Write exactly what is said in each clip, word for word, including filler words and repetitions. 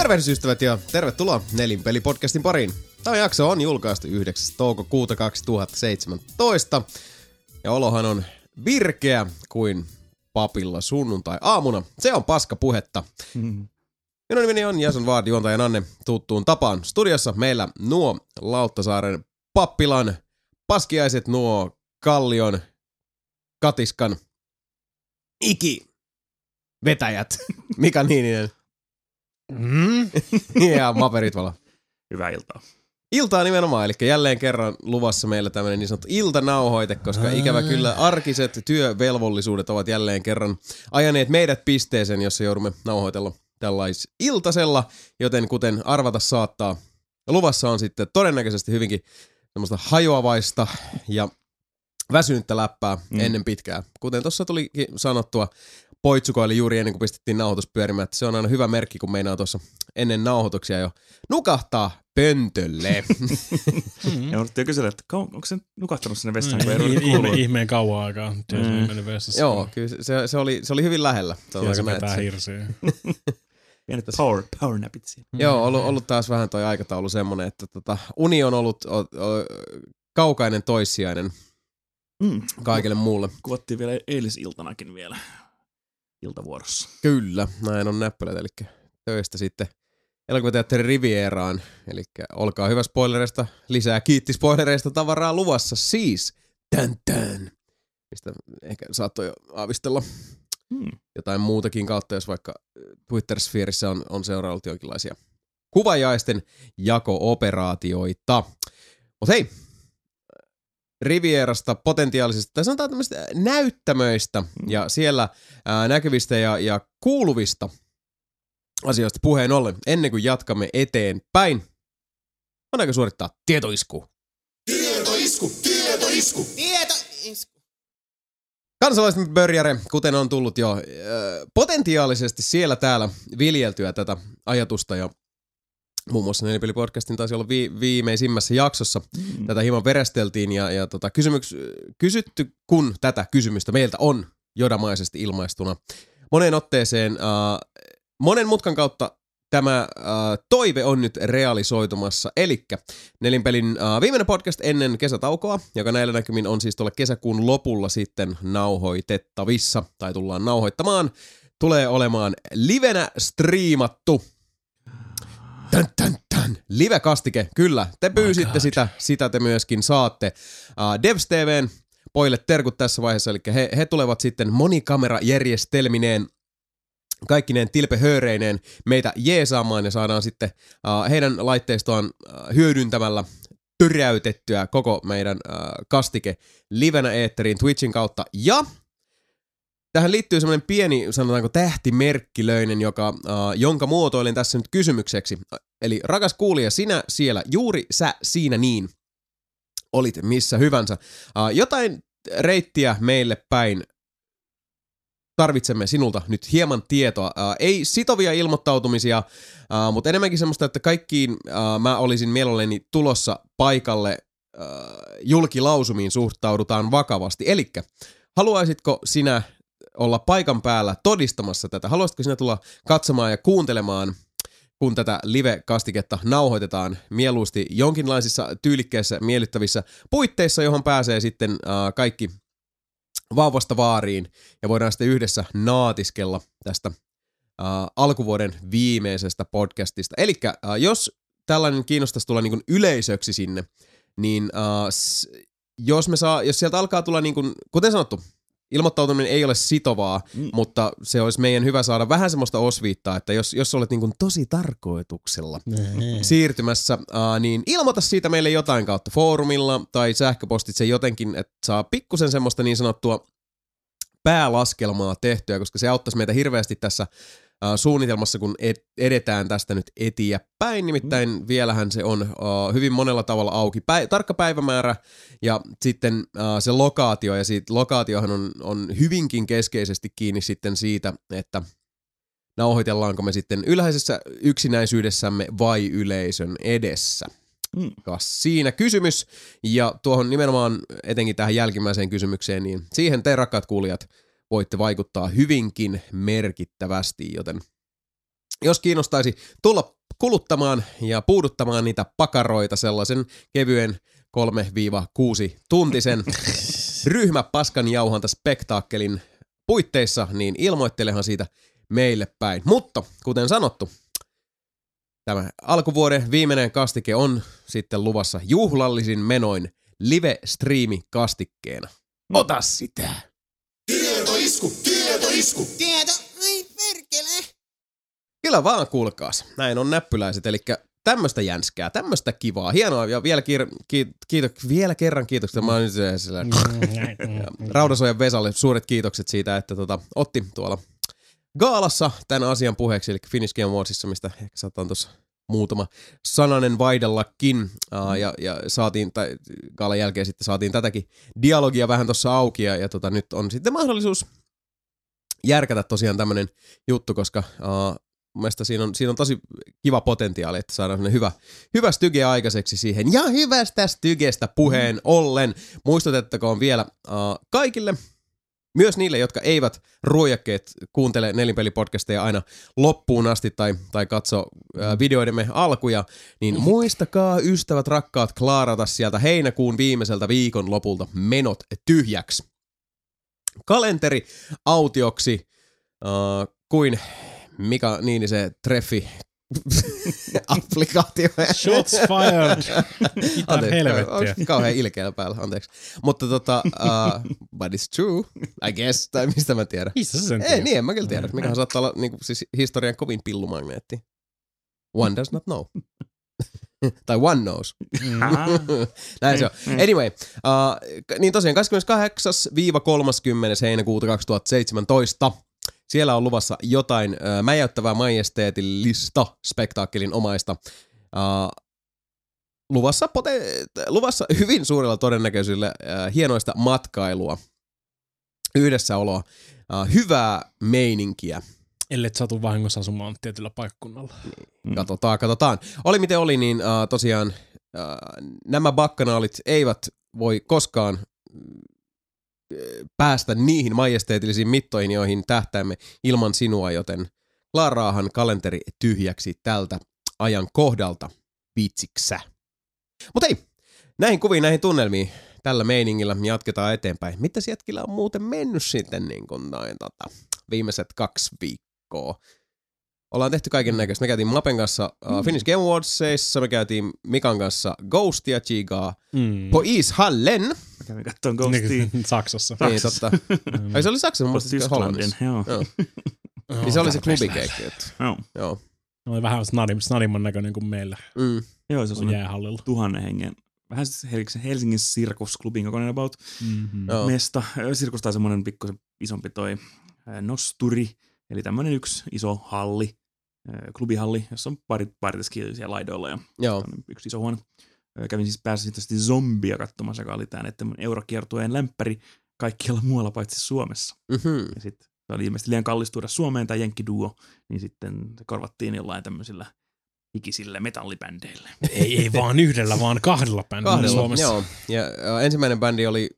Tervehdysystävät ja tervetuloa Nelinpeli-podcastin pariin. Tämä jakso on julkaistu yhdeksäs toukokuuta kaksituhattaseitsemäntoista ja olohan on virkeä kuin papilla sunnuntai-aamuna. Se on paskapuhetta. Mm. Minun nimeni on Jason Vaard, juontaja Nanne tuttuun tapaan. Studiossa meillä nuo Lauttasaaren pappilan paskiaiset, nuo Kallion, Katiskan, Iki, vetäjät, Mika Niininen. Mm. Ja Mape Ritvala. Hyvää iltaa. Iltaa nimenomaan, eli jälleen kerran luvassa meillä tämmöinen niin sanottu iltanauhoite, koska ikävä kyllä arkiset työvelvollisuudet ovat jälleen kerran ajaneet meidät pisteeseen, jossa joudumme nauhoitella tällais iltasella, joten kuten arvata saattaa, luvassa on sitten todennäköisesti hyvinkin semmoista hajoavaista ja väsynyttä läppää mm. ennen pitkää. Kuten tuossa tulikin sanottua, poitsukoili juuri ennen kuin pistettiin nauhoitus pyörimään, että se on aina hyvä merkki, kun meinaa tuossa ennen nauhoituksia jo nukahtaa pöntölle. Mm-hmm. Ja olettiin jo kysellä, että onko se nukahtanut sinne vessaan, kun ei ruveta kuulua? Ihmeen kauan aikaa, työssä mm. mennyt vessassa. Joo, kyllä se, se, oli, se oli hyvin lähellä. Ja se vetää hirsiä. Pienet power, power napit siinä. Mm. Joo, ollut, ollut taas vähän toi aikataulu semmonen, että tota, uni on ollut o, o, kaukainen toissijainen mm. kaikille muulle. Kuvattiin vielä eilisiltanakin vielä iltavuorossa. Kyllä, näin on näppälät, eli töistä sitten elokuvateatteri Rivieraan, eli olkaa hyvä spoilereista, lisää kiitti spoilereista tavaraa luvassa, siis tän tän, mistä ehkä saattoi jo aavistella hmm. jotain muutakin kautta, jos vaikka Twitter-sfeerissä on, on seuraillut jonkinlaisia kuvajaisten jako-operaatioita. Mutta hei, Rivierasta potentiaalisesta, tai sanotaan tämmöistä näyttämöistä hmm. ja siellä ää, näkyvistä ja, ja kuuluvista asioista puheen ollen, ennen kuin jatkamme eteenpäin, on aika suorittaa tietoisku. Tietoisku, tietoisku, tietoisku. Kansalaisten börjäre, kuten on tullut jo äh, potentiaalisesti siellä täällä viljeltyä tätä ajatusta, ja muun muassa Nelipeli-podcastin taisi olla vi- viimeisimmässä jaksossa. Mm. Tätä hieman veresteltiin, ja, ja tota, kysymyks, kysytty, kun tätä kysymystä meiltä on jodamaisesti ilmaistuna moneen otteeseen, äh, monen mutkan kautta tämä äh, toive on nyt realisoitumassa, elikkä Nelinpelin äh, viimeinen podcast ennen kesätaukoa, joka näillä näkymin on siis tuolla kesäkuun lopulla sitten nauhoitettavissa, tai tullaan nauhoittamaan, tulee olemaan livenä striimattu. Tän, tän, tän. Live-kastike, kyllä, te pyysitte sitä, sitä te myöskin saatte. Äh, Devs T V:n pojille terkut tässä vaiheessa, eli he, he tulevat sitten monikamerajärjestelmineen, kaikkineen tilpehööreineen meitä jeesaamaan ja saadaan sitten uh, heidän laitteistoaan uh, hyödyntämällä tyräytettyä koko meidän uh, kastike livenä eetteriin Twitchin kautta. Ja tähän liittyy semmoinen pieni, sanotaanko tähtimerkkilöinen, joka, uh, jonka muotoilen tässä nyt kysymykseksi. Eli rakas kuulija, sinä siellä, juuri sä siinä niin, olit missä hyvänsä. Uh, jotain reittiä meille päin tarvitsemme sinulta nyt hieman tietoa. Ää, ei sitovia ilmoittautumisia, ää, mutta enemmänkin semmoista, että kaikkiin ää, mä olisin mielelläni tulossa paikalle ää, julkilausumiin suhtaudutaan vakavasti. Elikkä, haluaisitko sinä olla paikan päällä todistamassa tätä? Haluaisitko sinä tulla katsomaan ja kuuntelemaan, kun tätä live-kastiketta nauhoitetaan mieluusti jonkinlaisissa tyylikkeissä, miellyttävissä puitteissa, johon pääsee sitten ää, kaikki vauvasta vaariin, ja voidaan sitten yhdessä naatiskella tästä äh, alkuvuoden viimeisestä podcastista. Elikkä äh, jos tällainen kiinnostaisi tulla niin kuin yleisöksi sinne, niin äh, s- jos, me saa, jos sieltä alkaa tulla, niin kuin, kuten sanottu, ilmoittautuminen ei ole sitovaa, mm. mutta se olisi meidän hyvä saada vähän semmoista osviittaa, että jos, jos olet niin kuin tosi tarkoituksella mm. siirtymässä, äh, niin ilmoita siitä meille jotain kautta foorumilla tai sähköpostitse jotenkin, että saa pikkusen semmoista niin sanottua päälaskelmaa tehtyä, koska se auttaisi meitä hirveästi tässä äh, suunnitelmassa, kun et, edetään tästä nyt eteenpäin. Nimittäin mm. vielähän se on äh, hyvin monella tavalla auki. Päi- tarkka päivämäärä ja sitten äh, se lokaatio, ja siitä lokaatiohan on, on hyvinkin keskeisesti kiinni sitten siitä, että nauhoitellaanko me sitten ylhäisessä yksinäisyydessämme vai yleisön edessä. Mm. Kas siinä kysymys, ja tuohon nimenomaan etenkin tähän jälkimmäiseen kysymykseen, niin siihen te rakkaat kuulijat voitte vaikuttaa hyvinkin merkittävästi, joten jos kiinnostaisi tulla kuluttamaan ja puuduttamaan niitä pakaroita sellaisen kevyen kolme kuusi tuntisen ryhmäpaskan jauhanta spektaakkelin puitteissa, niin ilmoittelehan siitä meille päin. Mutta kuten sanottu, tämä alkuvuoden viimeinen kastike on sitten luvassa juhlallisin menoin live-striimi-kastikkeena. Ota sitä! Tietoisku, tietoisku. Tieto, ai perkele. Kyllä vaan kuulkaas. Näin on näppyläiset, eli tämmöistä jänskää, tämmöistä kivaa, hienoa ja vielä, kiir- ki- kiito- vielä kerran kiitokset. Mä oon nyt siellä. Raudasojan Vesalle suuret kiitokset siitä, että tota, otti tuolla gaalassa tämän asian puheeksi, eli Finnish Game Awardsissa, mistä ehkä saattaa tuossa muutama sananen vaihdellakin, uh, ja, ja saatiin, tai gaalan jälkeen sitten saatiin tätäkin dialogia vähän tuossa auki, ja, ja tota, nyt on sitten mahdollisuus järkätä tosiaan tämmönen juttu, koska uh, mun mielestä siinä on, siinä on tosi kiva potentiaali, että saadaan semmoinen hyvä, hyvä styge aikaiseksi siihen. Ja hyvästä stygestä puheen ollen muistutettakoon vielä uh, kaikille, myös niille, jotka eivät ruojakkeet kuuntele nelinpelipodcasteja aina loppuun asti tai, tai katso uh, videoidemme alkuja, niin muistakaa ystävät rakkaat klaarata sieltä heinäkuun viimeiseltä viikon lopulta menot tyhjäksi. Kalenteri autioksi uh, kuin Mika Niinisen treffi applikaatio. Shots fired. Mitä helvettiä. Kauhean ilkeällä päällä, anteeksi. Mutta tota, uh, but it's true, I guess, tai mistä mä tiedän. Missä sä sen Ei, niin en mä kyllä tiedä. Mikähän saattaa olla niin kuin, siis historian kovin pillumagneetti. One does not know. tai one knows. Näin se on. Anyway, uh, niin tosiaan kahdeskymmeneskahdeksas kolmaskymmenes heinäkuuta kaksituhattaseitsemäntoista. Siellä on luvassa jotain uh, mäjäyttävää majesteetillista spektaakkelin omaista. Uh, luvassa, pote- luvassa hyvin suurella todennäköisyydellä uh, hienoista matkailua, yhdessäoloa, uh, hyvää meininkiä. Ellet satu vahingossa asumaan tietyllä paikkakunnalla. Niin, katsotaan, katsotaan. Oli miten oli, niin uh, tosiaan uh, nämä bakkanaalit eivät voi koskaan päästä niihin majesteetillisiin mittoihin, joihin tähtäämme ilman sinua, joten klaaraahan kalenteri tyhjäksi tältä ajan kohdalta, viitsiksä. Mutta ei, näihin kuviin, näihin tunnelmiin, tällä meiningillä jatketaan eteenpäin. Mitä jätkillä on muuten mennyt sitten niin kuin noin, tota, viimeiset kaksi viikkoa? Ollaan tehty kaiken näköistä. Me käytiin Mapen kanssa uh, Finnish Game Awardsissa, me käytiin Mikan kanssa Ghostia, Chigaa, Mm. på Ishallen. Mä kävin katsomaan Ghostia. Saksassa. Niin, totta. Ai se oli Saksassa, mutta sitten Hollannissa. Joo. Joo. Niin se oli se klubikeikki. Joo. Joo. Oli vähän snadim, snadimman näköinen kuin meillä. Mm. Joo, se on jäähallilla. Tuhannen hengen. Vähän siis Helsingin sirkusklubin kokoinen about Mm-hmm. mesta. Sirkus tai semmoinen pikkusen isompi toi nosturi. Eli tämmöinen yksi iso halli, klubihalli, jossa on parit, parit siellä laidoilla ja Joo. yksi iso huone. Kävin siis päässä sitten zombia katsomassa, joka oli tämä eurokiertueen lämpäri kaikkialla muualla paitsi Suomessa. Mm-hmm. Ja sitten se oli ilmeisesti liian kallis tuoda Suomeen tai jenkkiduo, niin sitten se korvattiin jollain tämmöisillä hikisillä metallibändeillä. ei, ei vaan yhdellä, vaan kahdella bändillä Kahdella, Suomessa. joo. Ja, ja ensimmäinen bändi oli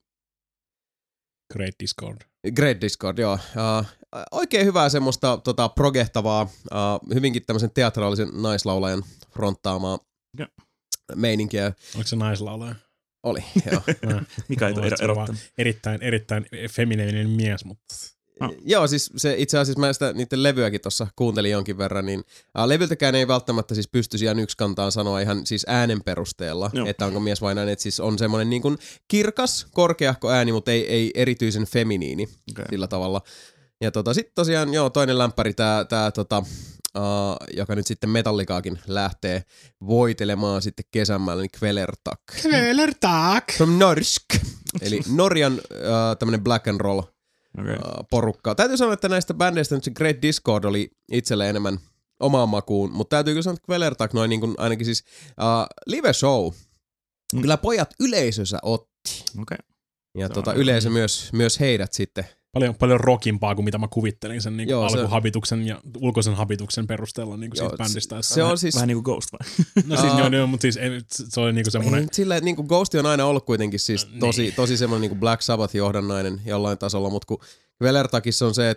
Great Discord. Great Discord, joo. Uh, oikein hyvää semmoista tota, progehtavaa, uh, hyvinkin tämmöisen teatraalisen naislaulajan fronttaamaa ja. meininkiä. Onko se naislaulaja? Oli, joo. Mikä ei ole erottanut. Erittäin, erittäin femininen mies, mutta... No. Joo, siis se itse asiassa mä sitä niiden levyäkin tuossa kuuntelin jonkin verran, niin ää, levyltäkään ei välttämättä siis pystyisi ihan yksi kantaan sanoa ihan siis äänen perusteella, Joo. että onko mies vai nainen, että siis on semmoinen niin kuin kirkas, korkeahko ääni, mutta ei, ei erityisen feminiini okay. sillä tavalla. Ja tota, sitten tosiaan joo, toinen lämpäri, tää, tää tota, uh, joka nyt sitten Metallicaakin lähtee voitelemaan sitten kesämällä, niin Kvelertak. Kvelertak! From Norsk. Eli Norjan uh, tämmönen black and roll Okay. Uh, porukkaa. Täytyy sanoa, että näistä bändeistä nyt se Great Discord oli itselle enemmän omaan makuun, mutta täytyy kyllä sanoa, että Kvelertak noin niin kuin ainakin siis uh, live show. Mm. Kyllä pojat yleisössä otti. Okay. Ja tota, yleisö myös, myös heidät sitten. Paljon, paljon rockimpaa kuin mitä mä kuvittelin sen niin Joo, alkuhabituksen ja ulkoisen habituksen perusteella niin kuin joo, siitä bändistä. Se, se on siis... Vähän niin kuin Ghost vai? No siis, uh, joo, mutta siis ei, se oli niin kuin semmoinen... Ei, sillä, niin kuin Ghost on aina ollut kuitenkin siis tosi, niin. tosi semmoinen niin kuin Black Sabbath-johdannainen jollain tasolla, mutta kun Kvelertakissa on se, että, että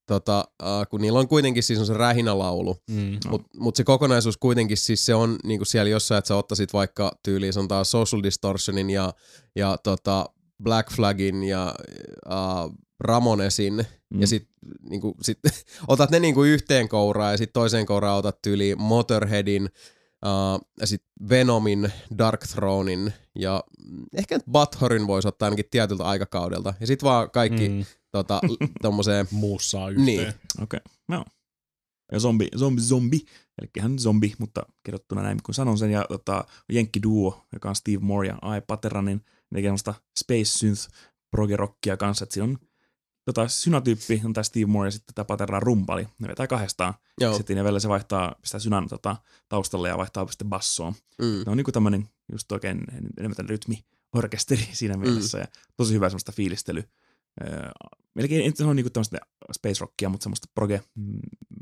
tota, uh, kun niillä on kuitenkin siis on se rähinälaulu, Mm. No. mutta mut se kokonaisuus kuitenkin siis se on niinku siellä jossain, että sä ottaisit vaikka tyyliin sanotaan Social Distortionin ja, ja tota Black Flagin ja uh, Ramonesin Mm. ja sit, niinku, sit otat ne niinku yhteen kouraan ja sit toiseen kouraan otat tyyliin Motorheadin, uh, ja sit Venomin, Dark Thronein ja ehkä nyt Butthorin voisi ottaa ainakin tietyltä aikakaudelta ja sit vaan kaikki Mm. tota, tommoseen Muussaa yhteen. Niin. Okei, okay. No. Ja zombi, zombi, zombi, eli hän zombi, mutta kirjoittuna näin, kun sanon sen, ja tota, jenkkiduo, joka on Steve Moore ja Ai Pateranin, ne tekee semmoista space synth progerockia kanssa, että siinä on tota, synatyyppi, on tää Steve Moore ja sitten tää Pateran rumpali, ne vetää kahdestaan, Joo. sitten ne välillä se vaihtaa, pistää synan tota, taustalle ja vaihtaa sitten bassoon. Mm. Ne on niinku tämmönen just oikein enemmän tämmönen rytmi-orkesteri siinä mielessä, ja tosi hyvä semmoista fiilistely. Öö, melkein en sano niinku tämmöistä space rockia, mutta semmoista proge mm,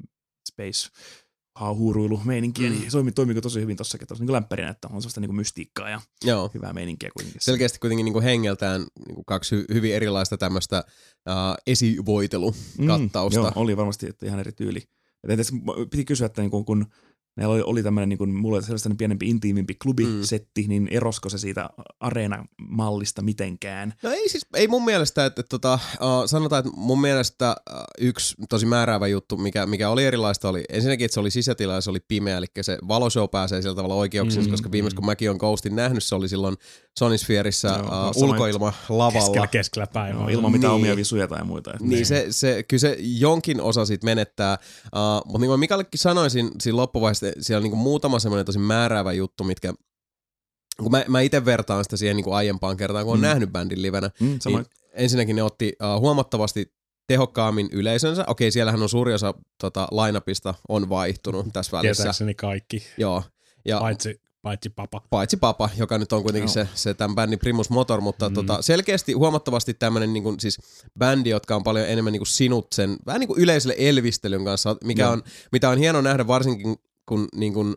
space huuruilu meininkiä, Mm. niin toimii, toimiiko tosi hyvin tossakin, tuossa niinku lämpärinä, että on semmoista niinku mystiikkaa ja Joo. hyvää meininkiä kuitenkin. Selkeästi kuitenkin niinku hengeltään niinku kaksi hy- hyvin erilaista tämmöistä uh, esivoitelukattausta. Mm, joo, oli varmasti että ihan eri tyyli. Et edes piti kysyä, että niinku, kun meillä oli, oli tämmöinen, niin mulla oli sellainen pienempi, intiimimpi klubisetti, mm. niin erosko se siitä areenamallista mitenkään? No ei siis, ei mun mielestä, että, että tota, uh, sanotaan, että mun mielestä uh, yksi tosi määräävä juttu, mikä, mikä oli erilaista, oli ensinnäkin, että se oli sisätila ja se oli pimeä, eli se valoshow pääsee sillä tavalla oikeuksiin, mm, koska viimeis kun mäkin on Ghostin nähnyt, se oli silloin Sonisphereissä Joo, uh, ulkoilma lavalla. Keskellä, keskellä päivää. No, ilman mitään Niin. omia visuja tai muita. Niin, niin. Se, se, kyllä se jonkin osa siitä menettää, uh, mutta niin kuin Mikallekin sanoisin siinä loppuvaiheessa, siellä on niin kuin muutama semmoinen tosi määräävä juttu, mitkä, kun mä, mä itse vertaan sitä siihen niin kuin aiempaan kertaan, kun on Mm. nähnyt bändin livenä, Mm, niin ensinnäkin ne otti uh, huomattavasti tehokkaammin yleisönsä. Okei, siellähän on suuri osa tota, line-upista on vaihtunut tässä välissä. Tietääkseni kaikki, Joo. Ja, paitsi, paitsi papa. paitsi Papa, joka nyt on kuitenkin Joo. se, se tämän bändin primus motor, mutta Mm. tota, selkeästi huomattavasti tämmöinen niin kuin, siis bändi, jotka on paljon enemmän niin kuin sinut sen, vähän niin kuin yleisölle elvistelyn kanssa, mikä Joo. on, mitä on hieno nähdä varsinkin, kun niin kuin,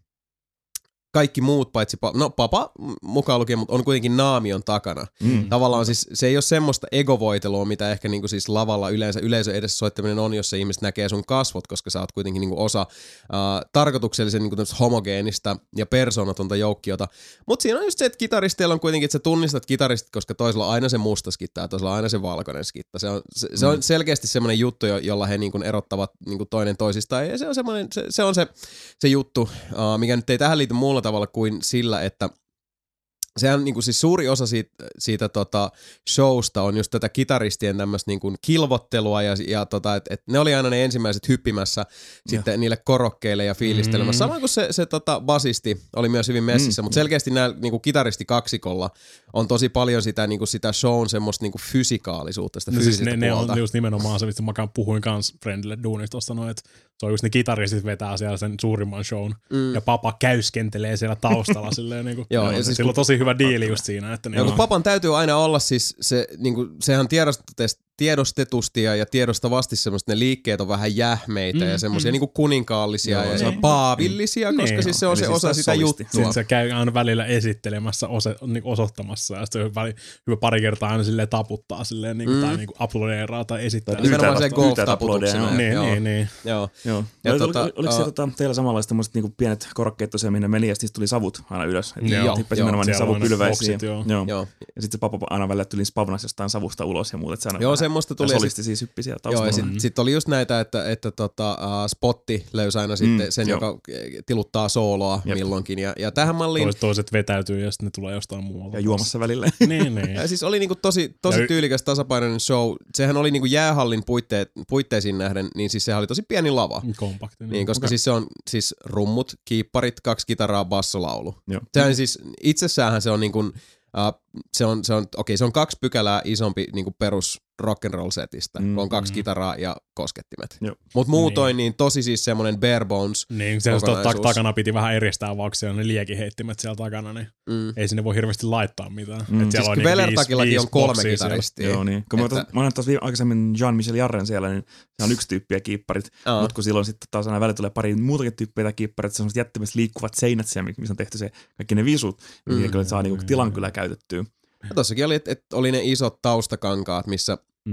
kaikki muut paitsi, pa- no Papa mukaan lukien, mutta on kuitenkin naamion takana. Mm. Tavallaan siis se ei ole semmoista egovoitelua, mitä ehkä niinku siis lavalla yleensä yleisö edessä soittaminen on, jos se ihmiset näkee sun kasvot, koska sä oot kuitenkin niinku osa uh, tarkoituksellisen niinku homogeenista ja persoonatonta joukkiota. Mutta siinä on just se, että kitaristeilla on kuitenkin, että sä tunnistat kitaristit, koska toisella on aina se musta skitta ja toisella on aina se valkoinen skitta. Se on, se, se on selkeästi semmoinen juttu, jo, jolla he niinku erottavat niinku toinen toisistaan ja se on, semmoinen, se, se, on se, se juttu, uh, mikä nyt ei tähän liity muulla tavalla kuin sillä, että sehän niinku siis suuri osa siitä, siitä tota showsta on just tätä kitaristien tämmöistä niinku kilvottelua ja, ja tota, että et ne oli aina ne ensimmäiset hyppimässä ja sitten niille korokkeille ja fiilistelemässä. Mm. Samoin kuin se, se tota basisti oli myös hyvin messissä, mm. mutta selkeästi nämä niinku kitaristikaksikolla on tosi paljon sitä, niinku sitä shown semmoista niinku fysikaalisuutta, sitä No fyysistä siis ne, ne puolta. on just nimenomaan se, että mä puhuin kans Friendille duunista tuossa noin, että se on just ne kitaristit vetää siellä sen suurimman shown Mm. ja Papa käyskentelee siellä taustalla silleen niinku. Joo, Joo, ja ja siis sillä on kun- tosi hyvä diili just siinä, että Ja kun niinku, Papan täytyy aina olla siis se, niinku, sehän tiedostetusti, tiedostetusti ja, ja tiedostavasti semmoista, ne liikkeet on vähän jähmeitä mm, ja semmoisia mm. niinku kuninkaallisia Joo, ja, se ja on- paavillisia, Niin, koska joo. siis se on Eli se siis osa tää sitä solisti. juttua. sitten se käy aina välillä esittelemässä, ose, niinku osoittamassa ja sitten se on väli, hyvä pari kertaa aina silleen taputtaa silleen, niinku, Mm. tai niinku aplodeeraa tai esittää. Tai Nimenomaan Pyytää se vasta- pyytää golf-taputuksena. aplodeja, niin, Joo. niin, niin. Joo. Joo. Ja Ja tota, tota, oliko se uh, tota, teillä samanlaista tämmöiset niinku pienet korokkeet tosiaan, minne meni ja sitten niistä tuli savut aina ylös? Et Joo, Hyppäsi joo, nimenomaan niihin siellä on ne savupylväisiin. boksit, joo. Joo. Joo. Ja sitten se Papa aina välillä tuli spavnas jostain savusta ulos ja muuta. että se aina Joo, vähän- semmoista ja tuli. Ja sit, solisti siis hyppi siellä joo, taustalla. ja sit, sit oli just näitä, että, että tota, uh, Spotti löysi aina sitten Mm, sen, joo. joka tiluttaa sooloa Jep. milloinkin. Ja, ja tähän malliin, Toiset, toiset vetäytyy ja sitten ne tulee jostain muualta. Ja juomassa välillä. Niin, niin. ja siis oli niinku tosi, tosi Ja y- tyylikäs tasapainoinen show. Sehän oli niinku jäähallin puitteet, puitteisiin nähden, niin siis sehän oli tosi pieni lava. Kompakti. Niin, koska Okei. siis se on siis rummut, kiipparit, kaksi kitaraa, bassolaulu. Joo. Sehän siis, itsessäänhän se on niin kuin, uh, se on, se on, okei, se on kaksi pykälää isompi niin kuin perus rock'n'roll setistä, Mm, kun on kaksi mm. kitaraa ja koskettimet. Joo. Mutta muutoin niin. niin tosi siis semmoinen bare bones. Niin, se ta- kokonaisuus. takana piti vähän eristää, vaikka siellä on ne liekiheittimet siellä takana, niin Mm. ei sinne voi hirveästi laittaa mitään. Mm. Et siellä Siis on kun niinku Velertakillakin viisi- on viisi kolme boksia siellä. kitaristia. Joo, niin. Kun Että- mä, mä näin taas vi- aikaisemmin Jean-Michel Jarren siellä, niin se on yksi tyyppi ja kiipparit. Aa. Mutta kun silloin sitten taas aina välillä tulee pari muutakin tyyppiä ja kiipparit, se on semmoiset jättimäiset liikkuvat seinät siellä, missä on tehty se kaikki ne visut, niin Mm. mm. kyllä saa niinku tilan kyllä käytettyä. Ja tossakin oli, että et oli ne isot taustakankaat, missä Mm.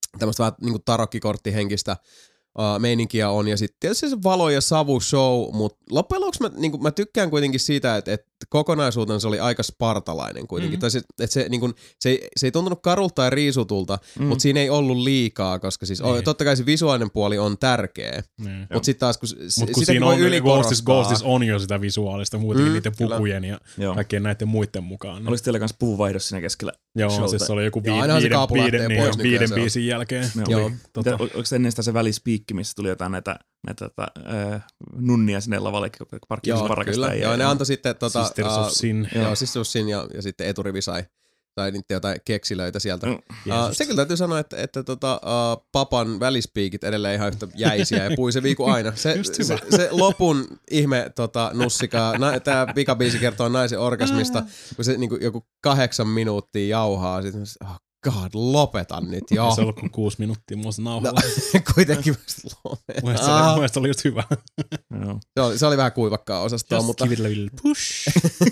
tämmöistä vähän niinku tarokkikorttihenkistä Uh, meininkiä on, ja sitten tietysti se valo- ja savu-show, mutta loppujen lopuksi mä, niinku, mä tykkään kuitenkin siitä, että et kokonaisuutena se oli aika spartalainen kuitenkin. Mm-hmm. Tai se, et se, niinku, se, ei, se ei tuntunut karulta tai riisutulta, mm. mutta siinä ei ollut liikaa, koska siis niin. totta kai se visuaalinen puoli on tärkeä, niin. mutta sitten taas kun, Mut kun siinä on Ghostis, Ghostis on jo sitä visuaalista muutenkin mm, niiden pukujen ja joo. kaikkien näiden muiden mukaan. Niin. Oliko teillä kanssa puvuvaihdos siinä keskellä? Joo, showta? Siis se oli joku joo, viiden, viiden, viiden, viiden, niin, viiden biisin jälkeen. Joo. Joo. Tota. Oliko ennen sitä se välispiikki, missä tuli jotain näitä näitä tota, äh, nunnia sinne lavalle parkkisparakasta. Joo, ne antoi sitten tota, Sisters of Sin. Joo, Sisters of Sin ja, ja sitten eturivi sai, sai niitä jotain keksilöitä sieltä. Mm. Uh, se kyllä täytyy sanoa, että, että tota, uh, papan välispiikit edelleen ihan yhtä jäisiä ja puisevia kuin aina. Se, se, se lopun ihme tota, nussika, na, tää pikabiisi kertoo naisen orgasmista, kun se niin kuin, joku kahdeksan minuuttia jauhaa. Sitten, oh, God, lopetan nyt, joo. Se on ollut kuin kuusi minuuttia muassa nauhalla. No, kuitenkin lopetan. Mun mielestä se oli just hyvä. se, oli, se oli vähän kuivakkaa osastoa, just mutta... Just give it a push.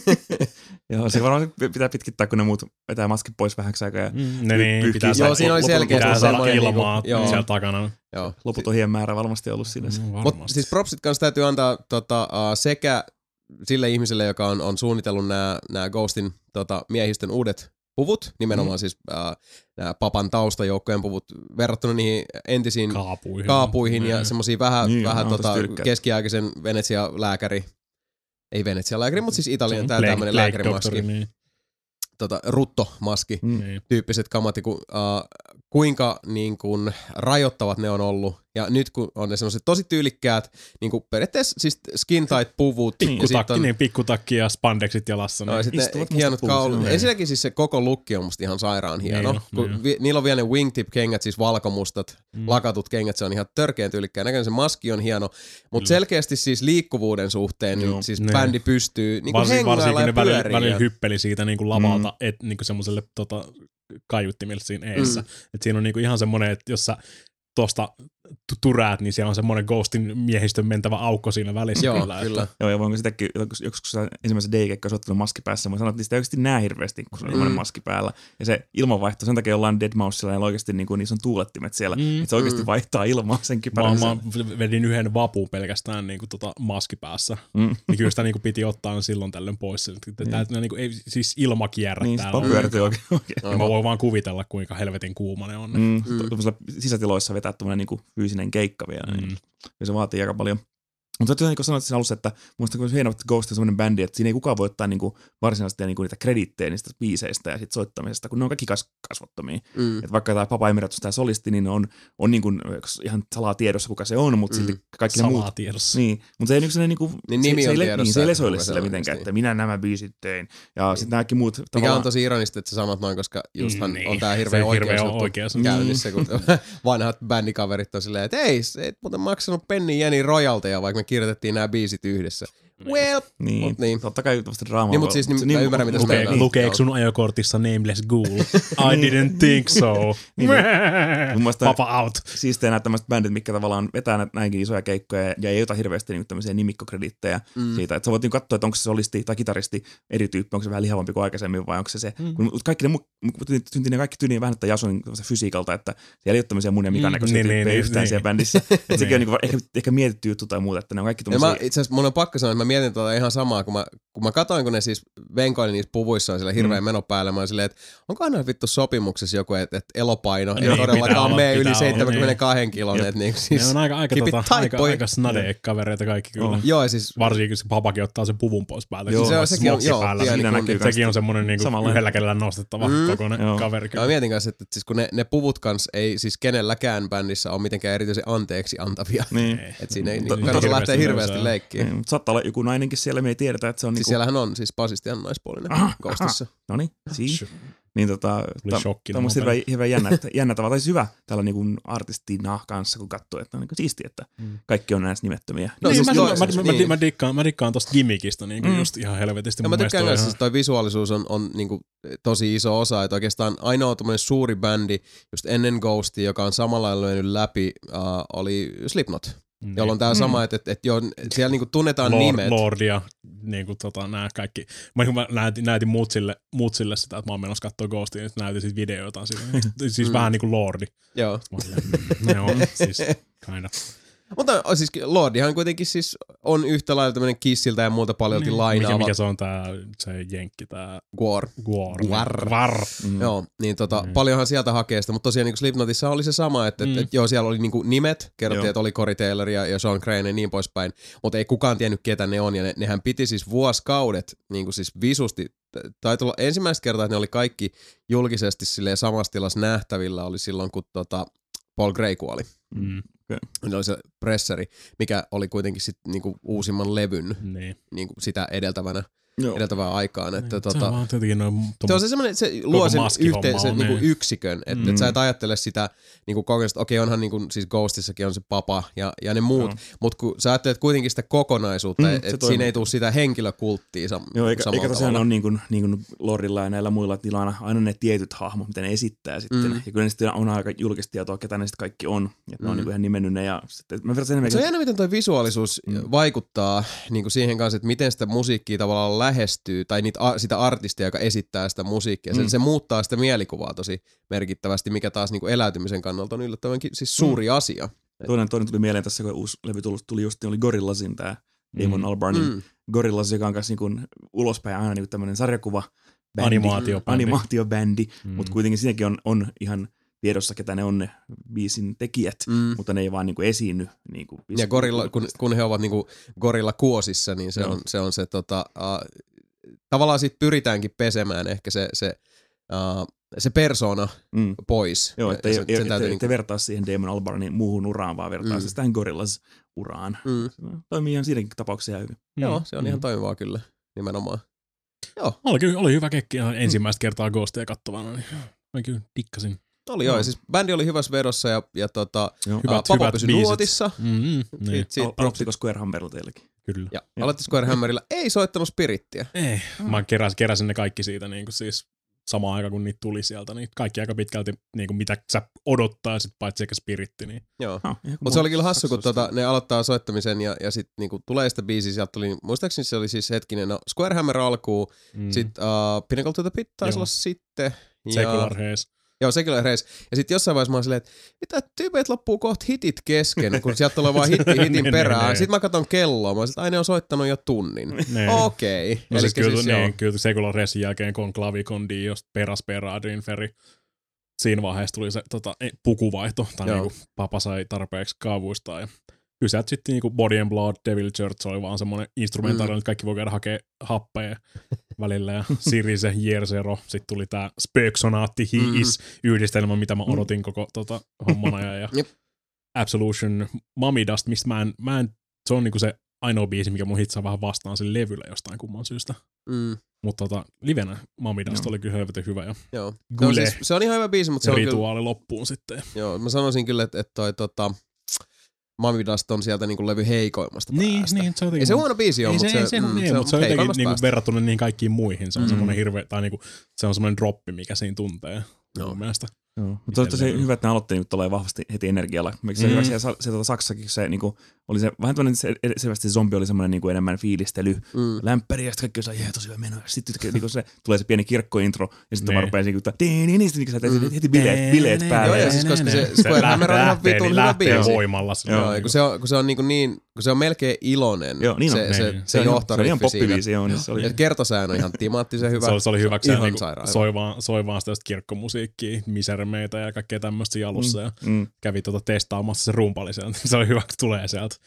Joo, se varmaan pitää pitkittää, kun ne muut vetää maskit pois vähäksi aikaa ja mm, ne niin, pyyhkii. Joo, siinä oli selkeästi pitää saada ilmaa niinku, siellä takana. Joo. Loputon hien määrä varmasti ollut siinä. Mm, Mutta siis propsit kanssa täytyy antaa tota, uh, sekä sille ihmiselle, joka on, on suunnitellut nämä Ghostin tota, miehistön uudet puvut, nimenomaan mm. siis äh, nämä papan taustajoukkojen puvut verrattuna niihin entisiin kaapuihin, kaapuihin ja semmosia vähän, niin, vähän tota, keskiaikaisen Venetsia-lääkäri, ei Venetsia-lääkäri, mutta siis Italian tää tämmönen lääkärimaski, niin. tota, ruttomaski, mm. tyyppiset kamat, kun, äh, kuinka niin kun, rajoittavat ne on ollut. Ja nyt kun on ne semmoiset tosi tyylikkäät, niin kuin periaatteessa siis skin tight puvut. Pikkutakki, on, niin pikkutakki ja spandexit jalassa. No, sitten hienot kaulut. Ensinnäkin siis se koko lukki on musta ihan sairaan hieno. Niin jo, niin vi, niillä on vielä ne wingtip-kengät, siis valkomustat, mm. lakatut kengät, se on ihan törkeän tyylikkään näköinen. Se maski on hieno, mutta selkeästi siis liikkuvuuden suhteen niin siis ne. Bändi pystyy niin kuin hengailla ja pyöriä. Varsinkin ne välillä hyppeli siitä niin kuin lavalta mm. et, niin kuin semmoiselle tota, kaiuttimelle siinä eessä. Mm. Et siinä on niin kuin ihan semmoinen, että jos sä tuosta turäät, niin siellä on semmoinen Ghostin miehistön mentävä aukko siinä välissä. Joo, kyllä. kyllä. Että... Joo, ja voinko sitäkin, joskus kun ensimmäisen D-keikka olisi ottanut maski päässä, mä sanoin, että niistä ei oikeasti näe hirveästi, kun se on ilmainen mm. maski päällä. Ja se ilmanvaihto, sen takia ollaan dead mousella ja oikeasti niin kuin, niissä on tuulettimet siellä, mm. että se oikeasti mm. vaihtaa ilmaa sen kypärän. Mä, mä vedin yhden vapuun pelkästään niin kuin, tota, maski päässä. Mm. Niin kyllä sitä niin kuin, piti ottaa silloin tällöin pois. Tää, mm. niin kuin, ei siis ilma kierrä niin, täällä. Niin, pyörätyy oikein. Ja mä voin vaan kuvitella, kuinka helvetin kuuma ne on. Mm. Mm. Sisätiloissa vetää tämmöinen niin kuin fyysinen keikka vielä. Mm. Niin. Ja se vaatii aika paljon. Mutta täytyy niin sanoa siinä alussa, että muista kun hienoa, että Ghost on semmoinen bändi, että siinä ei kukaan voi ottaa niinku varsinaisesti niinku niitä kredittejä niistä biiseistä ja sit soittamisesta, kun ne on kaikki kas- kasvottomia. Mm. Et vaikka tämä Papa Emeritus, tämä solisti, niin on, on niinku ihan salaa tiedossa, kuka se on, mutta mm. silti kaikki ne muut. Salaa tiedossa. Niin, mutta se ei niinku niinku, niin nimi se, on se, tiedossa. Niin, se ei lesoile sille mitenkään, että minä nämä biisit tein. Ja niin. Sitten nämäkin muut. Mikä tavallaan... on tosi ironista, että sä sanot noin, koska justhan niin. on tää hirveä oikeus käynnissä, kun vanhat bändikaverit on silleen, että ei, et muuten maksanut pennin jäni rojalteja, vaikka me kirjoitettiin nämä biisit yhdessä. Well, niin, mut niin. Totta kai tuosta draamaa. Niin, mutta siis niin, niin, ymmärrän, mitä lukee, niin, lukeeko sun ajokortissa Nameless Ghoul? I didn't think so. niin, Papa out. Siistejä nämä tämmöiset bändit, mitkä tavallaan vetää näinkin isoja keikkoja ja ei ota hirveästi niin tämmöisiä nimikkokredittejä mm. siitä. Että sä voit niin katsoa, että onko se solisti tai kitaristi eri tyyppi, onko se vähän lihavampi kuin aikaisemmin vai onko se se. Mm. Kun kaikki ne, synti ne kaikki tyyliin vähän näyttää Jasonin fysiikalta, että siellä ei ole tämmöisiä mun ja Mikan näköisiä mm. tyyppejä niin, yhtään niin. siellä bändissä. Että sekin on niin ehkä, ehkä mietitty juttu tai muuta, että ne on kaikki tämmöisiä. Itse asiassa mun on pakko sanoa, että mä mietin tuota ihan samaa, kun mä, kun mä katoin, kun ne siis venkoili niissä puvuissaan sillä hirveän mm. meno päällä, mä olin silleen, että onko aina vittu sopimuksessa joku, että, että elopaino ei todellakaan mene yli seitsemänkymmentäkaksi niin. kilon, että niin siis ne on aika, aika, tota, aika, aika snade-kavereita kaikki kyllä. Oh. Joo, siis varsinkin kun papakin ottaa sen puvun pois päältä. Joo, se on sekin on, joo, päällä, niin näkyy, sekin on semmoinen niinku yhdellä kädellä nostettava mm. kokoinen joo. kaveri. Mä mietin kanssa, että siis kun ne, ne puvut kanssa ei siis kenelläkään bändissä ole mitenkään erityisen anteeksi antavia. Niin. Että siinä ei niin, kannata lähteä hirveästi leikkiin. Niin, saattaa olla joku nainenkin siellä, me ei tiedetä, että se on siis niinku... siellähän on siis basisti on naispuolinen Ghostissa. No niin, siinä. Niin tota, tämä on musta hirveän, hirveän jännä, että, jännä tavalla, tai siis hyvä tällä niinku artistina kanssa, kun katsoo, että on niinku siistiä, että mm. kaikki on näistä nimettömiä. No, niin, siis mä, toi, mä, siis, mä, niin. mä, dikkaan, mä dikkaan tosta gimmickistä niinku mm. just ihan helvetisti. Ja mä tykkään myös, että toi visuaalisuus on, on niinku tosi iso osa, että oikeastaan ainoa tommoinen suuri bändi just ennen Ghostia, joka on samalla lailla lyönyt läpi, uh, oli Slipknot. Niin. Jolloin tää sama, että et, et jo, siellä niinku tunnetaan Lord, nimet. Lordia, niinku tota, nää kaikki. Mä, mä näytin, näytin muutsille, muutsille sitä, että mä oon menossa kattoo Ghostia, niin näytin sit videoita siitä. Siis mm. vähän niinku Lordi. Joo. Ne on siis kind of. Mutta siis Lordihan kuitenkin siis on yhtä lailla tämmönen Kissiltä ja muuta paljolti niin. lainaava. Mikä, mikä se on tää, se jenkki, tää... Gwar. Gwar. Gwar. Gwar. Mm. Joo, niin tota, mm. paljonhan sieltä hakee sitä, mutta tosiaan niin Slipknotissa oli se sama, että mm. et, et, joo, siellä oli niinku nimet, kerrottiin, että oli Corey Taylor ja, ja Sean Crane ja niin poispäin, mutta ei kukaan tiennyt, ketä ne on, ja ne, nehän piti siis vuosikaudet niinku siis visusti, taisi olla ensimmäistä kertaa, että ne oli kaikki julkisesti silleen samassa tilassa nähtävillä, oli silloin, kun tota Paul Gray kuoli. Mm. Okay. Se oli se presseri, mikä oli kuitenkin sit niinku uusimman levyn niin. niinku sitä edeltävänä. Joo. Edeltävään aikaan. Että, se tota, on vaan tietenkin noin... Se on se semmoinen, se luo sen yhteisen niinku yksikön, että mm. et sä et ajattele sitä niinku kokonaisuutta, okei onhan niinku, siis Ghostissakin on se papa ja, ja ne muut, no. mutta kun sä ajattelet kuitenkin sitä kokonaisuutta, mm, että et siinä ei tule sitä henkilökulttia sam- Joo, eikä, samalla eikä tosiaan tavalla. ole niin kuin, niin kuin Lordilla ja näillä muilla, että niillä on aina, aina ne tietyt hahmot, mitä ne esittää sitten. Mm. Ja kyllä ne sitten on aika julkista tietoa, ketä ne sitten kaikki on. Ja mm. ne on niin kuin ihan nimennyt ne. Ja sitten, mä enemmän, se on jännä, miten toi visuaalisuus mm. vaikuttaa niin kuin siihen kanssa, että miten sitä musiikkia tavallaan lähestyy, tai niitä, sitä artistia, joka esittää sitä musiikkia. Se, mm. se muuttaa sitä mielikuvaa tosi merkittävästi, mikä taas niin kuin eläytymisen kannalta on yllättävänkin siis suuri mm. asia. Toinen, toinen tuli mieleen tässä, kun uusi levy tuli just, niin oli Gorillasin tämä Damon mm. Albarnin mm. Gorillaz, joka on kanssa niin kuin ulospäin aina niin kuin tämmöinen sarjakuva bändi, animaatiobändi, animaatiobändi mm. mutta kuitenkin siinäkin on, on ihan tiedossa, ketä ne on ne biisin tekijät, mm. mutta ne ei vaan niinku esiinny. Niinku ja gorilla, kun, kun he ovat niinku gorilla kuosissa, niin se no. on se, on se tota, uh, tavallaan siitä pyritäänkin pesemään ehkä se, se, uh, se persona mm. pois. Joo, että se, ei, ei, ei, niinku... te vertaa siihen Damon Albarnin muuhun uraan, vaan vertaa mm. siis tähän Gorillaz-uraan. Mm. Toimii ihan siinäkin tapauksessa hyvin. Mm. Joo, se on mm. ihan toimivaa kyllä, nimenomaan. Joo. Oli, oli hyvä kekki ihan ensimmäistä kertaa Ghostia kattavana, niin mä kyllä dikkasin. Oli joo, siis bändi oli hyvässä vedossa ja, ja tota, hyvät, Papa pysyi nuotissa. Mm-hmm, niin. Aloittiko Square Hammerilla teillekin? Kyllä. Ja aloitti Square Hammerilla, ei soittanut Spirittiä. Ei, mm. mä keräsin, keräsin ne kaikki siitä niin kuin siis samaan aikaan, kun niitä tuli sieltä, niin kaikki aika pitkälti niin kuin mitä sä odottaa, sit paitsi sekä Spiritti. Niin. Joo, huh, mutta se oli kyllä hassu, kun tota, ne aloittaa soittamisen ja, ja sitten niinku tulee sitä biisiä, sieltä tuli, muistaakseni se oli siis hetkinen, no Square Hammer alkuun, mm. sitten uh, Pinnacle to the Pit taisi olla sitten. Secular Haze. Joo, Secular Haze. Ja sitten jossain vaiheessa mä oon silleen, että mitä tyypeit loppuu kohta hitit kesken, kun sieltä tulee vaan hitti hitin perään. Sitten mä katson kelloa, mä oon silleen, että ne on soittanut jo tunnin. Okei. Okay. No siis kyllä, siis niin, kyllä Secular Hazen jälkeen Conclavi, Condio, Peras Peraa, Dreamferry. Siinä vaiheessa tuli se tota, pukuvaihto, tai niinku papa sai tarpeeksi kaavuista. Ja kyllä sieltä sitten niinku Body and Blood, Devil Church oli vaan semmoinen instrumentaalinen, mm. että kaikki voi käydä hakea happeja välillä. Ja Sirise, Year Zero, sitten tuli tää Spöksonaatti, He mm. Is -yhdistelmä, mitä mä odotin koko tota, hommana. Ja, ja yep. Absolution, Mummy Dust, mistä mä en, mä en, se on niinku se ainoa biisi, mikä mun hitsaa vähän vastaan sen levyllä jostain kumman syystä. Mm. Mutta tota, livenä Mummy Dust oli kyllä helvetin hyvä. Ja joo. Se on, siis, se on ihan hyvä biisi, mutta se on rituaali kyllä loppuun sitten. Joo, mä sanoisin kyllä, että, että toi tota, Mummy Dust on sieltä niinku levy heikoimmasta niin, päästä. Niin, se on ei se huono biisi ole, mutta se, se, se, mm, niin, se, mutta se on jotenkin niinku verrattuna niin kaikkiin muihin. Se on mm. semmoinen hirveä, tai niinku, se on semmoinen droppi, mikä siinä tuntee. No. Mun mielestä. Joo, mutta on tosi hyvä, että ne aloitti nyt tulee vahvasti heti energialla. Miksi se mm. hyvä se, se, se tuota Saksassakin se niinku oli se vähän tämmöinen se, selvästi zombi oli semmoinen niinku enemmän fiilistely, mm. lämpäri ja sitten kaikki on jee tosi hyvä meno. Sitten niinku se tulee se pieni kirkkointro ja sitten vaan rupeaa niinku niin niin niin sitten heti bileet bileet päälle. Joo, siis koska se Square Hammer on ihan vitun hyvä biisi. Voimalla. Joo, kun se on kun se on niinku niin kun se on melkein iloinen. Joo, niin se se se johtoriffi siinä. Joo, niin se oli. Ja kertosään on ihan timaattisen hyvä. Se oli hyväksi niinku soi vaan soi vaan sitä kirkkomusiikkia, misermeitä ja kaikkea tämmöistä jalussa. Ja mm. kävi tuota testaamassa se rumpali sieltä. Se oli hyvä, kun tulee sieltä.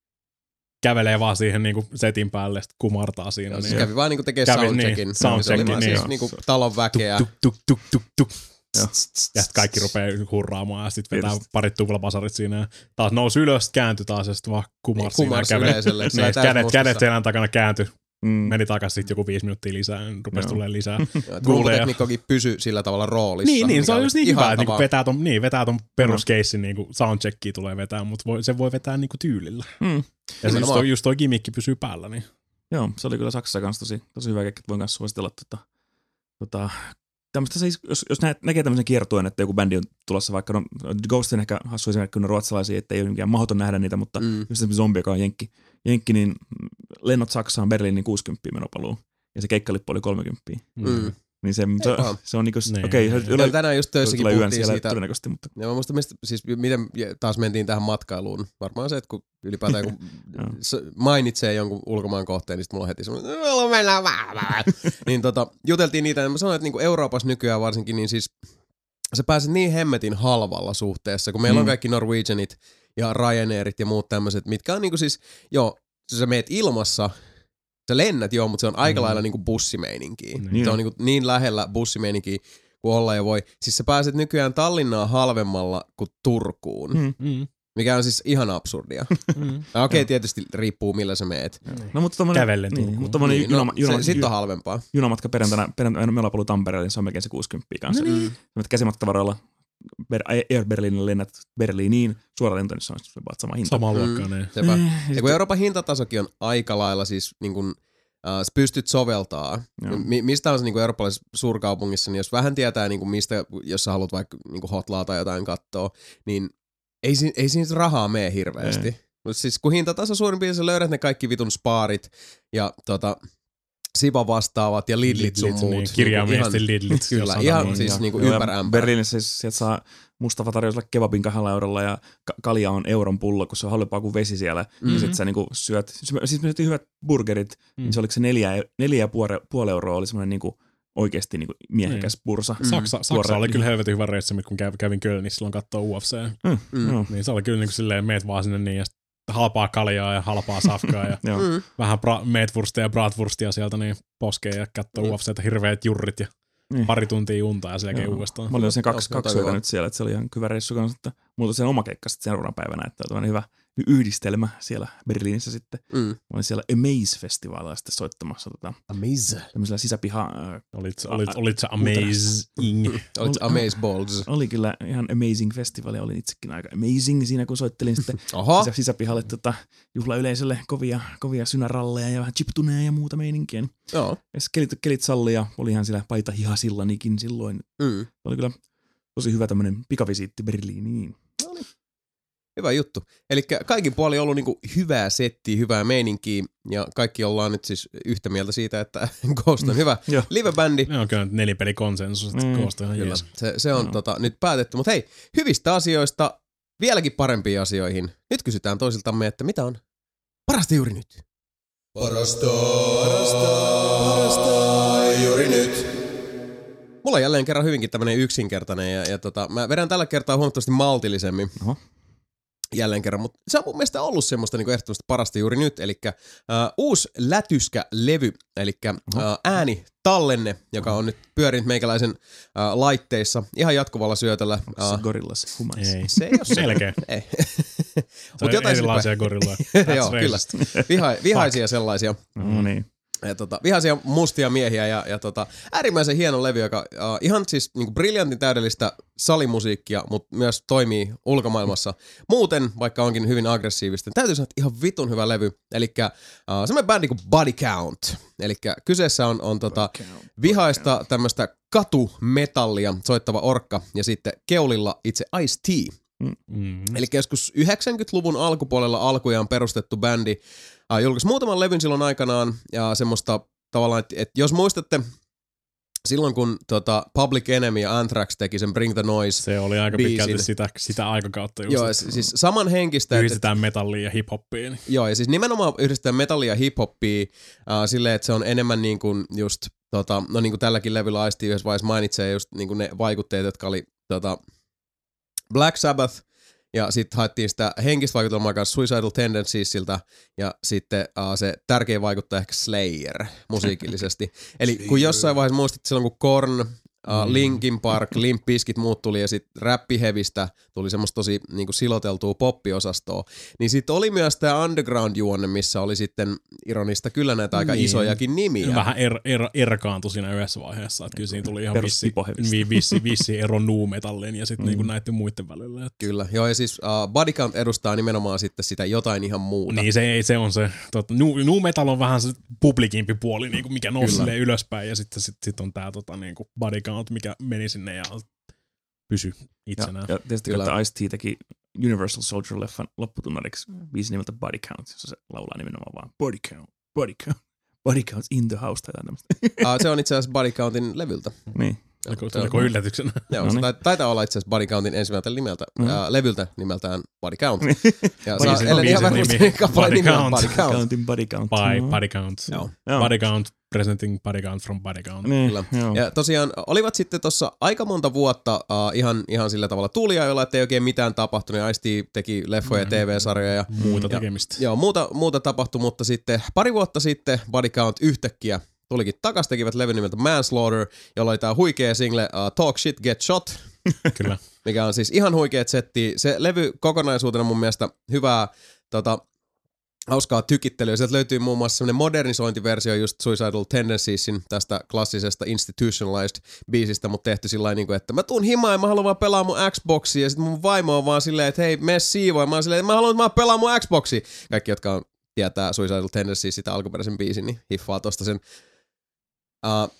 Kävelee vaan siihen niinku setin päälle, sitten kumartaa siinä. Joo, niin. Se kävi vaan niinku tekee soundcheckin. Niin, soundcheckin, niin. Siis niinku talon väkeä. Tuk, tuk, tuk, tuk, tuk. Ja sitten kaikki rupeaa hurraamaan ja sitten vetää parit tuplapasarit siinä. Ja taas nousi ylös, kääntyi taas ja sitten vaan kumarsi siinä. Kumarsi yleisölle. Niin, kädet, kädet selän takana kääntyi. Mm. Meni takaisin sitten joku viisi minuuttia lisää, rupesi tulemaan lisää. Trumputeknikkokin pysyi sillä tavalla roolissa. Niin, niin se on just niin hyvä, että niinku vetää ton, niin, vetää ton peruskeissin, niinku soundcheckia tulee vetää, mutta voi, se voi vetää niinku tyylillä. Mm. Ja siis toi, just toi gimmickki pysyy päällä. Niin. Joo, se oli kyllä Saksassa kanssa tosi, tosi hyvä kekki, että voin kanssa suositella tota, tota tämmöistä siis, jos, jos näet, näkee tämmöisen kiertueen, että joku bändi on tulossa vaikka, no Ghost on ehkä hassu esimerkki, kun on ruotsalaisia, että ei ole mikään mahdoton nähdä niitä, mutta mm. just esimerkiksi Zombie, joka on jenkki, jenkki niin lennot Saksaan, Berliinin kuusikymmentä menopaluu, ja se keikkalippu oli kolmekymmentä. Mm. Niin se, se, se on niinku, niin. okei. Okay, ja tänään just töissäkin puhuttiin siitä. Todennäköisesti, mutta. Ja mä muistan, mistä, siis miten taas mentiin tähän matkailuun. Varmaan se, että kun ylipäätään kun mainitsee jonkun ulkomaan kohteen, niin sitten mulla on heti semmoinen, niin tota, juteltiin niitä, ja mä sanoin, että niinku Euroopassa nykyään varsinkin, niin siis sä pääset niin hemmetin halvalla suhteessa, kun meillä mm. on kaikki Norwegianit ja Ryanairit ja muut tämmöiset, mitkä on niinku siis, joo, sä meet ilmassa, sä lennät joo, mutta se on aika mm. lailla niinku bussimeininkiä. Mm. Se on niinku niin lähellä bussimeininkiä kuin olla ja voi. Siis sä pääset nykyään Tallinnaan halvemmalla kuin Turkuun, mm. mikä on siis ihan absurdia. Mm. Okei, okay, tietysti riippuu millä sä meet. No, mutta tommonen, kävellen Turkuun. Niin, mutta niin, junama, no, junama, sitten on halvempaa. Junamatka perjantaina, perjantaina meillä on paljon Tampereelle, niin se on melkein se kuusikymmentä kanssa. Mm. Mm. Käsimatkatavaroilla Air Berlinin lennät Berliiniin, suora lento, niin se on sama hinta. Sama luokkaa, mm. Sepä. Ja kun Euroopan hintatasokin on aika lailla siis niin kun, äh, sä pystyt soveltaa, Mi- mistä on se niin eurooppalaisessa suurkaupungissa, niin jos vähän tietää niin mistä, jos sä haluat vaikka niin hotlaa tai jotain katsoa, niin ei, si- ei siinä rahaa mene hirveästi. Mutta siis kun hintataso suurin piirtein, sä löydät ne kaikki vitun spaarit ja tota, Siva vastaavat ja Lidlit sun muut. Niin, kirjaimellisesti Lidlit. Kyllä, ihan niin, siis niinku ympärämpää. Berliinissä siis, sieltä saa Mustafa tarjousella kebabin kahdella eurolla ja ka- kalja on euron pullo, kun se on halvempaa kuin vesi siellä. Mm-hmm. Ja sit sä niinku syöt, siis me syötiin hyvät burgerit, mm. niin se oliko se neljä, neljä ja puoli, puoli euroa oli semmoinen niinku oikeesti niinku miehekäs mm. bursa. Saksa, Saksa oli kyllä helvetin hyvä reissu, kun kävin Kölnissä silloin kattoo U F C. Mm. Mm. Niin se oli kyllä niinku silleen, meet vaan sinne niin ja halpaa kaljaa ja halpaa safkaa ja mm. vähän bra- meetwurstia ja bratwurstia sieltä niin poskee ja katsoo mm. U F C:tä hirveät jurrit ja mm. pari tuntia untaa ja selkeä uudestaan. Mä olin sen kaksi, kaksi yötä nyt siellä, että se oli ihan hyvä reissu kanssa, että muuta sen oma keikka sitten seuraavana päivänä, että on hyvä yhdistelmä siellä Berliinissä sitten. Mm. Mä olin siellä Amaze-festivaalilla sitten soittamassa tota, Amaze. Tämmöisellä sisäpiha... Äh, olit, olit, olit sä amazing? Olit sä amaze balls? Oli kyllä ihan amazing festivaali. Olin itsekin aika amazing siinä, kun soittelin sitten sisä, sisäpihalle tota, juhlayleisölle kovia, kovia synäralleja ja vähän chiptuneja ja muuta meininkiä. Niin joo. Ja kelit, kelit salli ja oli ihan siellä paita hihasillanikin silloin. Mm. Oli kyllä tosi hyvä tämmönen pikavisiitti Berliiniin. Hyvä juttu. Eli kaikin puolin on ollut niinku hyvää settiä, hyvää meininkiä, ja kaikki ollaan nyt siis yhtä mieltä siitä, että Ghost on hyvä mm, live-bändi. Ne on kyllä nelipelikonsensus, että mm, Ghost on ihan jees. Se, se on no. tota, nyt päätetty, mutta hei, hyvistä asioista vieläkin parempiin asioihin. Nyt kysytään toisiltamme, että mitä on parasta juuri nyt? Parasta, parasta, parasta juuri nyt. Mulla on jälleen kerran hyvinkin tämmönen yksinkertainen, ja, ja tota, mä vedän tällä kertaa huomattavasti maltillisemmin. Oho. Jälleen kerran, mutta se on mun mielestä ollut semmoista niin ehdottomasti parasta juuri nyt, eli uh, uusi lätyskä-levy, eli uh, äänitallenne, joka on nyt pyörinyt meikäläisen uh, laitteissa ihan jatkuvalla syötöllä. Onko se uh, Gorillaz Humanis? Ei. Se ei ole selkeä. Ei. Mut jotain erilaisia gorilloja. Joo, kyllä. Viha, vihaisia sellaisia. No niin. Ja tota, vihaisia mustia miehiä ja, ja tota, äärimmäisen hieno levy, joka uh, ihan siis niinku briljantin täydellistä salimusiikkia, mutta myös toimii ulkomaailmassa. Muuten, vaikka onkin hyvin aggressiivista, täytyy sanoa, että ihan vitun hyvä levy. Elikkä uh, semmoinen bändi kuin Body Count. Elikkä kyseessä on, on tota, vihaista tämmöistä katumetallia soittava orkka ja sitten keulilla itse Ice-T. Mm. Eli joskus yhdeksänkymmentäluvun alkupuolella alkujaan perustettu bändi uh, julkaisi muutaman levyn silloin aikanaan ja semmoista tavallaan, että et jos muistatte silloin kun tota, Public Enemy ja Anthrax teki sen Bring the Noise se oli aika biisin. pitkälti sitä, sitä aikakautta just. Joo, ja siis samanhenkistä. Yhdistetään metallia ja hip-hoppia. Niin. Joo, ja siis nimenomaan yhdistetään metallia ja hip-hoppia uh, silleen, että se on enemmän niin kuin just, tota, no niin kuin tälläkin levyllä Ice-T yhdessä vaiheessa mainitsee just niin kuin ne vaikutteet, jotka oli tota, Black Sabbath, ja sitten haettiin sitä henkistä vaikutelmaa kanssa Suicidal Tendenciesiltä, ja sitten uh, se tärkein vaikuttaa ehkä Slayer musiikillisesti. Eli kun jossain vaiheessa muistit silloin, kun Korn, uh, Linkin Park, Limp Bizkit muut tuli, ja sitten räppihevistä tuli semmoista tosi niinku siloteltua poppiosastoa, niin sitten oli myös tämä underground-juonne, missä oli sitten ironista kyllä näitä aika niin. isojakin nimiä. Vähän er, er, erkaantui siinä yhdessä vaiheessa, että kyllä siinä tuli ihan vissi, vissi, vissi ero nu-metallin ja sitten mm. niinku näiden muiden välillä. Että. Kyllä, joo, ja siis uh, Body Count edustaa nimenomaan sitten sitä jotain ihan muuta. Niin, se, se on se. Tota, nu-metal on vähän se publikimpi puoli, niinku, mikä nousee ylöspäin, ja sitten sit, sit on tämä tota, niinku Body count, mikä meni sinne ja pysy itsenään. Ja, ja tietysti että Ice-T teki Universal Soldier-leffan lopputunnariksi biisi nimeltä Body Count, jossa se laulaa nimenomaan vaan Body Count, Body Count, Body Count in the house tai tämmöistä. Ah, se on itse asiassa Body Countin levyltä. Niin. Oliko yllätyksenä? Joo, no niin. Taitaa olla itse asiassa Body Countin ensimmäiseltä nimeltä, mm. äh, levyltä nimeltään Body Count. Ja saa ellen ihan varmasti kappaleen nimi on Body Count. Countin Body Count. By Body Count. Joo. Body Count, presenting Body Count from Body Count. Niin, ja tosiaan olivat sitten tuossa aika monta vuotta uh, ihan, ihan sillä tavalla tuliajoilla, ettei oikein mitään tapahtunut. Ice-T teki leffoja ja T V-sarjoja. Ja, muuta ja, tekemistä. Joo, muuta, muuta tapahtui, mutta sitten pari vuotta sitten Body Count yhtäkkiä tulikin takas, tekivät levyn nimeltä Manslaughter, jolla oli tää huikea single uh, Talk Shit, Get Shot. Kyllä. Mikä on siis ihan huikeet setti. Se levy kokonaisuutena mun mielestä hyvää tota, hauskaa tykittelyä. Sieltä löytyy muun muassa semmoinen modernisointiversio just Suicidal Tendenciesin tästä klassisesta Institutionalized-biisistä, mutta tehty sillä tavalla, että mä tuun himaan ja mä haluan vaan pelaa mun Xboxia, ja sit mun vaimo on vaan silleen, että hei, mene siivoin. Mä oon silleen, että mä haluan vaan pelaa mun Xboxia. Kaikki, jotka on, tietää Suicidal Tendencies, sitä alkuperäisen biisin, niin hiffaa tosta sen. Uh,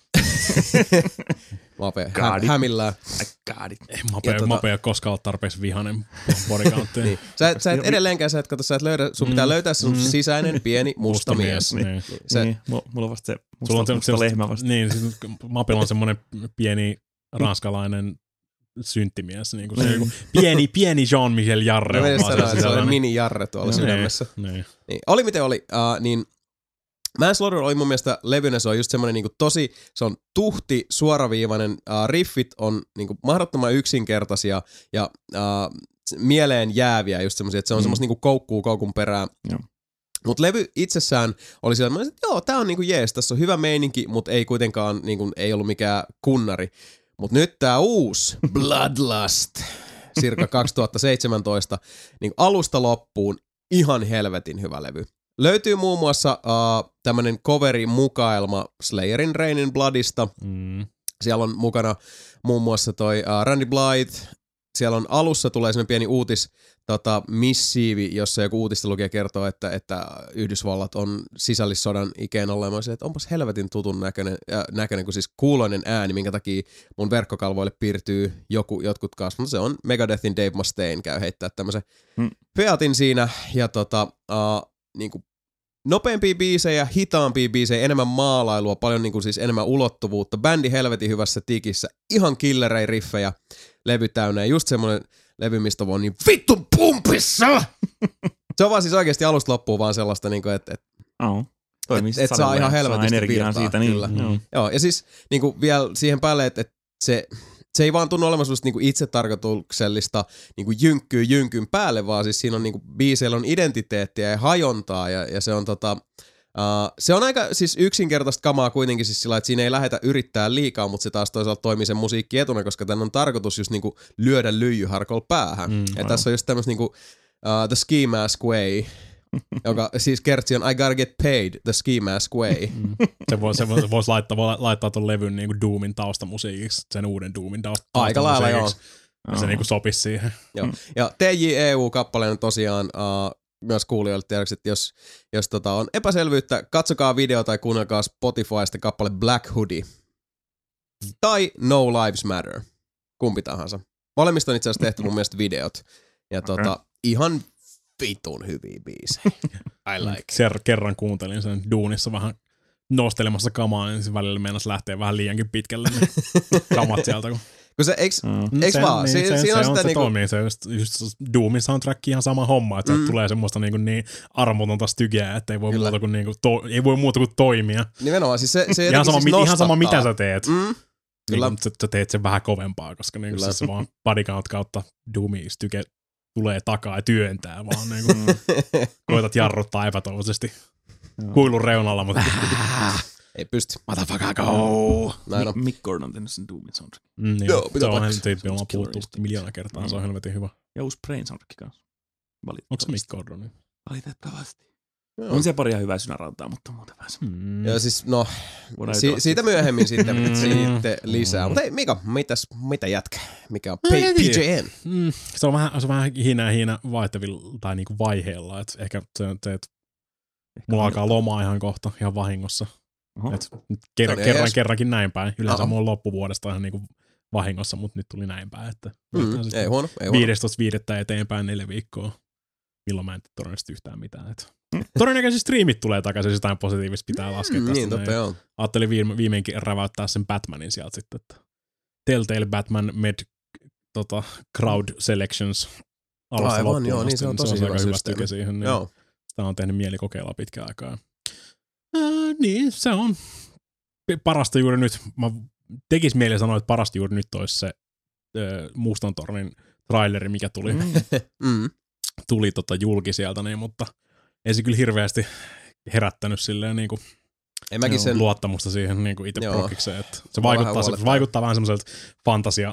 Mape hä- hämillään. Mape, tota, Mape ei ole koskaan ollut tarpeeksi vihainen Body Countiin. Niin. Sä, sä et edelleenkään, sä et, kato, sä et löydä, sun pitää löytää sun mm. sisäinen pieni musta, musta mies. Niin. Niin. Niin. Se, niin. Mulla on vasta se musta, on se, musta se, lehmä vasta. Niin, siis Mapella on semmoinen pieni ranskalainen synttimies. Niin kuin se, mm. pieni, pieni Jean-Michel Jarre. No, on sanoa, se on mini Jarre tuolla no, sydämessä. Niin. Niin. Oli miten oli, uh, niin Manslaughter oli mun mielestä levynä, se on just semmoinen niinku tosi, se on tuhti, suoraviivainen, uh, riffit on niinku mahdottoman yksinkertaisia ja uh, mieleen jääviä just semmoisia, että se on mm. semmoista niinku koukkuu koukun perään. Mutta levy itsessään oli sillä, että joo, tää on niinku jees, tässä on hyvä meininki, mutta ei kuitenkaan, niinku, ei ollut mikään kunnari. Mutta nyt tää uusi Bloodlust, circa kaksituhattaseitsemäntoista, niin alusta loppuun ihan helvetin hyvä levy. Löytyy muun muassa uh, tämmönen coveri-mukaelma Slayerin Rain in Bloodista. Mm. Siellä on mukana muun muassa toi uh, Randy Blythe. Siellä on alussa tulee semmoinen pieni uutis, tota, missiivi, jossa joku uutistelukija kertoo, että, että Yhdysvallat on sisällissodan ikään olemassa, että onpas helvetin tutun näköinen, äh, näköinen kuin siis kuuloinen ääni, minkä takia mun verkkokalvoille piirtyy joku, jotkut kasvot. Se on Megadethin Dave Mustaine, käy heittää tämmöisen mm. Fiatin siinä, ja tota, uh, niinku nopeampia biisejä, hitaampia biisejä, enemmän maalailua, paljon niinku siis enemmän ulottuvuutta. Bändi helvetin hyvässä tikissä, ihan killerei riffejä, levy täynnä. Ja just semmonen levy, mistä on niin vittu pumpissa! Se on vaan siis oikeesti alusta loppuun vaan sellaista, niinku, että et, oh. et, et saa ihan helvetisti virtaa. Siitä, niin. Kyllä. Mm. Joo, ja siis niinku vielä siihen päälle, että et se... Se ei vaan tunnu olemaan sellaista niinku itsetarkoituksellista niinku jynkkyy jynkyn päälle, vaan siis siinä on niinku biiseillä on identiteettiä ja hajontaa ja, ja se on tota, uh, se on aika siis yksinkertaista kamaa kuitenkin siis sillä, että siinä ei lähdetä yrittää liikaa, mutta se taas toisaalta toimii sen musiikki etuna, koska tämän on tarkoitus just niinku lyödä lyijyharkolla päähän. Mm, ja tässä on just tämmöistä niinku uh, The Ski Mask Way, joka siis kertsi on I gotta get paid the ski mask way. Mm. Se voisi se vois, vois laittaa, laittaa ton levyn niinku Doomin taustamusiikiksi, sen uuden Doomin taustamusiikiksi. Aika lailla joo. Ja se niinku sopisi siihen. Joo. Ja T J E U-kappaleen tosiaan uh, myös kuulijoille tiedoksi, että jos, jos tota on epäselvyyttä, katsokaa video tai kuunnelkaa Spotifysta kappale Black Hoodie. Tai No Lives Matter. Kumpi tahansa. Molemmista on itse asiassa tehty mun mielestä videot. Ja okay. tota, ihan vitun hyviä biisejä. I like. Ser- kerran kuuntelin sen duunissa vähän nostelemassa kamaa, niin se välillä meinasi lähteä vähän liiankin pitkälle niin kamat sieltä. Kun, kun se, eiks, mm. eiks se, vaan? Niin, si- se, siinä se, on on, sitä se niinku... toimii, se just, just Doomin soundtrack ihan sama homma, että mm. tulee semmoista niinku niin armotonta stygeä, että ei voi, muuta kuin, niinku to, ei voi muuta kuin toimia. Nimenomaan, siis se, se ihan, sama, siis ihan sama mitä sä teet. Mm. Niin, sä, sä teet sen vähän kovempaa, koska niinku siis se vaan body count kautta Doomi styge tulee takaa ja työntää vaan niinku, koetat jarruttaa epätoivoisesti kuilun reunalla, mutta ei pysty. Motherfucker go! Näin on. Mick Gordon on tehnyt sen Doomin soundtrack. Mm, niin. Joo, se on helvetin, me ollaan puhuttu miljoona kertaa, mm. se on helvetin hyvä. Ja uusi Brain soundtrack kanssa. Onko se Mick Gordon? Valitettavasti. Joo. On se paria hyvää synärautaa, mutta muuta vähän. Mm. Joo, siis no, si- siitä myöhemmin sitten, sitten lisää. Mutta hei, Mika, mitäs, mitä jätkä? Mikä on P J N? Mm. Se on vähän, se on vähän hiinä hiinä vaihtavilla tai niinku vaiheella. Et ehkä se, se että mulla alkaa lomaa ihan kohta, ihan vahingossa. Et ker- kerran jees. kerrankin näin päin. Yleensä Aha. mulla on loppuvuodesta ihan niinku vahingossa, mutta nyt tuli näin päin. Että Mm, ei huono, ei huono. viidestoista viidettä eteenpäin neljä viikkoa, milloin mä en tee todennäköisesti yhtään mitään. Et todennäköisesti striimit tulee takaisin, jos jotain positiivista pitää laskea Mm, tästä. niin, totta näin. joo. Ajattelin viime, viimeinkin räväyttää sen Batmanin sieltä sitten, että Telltale Batman Med tota, Crowd Selections alusta Aivan, loppuun joo, asti, niin se on tosi se hyvä aika systeemi. styke siihen. Niin Joo. sitä on tehnyt mieli kokeilla pitkään aikaa. Ää, niin, se on parasta juuri nyt. Mä tekis mieli sanoa, että parasta juuri nyt olisi se ää, Mustan tornin traileri, mikä tuli, Mm. Mm. tuli tota julki sieltä, niin, mutta ei se kyllä hirveästi herättänyt silleen niin kuin En mäkin Joo. sen... luottamusta siihen niin kuin itse Joo. prokikseen. Että se Mua vaikuttaa, vähän se huolettaa. vaikuttaa vähän semmoiselta fantasia,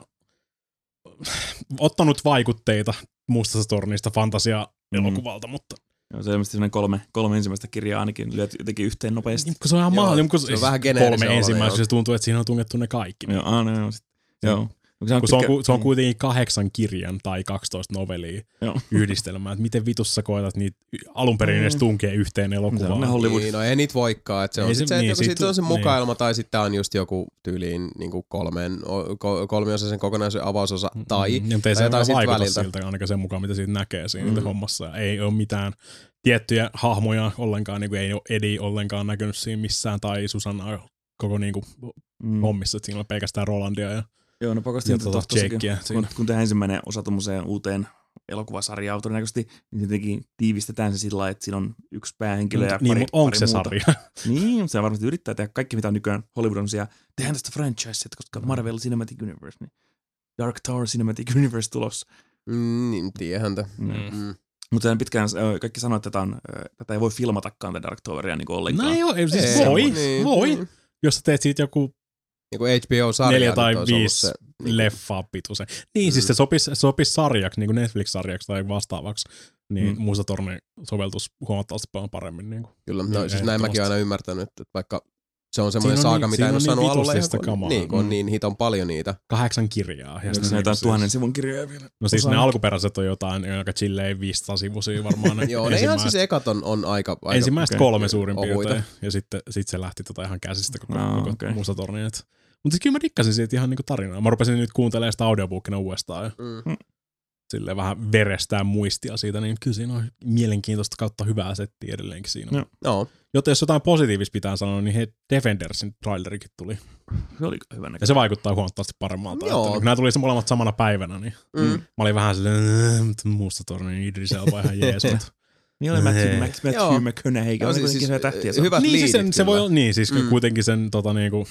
ottanut vaikutteita Mustasta tornista fantasia-elokuvalta, mutta Joo, se on ilmeisesti sellainen kolme, kolme ensimmäistä kirjaa ainakin lyöt jotenkin yhteen nopeasti. kun se on ihan Joo, mahdollista, kun se on vähän geneerisen kolme oloinen, ensimmäistä, joo. se tuntuu, että siinä on tungettu ne kaikki. Joo, aah, no, joo. Sit, joo. Kun se, on, pitkä- ku- se on kuitenkin kahdeksan kirjan tai kaksitoista novellia Joo. yhdistelmää. Että miten vitussa koetat niitä alun perin edes tunkee yhteen Se on ne elokuvaan. Hollywood. Niin, no ei niitä voikaan. Että se on Ei sit se- se, että niin, joko siitä sit se on se tu- mukailma tai sitten on just joku tyyliin niin kuin kolmen, o- ko- kolmiosaisen kokonaisuuden avausosa tai, Mm, mutta ei tai se jotain siltä vaikuta väliltä. siltä ainakaan sen mukaan, mitä siitä näkee siinä Mm. hommassa. Ei ole mitään tiettyjä hahmoja ollenkaan, niin kuin ei ole Eddie ollenkaan näkynyt siinä missään, tai Susanna koko niin kuin Mm. hommissa, että siinä on pelkästään Rolandia. Ja, Joo, no pakasti ja on tota tossakin, Jakea kun, siinä. kun tehdään ensimmäinen osa tommoseen uuteen elokuvasarjaan todennäköisesti, niin tietenkin tiivistetään se sillä lailla, että siinä on yksi päähenkilö ja niin, pari, mutta onko pari se muuta. sarja? Niin, mutta se varmasti yrittää tehdä kaikki, mitä on nykyään Hollywood on siellä. Tehdään tästä franchise, koska Marvel Cinematic Universe, niin Dark Tower Cinematic Universe tulossa. Mm, niin, tiedä häntä. Mm. Mm. Mutta pitkään ö, kaikki sanoo, että tätä, on, ö, tätä ei voi filmatakaan tätä Dark Toweria niin ollenkaan. No ei ole, ei, siis Ei, voi, niin, voi. mm. Jos sä teet siitä joku Niin kuin H B O-sarja. neljä nyt tai olisi ollut viisi se, niin leffaa pituisen. Niin, Mm. siis se sopisi, sopisi sarjaksi, niin kuin Netflix-sarjaksi tai vastaavaksi, niin Mm. mm. Musta torni soveltuisi huomattavasti paljon paremmin. Niin kuin. Kyllä, no, Niin, siis näin mäkin ehdottomasti. olen aina ymmärtänyt, että vaikka se on semmoinen Siinä on saaga, niin- mitä siinä en on ole niin saanut alulle ihan, vitusti sitä kun, kamaa. niin, kun on Mm. niin hiton paljon niitä. Kahdeksan kirjaa. Ja Ja sitten se jotain siis- tuhannen sivun kirjoja vielä. No siis osaa. ne alkuperäiset on jotain aika chilleen viisisataa sivuisia varmaan. Ne Joo, ne ihan siis ensimmäiset- ekat on, on aika, aika ensimmäiset okei. kolme suurin ohuita. piirtein. Ja sitten sit se lähti tota ihan käsistä koko, Aa, koko okei. Musta torni. Mutta siis kyllä mä dikkasin siitä ihan niinku tarinaa. Mä rupesin nyt kuuntelemaan sitä audiobookina uudestaan. Ja Mm. silleen vähän verestää muistia siitä, niin kyllä siinä on mielenkiintoista kautta hyvää settiä edelleenkin siinä. Joo. Joo. Joten jos jotain positiivista pitää sanoa, niin he Defendersin trailerikin tuli. Se oli hyvä Ja näköinen. se vaikuttaa huomattavasti paremmalta. Joo. Että, niin kun nämä tuli se molemmat samana päivänä, niin Mm. mä olin vähän silleen, mutta Musta torni, niin Idris Elba ihan jees. mutta- Niin oli Matthew, Hei. Matthew, Joo. Matthew McConaughey, Joo, on siis- kuitenkin siis, hyvä tähtiä. äh, hyvät niin, siis liidit sen, se voi kyllä. olla, niin, siis Mm. mm. kuitenkin sen, tota, niinku,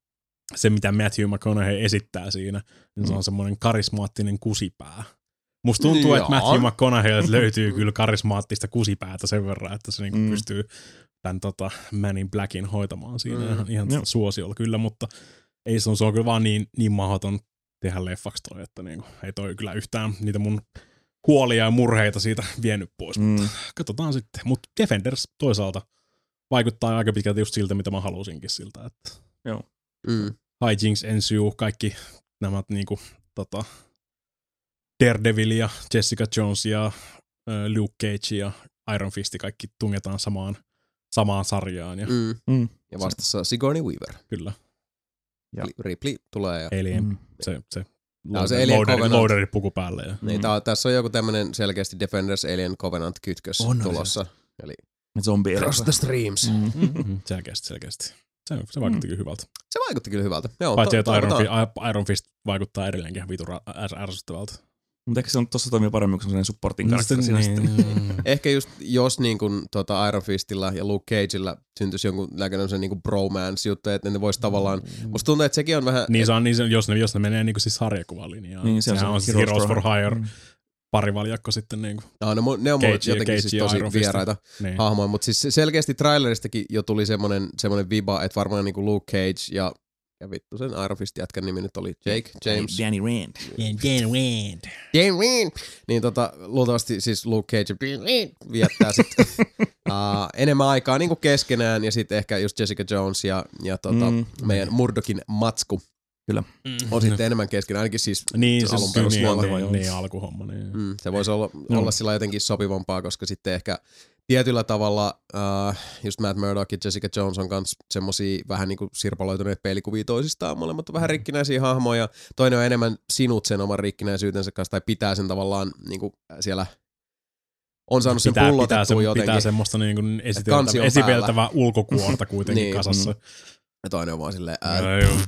se, mitä Matthew McConaughey esittää siinä, niin se Mm. on semmoinen karismaattinen kusipää. Musta tuntuu, Joo. että Matthew McConaughey löytyy kyllä karismaattista kusipäätä sen verran, että se niinku Mm. pystyy tämän tota, Man in Blackin hoitamaan siinä Mm. ihan, ihan Joo. suosiolla kyllä, mutta ei se on, se on kyllä vaan niin, niin mahdoton tehdä leffaksi toi, että niinku, ei toi kyllä yhtään niitä mun huolia ja murheita siitä vienyt pois. Mm. Katsotaan sitten. Mutta Defenders toisaalta vaikuttaa aika pitkälti just siltä, mitä mä halusinkin siltä. Että Mm. hijinks ensyy, kaikki nämä niinku, tota, Daredevil ja Jessica Jones ja äh, Luke Cage ja Iron Fist, kaikki tungetaan samaan, samaan sarjaan. Ja Mm. Mm. Ja vastassa Sigourney Weaver. kyllä, Ja. Eli Ripley tulee. Ja, Alien, Mm. se, se Tää on se loader- Alien loaderi, Covenant. loaderi puku päälle. Ja. niin, Mm. tää, tässä on joku tämmönen selkeästi Defenders Alien Covenant kytkös On, on tulossa. Eli Zombie Cross the Streams. Mm. Mm-hmm. Selkeästi, selkeästi. Se, se vaikutti kyllä hyvältä. Se vaikutti kyllä hyvältä. Joo, Paitsi, to- että Iron, toivotaan. Fi- Iron Fist vaikuttaa edelleenkin ihan vitun ra- ärs- ärsyttävältä. Mutta ehkä se on tossa toimii paremmin kuin sellainen supporting karakteri siinä Niin. sitten. Ehkä just jos niin kuin, tota Iron Fistillä ja Luke Cageillä syntyisi jonkun näköinen niin bromance-juttu, että ne vois tavallaan... Musta tuntuu, että sekin on vähän... Niin se on, niin se, jos, ne, jos ne menee niin siis sarjakuvalinjaan. Niin, se on Sehän se on siis Heroes Heroes for for Hire, Mm. parivaljakko sitten. Niin kuin, No, ne, mu- ne on mulle Cage ja- jotenkin Cage siis ja tosi Iron Fist. vieraita niin. hahmoja, mutta siis selkeästi traileristakin jo tuli semmonen, semmonen viba, että varmaan niinku Luke Cage ja, ja vittu sen Iron Fist jätkän nimi nyt oli Jake, James. Danny Rand. Dan Wind. James. Niin tota, luultavasti siis Luke Cage viettää sitten uh, enemmän aikaa niinku keskenään ja sitten ehkä just Jessica Jones ja, ja tota, Mm. meidän Murdockin matsku Kyllä. on sitten enemmän kesken, ainakin siis niin, se alun on perusluonto. niin, niin, niin, alkuhomma. Niin. Mm, se voisi olla, olla sillä jotenkin sopivampaa, koska sitten ehkä tietyllä tavalla uh, just Matt Murdock ja Jessica Jones on kans semmosia vähän niinku sirpaloituneet peilikuvia toisistaan. Molemmat on vähän rikkinäisiä hahmoja. Toinen on enemmän sinut sen oman rikkinäisyytensä kanssa tai pitää sen tavallaan niinku siellä on saanut sen pitää, pullotettua pitää, se, jotenkin. pitää semmoista niinku esiteltävää, esiteltävää ulkokuorta kuitenkin niin, kasassa. Mm. Ja toinen on vaan silleen ää...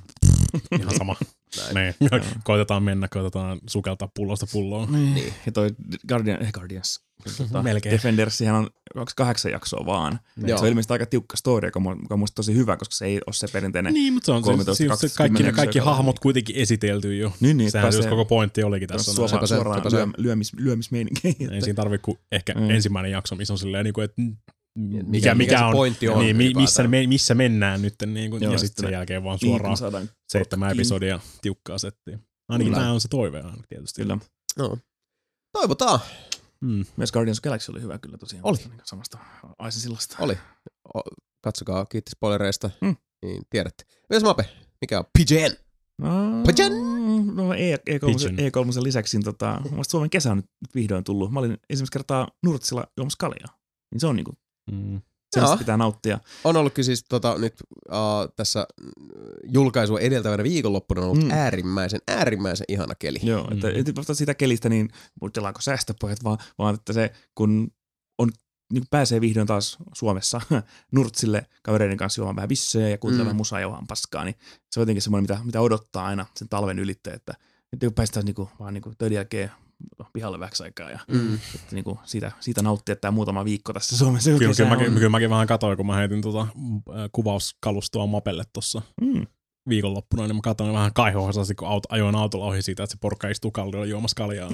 ihan sama. Niin. Koitetaan mennä, koitetaan sukeltaa pullosta pulloon. Niin. Ja toi Guardian, eh Guardians. Tota, Melkein. Defendersihän on kaksikymmentäkahdeksan jaksoa vaan. Joo. Se on ilmeisesti aika tiukka story, joka on musta tosi hyvä, koska se ei ole se perinteinen niin, mutta se on kolmetoista, se, se kaikki, ne kaikki hahmot kuitenkin esitelty jo. Niin, niin. Sehän just koko pointti olikin tässä. Suora, suoraan, suoraan lyö, lyömis, lyömismeininkiin. Ei siinä tarvitse kuin ehkä mm. ensimmäinen jakso, missä on silleen, että mikä, mikä, mikä on, pointti on niin, missä, me, missä mennään nyt, niin kuin, joo, ja sitten sen jälkeen vaan suoraan seitsemän episodia tiukkaa settiä. Ainakin tämä on se toive aina tietysti. Kyllä. No. Toivotaan. Mm. Myös Guardians of Galaxy oli hyvä kyllä tosiaan. Oli. Samasta Aisesillasta. Oli. O, katsokaa, kiitti spoilereista. Mm. Niin tiedätte. Mitäs Mape? Mikä on P J N? No, P J N? No E kolme, E kolme lisäksi tota, Suomen kesä on nyt vihdoin tullut. Mä olin ensimmäistä kertaa Nurtsilla juomassa kaljaa. Niin se on niinku, mm. sellaista pitää nauttia. On ollutkin siis tota, nyt uh, tässä julkaisua edeltävänä viikonloppuna on ollut mm. äärimmäisen, äärimmäisen ihana keli. Joo, että mm. vasta siitä kelistä niin muistellaanko säästöpojat, vaan, vaan että se kun on niin pääsee vihdoin taas Suomessa Nurtsille kavereiden kanssa juomaan vähän bissejä ja kuuntelemaan mm. musaa ja vähän paskaa, niin se on jotenkin semmoinen, mitä, mitä odottaa aina sen talven ylitteen, että, että päästään niinku, vaan niinku töiden jälkeen pihalle vähäksi aikaa ja mm. että niinku siitä, siitä nauttii, että tämä muutama viikko tässä Suomessa. Kyllä, kyllä, mäkin, kyllä mäkin vähän katsoin, kun mä heitin tuota kuvauskalustoa Mapelle tuossa mm. viikonloppuna, niin mä katsoin vähän kaihoisasti, kun auto, ajoin autolla ohi siitä, että se porkka istuu kalliolla juomassa kaljaa.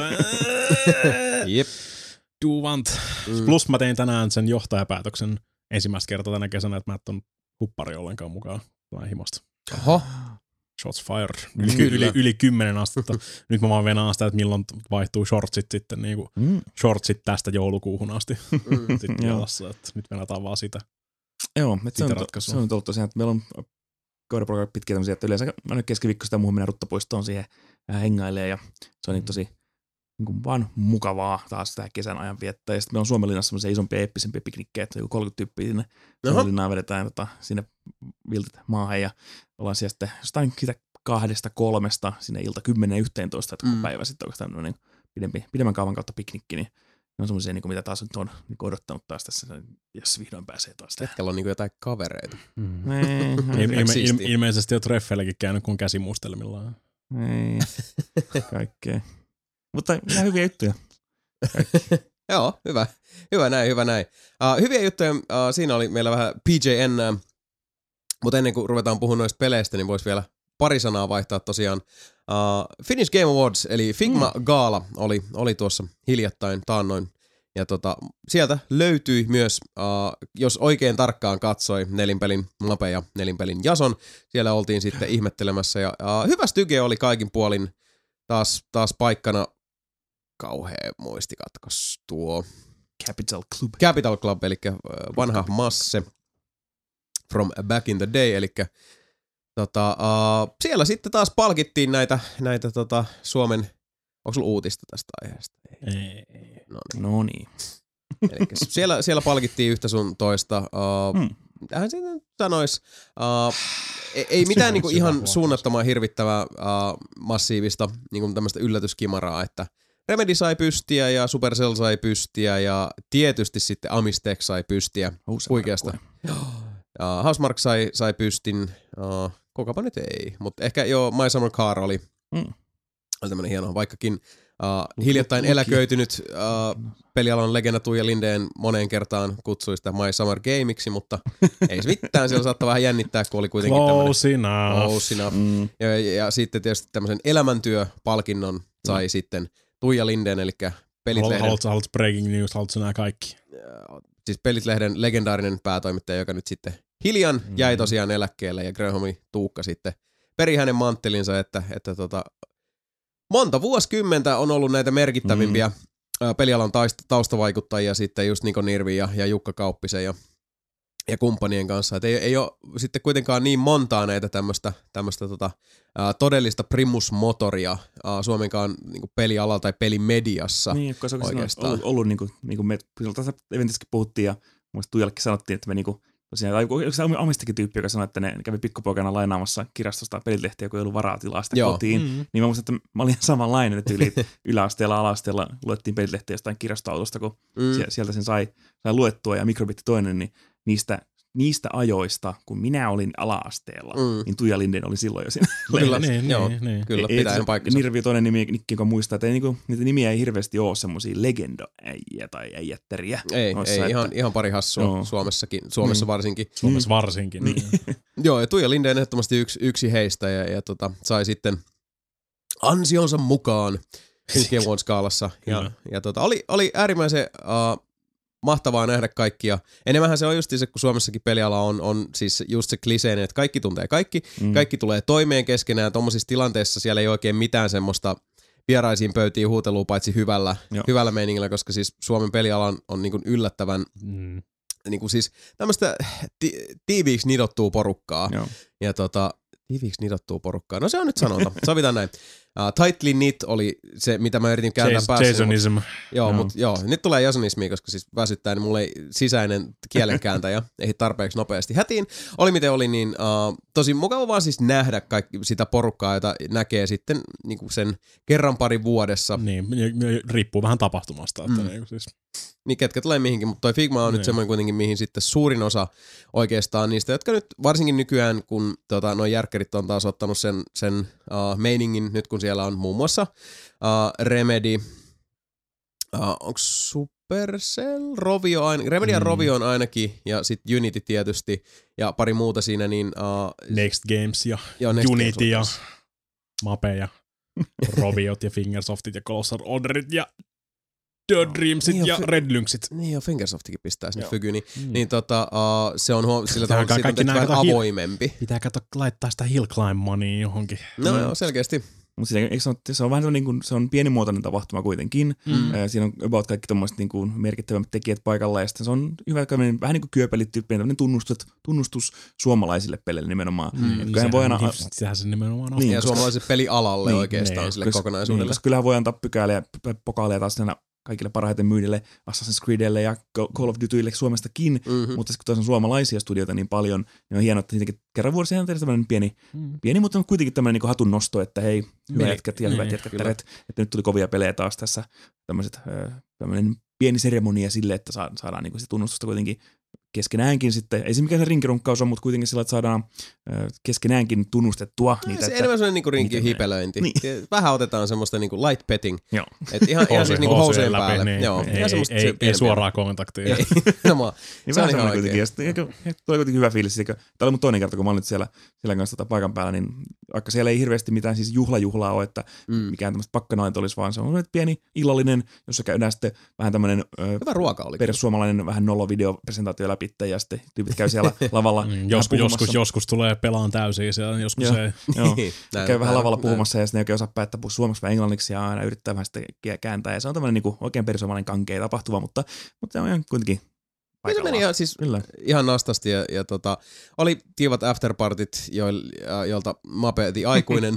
Jep. Do want. Mm. Plus mä tein tänään sen johtajapäätöksen ensimmäistä kertaa tänä kesänä, että mä et on huppari ollenkaan mukaan vähän himosta. Oho. Shots fired. Yli, yli, yli kymmenen astetta. Nyt mä vaan venaan sitä, että milloin vaihtuu shortsit sitten, niin kuin mm. shortsit tästä joulukuuhun asti. Mm. Sitten jalassa, että nyt venataan vaan sitä. Joo, sitä se, on to, se on ollut tosiaan, että meillä on koiraporukalla pitkiä tämmöisiä, että yleensä mä nyt keskiviikko sitä muuhun mennä Ruttapuistoon siihen vähän hengailee ja se on niin tosi niin kuin vaan mukavaa taas tämä kesän ajan viettää. Ja sitten meillä on Suomenlinnassa semmoisia isompia, eeppisempiä piknikkejä, että joku kolmekymmentä tyyppiä sinne Suomenlinnaan vedetään tota, sinne viltit maahan ja ollaan siellä sitten jostain sitä kahdesta kolmesta sinne ilta kymmenen yhteentoista, että koko mm. päivä sitten oikeastaan tämmöinen pidempi, pidemmän kaavan kautta piknikki, niin ne on semmoisia, niin mitä taas nyt on niin odottanut taas tässä, jos vihdoin pääsee taas. Hetkellä on niin jotain kavereita. Mm. Ilme, ilme, ilmeisesti on treffeilläkin käynyt kuin käsimuistelmillaan. Ei, kaikkea. Mutta ihan hyviä juttuja. Joo, hyvä. Hyvä näin, hyvä näin. Uh, hyviä juttuja, uh, siinä oli meillä vähän P J N, uh, mutta ennen kuin ruvetaan puhumaan noista peleistä, niin voisi vielä pari sanaa vaihtaa tosiaan. Uh, Finnish Game Awards, eli Figma mm. Gala, oli, oli tuossa hiljattain taannoin. Ja tota, sieltä löytyi myös, uh, jos oikein tarkkaan katsoi, nelinpelin Mape ja nelinpelin Jason. Siellä oltiin sitten ihmettelemässä. Ja, uh, hyvä styge oli kaikin puolin taas, taas paikkana. Kauhea muistikatkos tuo. Capital Club. Capital Club, eli vanha masse from back in the day, eli tota, uh, siellä sitten taas palkittiin näitä, näitä tota, Suomen, onko sulla uutista tästä aiheesta? Ei. No niin. No niin. Elikkä siellä, siellä palkittiin yhtä sun toista. Uh, hmm. Tähän sitten sanois. Uh, ei, ei mitään niinku ihan suunnattoman hirvittävää uh, massiivista niinku tämmöistä yllätyskimaraa, että Remedy sai pystiä ja Supercell sai pystiä ja tietysti sitten Amistech sai pystiä. Huikeasta. Uh, Housemarque sai, sai pystin. Uh, kokapa nyt ei, mutta ehkä joo, My Summer Car oli, mm. oli tämmönen hieno, vaikkakin uh, hiljattain Luki. eläköitynyt uh, pelialan legenda Tuija Lindeen moneen kertaan kutsui sitä My Summer Gameiksi, mutta ei se mitään, siellä saattaa vähän jännittää, kun oli kuitenkin Close enough. Close enough. Mm. Ja, ja, ja sitten tietysti tämmöisen elämäntyöpalkinnon sai mm. sitten Tuija Lindeen, eli Pelitlehden... Haluatko, haluatko breaking news, haluatko nämä kaikki? Siis Pelitlehden legendaarinen päätoimittaja, joka nyt sitten hiljan mm. jäi tosiaan eläkkeelle, ja Grönholmi Tuukka sitten peri hänen manttelinsa, että, että tota, monta vuosikymmentä on ollut näitä merkittävimpiä mm. pelialan taustavaikkuttajia, sitten just Niko Nirvi ja, ja Jukka Kauppisen, ja ja kumppanien kanssa. Et ei, ei ole sitten kuitenkaan niin montaa näitä tämmöistä tämmöistä tota, ää, todellista primusmotoria ää, Suomenkaan niin kuin pelialalla tai pelimediassa niin, koska se on oikeastaan. ollut, ollut niin kuin, niin kuin me tässä eventissäkin puhuttiin ja muista Tuijallekin sanottiin, että me niin kuin, tosiaan, tai onko se omistakin tyyppi, joka sanoi, että ne kävi pikkupoikana lainaamassa kirjastosta pelilehtiä, kun ei ollut varaa tilaa sitä Joo. kotiin. Mm. Niin mä muistan, että mä olin samanlainen, että yli yläasteella, ala-asteella luettiin pelilehtiä jostain kirjastoautosta, kun Mm. sieltä sen sai, sai luettua ja Mikrobitti toinen, niin niistä, niistä ajoista, kun minä olin ala-asteella, Mm. niin Tuija Lindén oli silloin jo siinä. Kyllä, niin, joo, niin, niin. kyllä Ei- pitää ei ihan se- paikkansa. Nirvi toinen nimi, Nikki, joka muistaa, että ei, niinku, niitä nimiä ei hirveästi ole semmoisia legenda-äijiä tai äijättäriä. Ei, noissa, ei että- ihan, ihan pari hassua Joo. Suomessakin, Suomessa Niin. varsinkin. Suomessa varsinkin. Niin. Joo, ja Tuija Lindén ehdottomasti yksi, yksi heistä ja, ja tota, sai sitten ansionsa mukaan Hilkien Vuon skaalassa. Ja, Kyllä. ja tota, oli, oli äärimmäisen uh, mahtavaa nähdä kaikkia. Enemmänhän se on just se, kun Suomessakin peliala on, on siis just se kliseinen, että kaikki tuntee kaikki, Mm. kaikki tulee toimeen keskenään, ja tommosissa tilanteissa siellä ei oikein mitään semmoista vieraisiin pöytiin huutelua paitsi hyvällä, Joo. hyvällä meiningillä, koska siis Suomen peliala on, on niin kuin yllättävän Mm. niin kuin siis tämmöistä ti- tiiviiksi nidottua porukkaa. Joo. Ja tota, tiiviiksi nidottua porukkaa. No se on nyt sanonta. Sovitaan näin. Uh, tightly knit oli se, mitä mä yritin kääntää Jas- päässä. Jasonism. Mut, joo, Joo. mutta joo, nyt tulee jasonismia, koska siis väsyttää, niin mulla ei sisäinen kielenkääntäjä ei tarpeeksi nopeasti hätiin. Oli miten oli, niin uh, tosi mukava vaan siis nähdä kaikki sitä porukkaa, jota näkee sitten niin kuin sen kerran pari vuodessa. Niin, ja- ja riippuu vähän tapahtumasta. Että Mm. niin, siis. Niin ketkä tulee mihinkin, mutta toi Figma on Niin. nyt semmoinen kuitenkin, mihin sitten suurin osa oikeastaan niistä, jotka nyt varsinkin nykyään, kun tota, noi järkkärit on taas ottanut sen, sen uh, meiningin, nyt kun siellä on muun muassa uh, Remedy, uh, onko Supercell, Rovio, ain- Remedy ja Mm. Rovio on ainakin, ja sitten Unity tietysti, ja pari muuta siinä, niin uh, Next Games ja joo, Next Games Unity ja on kanssa. Mape ja Roviot ja Fingersoftit ja Colossal Orderit ja Dirt Dreamsit Niin, ja fi- Red Lynxit. Niin joo, Fingersoftikin pistää sinne Joo. fygyyn, niin, Mm. niin tota, uh, se on huom- sillä Tähän tavalla siitä kaikki on tehty nää vähän kato hi- avoimempi. Pitää kato laittaa sitä Hill Climb money johonkin. No Mm. joo, selkeästi. Mutta se on, se on vähän sellainen, niin kuin, se on pienimuotoinen tapahtuma kuitenkin. Mm. Ää, Siinä on about kaikki tommoiset niin kuin merkittävämmät tekijät paikalla, ja sitten se on hyvä tämmöinen, vähän niin kuin Kyöpelit-tyyppinen tämmöinen tunnustus, tunnustus suomalaisille peleille nimenomaan. Mm. Mm. Kyllähän voi aina, Sehän se nimenomaan on. Niin, Ja koska- suomalaiselle pelialalle Niin, oikeastaan niin, sille Koska- kokonaisuudelle. Niin, koska kyllähän voi antaa pykäliä ja pokaaleja taas aina kaikille parhaiten myydille Assassin's Creedille ja Call of Dutyille Suomestakin, Mm-hmm. mutta kun taas on suomalaisia studioita niin paljon, niin on hienoa, että siitäkin kerran vuodessa tehdään tämmöinen pieni, Mm. pieni, mutta kuitenkin tämmöinen niin hatun nosto, että hei, hyvät Niin, jätkät ja niin, hyvät jätkät, kyllä. täret, että nyt tuli kovia pelejä taas tässä, tämmöiset, tämmöinen pieni seremonia sille, että saadaan niin kuin sitä tunnustusta kuitenkin keskenäänkin sitten, ei se mikään se rinkirunkkaus on, mutta kuitenkin sillä, että saadaan ö, keskenäänkin tunnustettua niitä. Se että, enemmän sellainen niinku rinkin miten ne- hipelöinti. Niin. Vähän otetaan semmoista niinku light petting. Joo. Et ihan, ihan siis niinku houseen päälle. Niin. Joo, ei, ihan semmoista ei, ei, ei suoraa kontaktia. Ei, nimenomaan. Niin Se on vähän ihan semmoinen oikein. kuitenkin. Ja sitten eikö- toi kuitenkin hyvä fiilis. Eikö- Tämä oli mun toinen kerta, kun mä olin nyt siellä, siellä kanssa tota paikan päällä, niin vaikka siellä ei hirveästi mitään siis juhlajuhlaa ole, että Mm. mikään tämmöistä pakkanoita olisi, vaan se on semmoinen pieni illallinen, jossa käydään sitten vähän tämmöinen ö, Hyvä ruoka oli. perussuomalainen vähän nolo-videopresentaatio läpi, ja sitten tyypit käy siellä lavalla Mm, vähän Joskus, puhumassa. joskus, joskus tulee pelaan täysin, se on joskus Joo. ei. Joo. Niin, näin, Käy vähän näin, lavalla näin. puhumassa ja sitten ne oikein osaa päättää puhua suomeksi vai englanniksi ja aina yrittää vähän sitten kääntää. Ja se on tämmöinen niinku oikein perussuomalainen kankea tapahtuma, mutta, mutta se on ihan kuitenkin Niin se paikallaan. meni ihan, siis Kyllä. ihan nastasti ja, ja tota, oli kivat afterpartit, joil, ja- joilta Mape, the aikuinen,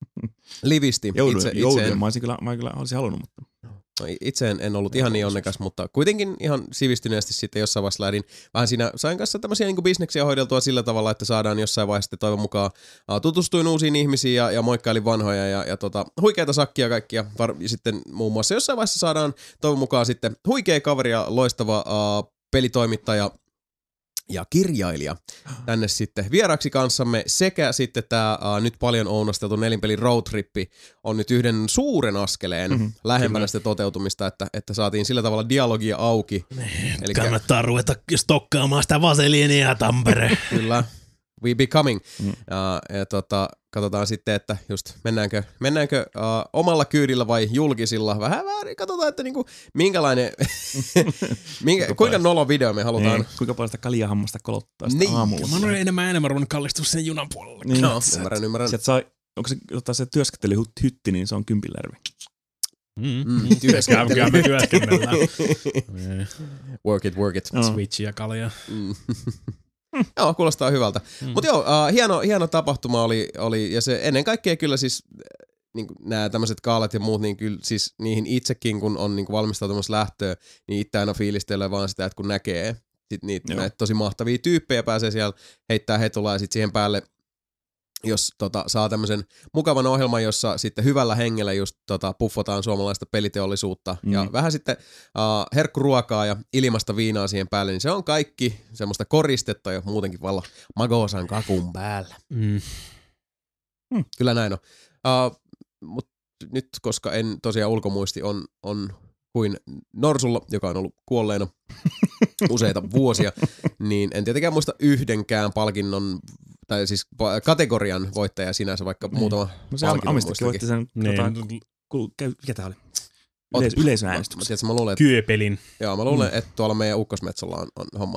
livisti. Jouduin, itse, jouduin. itse, en, Mä olisin kyllä, mä kyllä olisin halunnut, mutta no, itse en, en ollut ihan niin onnekas, mutta kuitenkin ihan sivistyneesti sitten jossain vaiheessa lähdin vähän siinä, sain kanssa tämmöisiä niin kuin bisneksiä hoideltua sillä tavalla, että saadaan jossain vaiheessa sitten toivon mukaan uh, tutustuin uusiin ihmisiin ja, ja moikkailin vanhoja ja, ja tota, huikeita sakkia kaikkia. Var, ja sitten muun muassa jossain vaiheessa saadaan toivon mukaan sitten huikea kaveri ja loistava uh, pelitoimittaja ja kirjailija tänne sitten vieraksi kanssamme sekä sitten tämä uh, nyt paljon ounosteltu nelinpelin roadtrippi on nyt yhden suuren askeleen Mhm, mm-hmm, lähempänä kyllä. sitä toteutumista, että, että saatiin sillä tavalla dialogia auki. Eli Kannattaa ruveta stokkaamaan sitä vaseliinia, Tampere. kyllä, we be coming. Mm. Mm. Ja, ja tota, katsotaan sitten, että just mennäänkö, mennäänkö uh, omalla kyydillä vai julkisilla. Vähän väärin, katsotaan, että niinku, minkälainen, minkä, kuinka nolo video me halutaan. niin, kuinka paljon sitä kaljahammasta kolottaa sitä Niin, aamulla. Mä oon enemmän enemmän ruvennut kallistua sen junan puolelle. Niin. No, ymmärrän, ymmärrän. Sieltä saa, onko se, ottaa se työskentelyhytti, niin se on Kympilärvi. Mm. Mm, Kyllä, kyllä me työskennellään. Work it, work it. No. Switchia kaljaa. Mm. Joo, kuulostaa hyvältä. Mm. Mutta joo, uh, hieno, hieno tapahtuma oli, oli, ja se ennen kaikkea kyllä siis niin nämä tämmöiset kaalat ja muut, niin kyllä siis niihin itsekin, kun on niin valmistautumassa lähtöön, niin itse aina fiilistelee vaan sitä, että kun näkee sit niitä näitä tosi mahtavia tyyppejä, pääsee siellä heittää hetulaa ja sitten siihen päälle, jos tota, saa tämmöisen mukavan ohjelman, jossa sitten hyvällä hengellä just tota, puffataan suomalaista peliteollisuutta mm. ja vähän sitten uh, herkkuruokaa ja ilmasta viinaa siihen päälle, niin se on kaikki semmoista koristetta jo muutenkin vallan Magosan kakun päällä. Mm. Mm. Kyllä näin on. Uh, Mutta nyt, koska en tosiaan ulkomuisti on, on kuin Norsulla, joka on ollut kuolleena useita vuosia, niin en tietenkään muista yhdenkään palkinnon, tai siis kategorian voittaja sinänsä, vaikka mm. muutama no se palkinnon Amistakin voitti sen, niin. tota, mikä tää oli? Yleis- yleisöäänestyksen. Mä, mä luulen, että, Kyöpelin. joo, mä luulen, mm. että tuolla meidän ukkosmetsolla on, on homma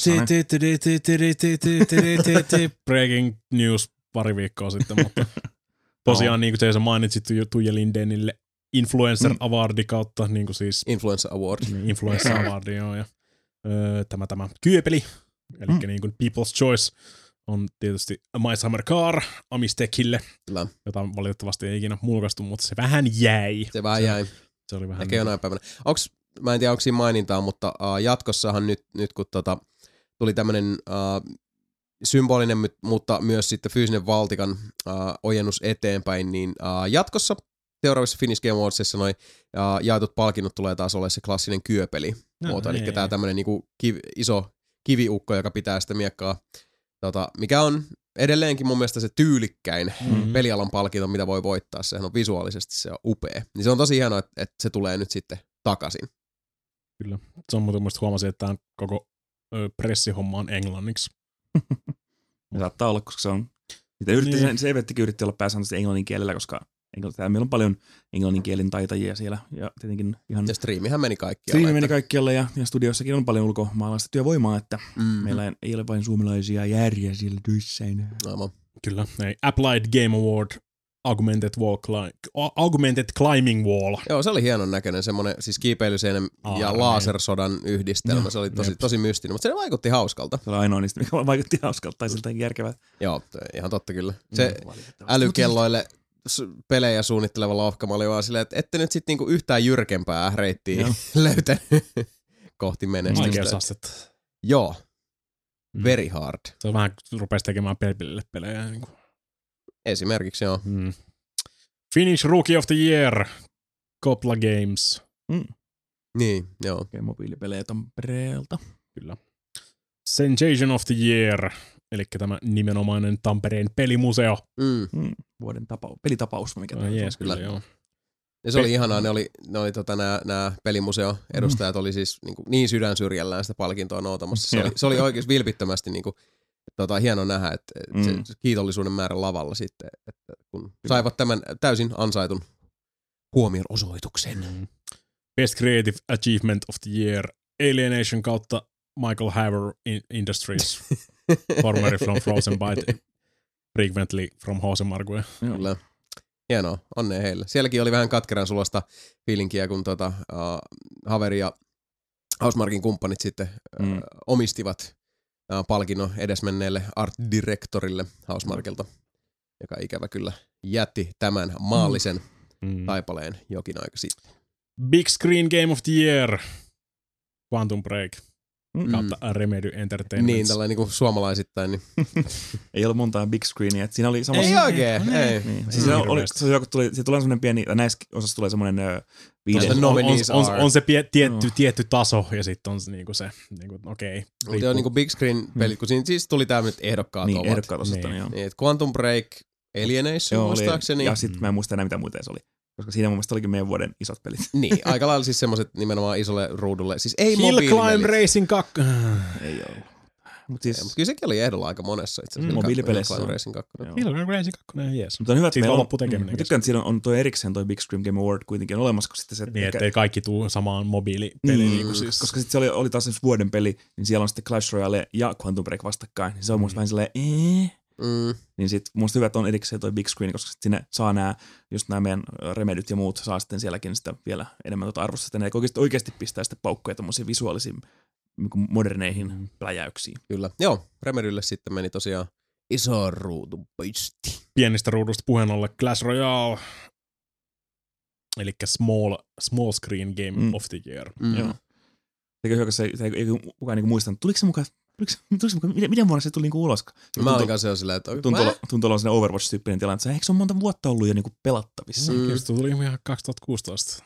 Breaking news pari viikkoa sitten, mutta tosiaan niin kuin sä mainitsit Tuija Lindenille Influencer mm. Awardi kautta, niin kuin siis Influencer Award. Niin, Influencer Awardi, joo. Ja, öö, tämä, tämä Kyöpeli, eli mm. niin kuin People's Choice, on tietysti My Summer Car Amistekille, Kyllä. jota valitettavasti ei ikinä mulkaistu, mutta se vähän jäi. Se vähän se, jäi. Se oli vähän... Ehkä jonain päivänä. Onks, mä en tiedä, onko siinä mainintaa, mutta uh, jatkossahan nyt, nyt kun tota, tuli tämmönen uh, symbolinen, mutta myös sitten fyysinen valtikan uh, ojennus eteenpäin, niin uh, jatkossa seuraavissa Finnish Game Awardsissa noi uh, jaetut palkinnot tulee taas olla se klassinen kyöpeli muoto, no, eli tää tämmönen niinku kiv, iso kiviukko, joka pitää sitä miekkaa, tota, mikä on edelleenkin mun mielestä se tyylikkäin mm-hmm. pelialan palkinto, mitä voi voittaa. Sehän on visuaalisesti se on upea. Niin se on tosi hienoa, että, että se tulee nyt sitten takaisin. Kyllä. Se on muuten muista huomasin, että tämä koko ö, pressihomma on englanniksi. Se saattaa olla, koska se on... Yritti, niin. Se Evettikin yritti olla pääsääntöisesti englannin kielellä, koska englannin, meillä on paljon englanninkielin taitajia siellä. Ja tietenkin ihan... Ja striimihän meni kaikkialle. Striimi meni kaikkialle ja, ja studiossakin on paljon ulkomaalaista työvoimaa, että mm-hmm. meillä ei ole vain suomalaisia järjiä siellä töissä enää. Aivan. Kyllä. Ei. Applied Game Award, Augmented, wall cli- Augmented Climbing Wall. Joo, se oli hienon näköinen, semmoinen siis kiipeilyseinä ja lasersodan yhdistelmä. Se oli tosi, tosi mystinen, mutta se vaikutti hauskalta. Se oli ainoa niistä, mikä vaikutti hauskalta tai siltä järkevää. Joo, ihan totta kyllä. Se mm, älykelloille pelejä suunnittelevalla ohkama oli vaan silleen, että ette nyt sitten niinku yhtään jyrkempää reittiä löytänyt kohti menestystä. Vaikeusastetta. Joo. Very hard. Se on vähän, rupesi tekemään pelpille pelejä. Niin kuin. Esimerkiksi joo. Mm. Finnish Rookie of the Year, Kopla Games. Mm. Niin, joo. Okay, mobiilipelejä Tampereelta. Kyllä. Sensation of the Year, eli tämä nimenomainen Tampereen pelimuseo. Mm. Mm. Vuoden tapa- pelitapaus, mikä no, jees, kyllä, joo. Ja se Pe- oli ihanaa, ne oli, ne oli tota, nämä, nämä pelimuseo edustajat mm. oli siis niin, kuin, niin sydän syrjällään sitä palkintoa noutamassa. Se oli, se oli oikeasti vilpittömästi niin kuin, tota, hieno nähdä, että mm. se, se kiitollisuuden määrä lavalla sitten, että kun saivat tämän täysin ansaitun huomion osoituksen. Mm. Best Creative Achievement of the Year, Alienation kautta Michael Haver Industries, formerly from Frozen Byte, frequently from Hosemargue. Kyllä. Hienoa, onnea heille. Sielläkin oli vähän katkeran sulosta fiilinkiä, kun tota, uh, Haveri ja Hausmarkin kumppanit sitten uh, mm. omistivat uh, palkinnon edesmenneelle art directorille Hausmarkilta, joka ikävä kyllä jätti tämän maallisen mm. taipaleen jokin aika sitten. Big Screen Game of the Year, Quantum Break. Mm. Kautta Remedy Entertainment. Niin, tällainen niin suomalaisittain. Niin. Ei ollut montaa big screenia. Siinä oli samassa... Ei oikein, ei. ei. Niin. Siis se, oli, se, oli, tuli, se tulee semmoinen pieni, näissä osassa tulee semmoinen viiden... On, on, on, on se pie, tietty, no. tietty taso ja sitten on niinku se, niinku, okei. Okay, mutta on niinku big screen pelit, kun siinä siis tuli tää nyt ehdokkaat niin, ovat. Ehdokkaat osasta, niin. joo. Niin, Quantum Break, Alienation joo, muistaakseni. Ja sitten mä en muista enää mitä muuta se oli. Koska siinä mun mielestä olikin meidän vuoden isot pelit. Niin, aika lailla siis semmoset nimenomaan isolle ruudulle. Siis ei Hill Climb Racing kaksi. Ei oo. Mut siis... Ei, mut kyllä sekin oli ehdolla aika monessa itse asiassa. Mm, mobiilipeleissä. Hill Climb Racing kaksi. Hill Climb Racing kaksi, jees. Mutta on hyvä, että meillä on lopputekeminen. Mä tykkään, että siinä on toi erikseen toi Big Screen Game Award kuitenkin olemassa. Koska sitten se, niin, ettei kaikki tuu samaan mobiilipeliin. Mm, niin siis. Koska sitten se oli, oli taas vuoden peli, niin siellä on sitten Clash Royale ja Quantum Break vastakkain. Niin se on mm. musta vähän silleen, ee. Mm. Niin sit musta hyvä, että on erikseen toi big screen, koska sit sinne saa nää, just nämä meidän remedyt ja muut, saa sitten sielläkin sitä vielä enemmän tuota arvostusta. Ne oikeasti, oikeasti pistää sitten paukkoja tommosiin visuaalisiin moderneihin mm. pläjäyksiin. Kyllä. Joo, Remedylle sitten meni tosiaan iso ruutu pisti. Pienistä ruudusta puheen ollen Clash Royale, eli small, small screen game Mm. of the year. Mm. Joo. Eikö hyvä, se, se, ei kukaan niinku muistanut, tuliko se mukaan, tuliko se, tuliko se mukaan, miten, miten vuonna se tuli niinku ulos? Mä olin kanssa jo silleen, että Tuntuu olla- tuntuu olla sellainen Overwatch-tyyppinen tilanne, että se, eikö se on monta vuotta ollut jo niinku pelattavissa? Mm. Kyllä se tuli ihan kaksituhattakuusitoista.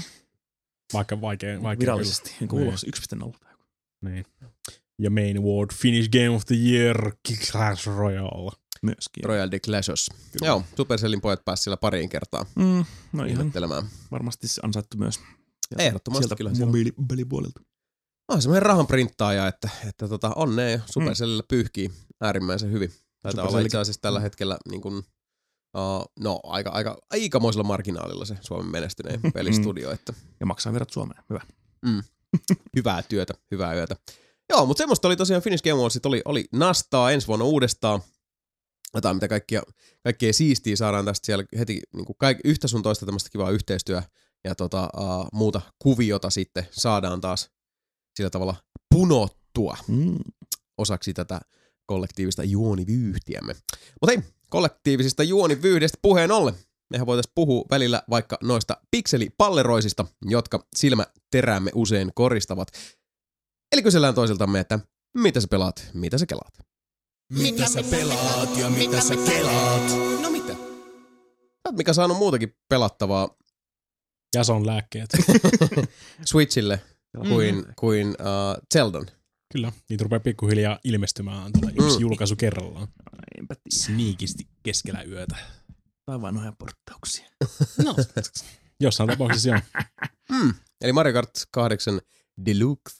Vaikka vaikea, vaikea Virallisesti niinku Niin. ulos yksi piste nolla. kyllä. Niin. Ja main award, Finnish Game of the Year, Clash Royale. Myöskin. Royal de Clashos. Joo, Supercellin pojat pääsi siellä pariin kertaa Mm, no ihan ihmettelemään. varmasti se ansaittu myös. sieltä- Ehdottomasti sieltä kyllä siellä on. mobiilipelipuolelta. On semmoinen rahan printtaaja, että, että tota, onnea ja Supercellillä pyyhkii äärimmäisen hyvin. Taitaa olla Supercell- itse asiassa tällä hetkellä niin kuin, uh, no, aika, aika, aikamoisella marginaalilla se Suomen menestyneen pelistudio. Että, Ja maksaa verrat Suomeen. Hyvä. mm, hyvää työtä, hyvää yötä. Joo, mutta semmoista oli tosiaan Finnish Game Awardsit, oli, oli nastaa ensi vuonna uudestaan. Jotain, mitä kaikkia, kaikkea siistiä saadaan tästä siellä heti niin kuin kaik, yhtä sun toista tämmöistä kivaa yhteistyö ja tota, uh, muuta kuviota sitten saadaan taas sillä tavalla punottua Mm. osaksi tätä kollektiivista juonivyyhtiämme. Mutta hei, kollektiivisista juonivyyhdistä puheen ollen. Mehän voitaisiin puhua välillä vaikka noista pikselipalleroisista, jotka silmäteräämme usein koristavat. Eli kysellään toisiltamme, että mitä sä pelaat, mitä sä kelaat. Mitä sä pelaat ja mitä sä kelaat? No mitä? Sä oot mikä saanut muutakin pelattavaa Ja se on lääkkeet. Switchille kuin, kuin uh, Zeldon. Kyllä, niitä rupeaa pikkuhiljaa ilmestymään. Tulee yksi Mm. julkaisu kerrallaan. Enpä tiedä. Sneakisti keskellä yötä. Tai vaan noja porttauksia. No, jossain tapauksessa joo. Mm. Eli Mario Kart kahdeksan Deluxe.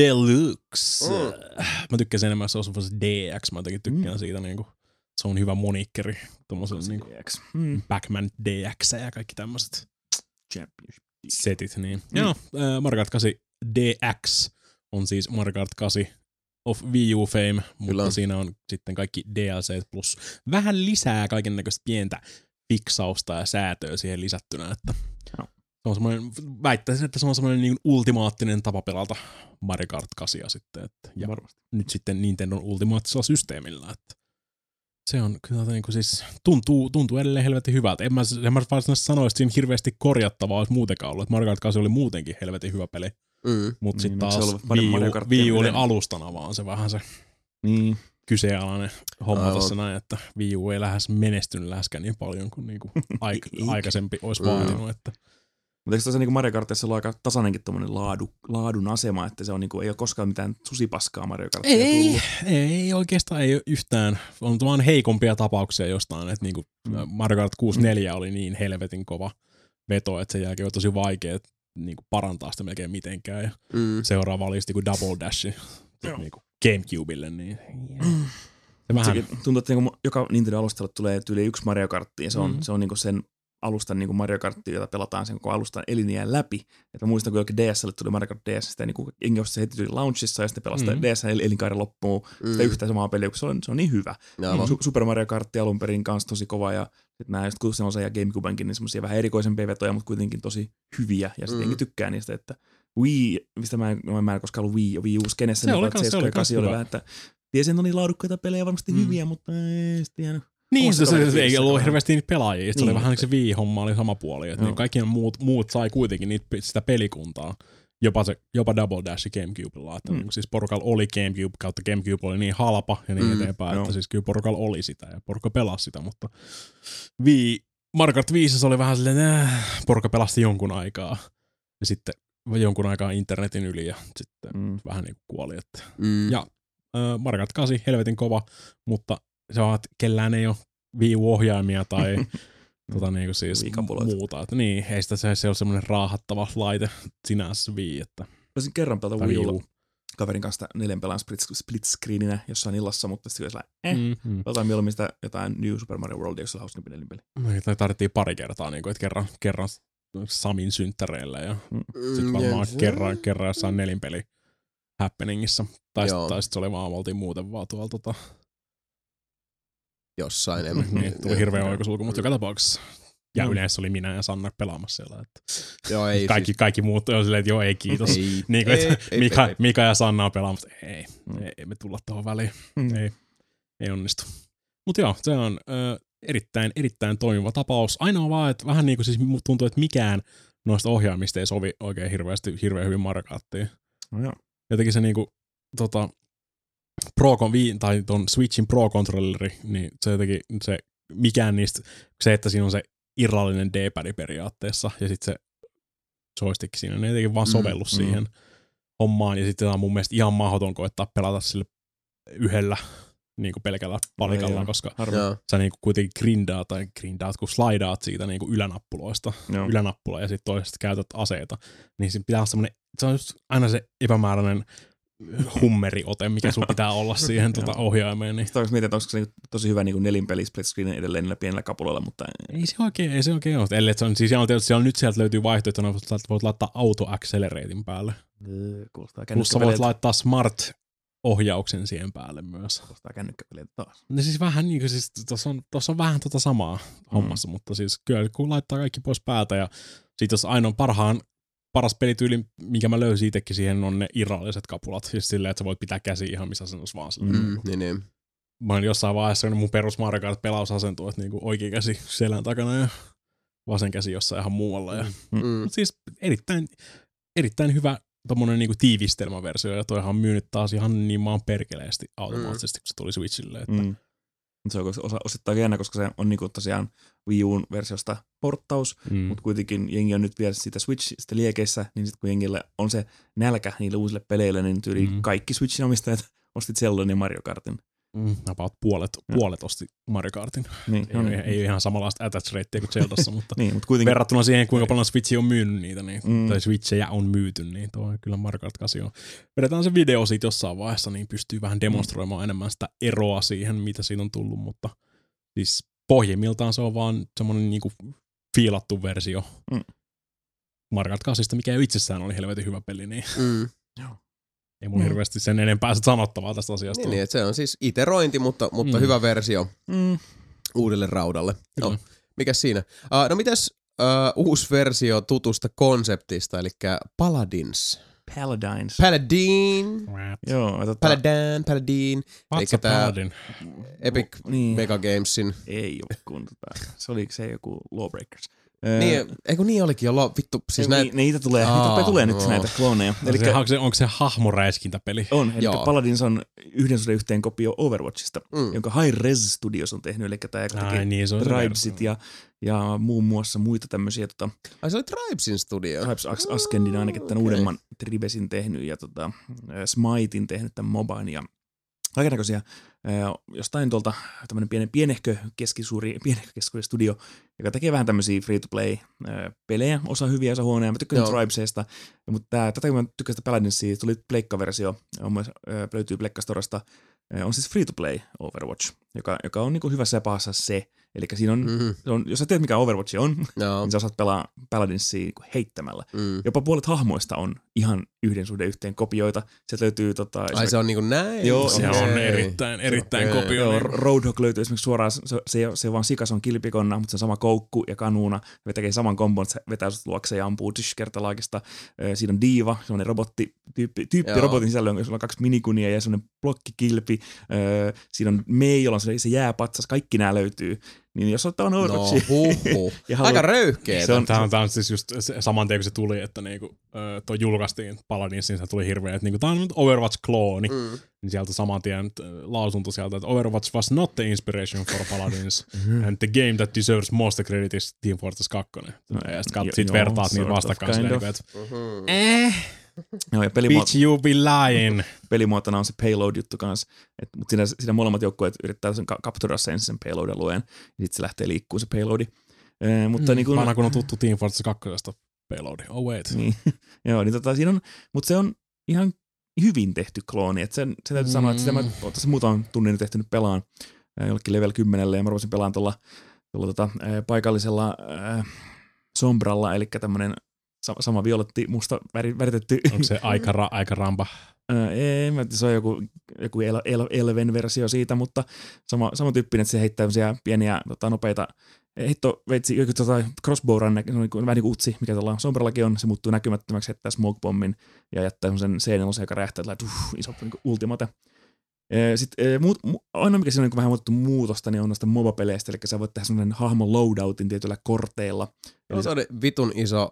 Deluxe. Mm. Mä tykkäsin enemmän, se on D X. Mä jotenkin tykkään Mm. siitä. Niinku, se on hyvä monikkeri. Tuommoiselle niinku Mm. Backman D X ja kaikki tämmöiset Championship. setit. Niin. Mm. Joo, äh, Mario Kart kahdeksan D X on siis Mario Kart kahdeksan of Wii U fame, mutta Kyllä. siinä on sitten kaikki D L C plus vähän lisää kaiken näköistä pientä fiksausta ja säätöä siihen lisättynä, että Joo. se on semmoinen, väittäisin, että se on semmoinen niin ultimaattinen tapa pelata Mario Kart kahdeksan sitten, että, ja Varmasti. nyt sitten Nintendon ultimaattisella systeemillä, että se on kyllä niin kuin siis, tuntuu, tuntuu edelleen helvetin hyvältä. En mä, en mä varsinaisesti sanoisi, että siinä hirveästi korjattavaa olisi muutenkaan ollut, että Mario Kart kahdeksan oli muutenkin helvetin hyvä peli. Mm. Mutta Niin, sitten miksi se taas ollut paljon Mario Wii U, Karttia Wii U oli enemmän? alustana vaan se vähän se Niin. kyseenalainen homma Aivan. tässä näin, että Wii U ei lähes menestynyt läheskään niin paljon kuin niinku aik- Eikä. aikaisempi olisi Mm. vaatinut. Että. Mutta eikö tässä niinku Mario Kartissa ollut aika tasainenkin tommonen laadu, laadun asema, että se on niinku, ei ole koskaan mitään susipaskaa Mario Karttia Ei, tullut. ei oikeastaan ei ole yhtään. On vaan heikompia tapauksia jostain, että niinku Mm. Mario Kart kuusikymmentäneljä oli niin helvetin kova veto, että sen jälkeen on tosi vaikea niinku parantaa sitä melkein mitenkään. Ja Mm. seuraava oli sitten niinku Double Dash Joo. niinku Gamecubelle, niin se vähän Sekin tuntuu, että niinku joka Nintendo-alustalle tulee tyyli yksi Mario Kartti, ja se on, Mm. se on niinku sen alustan niinku Mario Kartti, jota pelataan sen koko alustan eliniän läpi. Et mä muistan, kun jollekin D S:lle tuli Mario Kart D S, sitä niinku jengi osti se heti tyyli launchissa, ja sitten pelasi Mm. D S:n el- elinkaaren loppuun. Mm. Sitä yhtä samaa peliä, kun se on, se on niin hyvä. Aivan. Su- Super Mario Kartti alun perin kanssa tosi kova, ja sitten nämä just kuusen ja Gamecubenkin, niin semmoisia vähän erikoisempia vetoja, mutta kuitenkin tosi hyviä, ja sitten Mm. jengi tykkää niistä, että Wii, mistä mä en, mä en koskaan ollut Wii, Wii U-skenessä, Se niin oli että kans- se seitsemän oli ja kans kahdeksan oli hyvä. vähän, että tiesin, että on niin laadukkaita pelejä, varmasti Mm. hyviä, mutta ei sitten jäänyt. Niin, Omassa se, se, se ei kaverissa ollut vähän. hirveästi niitä pelaajia. Se Niin, oli vähän että- se Wii-homma oli sama puoli. Että Joo. niin kaikki muut, muut sai kuitenkin niitä, sitä pelikuntaa. Jopa, se, jopa Double Dash Gamecubella. Että Mm. niin, siis porukalla oli Gamecube kautta Gamecube oli niin halpa ja niin Mm, eteenpäin. joo. Että siis kyllä porukalla oli sitä ja porukka pelasi sitä. Mutta Wii, Mario Kart viisi se oli vähän silleen, äh, porukka pelasti jonkun aikaa. Ja sitten jonkun aikaa internetin yli ja sitten Mm. vähän niin kuin kuoli. Että. Mm. Ja äh, Mario Kart kahdeksan helvetin kova, mutta se on, että kellään ei ole Wii U-ohjaimia tai tota niinku siis Wii-kapuloita. muuta. Että niin, ei sitä se, se ole semmoinen raahattava laite sinänsä Wii, että Olisin kerran pelata tai Wii Wii Ulla U. kaverin kanssa neljän pelaan split, split screeninä jossain illassa, mutta sitten kyllä eh, mm. Mm, mm. pelataan mieluummin sitä jotain New Super Mario Worldia, jossa on hauskempi nelinpeli. Me tarvittiin pari kertaa, niin kuin, että kerran, kerran Samin synttäreillä ja Mm, sitten varmaan yes. kerran, kerran jossain nelinpeli happeningissä. Tai, Joo. tai sitten se oli vaan, oltiin muuten vaan tuolla tota, jossain. En, Niin, tuli hirveä oikosulku, mutta joka tapauksessa. Ja no. Yleensä oli minä ja Sanna pelaamassa siellä. Että joo, ei, kaikki, siis... kaikki muut oli silleen, että joo, ei kiitos. Ei, niin kuin, ei, että ei, Mika, ei, ei. Mika ja Sanna on pelaamassa. Ei, Mm. ei, ei me tulla tuohon väliin. Mm. Ei, ei onnistu. Mutta joo, se on ö, erittäin, erittäin toimiva tapaus. Ainoa vaan, että vähän niin kuin siis tuntuu, että mikään noista ohjaamista ei sovi oikein hirveästi, hirveän hyvin Mario Karttiin. No joo. Jotenkin se niinku, tota, Pro, tai ton Switchin Pro-kontrolleri, niin se jotenkin, se mikään niistä, se, että siinä on se irrallinen D-pad periaatteessa, ja sitten se joystick siinä, ne ei jotenkin vaan sovellu mm, siihen mm. hommaan, ja sitten on mun mielestä ihan mahdoton koettaa pelata sille yhdellä niin kuin pelkällä palikalla, no, koska joo. sä niin kuin kuitenkin grindaat, tai grindaat, kun slidaat siitä niin kuin ylänappuloista, Joo. ylänappula, ja sitten toisesta käytät aseita, niin siinä pitää olla semmoinen, se on just aina se epämääräinen hummeriote, mikä sun pitää olla siihen tuota ohjaimeen. Niin. Sitten onko mietin, että onko se tosi hyvä niin nelinpeli split screen edelleen niillä pienillä kapuloilla, mutta... Ei se oikein, ei se oikein ole. Eli se on, siis siellä, siellä nyt sieltä löytyy vaihtoehto, että voit laittaa auto acceleratein päälle. Kuulostaa plus sä voit laittaa smart ohjauksen siihen päälle myös. Kuulostaa kännykkäpeliä taas. No siis vähän niin kuin, siis tossa on, tossa on vähän tota samaa mm. hommassa, mutta siis kyllä kun laittaa kaikki pois päältä ja sit jos ainoa parhaan paras pelityyli, mikä mä löysin itsekin siihen, on ne irralliset kapulat. Siis silleen, että sä voit pitää käsi ihan missä asennossa vaan. Mm, niin, niin. Mä olen jossain vaiheessa mun perus Mario Kart pelaus asentuu, että niinku oikea käsi selän takana ja vasen käsi jossain ihan muualla. Ja, mm. siis erittäin, erittäin hyvä tommonen niinku tiivistelmäversio, ja toihan on myynyt taas ihan niin maan perkeleesti automaattisesti, mm. kun se tuli Switchille. Että... Mm. Se on osa, osittain jännä, koska se on niinku tosiaan Wii U:n versiosta porttaus, mm. mutta kuitenkin jengi on nyt vielä siitä Switchistä liekeissä, niin sitten kun jengillä on se nälkä niille uusille peleille, niin tyyli mm. kaikki Switchin omistajat ostit Zeldan ja Mario Kartin. Mm, about puolet, puolet osti Mario Kartin. Niin, ei, no, ei, ei ole ihan samanlaista attach ratea kuin Zeldassa, mutta, niin, mutta kuitenkin... verrattuna siihen, kuinka paljon Switchi on myynyt niitä, niin, mm. tai Switchejä on myyty, niin tuo on kyllä Mario Kart kahdeksan. Vedetään se video siitä jossain vaiheessa, niin pystyy vähän demonstroimaan mm. enemmän sitä eroa siihen, mitä siitä on tullut, mutta siis pohjimmiltaan se on vaan semmoinen niinku fiilattu versio mm. Mario Kart kahdeksan, mikä jo itsessään oli helvetin hyvä peli, niin mm. ei mun mm. hirveästi sen enempää sanottavaa tästä asiasta. Niin, niin, että se on siis iterointi, mutta, mutta mm. hyvä versio mm. uudelle raudalle. No, mikäs siinä? Uh, no mitäs uh, uusi versio tutusta konseptista, eli Paladins. Paladins. Paladin. Joo, tota... Paladin, Paladin. Eli tää Epic oh, niin. Mega Gamesin. Ei oo kun tota, se oli se joku Lawbreakers. Niin, eikö niin olikin jo, vittu, siis näitä... näitä... Niitä tulee, Aa, niitä tulee nyt no. näitä klooneja. No, elikkä... se, onko, se, onko se hahmoräiskintäpeli? On, eli Paladins on yhden suhde yhteen kopio Overwatchista, mm. jonka High Res Studios on tehnyt, eli tämä teki niin, Tribesit ja, ja muun muassa muita tämmöisiä. Tota, Ai se oli Tribesin studio? Tribes Askendin ainakin tämän okay. uudemman Tribesin tehnyt ja tota, Smitein tehnyt tämän MOBAn ja kaikennäköisiä, jostain tuolta tämmöinen piene, pienehkö keskisuuri, pienehkö keskisuuri studio, joka tekee vähän tämmöisiä free-to-play-pelejä, osa hyviä, osa huonoja. Mä tykkään Tribesista, mutta tää, tätä kun mä tykkään sitä Paladinsia, tuli pleikkaversio, on myös, löytyy Pleikkastorasta, on siis free-to-play Overwatch, joka, joka on niinku hyvässä ja pahassa se. Eli siinä on, mm-hmm. on, jos sä tiedät mikä Overwatch on, no. niin sä osaat pelaa Paladinsia niinku heittämällä. Mm. Jopa puolet hahmoista on ihan yhden suhde yhteen kopioita. Sieltä löytyy tota... Ai esimerkiksi... se on niinku näin? Joo, se okay. on erittäin, erittäin okay. kopio. Joo, Roadhog löytyy esimerkiksi suoraan, se, se, se vaan sikas on kilpikonna, mutta se on sama koukku ja kanuuna. Se tekee saman kombon, että se vetää sut luokse ja ampuu tysh kertalaakista. Siinä on Diva, semmoinen robottityyppi, tyyppi robotin sisällä, jolla on kaksi minikunia ja semmoinen blokkikilpi. Siinä on Mei, jolla on se, se jääpatsas, kaikki nämä löytyy. Niin jos ottaa on Overwatchi. No huhhuh. Aika röyhkeetä. Se on, tämä, on, tämä on siis just saman tien, kun se tuli, että niinku, toi julkaistiin Paladins, niin se tuli hirveä, että niinku, tämä on nyt Overwatch-klooni. Mm. Niin sieltä saman tien lausunto sieltä, että Overwatch was not the inspiration for Paladins, and the game that deserves most credit is Team Fortress kaksi. No, ja sitten kat, sit vertaat niitä vastakkain silleen, että mm-hmm. eh, joo, ja pelimuot- bitch you be lying. Pelimuotona on se payload-juttu kanssa, mutta siinä, siinä molemmat joukkueet yrittää sen ka- kapturaa sen, sen payload-alueen, ja sitten se lähtee liikkuu se payloadi. Ee, mutta mm, niin kun... Vanha kun on tuttu Team Fortress kaksi payloadi, oh wait. Niin, joo, niin tota, siinä on, mutta se on ihan hyvin tehty klooni, että sen, se täytyy mm. sanoa, että sitä mä oon tässä muutaman tunnin tehty nyt pelaan äh, jollekin level kymmenelle, ja mä ruvasin pelaan tuolla, tuolla tota, äh, paikallisella äh, Sombralla, eli tämmönen sama violetti, musta väritetty. Onko se aika, ra, aika rampa? Ää, ei, mä se on joku, joku El, El, Elven-versio siitä, mutta sama, samantyyppinen, että se heittää tämmöisiä pieniä tota, nopeita heittoveitsi, joku tota, crossbow run, se on niin kuin, vähän niin kuin utsi, mikä tuolla Sombrallakin on, se muuttuu näkymättömäksi, heittää smoke bombin ja jättää semmoisen C neljä, joka räjähtää, että uh, iso niin kuin ultimate. Sitten muut, mu, ainoa mikä siinä on niin vähän muutettu muutosta, niin on noista MOBA-peleistä, eli sä voit tehdä semmoinen hahmon loadoutin tietyillä korteilla. No, se on vitun iso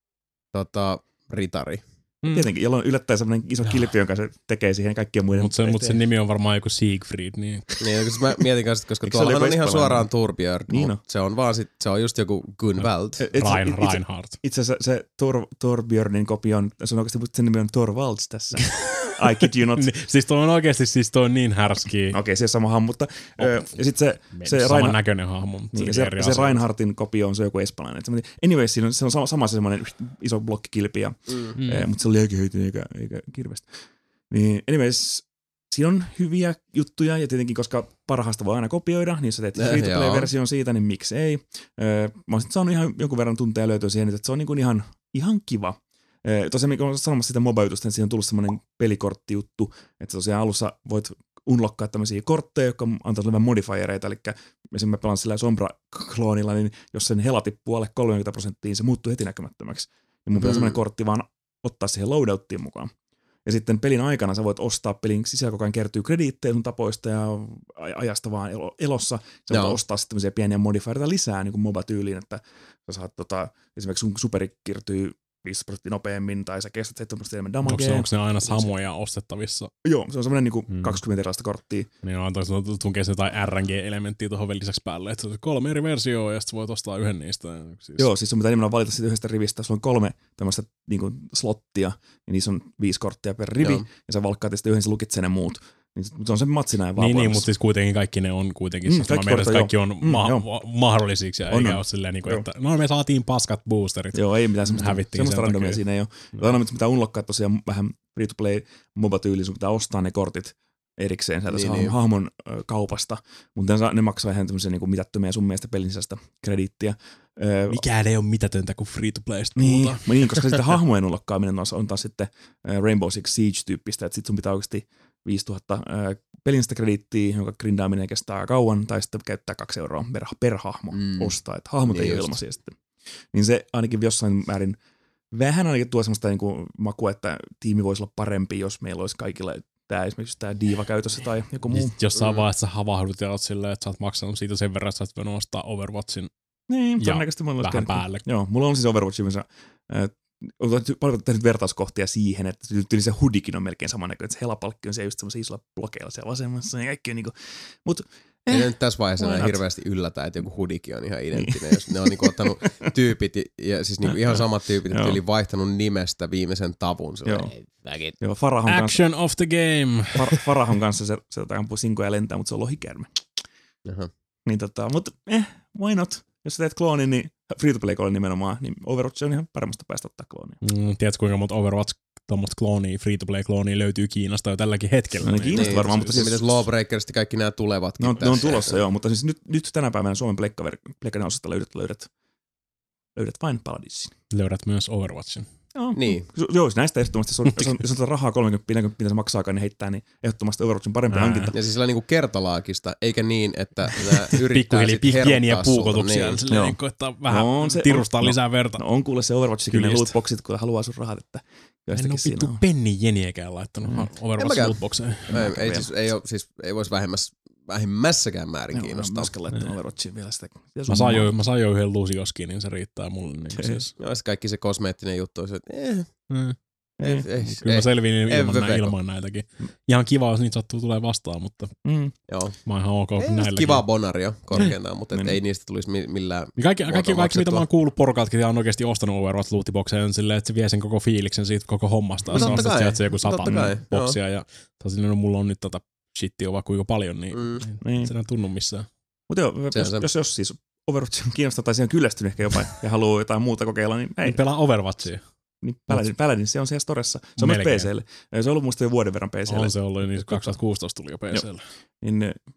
tota, ritari. Mm. Tietenkin, jolloin yllättäen semmoinen iso kilpi, jonka se tekee siihen kaikkien muiden. Mutta sen, mut sen nimi on varmaan joku Siegfried. Niin, niin koska mä mietin kanssa, koska tuollahan on ihan suoraan Torbjörn, niin mutta se on vaan sit, se on just joku Gunvald. Rain, Reinhardt. Itse asiassa se Tor, Torbjörnin kopio on, se on oikeasti, sen nimi on Torvalds tässä. I kid you not. Niin, siis tuo on oikeasti siis tuo on niin härski. Okei, okay, se on sama hahmo, mutta oh, ö, ja sit se, se sama Rein... näköinen hahmo. Niin, se, se Reinhardtin kopio on se joku espanjalainen. Anyways, siinä on, se on sama, sama se semmoinen iso blokkikilpi, ja, mm. ö, mutta se oli eikä heitin eikä, eikä kirvestä. Niin, anyways, siinä on hyviä juttuja, ja tietenkin, koska parhaasta voi aina kopioida, niin sä teet free-to-play-version siitä, niin miksi ei. Ö, mä olisin saanut ihan jonkun verran tunteja löytyä siihen, että se on niin kuin ihan, ihan kiva. Tosiaan, mikä on sanomassa sitä MOBA-jutusta, niin siinä on tullut semmoinen pelikorttijuttu, että tosiaan alussa voit unlockkaa tämmöisiä kortteja, jotka antaa sulle vähän modifiereita, eli esimerkiksi mä pelaan sillä Sombra-kloonilla, niin jos sen hela tippuu alle kolmekymmentä prosenttia, niin se muuttuu heti näkymättömäksi. Ja mun pitää mm. semmoinen kortti vaan ottaa siihen loadouttiin mukaan. Ja sitten pelin aikana sä voit ostaa pelin sisällä, koko ajan kertyy krediittejä sun tapoista ja ajasta vaan elossa. Sä voit ostaa sitten tämmöisiä pieniä modifiereita lisää niin kuin MOBA-tyyliin, että sä saat tota, esimerkiksi sun superi kertyy viisi prosenttia nopeammin, tai sä kestät seitsemän prosenttia enemmän damagea. Onko ne aina samoja ostettavissa? Joo, se on semmoinen niinku hmm. kaksikymmentä erilaista korttia. Niin on, tunkee se jotain R N G-elementtiä tuohon vielä lisäksi päälle, että se on kolme eri versioa, ja sitten voit ostaa yhden niistä. Siis... Joo, siis sun pitää nimenomaan valita siitä yhdestä rivistä. Sulla on kolme tämmöistä niinku slottia, ja niissä on viisi korttia per rivi, Joo. ja sä valkkaat sitten yhden, sä lukitsee ne muut. Niin se on se matsi näin vaan. Niin, niin mutta siis kuitenkin kaikki ne on kuitenkin. Mm, kaikki, kortta, kaikki on mm, ma- mahdollisiksi ja on, eikä on. Ole silleen, niin kuin, että no me saatiin paskat boosterit. Joo, ei mitään semmoista, semmoista randomia siinä ei ole. No. Aina mitä unlockkaa tosiaan vähän free-to-play MOBA-tyyliin, sun pitää ostaa ne kortit erikseen sieltä niin, niin. hahmon ö, kaupasta, mutta ne, ne maksaa ihan tämmöisiä niin mitättömiä sun mielestä pelin sisäistä krediittiä. Ö, Mikään ei ole mitätöntä kuin free-to-playsta niin, niin, koska sitten hahmojen unlockkaaminen on, on taas sitten Rainbow Six Siege-tyyppistä, että sit sun pitää oikeasti viisituhatta äh, pelistä krediittiä, jonka grindaaminen kestää kauan, tai sitten käyttää kaksi euroa per, per hahmo mm. ostaa, että hahmot niin ei ole ilmaisia sitten. Niin se ainakin jossain määrin vähän ainakin tuo semmoista niin kuin makua, että tiimi voisi olla parempi, jos meillä olisi kaikilla tämä esimerkiksi tämä diiva käytössä tai joku muu. Jossain mm. vaiheessa havahdut ja olet silleen, että sä oot maksanut siitä sen verran, että sä oot voinut ostaa Overwatchin niin, ja vähän päälle. Joo, mulla on siis Overwatchin, missä äh, olen paljon tehnyt vertauskohtia siihen, että tyyli se hudikin on melkein samannäköinen, että se helapalkki on siellä just semmoisia isolla blokeilla siellä vasemmassa ja kaikki on niinku, mut eh, ei nyt tässä vaiheessa enää hirveästi yllätä, että joku hudikin on ihan identtinen, jos ne on niinku ottanut tyypit ja siis niinku ihan samat tyypit, että oli vaihtanut nimestä viimeisen tavun. Joo. Joo, Farahon Action kanssa, of the game. Far, Farahon kanssa se, se ampuu sinkoja lentää, mutta se on lohikärme. Uh-huh. Niin tota, mutta eh, why not? Jos sä teet kloonin, niin free-to-play-klooni nimenomaan, niin Overwatch on ihan paremmasta päästä ottaa kloonia. Mm, tiedätkö kuinka monta Overwatch tuommoista kloonia, free-to-play-kloonia löytyy Kiinasta jo tälläkin hetkellä? No Kiinasta niin, varmaan, mutta siis... Mitäs Lawbreakerista kaikki nämä tulevatkin no, tässä. Ne on tulossa, joo, mutta siis nyt, nyt tänä päivänä Suomen pleikkarin osasta löydät, löydät, löydät vain Paladinsin. Löydät myös Overwatchin. Joo, niin. Joo, näistä ehdottomasti, jos on, jos on, jos on rahaa kolmekymmentä, neljäkymmentä se maksaakaan, niin heittää, niin ehdottomasti Overwatchin parempi hankinta. Ja siis sillä niinku kertalaakista, eikä niin, että nämä yrittää sit heruttaa pieniä puukotuksia, niin. silleen niin koittaa vähän no se, tirustaa on, lisää verta. No, on kuule se Overwatchikin ne lootboxit, kun haluaa sun rahat, että en ole vittu pennin jeniäkään laittanut mm. Overwatchin lootboxeen. Ei, ei, siis, ei, ole, siis, ei voisi vähemmäs vähimmässäkään määrin kiinnostaa. Mä laittanut Overwatchiin vielä sitä. Mä saan, jo, mä saan jo yhden luusioskin, niin se riittää mulle. Niin siis. Joo, se kaikki se kosmeettinen juttu on se, että eh. Mm. Ei, ei, Kyllä ei, mä selviin ilman, nä, ilman näitäkin. Ihan kiva, jos niitä sattuu tulee vastaan, mutta mm. joo. Mä oon ihan ok näilläkin. Kivaa bonaria korkeintaan, mutta et ei niistä tulisi millään Kaikki, kaikki, kaikki mitä mä oon kuullut porukaltakin ja on oikeasti ostanut Overwatch lootboxeja, on silleen, että se vie sen koko fiiliksen siitä koko hommasta. No, totta kai. Se joku satan boksia ja silleen, no mulla on nyt tota shittiä vaan kuinka paljon, niin mm. ei se tunnu missään. Mutta joo, jos, jos, jos siis Overwatch kiinnostaa tai siihen on kyllästynyt ehkä jopa ja haluaa jotain muuta kokeilla, niin ei. Pelaa Overwatchia. Niin Paladin, Paladin, se on siellä storessa. Se on Melkein. Myös P C:lle. Se on ollut muista jo vuoden verran P C:lle. On se ollut, niin kaksituhattakuusitoista tuli jo P C:lle. Niin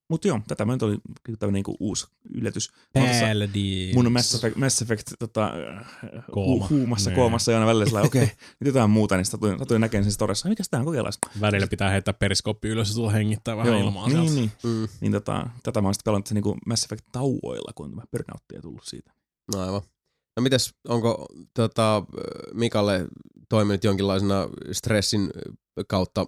Mutta joo, tätä nyt oli tämmöinen niinku uusi yllätys. Paladins. Mun Mass Effect, Mass Effect tota, Kooma. hu, huumassa Nee. koomassa ja aina välillä sillä okei, okay, nyt jotain muuta, niin satuin, satuin näkemään sen storessa. Mikäs tää on, kokeillaan. Välillä pitää heittää periskooppi ylös ja tulla hengittää vähän Joo, ilmaa niin, sieltä. niin. Mm. niin tota, tätä mä oon sitten pelannut sen niinku Mass Effect tauoilla, kun tämä burnouttia tullut siitä. No aivan. No mites, onko tota, Mikalle toiminut jonkinlaisena stressin kautta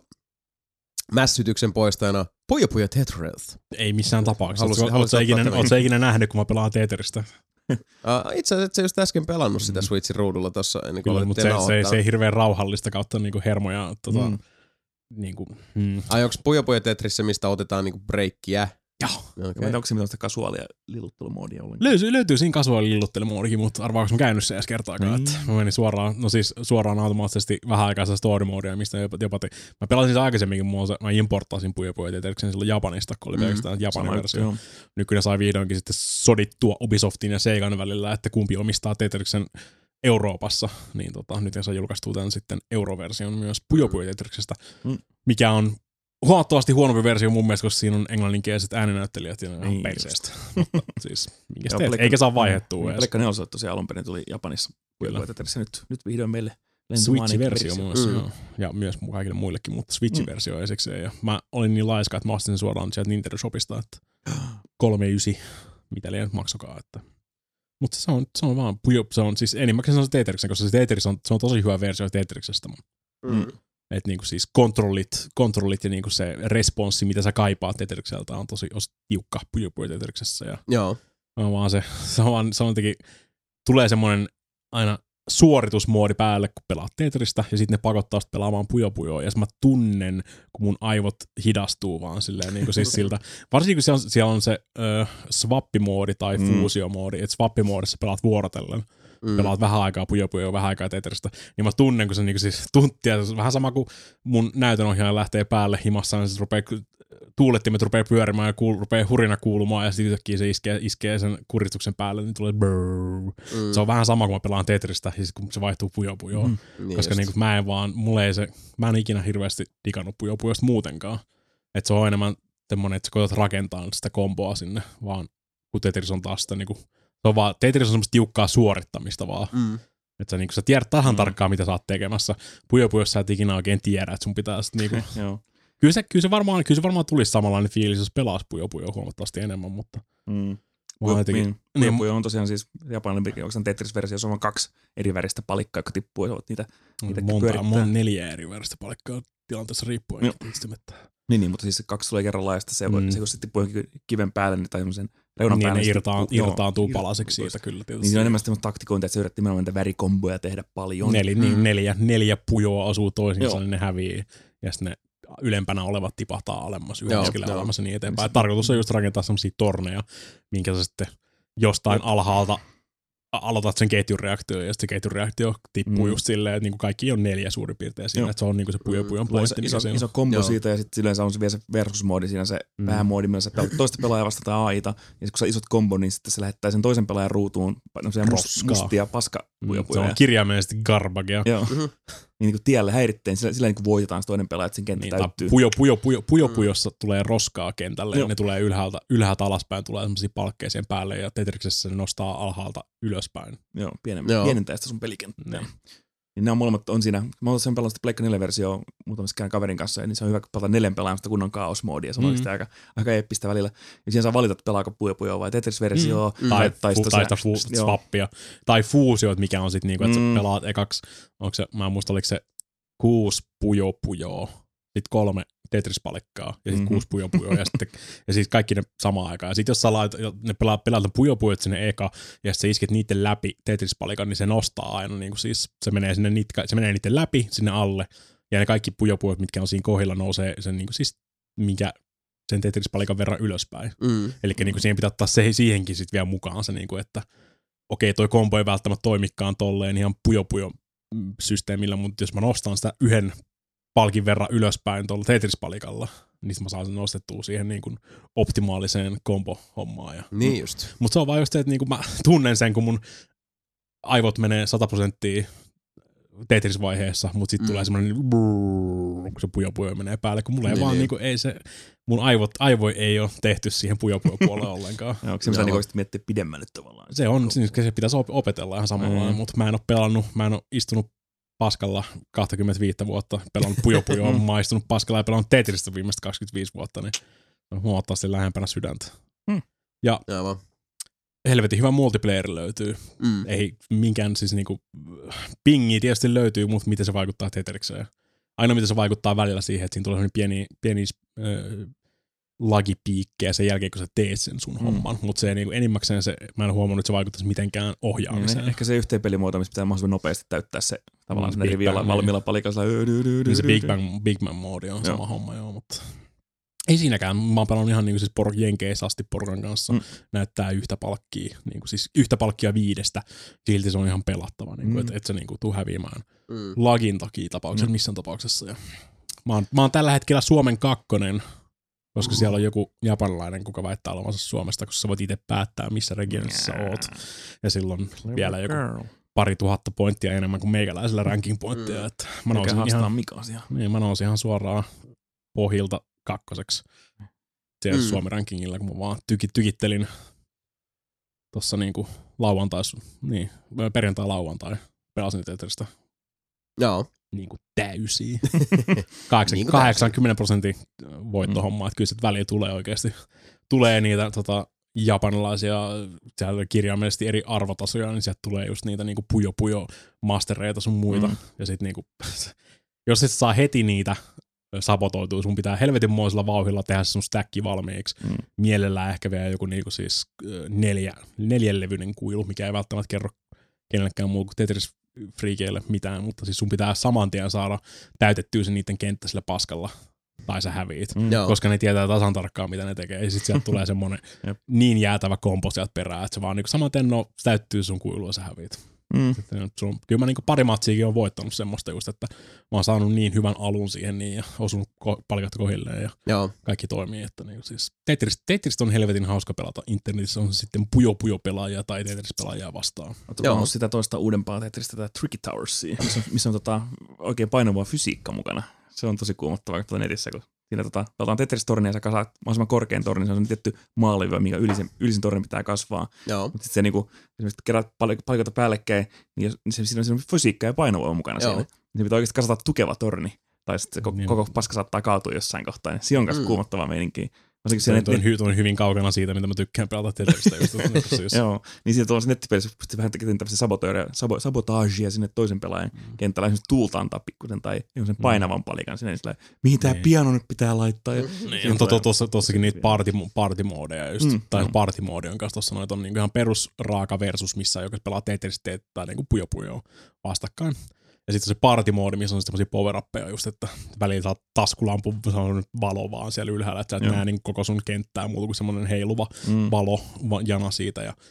mässytyksen poistajana Puyo Puyo Tetrith? Ei missään tapauksessa. Halusin- Halusin, halusin Oletko ikinä, ottaa ootko ikinä nähnyt, kun mä pelaan Tetristä? Uh, itse asiassa sä just äsken pelannut sitä Switchin ruudulla tossa ennen kuin Kyllä, mutta aloitettiin se, se, nauhoittaa. se ei hirveän rauhallista kautta niinku hermoja. Tota, Mm. mm. niinku, mm. Ai onks Puyo Puyo Tetrissä, mistä otetaan niinku breikkiä? Joo. Okay. Okay. Onko se mitään kasuaalia liluttelumoodia ollenkaan? Löytyy, löytyy siinä kasuaaliluttelumoodikin, mutta arvaako mä käynyt sen edes kertaakaan. Mm. Että mä menin suoraan, no siis suoraan automaattisesti vähän aikaa sitä story modea, mistä jopa, jopa te, mä pelasin sen aikaisemminkin, mulla, mä importtasin Puyo Puyo Tetriksen silloin Japanista, kun oli Mm. pelkästään Japanin Sama versio. juttu, Nykyään sai vihdoinkin sitten sodittua Ubisoftin ja Seigan välillä, että kumpi omistaa Tetriksen Euroopassa, niin tota, nyt se julkaistuu tämän sitten euroversion myös Puyo Puyo Tetriksestä, Mm. mikä on huomattavasti huonompi versio mun mielestä, koska siinä on englanninkieliset ääninäyttelijät ja ne on Niin ihan perseestä. Mutta siis, minkä Joo, teet? Pleikka- Eikä saa vaihdettua Niin, edes. Pleikka neloselta tosiaan alun perin tuli Japanissa. Kyllä. Kyllä. Nyt, nyt vihdoin meille Switch-versio myös, Mm. joo. Ja myös kaikille muillekin, mutta Switch-versio mm. esikseen. Ja mä olin niin laiska, että mä ostin sen suoraan sieltä Nintendo Shopista, että kolmekymmentäyhdeksän, mitä liian maksokaa. Että. Mutta se on, se on vaan, se on siis enimmäkseen se on se Tetriksen, koska se Tetris on, se on tosi hyvä versio Tetriksestä. Mm. Että niinku siis kontrollit, kontrollit ja niinku se responssi, mitä sä kaipaat Tetrikseltä, on tosi os, tiukka Puyo Puyo Tetriksessä. Ja Joo. on vaan se, se on vaan, se on jotenkin, tulee semmoinen aina suoritusmoodi päälle, kun pelaat Tetristä, ja sitten ne pakottaa sit pelaamaan Puyo Puyoa, ja mä tunnen, kun mun aivot hidastuu vaan silleen, niin kuin siis siltä. Varsinkin kun siellä on, siellä on se ö, swappimoodi tai Mm. fuusiomoodi, että swappimoodissa pelaat vuorotellen, Mm. pelaat vähän aikaa Puyo Puyoa, vähän aikaa Tetristä, niin mä tunnen, kun se niinku siis tuntia, se on vähän sama kuin mun näytönohjaaja lähtee päälle himassaan, niin se rupeaa, tuulettimet rupeaa pyörimään ja kuul, rupeaa hurina kuulumaan, ja sitten yhtäkkiä se iskee, iskee sen kuristuksen päälle, niin tulee brrrr. Mm. Se on vähän sama, kun mä pelaan Tetristä, siis kun se vaihtuu Puyo Puyoon. Mm. Niin Koska just. niinku mä en vaan, mulle ei se, mä en ikinä hirveästi digannut Puyo Puyosta muutenkaan. Että se on enemmän semmonen, että sä koetat rakentaa sitä komboa sinne, vaan kun Tetris on taas sitä niinku, se on vaan, Tetris on semmoista tiukkaa suorittamista vaan. Mm. Että sä, niinku, sä tiedät tahan Mm. tarkkaan, mitä sä oot tekemässä. Puyo Puyossa sä et ikinä oikein tiedä, että sun pitää sit niinku, Joo. kyllä se, kyllä se varmaan, kyllä se varmaan tulisi samanlainen fiilis, jos pelaas Puyo Puyo huomattavasti enemmän, mutta Mm. vaan jotenkin, Niin. niin, Puyo Puyo on tosiaan siis japanilainen, onko se Tetris-versio, se on vaan kaksi eri väristä palikkaa, jotka tippuu, ja niitä, niitä monta, pyörittää. mon, neljä eri väristä palikkaa tilanteessa riippuen. Joo. Joo. Niin, niin, mutta siis se kaksi tulee kerrallaan, ja sitten se, Mm. mm. se kun se tippuu johonkin kiven päälle niin tai semmoisen reunan Niin päälle. ne se irtaan, tippuu- joo, irtaantuu irtaantuu palaseksi pois. siitä kyllä tietysti. Niin se on enemmän semmoista taktikointia, että se yritti nimenomaan niitä värikomboja tehdä paljon. Neli, Mm. niin neljä, neljä pujoa asuu toisiinsa, Joo. niin ne hävii. Ja sitten ne ylempänä olevat tipahtaa alemmas, Joo, yhden joo. alemmas ja niin eteenpäin. Tarkoitus on just rakentaa semmosia torneja, minkä sä sitten jostain alhaalta a- aloitat sen ketjureaktion, ja sitten se ketjureaktio tippuu Mm. just silleen, että niinku kaikki on neljä suurin piirtein siinä, Joo. että se on niinku se Puyo Puyon Tulee iso, pointti. iso, mikä siinä on. iso kombo Joo. siitä, ja sitten yleensä on se vielä se versus-moodi siinä, se Mm. mm. vähän moodi, millä sä pelaat toista pelaajaa vasta tai A I-ta, ja sitten kun sä isot kombo, niin sitten se lähettää sen toisen pelaajan ruutuun no, must, Roskaa. mustia paska Puyo Mm, se Puyoja. on kirjaimellisesti garbagea. Joo. Mhm. Niin kuin tielle häiritteen, sillä, sillä niin kuin voitetaan se toinen pelaaja, että sen kenttä Niin, täyttyy. pujo, pujo, pujo, pujo, Mm. pujossa tulee roskaa kentälle, Joo. ja ne tulee ylhäältä, ylhäältä alaspäin, tulee semmosia palkkeja siihen päälle, ja Tetriksessä se nostaa alhaalta ylöspäin. Joo, pienen, Joo. pienentää sitä sun pelikenttää. Niin. Niin ne on molemmat on siinä. Mä oon sen pelannut sitä Pleikka neljä-versiota muutamassa kerran kaverin kanssa, ja niin se on hyvä pelata neljän pelaajan sitä kunnon kaosmoodia. Se on Mm. mm. aika, aika eeppistä välillä. Ja siinä saa valita, että pelaako Puyo Puyo vai Tetris-versio. Mm. Tai, tai, fu, sitä tai se- sitä fu, joo. swappia. Tai fuusiot, mikä on sitten niinku, että Mm. sä pelaat ekaksi, onko se, mä en muista, oliko se kuusi pujo pujoa, sitten kolme Tetris-palikkaa, ja sitten Mhm. kuusi pujo pujoa, ja sitten ja siis kaikki ne samaan aikaan. Ja sitten jos sä lait, ne pelaa, pelaat ne pujo pujot sinne eka, ja sitten sä isket niiden läpi Tetris-palikan, niin se nostaa aina, niin kuin siis se menee, sinne niitä, se menee niiden läpi sinne alle, ja ne kaikki pujo pujot, mitkä on siinä kohdilla, nousee sen niin kuin siis, mikä sen Tetris-palikan verran ylöspäin. Mm. Eli niin kuin siihen pitää ottaa se, siihenkin sitten vielä mukaan se, niin kuin, että okei, toi kombo ei välttämättä toimikaan tolleen ihan pujo pujo systeemillä, mutta jos mä nostan sitä yhden palkin verran ylöspäin tuolla Tetris-palikalla, niin sit mä saan sen nostettua siihen niin kuin optimaaliseen kombo-hommaan. Ja, Niin just. mutta se on vaan just se, että niin kuin mä tunnen sen, kun mun aivot menee sata prosenttia Tetris-vaiheessa, mutta sitten mm. tulee semmoinen, kun se Puyo Puyo menee päälle, kun mulla ei niin, vaan niin. Niinku, ei se, mun aivot, aivo ei ole tehty siihen Puyo Puyo puolelle ollenkaan. Ja onko se mitä niinku miettiä pidemmälle tavallaan? Se on, se pitäisi opetella ihan samalla, mm. mutta mä en ole pelannut, mä en ole istunut paskalla kaksikymmentäviisi vuotta, pelannut Puyo Puyoa, maistunut paskalla ja pelannut Tetristä viimeistä kaksikymmentäviisi vuotta, niin on huomattavasti lähempänä sydäntä. Mm. Ja Java. helvetin hyvä multiplayer löytyy. Mm. Ei minkään siis niinku, pingi tietysti löytyy, mutta miten se vaikuttaa Tetrikseen. Ainoa miten se vaikuttaa välillä siihen, että siinä tulee pieni, pieni äh, lagipiikkejä sen jälkeen, kun sä teet sen sun mm. homman. Mutta se niinku, enimmäkseen se, mä en huomannut, että se vaikuttaisi mitenkään ohjaamiseen. Mm, ehkä se yhteenpelimuoto, missä pitää mahdollisimman nopeasti täyttää se tavallaan mm, rivi valmiilla palikalla. Niin se Big Bang, Big Bang moodi on joo. sama homma, joo, mutta ei siinäkään. Mä oon pelannut ihan niinku siis por- jenkeissä asti porukan kanssa. Mm. Näyttää yhtä palkkia, niinku siis yhtä palkkia viidestä. Silti se on ihan pelattava, niinku, mm. että et se niinku tuu häviämään mm. lagin takia tapauksessa, mm. missään tapauksessa. Ja mä, oon, mä oon tällä hetkellä Suomen kakkonen, koska mm. siellä on joku japanilainen, kuka väittää olevansa Suomesta, koska sä voit itse päättää, missä regionissa yeah. oot. Ja silloin Little vielä joku girl. pari tuhatta pointtia enemmän kuin meikäläisellä ranking pointtia. Mm. Että mä nousin ihan, niin, mä nousin ihan suoraan pohjilta kakkoseksi siellä mm. Suomen rankingilla, kun mä vaan tyki, tykittelin tossa niinku lauantai, niin, perjantai-lauantai pelasin Tetristä. Joo. Niinku täysiä. kahdeksankymmentä prosentin voittohommaa, että kyllä se väliin tulee oikeasti. Tulee niitä tota, japanilaisia, siellä kirjaimellisesti eri arvotasoja, niin sieltä tulee just niitä niinku Puyo Puyo mastereita sun muita. Mm. Ja sit niinku, jos et saa heti niitä sabotoituu, sun pitää helvetinmoisella vauhdilla tehdä sun stacki valmiiksi. Mm. Mielellään ehkä vielä joku niinku siis neljä, neljänlevyinen kuilu, mikä ei välttämättä kerro kenellekään muu kuin Tetris-friikeille mitään, mutta siis sun pitää saman tien saada täytettyä se niiden kenttä sillä paskalla, tai sä häviit, mm. koska ne tietää tasan tarkkaan, mitä ne tekee, ja sit sieltä tulee semmonen niin jäätävä kompo sieltä perään, että se vaan niinku saman tien no, täyttyy sun kuilu ja sä häviit. Mm. Sun, kyllä mä niinku pari matsiakin on voittanut semmoista just, että mä oon saanut niin hyvän alun siihen niin ja osunut ko- palikat kohilleen ja Joo. kaikki toimii. Että niinku siis Tetris, Tetris on helvetin hauska pelata internetissä, on se sitten Puyo Puyo pelaajia tai Tetris pelaajia vastaan. Oletko pelannut sitä toista uudempaa Tetristä, tätä Tricky Towersia, missä on, missä on tota, oikein painavaa fysiikka mukana. Se on tosi kuumottavaa tuolla netissä, kun siinä tota, pelataan Tetris-tornia ja sä kasaat mahdollisimman korkean tornin, se on tietty maalivyö, minkä ylisin, ylisin tornin pitää kasvaa. Mutta sitten se niinku, esimerkiksi kerät pal- palikoita päällekkäin, niin se, siinä on semmoinen fysiikka ja painovoima mukana Joo. siinä. Niin pitää oikeasti kasata tukeva torni, tai sitten se niin. koko paska saattaa kaatua jossain kohtaa. Niin siinä on kanssa mm. kuumottavaa meininkiä. Se on, hy- on hyvin kaukana siitä, mitä mä tykkään pelata Tetristä. Just, Joo, niin siitä tuollaisessa nettipelissä pystyy vähän tekemään tämmöistä sabo- sabotaagia sinne toisen pelaajan mm. kentällä. Esimerkiksi tuulta antaa pikkusen tai sen painavan palikan sinne. Niin mihin tää niin. piano nyt pitää laittaa? Ja niin, on to, to, to, tossakin niitä party, partymoodeja just. Mm. Tai partymoodi on kanssa tossa noita on niinku ihan perusraaka versus, missä joka pelaa Tetristä tai niinku Puyo Puyo vastakkain. Ja sitten se partimoodi, missä on semmosia power-appeja just, että välillä saat taskulampun valo vaan siellä ylhäällä, että sä et näe niin koko sun kenttää muuta kuin semmonen heiluva mm. valo jana siitä. Ja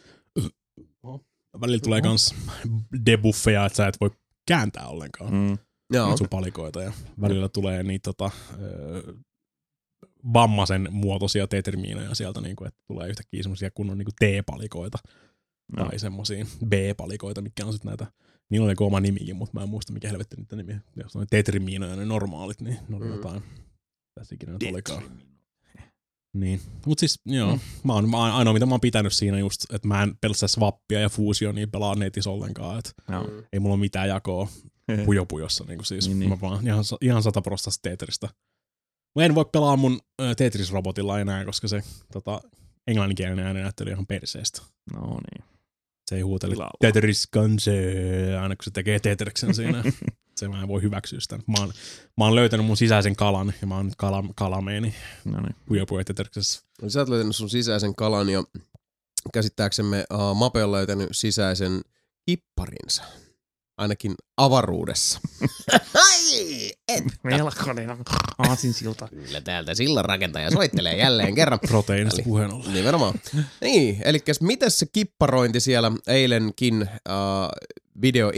välillä tulee kans debuffeja, että sä et voi kääntää ollenkaan mm. sun palikoita. Ja välillä tulee niitä tota, ö, vammaisen muotoisia tetrimiinoja sieltä, niin kuin, että tulee yhtäkkiä semmosia kunnon niin kuin T-palikoita no. tai semmosia B-palikoita, mitkä on sitten näitä. Niillä oli oma nimikin, mutta mä en muista mikä helvetti niitä nimiä. Jos on tetrimiinoja ne normaalit, niin ne oli mm. jotain. Tässä ikinä nyt olikaan. Niin. Mut siis joo, mm. mä oon, mä, ainoa mitä mä oon pitänyt siinä just, että mä en pelaa swappia ja fuusionia pelaa netissä ollenkaan. Et no. Ei mulla ole mitään jakoa Puyo Puyossa. Niin siis niin, niin. Mä vaan ihan, ihan sataprosenttia Tetristä. Mä en voi pelaa mun Tetris-robotilla enää, koska se tota, englanninkielinen äänenäyttely ihan perseestä. No niin. Se ei huutele Tetris kanse, aina kun se tekee Tetriksen siinä. Se mä en voi hyväksyä sitä. Mä oon, mä oon löytänyt mun sisäisen kalan ja mä oon nyt kala, kalameeni. No niin. Puyo Puyo Tetriksessä. No, sä oot löytänyt sun sisäisen kalan ja käsittääksemme uh, Mape on löytänyt sisäisen kipparinsa. Ainakin avaruudessa. Ai! Melkoinen aasinsilta. Kyllä täältä sillanrakentaja soittelee jälleen kerran. Proteiinista puheen ollen. Nimenomaan. Niin, elikkäs mitäs se kipparointi siellä eilenkin äh, video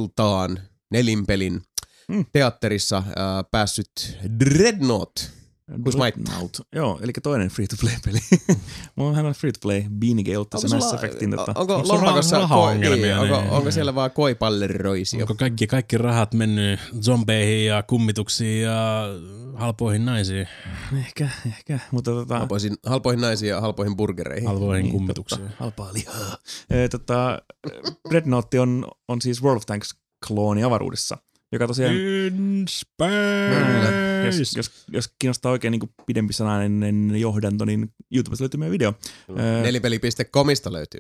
ensi-iltaan nelinpelin mm. teatterissa äh, päässyt Dreadnought Who's Might? Dreadnought. Joo, eli toinen free-to-play-peli. Mulla on vähän free-to-play. Beanige ottaa se Mass Effectin. Tota. Onko Onko lompakossa raha- koi, rahaongelmia, niin, onko, niin, onko niin. siellä vaan koipalleroisio? Onko kaikki, kaikki rahat mennyt zombeihin ja kummituksiin ja halpoihin naisiin? Ehkä, ehkä. Mutta tota... Halpoihin, halpoihin naisiin ja halpoihin burgereihin. Halpoihin Niin, kummituksiin. totta. Halpaa lihaa. E, tota, Dreadnought on, on siis World of Tanks-klooni avaruudessa, joka tosiaan... In Kyllä. space! Jos, jos, jos kiinnostaa oikein niin pidempi sanainen johdanto, niin YouTubesta löytyy meidän video. Öö, Nelipeli piste comista löytyy.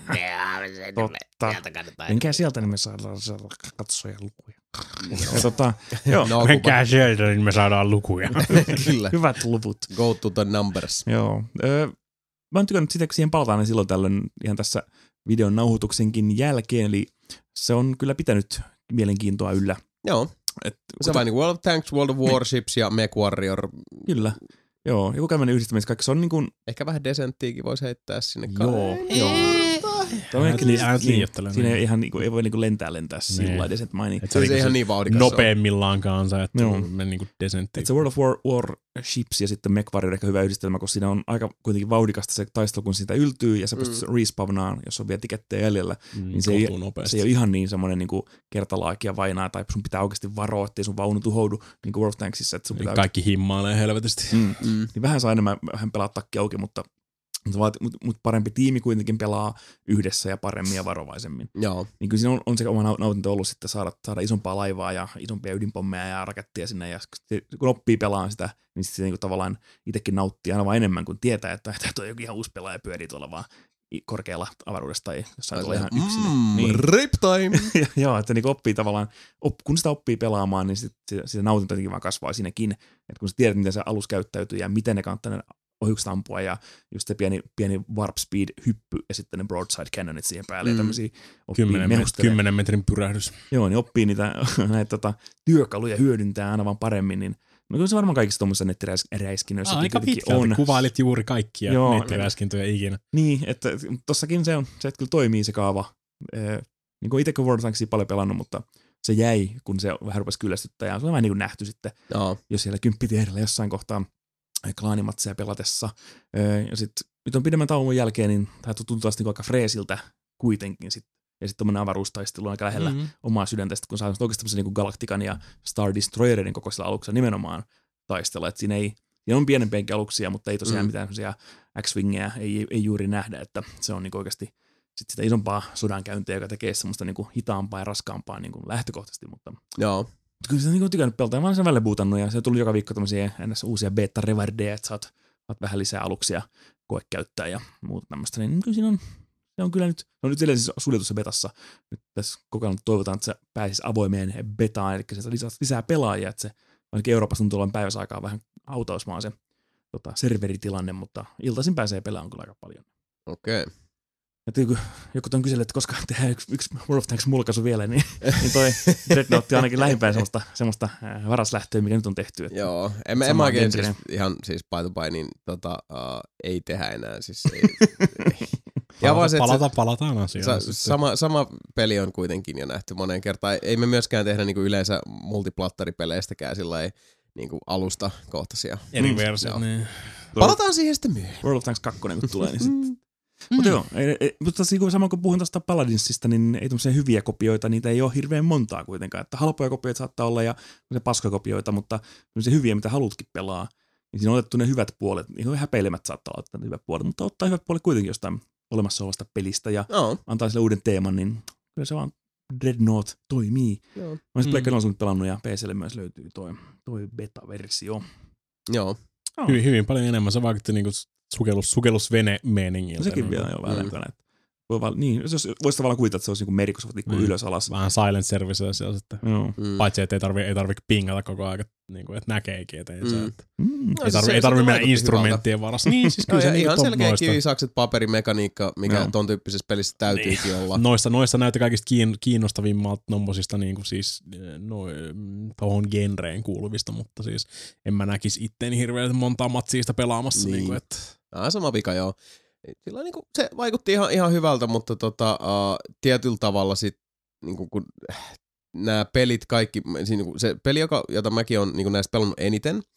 Totta. Menkää sieltä, niin me saadaan katsoja lukuja. Ja tota, joo, No, Menkää sieltä, niin me saadaan lukuja. Kyllä. hyvät luvut. Go to the numbers. Joo. Öö, mä oon tykännyt sitä, kun siihen palataan niin silloin tällöin ihan tässä videon nauhoituksenkin jälkeen, eli se on kyllä pitänyt mielenkiintoa yllä. Joo. Et, Se on vain niin World of Tanks, World of Warships ja MechWarrior. Kyllä. Joo, joku käyminen yhdistämistä kaikki. Se on niin kuin... Ehkä vähän Descenttiikin voisi heittää sinne. Joo, joo. Tämä on ehkä Niin, niin, älä niin, liioittele, siinä niin. ei, ihan, niin kuin, ei voi niin kuin lentää lentää sillä Niin. lailla Descent Mining. Et Se ei niinku ihan se niin vauhdikas ole. nopeammillaan kanssa, että Joo. me niinku desenttiin. Et se World of War, Warships ja sitten MechWarrior on ehkä hyvä yhdistelmä, koska siinä on aika kuitenkin vauhdikasta se taistelu, kun siitä yltyy ja sä pystyt mm. respawnaan, jos on vielä tikettejä jäljellä. Mm, niin se ei, nopeasti. se ei ole ihan niin semmoinen niin kuin kertalaakia vainaa, tai sun pitää oikeasti varoa, ettei sun vaunu tuhoudu, niin kuin World of Tanksissa. Että sun pitää Kaikki himmailee helvetisti. Mm. Mm. Niin vähän saa enemmän vähän pelaa takki auki, mutta, mutta, mutta parempi tiimi kuitenkin pelaa yhdessä ja paremmin ja varovaisemmin. Joo. Niin kyllä siinä on, on se oma nautinto ollut sitten saada, saada isompaa laivaa ja isompia ydinpommeja ja raketteja sinne. Ja kun oppii pelaamaan sitä, niin sitten se niin tavallaan itsekin nauttii aina vaan enemmän, kun tietää, että tuo joku ihan uusi pelaaja pyörii tuolla vaan korkealla avaruudessa tai jossain tuolla ihan yksin. Mm, Niin. Rip time! Joo, että niin oppii tavallaan, op, kun sitä oppii pelaamaan, niin sit, sit, sitä nautinto jotenkin vaan kasvaa siinäkin, että kun sä tiedät, miten se alus käyttäytyy ja miten ne kannattaa ne ohjukset ampua ja just se pieni, pieni warp speed hyppy ja sitten ne broadside cannonit siihen päälle mm. ja tämmöisiä oppii Kymmenen, mehustelemaan. kymmenen metrin pyrähdys. Joo, niin oppii niitä näitä tota, työkaluja hyödyntää aina vaan paremmin, niin no kyllä se varmaan kaikissa tuommoisissa nettiräiskinnöissä Aika pitkälti on. Kuvailit juuri kaikkia Joo. nettiräiskintöjä ikinä. Niin, että tossakin se on, se että kyllä toimii se kaava. Ee, niin kuin itse kun World of Tanksia paljon pelannut, mutta se jäi, kun se vähän rupesi kyllästyttää ja se on vähän niin kuin nähty sitten, Joo. jos siellä kymppitiedellä jossain kohtaa klaanimatseja pelatessa. Ee, ja sitten nyt on pidemmän tauon jälkeen, niin tämä tuntuu taas niin aika freesiltä kuitenkin sitten. Ja sitten tuommoinen avaruustaistelu on aika lähellä Mm-hmm. omaa sydäntä, kun saa oikeasti tämmöisen niin kuin Galactican ja Star Destroyerin kokoisella aluksella nimenomaan taistella. Että siinä, ei, siinä on pienempiäkin aluksia, mutta ei tosiaan mm. mitään semmoisia X-Wingejä ei, ei juuri nähdä, että se on niin oikeasti sit sitä isompaa sodankäyntiä, joka tekee semmoista niin kuin hitaampaa ja raskaampaa niin kuin lähtökohtaisesti. Mutta Joo. kyllä sitä niin tykännyt pelata. Mä olen sen välillä buutannut ja se tuli joka viikko tämmöisiä ennäs uusia beta-revardeja, että saat, saat vähän lisää aluksia koekäyttää ja muuta tämmöistä. Niin kyllä siinä on, se on kyllä nyt, se on nyt vielä siis suljetussa betassa. Nyt tässä koko ajan toivotaan, että se pääsisi avoimeen betaan, eli se lisää, lisää pelaajia, että se ainakin Euroopassa tuntuu olevan päivässä aikaa vähän hautausmaan se tota, serveritilanne, mutta iltaisin pääsee pelaamaan kyllä aika paljon. Okei. Okay. Että joku, joku on kysellyt, että koska tehdään yksi, yksi World of Tanks mulkaisu vielä, niin, niin toi Dreadnought on ainakin lähimpään semmoista, semmoista äh, varaslähtöä, mikä nyt on tehty. Että Joo, en, mä- en mä oikein siis, ihan siis by the by, niin tota, uh, ei tehdä enää. Siis ei, ei. Ja vaan se, että palata, palataan asiaan. sa, sama, sama peli on kuitenkin jo nähty moneen kertaan. Ei me myöskään tehdä niinku yleensä multiplattaripeleistä sillä niinku alusta kohtaisia. Eri Mm, versiot, joo. niin. Palataan siihen sitten myöhemmin. World of Tanks kaksi, kun tulee, niin sitten. Mutta joo, ei, ei, mutta siinä samoin kun puhuin tuosta Paladinsista, niin ei tuollaisia hyviä kopioita, niitä ei ole hirveän montaa kuitenkaan. Että halpoja kopioita saattaa olla ja paskakopioita, mutta se hyviä, mitä haluatkin pelaa, niin siinä on otettu ne hyvät puolet. Ihan häpeilemät saattaa olla ne hyvät puolet, mutta ottaa hyvät puolet kuitenkin jostain olemassa olevasta pelistä ja No. antaa sille uuden teeman, niin kyllä se vaan Dreadnought toimii. Joo. Mä oon Mm. Pleikka nyt pelannut ja P C:lle myös löytyy toi, toi beta-versio. Joo. Oh. Hyvin, hyvin paljon enemmän. Se vaikutti niinku sukellus, sukellusvene-meeningiltä. No sekin niin vielä kuin, jo vähän Mm. mm. Voi vaan, niin, jos voisi tavallaan kuvitella, että se olisi niin meri, kun se liikkuu Mm. ylös alas. Vähän silent service siellä sitten. Joo. Mm. Paitsi, että ei tarvitse ei tarvi pingata koko ajan, niin kuin, että näkeekin, että ei, Mm. se, että Mm. No, ei siis tarvi, se- ei se tarvi mennä vaikutti instrumenttien varassa. Niin, siis No, kyllä se ja niinku ihan ton selkeä noista, kivisakset paperimekaniikka, mikä Joo. ton tyyppisessä pelissä täytyykin Niin. olla. noista, noista näytti kaikista kiin, kiinnostavimmalta nommosista niin kuin siis no, tuohon genreen kuuluvista, mutta siis en mä näkisi itteeni hirveän montaa matsiista pelaamassa. Niin. Niin kuin, että Ah, sama vika, joo. Sillä niinku, se vaikutti ihan, ihan hyvältä, mutta tota, uh, tietyllä tavalla sit, niinku, kun nämä pelit kaikki, siinä, niinku, se peli, joka, jota mäkin olen niinku, näistä pelannut eniten,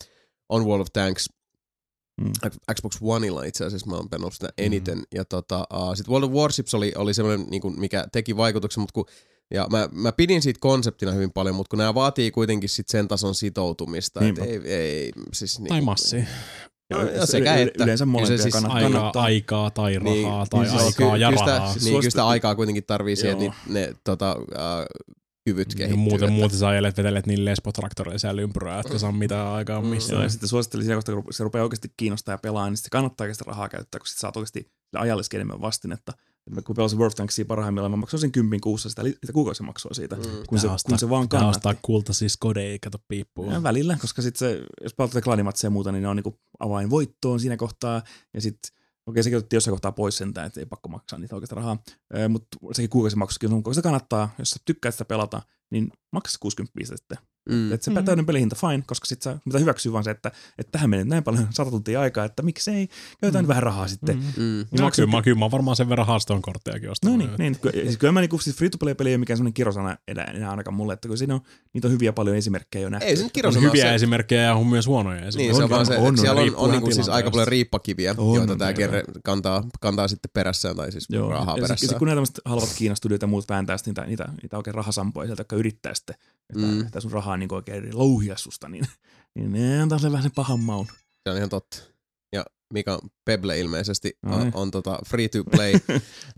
On World of Tanks Mm. Xbox Oneilla itse asiassa mä oon pelannut sitä eniten. Mm. Ja tota, uh, sit World of Warships oli, oli semmoinen, niin kuin, mikä teki vaikutuksen, mutta kun, ja mä, mä pidin siitä konseptina hyvin paljon, mutta kun nämä vaatii kuitenkin sit sen tason sitoutumista, Niin, et ei, ei, siis niin, Tai massi. No, ja sekä yle- että. Yleensä molempia siis kannattaa. Aikaa, kannattaa. aikaa tai rahaa Niin, tai niin siis aikaa ky- ja kyllä sitä- rahaa. Niin, kyllä sitä aikaa kuitenkin tarvii siihen, että ne, ne tota, uh, kyvyt Ja kehittyy. muuten, että- muuten sä ajelet vetelet niin lesbotraktorilla siellä ympyrää, että saa mitään aikaa missään. Joo, ja sitten suosittelin siinä kohtaa, kun se rupeaa oikeasti kiinnostaa ja pelaa, niin sitten kannattaa oikeasti rahaa käyttää, kun sitten saat oikeasti ajalliskin enemmän vastinetta. Et kun pelasin World of Tanksia parhaimmillaan, mä maksoin sen kympin kuussa sitä, sitä kuukausemaksua siitä, mm. kun, se, kun se vaan Tää kannatti. ostaa kultaisia skodeja, kato piippuu. Ja välillä, koska sitten se, jos pelaat tätä klanimatseja ja muuta, niin ne on niinku avain voittoon siinä kohtaa, ja sitten okei, sekin otettiin jossain kohtaa pois sentään, että ei pakko maksaa niitä oikeasta rahaa, e, mutta sekin kuukausimaksuskin on, koska se kannattaa, jos sä tykkäät sitä pelata, niin maksa kuusikymmentä sitten. Mm. Että se Mm. täyden pelihinta fine, koska sit sä mitä hyväksyy vaan se, että, että tähän menee näin paljon sata tuntia aikaa, että miksei, käytetään mm. vähän rahaa sitten. Mm. Mm. Niin mä, kyllä, mä, kyllä mä varmaan sen verran haastoon korttejakin ostanut. No niin, niin. Ky- siis kyllä mä niinku, siis free-to-play-peli ei ole mikään semmoinen kirosana enää, enää ainakaan mulle, että kun siinä on, niitä on hyviä paljon esimerkkejä jo nähty. Ei se nyt On kirosana hyviä se, esimerkkia ja on myös huonoja niin, esimerkkejä. se on on, vaan se, on, on, että siellä on, riippuu on ihan niinku siis aika tilanteesta. paljon riippakiviä, On, joita on, tää joo. kerre kantaa, kantaa sitten perässään, tai siis Joo, rahaa ja sit- perässään. sit kun nämä tämmöiset halvat Kiinastudioita ja muut vääntää sit niitä, niitä, niitä oikein rahasampoja sieltä, jotka yrittää sitten, että, Mm. että sun rahaa niin oikein louhia susta, niin, niin ne antaa sen vähän sen pahan maun. Se on ihan totta. Ja Mika Pebble ilmeisesti No niin. on, on tota free to play uh,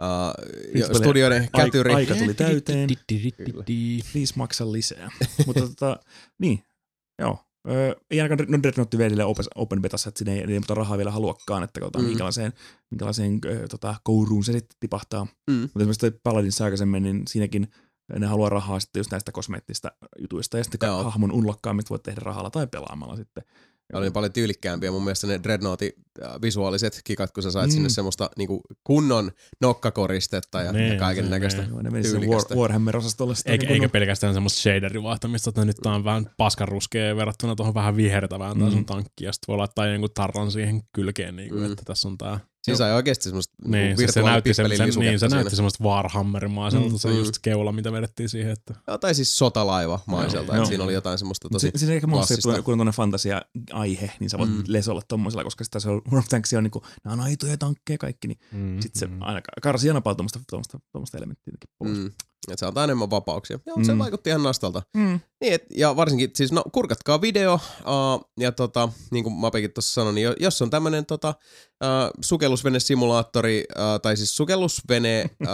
play. studioiden Ai- kätyri. aika tuli täyteen. Kyllä. Please maksa lisää. Mutta tota, niin, joo. Öö, ei ainakaan no Red Note vielä open, open betassa, että siinä ei, ei mutta rahaa vielä haluakaan, että katsotaan Mm. minkälaiseen, minkälaiseen öö, tota, kouruun se sitten tipahtaa. Mm. Mutta esimerkiksi toi Paladinissa aikaisemmin, niin siinäkin ne haluaa rahaa sitten just näistä kosmeettista jutuista, ja sitten Joo. hahmon unlockkaamit voit tehdä rahalla tai pelaamalla sitten. Oli paljon tyylikkäämpiä mun mielestä ne Dreadnoughtin äh, visuaaliset kikat, kun sä sait Mm. sinne semmoista niinku kunnon nokkakoristetta ja, Niin, ja kaiken näköistä. niin. Joo, ne meni sen War, tyylikästä. Warhammer-osastolle. sitä Eikä, niin eikä kun- pelkästään semmoista shaderin vaihtamista, että nyt tää on vähän paskanruskea verrattuna tuohon vähän vihertävään tai sun Mm. tankkiin, ja sit voi laittaa jonkun tarran siihen kylkeen, niin kuin, Mm. että tässä on tää. Siinä sai oikeesti semmoista Niin, niinku se, se näytti, sen, virtuaalipippelin sen, niin, se lisuketta näytti siinä. semmoista Warhammer-maiselta, Mm, se mm. just keula, mitä vedettiin siihen, että Joo, tai siis sotalaiva maiselta, Joo. että siinä oli jotain semmoista tosi Se, se ehkä monesti, klassista. kun on tuonne fantasia-aihe, niin sä voit Mm. mm. lesolla tommosella, koska sitä se on, World of Tanks on niinku, nämä on aitoja tankkeja kaikki, niin mm, sitten se mm. aina karsi aina paljon tuommoista, tuommoista, tuommoista elementtiäkin pois. Mm. Että se antaa enemmän vapauksia. Joo, se Mm. vaikutti ihan nastalta. Mm. Niin, et, ja varsinkin, siis no kurkatkaa video, uh, ja tota, niin kuin Mapekin tuossa sanoi, niin jo- jos on tämmönen tota, uh, sukellusvene-simulaattori, uh, tai siis sukellusvene uh,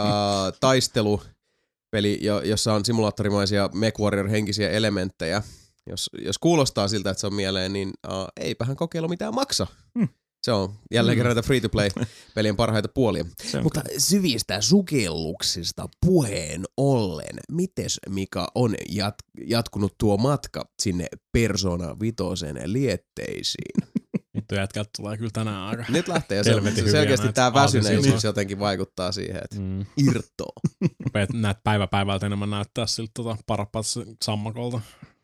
taistelupeli, jo, jossa on simulaattorimaisia MechWarrior-henkisiä elementtejä, jos, jos kuulostaa siltä, että se on mieleen, niin uh, eipähän kokeilu mitään maksa. Mm. Se on jälleen kerran näitä free-to-play-pelien parhaita puolia. Se on Mutta syvistä sukelluksista puheen ollen, mites Mika on jat- jatkunut tuo matka sinne Persona Vitosen lietteisiin? Vittu jätkät tulee kyllä tänään aika. Nyt lähtee ja se, Helvetin se hyviä selkeästi näitä tää väsyneisyys aasisiltoja. jotenkin vaikuttaa siihen, että Mm. irtoo. Rupeat näet päivä päivältä enemmän näyttää siltä tota Parapats sammakolta.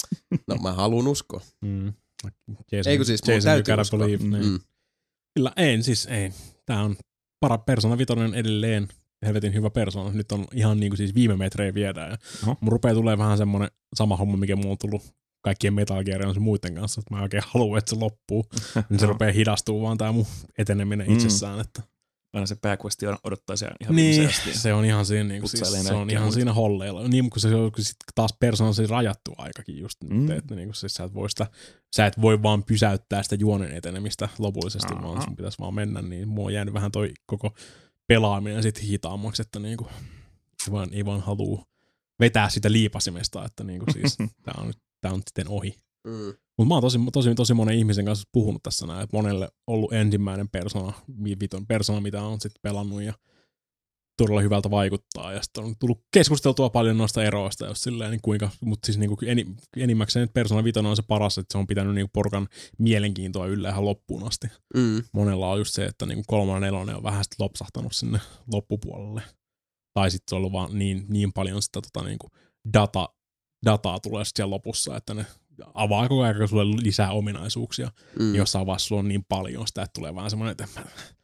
No mä haluun uskoa. Mm. Jason, Eikö siis, mun Jason täytyy you gotta uskoa. believe, niin. Mm. Kyllä, ei, siis ei. Tää on para Persona Vitoinen edelleen helvetin hyvä persona. Nyt on ihan niinku siis viime metrejä viedään. Ja Oho. mun rupeaa tulee vähän semmonen sama homma, mikä mulla on tullut kaikkien Metal Gearien ja muiden kanssa, että mä oikein haluan, että se loppuu. niin se rupeaa hidastuu vaan tää mun eteneminen Mm. itsessään. Että Aina se pääquesti odottaa siellä ihan niin, viimeiseen asti. se on ihan siinä, niinku, siis, Putsailee se on näkkiä ihan muita. siinä holleilla. Niin, kun se on kun sit taas persona se rajattu aikakin just Mm. nyt, että niinku, siis sä, et voi sitä, sä et voi vaan pysäyttää sitä juonen etenemistä lopullisesti, Aha. vaan sun pitäisi vaan mennä, niin mua on jäänyt vähän toi koko pelaaminen sit hitaammaksi, että niinku, ei vaan, ei vaan haluu vetää sitä liipasimesta, että niinku siis tää on, nyt, tää on sitten ohi. Mm. Mutta mä oon tosi, tosi, tosi monen ihmisen kanssa puhunut tässä näin, että monelle ollut ensimmäinen persona, viton persona, mitä on sitten pelannut ja todella hyvältä vaikuttaa. Ja sitten on tullut keskusteltua paljon noista eroista, jos silleen, niin kuinka, mutta siis niin kuin eni, enimmäkseen Persona viisi on se paras, että se on pitänyt niin kuin porukan mielenkiintoa yllä ihan loppuun asti. Mm. Monella on just se, että niin kuin kolmonen ja nelonen on vähän sit lopsahtanut sinne loppupuolelle. Tai sitten se on ollut vaan niin, niin paljon sitä tota, niin kuin data, dataa tulee sitten siellä lopussa, että ne avaa koko ajan sulle lisää ominaisuuksia. Mm. Jossain vaiheessa sulla on niin paljon sitä, että tulee vaan semmoinen, että mä,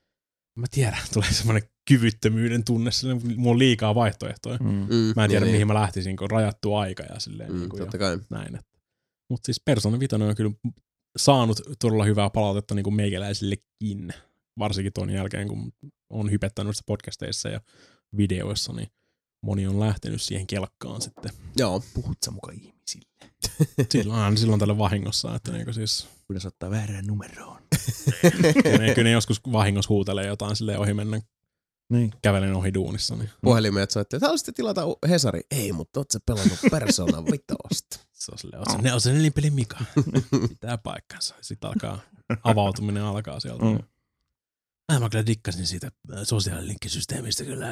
mä tiedän, tulee semmoinen kyvyttömyyden tunne, silleen, mulla on liikaa vaihtoehtoja. Mm. Mm. Mä en tiedä, niin, mihin mä lähtisin, kun on rajattu aika ja silleen. Mm, niin kuin, totta ja kai. näin. Mutta siis Persona viisi on kyllä saanut todella hyvää palautetta niin kuin meikäläisillekin, varsinkin tuon jälkeen, kun on hypettänyt sitä podcasteissa ja videoissa, niin moni on lähtenyt siihen kelkkaan sitten. Joo. Puhut sä mukaan ihmisille? Silloin, aina silloin tällä vahingossa, että niinku siis... Kyllä se ottaa väärään numeroon. kyllä, ne, kyllä ne joskus vahingossa huutelee jotain silleen ohi mennä Niin. kävelen ohi duunissa. Niin. Puhelimet soitti, että haluaisitte tilata Hesari. Ei, mutta oot sä pelannut Persona vitosta. Se on silleen, oot sä, ne on se nelinpeli Mika. Pitää paikkansa. Sitten alkaa, avautuminen alkaa sieltä. Mm. Äh, mä kyllä dikkasin siitä sosiaalilinkkisysteemistä kyllä.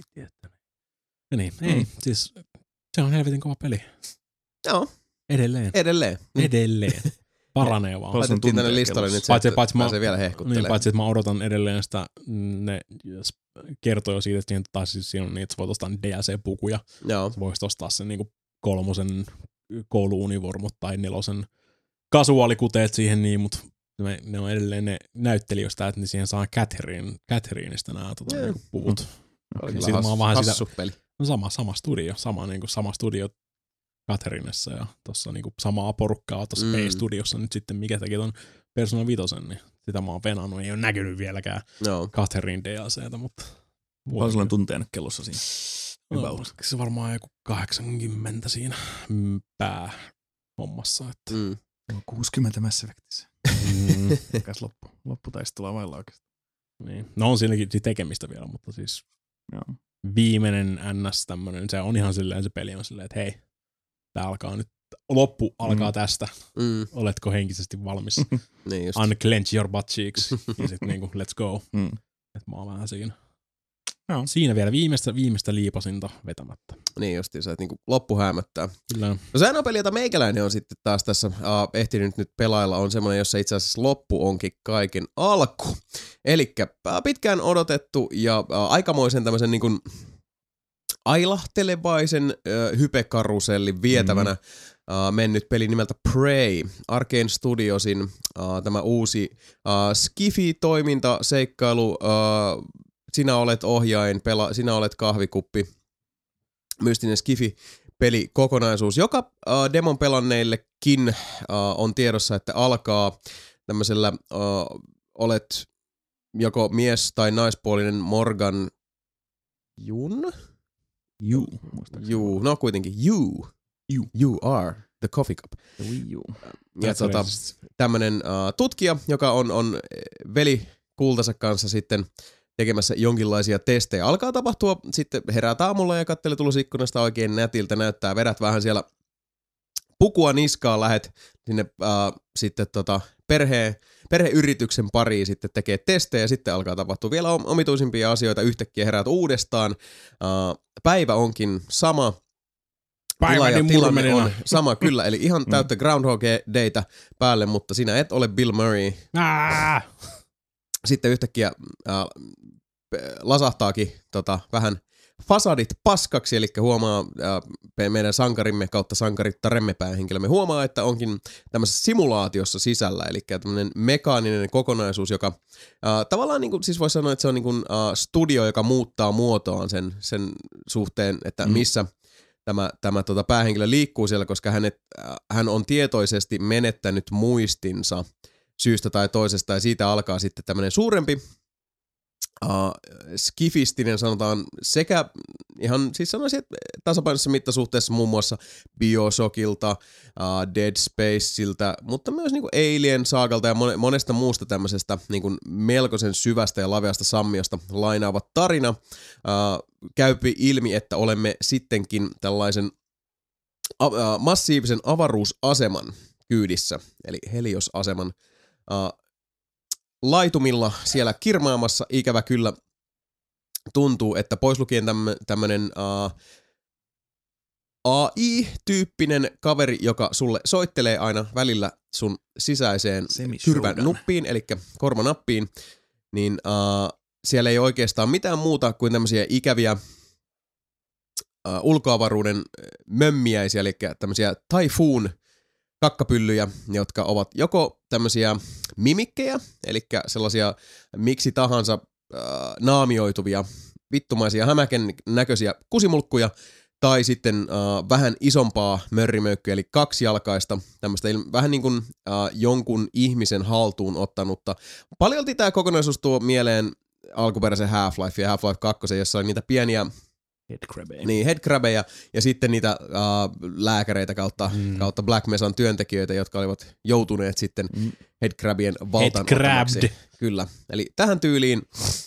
Ja niin, ei, mm. siis se on helvetin kova peli. Joo. Edelleen. Edelleen. Edelleen. Paranee vaan. Laitettiin tänne listalle nyt se, paitsi, että paitsi pääsee mä, vielä hehkuttelemaan. Niin, paitsi että mä odotan edelleen sitä, ne kertoo siitä, että siihen, taas siis siinä on niin, että sä voit ostaa D L C-pukuja. Joo. Sä voisit ostaa sen niinku kolmosen kouluunivormut tai nelosen kasuaalikuteet siihen niin, mutta ne, ne on edelleen ne näyttelijöistä, että ne siihen saa Catherine, Catherineista nämä tota, niinku puvut. Oli Sitten kyllä mä oon has, vähän hassu sitä, peli. no sama, sama studio, sama, niinku, sama studio Catherinessa ja tuossa niinku samaa porukkaa tuossa mm. P-studiossa nyt sitten, mikä teki ton Persona Vitosen, niin sitä mä oon venannut, ei ole näkynyt vieläkään no. Catherine D L C:tä, mutta... Paljon sulla on tunteja nyt kellossa siinä? Hyvä no, se varmaan joku kahdeksankymmentä siinä päähommassa. Että. Mm. kuusikymmentä Mass Effectissä. Mm. Käs loppu. Loppu taisi tulla vailla oikeasti. Niin. No on siinäkin tekemistä vielä, mutta siis Joo. viimeinen N S tämmönen, se on ihan silleen, se peli on silleen, että hei, tää alkaa nyt, loppu alkaa mm. tästä. Mm. Oletko henkisesti valmis? Niin just. Unclench your butt cheeks. Ja sit niinku, let's go. Mm. Et mä oon vähän siinä. Joo. Siinä vielä viimeistä, viimeistä liipasinta vetämättä. Niin justiinsa, että niinku loppu hämöttää. Kyllä. No se ainoa peli, jota meikäläinen on sitten taas tässä uh, ehtinyt nyt pelailla, on semmoinen, jossa itse asiassa loppu onkin kaiken alku. Elikkä uh, pitkään odotettu ja uh, aikamoisen tämmöisen niin kuin ailahtelevaisen uh, hypekarusellin vietävänä uh, mennyt peli nimeltä Prey. Arkane Studiosin uh, tämä uusi uh, Skifi-toiminta, seikkailu, uh, sinä olet ohjain, pela, sinä olet kahvikuppi, mystinen Skifi-peli kokonaisuus, joka uh, demon pelanneillekin uh, on tiedossa, että alkaa tämmöisellä, uh, olet joko mies- tai naispuolinen Morgan Jun? You. You, no kuitenkin you. You. You are the coffee cup. The Wii U. Ja tota, tämmönen uh, tutkija, joka on, on veli kultansa kanssa sitten tekemässä jonkinlaisia testejä. Alkaa tapahtua, sitten herää aamulla ja kattelee tulosikkunasta oikein nätiltä, näyttää, vedät vähän siellä pukua niskaan, lähet sinne äh, sitten tota perhe, perheyrityksen pariin, sitten tekee testejä, sitten alkaa tapahtua vielä omituisimpia asioita, yhtäkkiä heräät uudestaan. Äh, päivä onkin sama. Päiväni tilanne on sama, kyllä, eli ihan täyttä Groundhog Daytä päälle, mutta sinä et ole Bill Murray. Ah! Sitten yhtäkkiä äh, lasahtaakin tota, vähän fasadit paskaksi, eli huomaa äh, meidän sankarimme kautta sankarittaremme päähenkilömme huomaa, että onkin tämmöisessä simulaatiossa sisällä, eli tämmöinen mekaaninen kokonaisuus, joka äh, tavallaan niin kuin, siis voisi sanoa, että se on niin kuin, äh, studio, joka muuttaa muotoaan sen, sen suhteen, että mm. missä tämä, tämä tota, päähenkilö liikkuu siellä, koska hänet, äh, hän on tietoisesti menettänyt muistinsa syystä tai toisesta, ja siitä alkaa sitten tämmöinen suurempi uh, skifistinen, sanotaan, sekä ihan, siis sanoisin, että tasapainoisessa mittasuhteessa muun muassa Bioshockilta, uh, Dead Spaceilta, mutta myös niinku Alien Saagalta ja monesta muusta tämmöisestä niinku melkoisen syvästä ja laveasta sammiosta lainaava tarina. Uh, käypi ilmi, että olemme sittenkin tällaisen uh, massiivisen avaruusaseman kyydissä, eli Helios-aseman Uh, laitumilla siellä kirmaamassa. Ikävä kyllä tuntuu, että pois lukien tämmönen uh, A I-tyyppinen kaveri, joka sulle soittelee aina välillä sun sisäiseen kyrvän nuppiin, eli korvanappiin, niin uh, siellä ei oikeastaan mitään muuta kuin tämmöisiä ikäviä uh, ulkoavaruuden mömmiäisiä, eli tämmöisiä Typhoon kakkapyllyjä, jotka ovat joko tämmöisiä mimikkejä, eli sellaisia miksi tahansa äh, naamioituvia, vittumaisia, hämäken näköisiä kusimulkkuja, tai sitten uh, vähän isompaa mörrimöykkyä, eli kaksijalkaista, tämmöistä il- vähän niin kuin uh, jonkun ihmisen haltuun ottanutta. Paljolti tämä kokonaisuus tuo mieleen alkuperäisen Half-Life ja Half-Life kaksi, jossa oli niitä pieniä Headcrabeja. niin, headcrabeja ja sitten niitä uh, lääkäreitä kautta, mm. kautta Black Mesan työntekijöitä, jotka olivat joutuneet sitten mm. headcrabien valtaan ottamaksi. Kyllä, eli tähän tyyliin.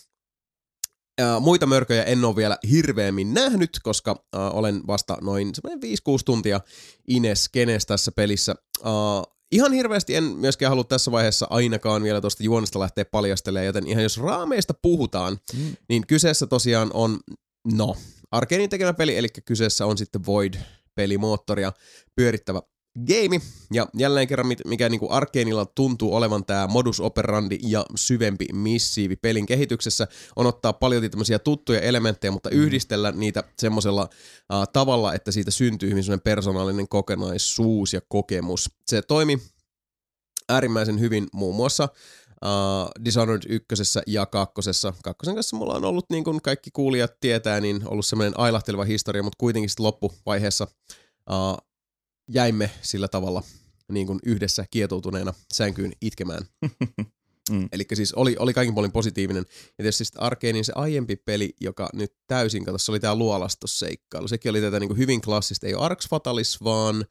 Uh, muita mörköjä en ole vielä hirveämmin nähnyt, koska uh, olen vasta noin viisi kuusi tuntia ines kenes tässä pelissä. Uh, ihan hirveästi en myöskään halua tässä vaiheessa ainakaan vielä tuosta juonesta lähteä paljastelemaan, joten ihan jos raameista puhutaan, mm. niin kyseessä tosiaan on, no, Arkanein tekemä peli, eli kyseessä on sitten Void-pelimoottoria pyörittävä game, ja jälleen kerran mikä niinku Arkaneilla tuntuu olevan tämä modus operandi ja syvempi missiivi pelin kehityksessä, on ottaa paljon tämmöisiä tuttuja elementtejä, mutta mm. yhdistellä niitä semmoisella uh, tavalla, että siitä syntyy hyvin semmoinen persoonallinen kokonaisuus ja kokemus. Se toimi äärimmäisen hyvin muun muassa Uh, Dishonored ykkösessä ja kakkosessa. Kakkosen kanssa mulla on ollut, niin kuin kaikki kuulijat tietää, niin ollut semmoinen ailahteleva historia, mutta kuitenkin sitten loppuvaiheessa uh, jäimme sillä tavalla niin kuin yhdessä kietoutuneena sänkyyn itkemään. mm. Eli siis oli, oli kaikin puolin positiivinen. Ja tietysti sitten Arkanein se aiempi peli, joka nyt täysin katossa, oli tää luolastosseikkailu. Sekin oli tätä niin kuin hyvin klassista. Ei ole Arx Fatalis, vaan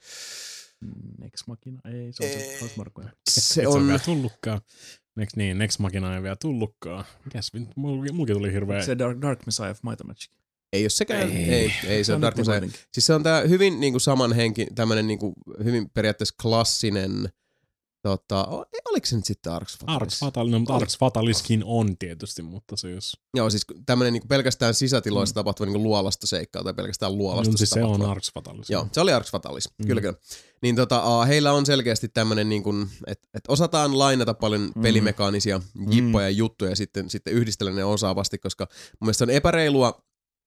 Nex Machina, ei, se on se Housemarque. Se on vielä tullutkaan. Next, niin, Next Machina ei vielä tullutkaan. Mikäs, mulki tuli hirveä. Se Dark, Dark Messiah of Might and Magic. Ei ole sekään, ei, ei, ei se, se on Dark Messiah. Siis se on tää hyvin niinku saman henki, tämmönen niinku hyvin periaatteessa klassinen, tota, oliko se nyt sitten Arx Fatalis? Arx Fatalis, no, mutta Arx Fataliskin on tietysti, mutta se jos... Joo, siis tämmönen niinku pelkästään sisätiloissa mm. tapahtuva niinku luolastoseikkailu tai pelkästään luolastossa no, siis tapahtuva. Se on Arx Fatalis. Joo, se oli Arx Fatalis, mm. kyllä kyllä. Niin tota, uh, heillä on selkeästi tämmönen niinku, että et osataan lainata paljon mm. pelimekaanisia jippoja ja juttuja ja sitten, sitten yhdistellä ne osaavasti, koska mun mielestä on epäreilua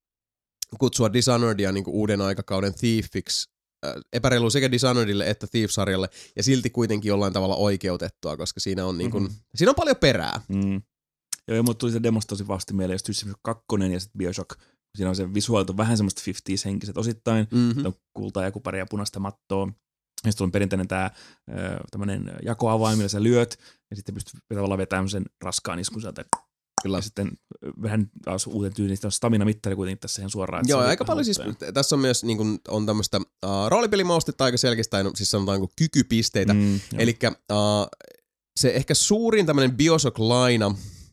kutsua Dishonoredia niinku uuden aikakauden Thiefiksi, äh, epäreilua sekä Dishonoredille että Thief-sarjalle, ja silti kuitenkin jollain tavalla oikeutettua, koska siinä on, niinku, mm-hmm. siinä on paljon perää. Mm. Joo, ja mut tuli se demosta tosi vasti mieleen, just yksi kakkonen ja sitten Bioshock. Siinä on se visuaalit on vähän semmoista viisikymmentä-henkiset osittain, mm-hmm. on kultaa ja kuparia ja punaista mattoa. Ja sitten on perinteinen tämä tämmöinen jakoavain, millä sä lyöt, ja sitten pystyt tavallaan vetämään sen raskaan iskun sieltä. Kyllä. Ja sitten vähän taas uuden tyylistä on stamina-mittari kuitenkin tässä ihan suoraan. Joo, aika paljon siis, tässä on myös niin kuin, on tämmöistä uh, roolipelimoustetta aika selkeästi, tai no, siis sanotaan kuin kykypisteitä. Mm, elikkä uh, se ehkä suurin tämmöinen Bioshock-laina,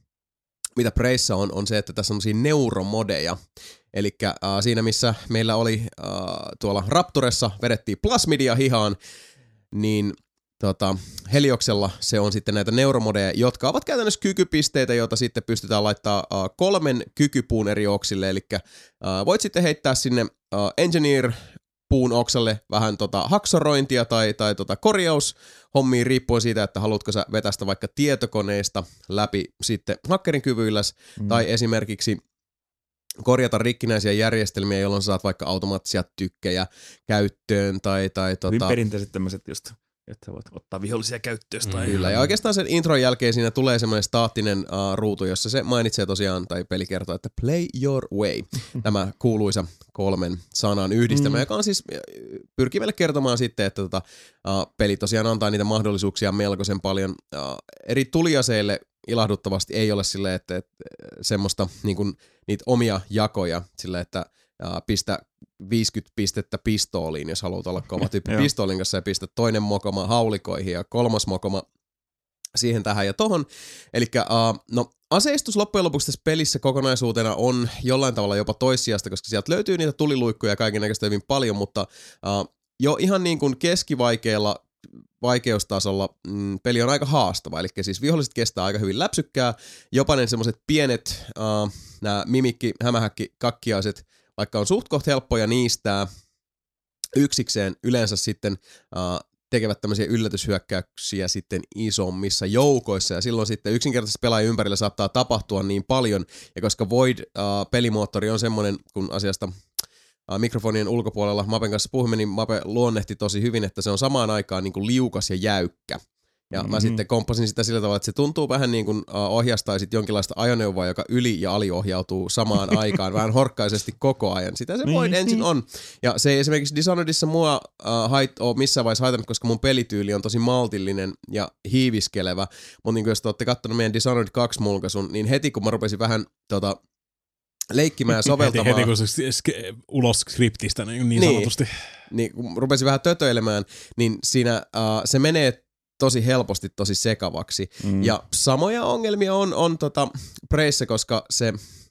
mitä Preyssä on, on se, että tässä on semmosia neuromodeja. Elikkä uh, siinä, missä meillä oli uh, tuolla Rapturessa, vedettiin plasmidia hihaan, niin Tota, Helioksella se on sitten näitä neuromodeja, jotka ovat käytännössä kykypisteitä, joita sitten pystytään laittaa uh, kolmen kykypuun eri oksille, eli uh, voit sitten heittää sinne uh, Engineer-puun oksalle vähän tota haksorointia tai, tai tota korjaushommia riippuen siitä, että haluatko sä vetästä vaikka tietokoneesta läpi sitten hakkerin kyvyilläs, mm. tai esimerkiksi korjata rikkinäisiä järjestelmiä, jolloin saat vaikka automaattisia tykkejä käyttöön tai... tai tota... Hyvin perinteiset tämmöiset just... että voit ottaa vihollisia käyttööstä. Mm, kyllä, ja oikeastaan sen intron jälkeen siinä tulee semmoinen staattinen uh, ruutu, jossa se mainitsee tosiaan, tai peli kertoo, että play your way. Tämä kuuluisa kolmen sanan yhdistelmä, mm. joka on siis pyrkii meille kertomaan sitten, että tota, uh, peli tosiaan antaa niitä mahdollisuuksia melkoisen paljon. Uh, eri tuliaseille ilahduttavasti ei ole silleen, että, että semmoista niin kuin, niitä omia jakoja, silleen, että uh, pistä viisikymmentä pistettä pistooliin, jos haluat olla kova tyyppi pistoolin kanssa, ja pistä toinen mokoma haulikoihin ja kolmas mokoma siihen tähän ja tohon. Elikkä uh, no, aseistus loppujen lopuksi tässä pelissä kokonaisuutena on jollain tavalla jopa toissijasta, koska sieltä löytyy niitä tuliluikkuja ja kaikennäköistä hyvin paljon, mutta uh, jo ihan niin kuin keskivaikealla vaikeustasolla mm, peli on aika haastava, eli siis viholliset kestää aika hyvin läpsykkää, jopa ne semmoiset pienet uh, nämä mimikki, hämähäkki, kakkiaiset, vaikka on suht koht helppoja niistää yksikseen, yleensä sitten uh, tekevät tämmöisiä yllätyshyökkäyksiä sitten isommissa joukoissa, ja silloin sitten yksinkertaisesti pelaajien ympärillä saattaa tapahtua niin paljon, ja koska Void-pelimoottori uh, on semmoinen, kun asiasta uh, mikrofonien ulkopuolella Mapen kanssa puhumme, niin Mape luonnehti tosi hyvin, että se on samaan aikaan niin kuin liukas ja jäykkä. Ja Mm-hmm. mä sitten komppasin sitä sillä tavalla, että se tuntuu vähän niin kuin uh, ohjastaisit jonkinlaista ajoneuvoa, joka yli- ja aliohjautuu samaan aikaan, vähän horkkaisesti koko ajan. Sitä se Void Engine on. Ja se ei esimerkiksi Dishonoredissa mua uh, hait, ole missään vaiheessa haitannut, koska mun pelityyli on tosi maltillinen ja hiiviskelevä. Mutta niin jos te olette kattonut meidän Dishonored kaksi-mulkaisun, niin heti kun mä rupesin vähän tota, leikkimään ja soveltamaan. Heti, heti kun se sk- ulos skriptistä niin, niin niin sanotusti. Niin kun rupesin vähän tötöilemään, niin siinä uh, se menee tosi helposti tosi sekavaksi. Mm. Ja samoja ongelmia on, on tota Preyssä, koska se,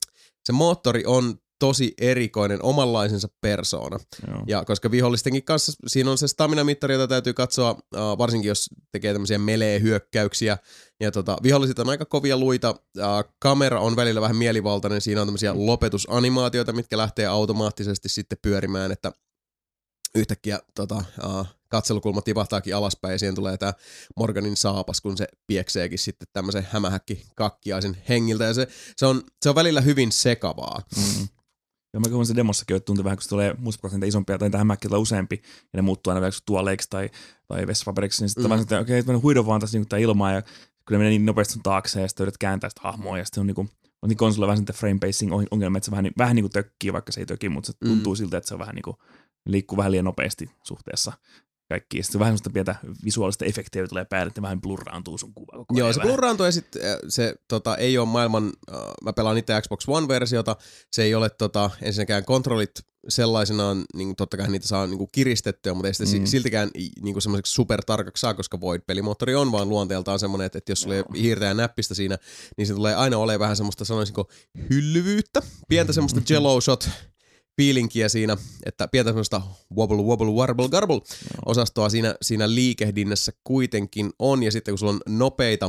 se moottori on tosi erikoinen, omanlaisensa persoona. Joo. Ja koska vihollistenkin kanssa siinä on se stamina-mittari, jota täytyy katsoa, uh, varsinkin jos tekee tämmöisiä melee-hyökkäyksiä. Ja tota, viholliset on aika kovia luita. Uh, kamera on välillä vähän mielivaltainen. Siinä on tämmöisiä lopetusanimaatioita, mitkä lähtee automaattisesti sitten pyörimään, että yhtäkkiä tota, uh, katselukulma tipahtaakin alaspäin ja siihen tulee tää Morganin saapas, kun se piekseekin sitten tämmöisen hämähäkki kakkiaisen hengiltä. Ja se, se, on, se on välillä hyvin sekavaa. Mm. Ja mä kuulin se demossakin, että tuntuu vähän, kun se tulee mustaprosentia isompia tai hämähäkkiä tulee useampi, ja ne muuttuu aina vielä tuoleiksi tai, tai vessapaperiksi, niin sitten mm. vaan että okei, okay, huidon vaan tässä niin tää ilmaa, ja kyllä menee niin nopeasti sun taakse, ja sitten yrität kääntää sitä hahmoa, ja sitten on niinku, on niin konsolilla vähän sitä frame pacing ongelma, että se vähän, vähän niin kuin tökkii, vaikka se ei töki, mutta se tuntuu mm. siltä, että se on vähän niin kuin, liikkuu vähän liian nopeasti suhteessa kaikki. Sitten vähän semmoista pientä visuaalista efektiä, joka tulee päälle, että vähän blurraantuu sun kuva koko ajan. Joo, se blurraantuu ja sitten se tota, ei ole maailman, äh, mä pelaan itse Xbox One-versiota, se ei ole tota, ensinnäkään kontrollit sellaisenaan, niin totta kai niitä saa niin kiristettyä, mutta ei sitä mm. siltikään niin semmoiseksi supertarkaksi saa, koska Void-pelimoottori on vaan luonteeltaan semmoinen, että, että jos sulla ei ole hiirtä ja näppistä siinä, niin se tulee aina olemaan vähän semmoista, sanoisinko, hyllyvyyttä, pientä semmoista jello shot feelingiä siinä, että pientä semmoista wobble, wobble, warble, garble osastoa siinä, siinä liikehdinnässä kuitenkin on, ja sitten kun sulla on nopeita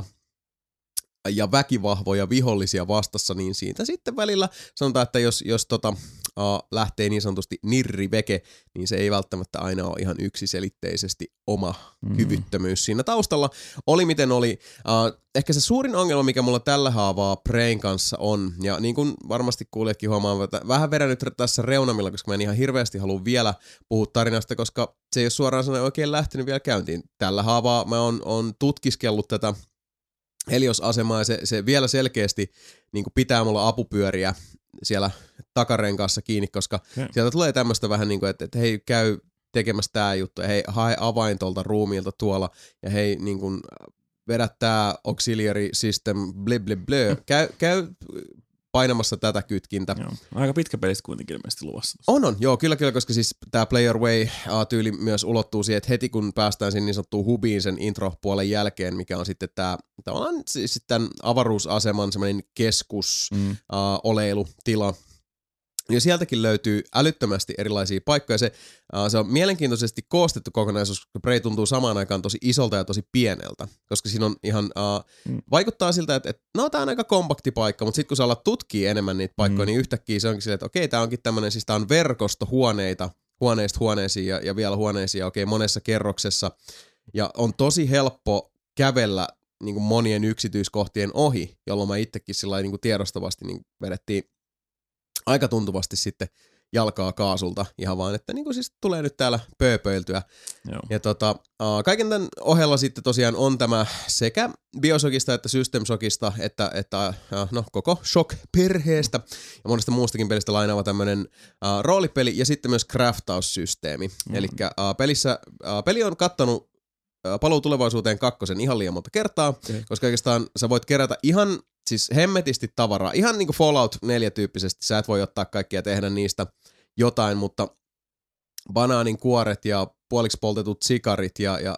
ja väkivahvoja vihollisia vastassa, niin siitä sitten välillä sanotaan, että jos, jos tota, uh, lähtee niin sanotusti nirriveke, niin se ei välttämättä aina ole ihan yksiselitteisesti oma mm. kyvyttömyys siinä taustalla. Oli miten oli. Uh, ehkä se suurin ongelma, mikä mulla tällä haavaa Preyn kanssa on, ja niin kuin varmasti kuulijatkin huomaa, että vähän vedän nyt tässä reunamilla, koska mä en ihan hirveästi halua vielä puhua tarinasta, koska se ei ole suoraan sanoen oikein lähtenyt vielä käyntiin. Tällä haavaa mä oon, oon tutkiskellut tätä Helios-asemaa ja se, se vielä selkeästi niin kuin pitää mulla apupyöriä siellä takarenkaassa kiinni, koska okay. sieltä tulee tämmöistä vähän niin kuin, että, että hei, käy tekemässä tää juttu ja hei, hae avain tuolta ruumiilta tuolla ja hei, niin kuin vedä tää auxiliary system, blö blö blö, käy, käy painamassa tätä kytkintä. Joo. Aika pitkä pelistä kuitenkin ilmeisesti luvassa. On, on. Joo, kyllä, kyllä, koska siis tää Player Way-tyyli myös ulottuu siihen, että heti kun päästään sinne niin sanottuun hubiin sen intro-puolen jälkeen, mikä on sitten tää tavallaan siis tämän avaruusaseman semmoinen keskus mm. uh, oleilutila, ja sieltäkin löytyy älyttömästi erilaisia paikkoja. Se, uh, se on mielenkiintoisesti koostettu kokonaisuus, koska Prey tuntuu samaan aikaan tosi isolta ja tosi pieneltä. Koska siinä on ihan, uh, mm. vaikuttaa siltä, että, että no tää on aika kompakti paikka, mutta sitten kun sä alat tutkii enemmän niitä paikkoja, mm. niin yhtäkkiä se onkin silleen, että okei, tää onkin tämmönen, siis tää on verkosto huoneita, huoneista huoneisiin ja, ja vielä huoneisiin ja okei, monessa kerroksessa. Ja on tosi helppo kävellä niin kuin monien yksityiskohtien ohi, jolloin mä itsekin sillä niin kuin tiedostavasti niin vedettiin aika tuntuvasti sitten jalkaa kaasulta ihan vaan, että niin kuin siis tulee nyt täällä pööpöiltyä. Joo. Ja tota, uh, kaiken tämän ohella sitten tosiaan on tämä sekä Bioshockista että System Shockista, että, että uh, no, koko Shock-perheestä ja monesta muustakin pelistä lainaava tämmönen uh, roolipeli ja sitten myös craftaussysteemi. Mm. Elikkä uh, pelissä, uh, peli on kattanut uh, Paluu tulevaisuuteen kakkosen ihan liian monta kertaa, okay. koska oikeastaan sä voit kerätä ihan siis hemmetisti tavaraa, ihan niin kuin Fallout neljä tyyppisesti, sä et voi ottaa kaikkia ja tehdä niistä jotain, mutta banaanin kuoret ja puoliksi poltetut sikarit ja, ja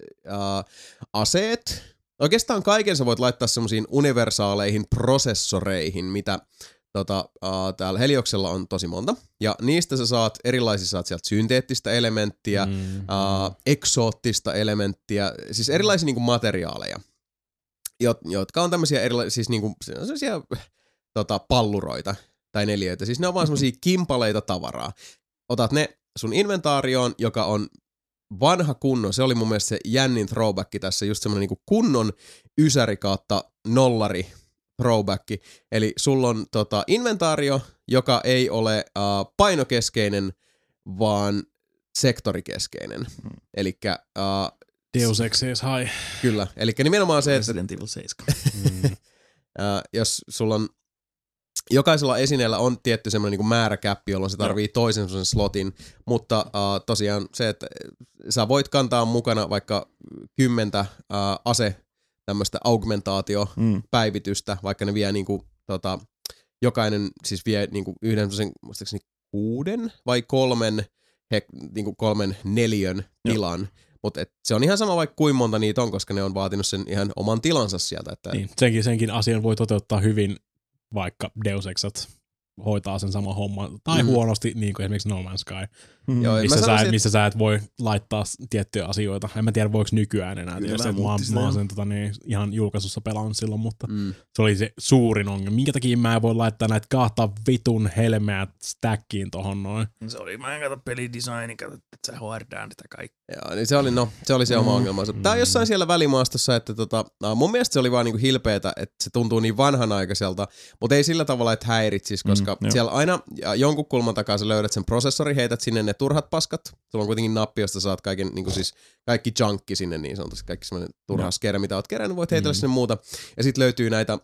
ää, aseet, oikeastaan kaiken sä voit laittaa semmoisiin universaaleihin prosessoreihin, mitä tota, ää, täällä Helioksella on tosi monta, ja niistä sä saat erilaisia, saat sieltä synteettistä elementtiä, mm-hmm. ää, eksoottista elementtiä, siis erilaisia niin kuin materiaaleja, jotka on tämmöisiä erilaisia, siis niinku, sellaisia tota, palluroita tai neliöitä. Siis ne on vaan semmosia kimpaleita tavaraa. Otat ne sun inventaarioon, joka on vanha kunnon. Se oli mun mielestä se jännin throwback tässä, just semmoinen niinku kunnon ysäri kautta nollari throwback. Eli sulla on tota, inventaario, joka ei ole uh, painokeskeinen, vaan sektorikeskeinen. Mm. Elikkä uh, Deus Ex High. Kyllä, eli nimenomaan se, että Resident Evil seitsemän. Mm. ää, jos sulla on jokaisella esineellä on tietty semmoinen niinku määräkäppi, jolloin se tarvii toisen semmoisen slotin, mutta äh, tosiaan se, että sä voit kantaa mukana vaikka kymmentä äh, ase tämmöistä augmentaatiopäivitystä, mm. vaikka ne vie niinku, tota, jokainen siis vie niinku yhden semmoisen, muistaakseni kuuden vai kolmen, he, niinku kolmen neliön tilan. Mutta se on ihan sama vaikka kuin monta niitä on, koska ne on vaatinut sen ihan oman tilansa sieltä. Että Niin, senkin, senkin asian voi toteuttaa hyvin, vaikka Deus Exat hoitaa sen sama homma, tai mm. huonosti, niin kuin esimerkiksi No Man's Sky, mm. Joo, missä, sä, sanoisin, missä sä et voi laittaa tiettyjä asioita. En mä tiedä, voiko nykyään enää tietysti, että mä, mä oon sen tota, niin, ihan julkaisussa pelannut silloin, mutta mm. se oli se suurin ongelma. Minkä takia mä en voi laittaa näitä kahta vitun helmeä stackiin tohon noin? Se oli, mä en katso pelidesignin, katso, että sä hoidaan sitä kaikkea. Joo, niin se oli, no, se oli se oma mm. ongelmansa. Tää on jossain siellä välimaastossa, että tota, mun mielestä se oli vaan niinku hilpeetä, että se tuntuu niin vanhanaikaiselta, mutta ei sillä tavalla, että häiritsis, koska mm, siellä aina jonkun kulman takaa sä löydät sen prosessori, heität sinne ne turhat paskat. Sulla on kuitenkin nappi, josta saat kaiken, niin kuin siis kaikki junkki sinne niin sanotusti, kaikki semmoinen turha skere, mitä oot kerännyt, voit heitellä mm. sinne muuta. Ja sit löytyy näitä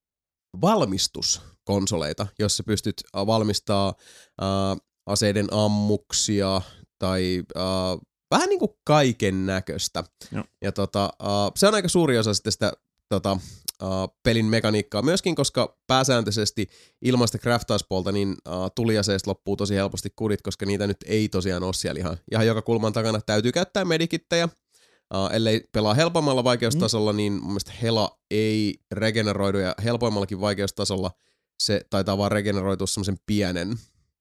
valmistuskonsoleita, jossa pystyt valmistaa äh, aseiden ammuksia tai äh, vähän niin kuin kaiken näköistä. Ja tota, äh, se on aika suuri osa sitten sitä tota, Uh, pelin mekaniikkaa myöskin, koska pääsääntöisesti ilman sitä craftauspuolta niin uh, tuliaseista loppuu tosi helposti kudit, koska niitä nyt ei tosiaan ole siellä ihan, ihan joka kulman takana. Täytyy käyttää medikittejä, uh, ellei pelaa helpommalla vaikeustasolla, mm. niin mun mielestä Hela ei regeneroidu, ja helpoimmallakin vaikeustasolla se taitaa vaan regeneroitua semmoisen pienen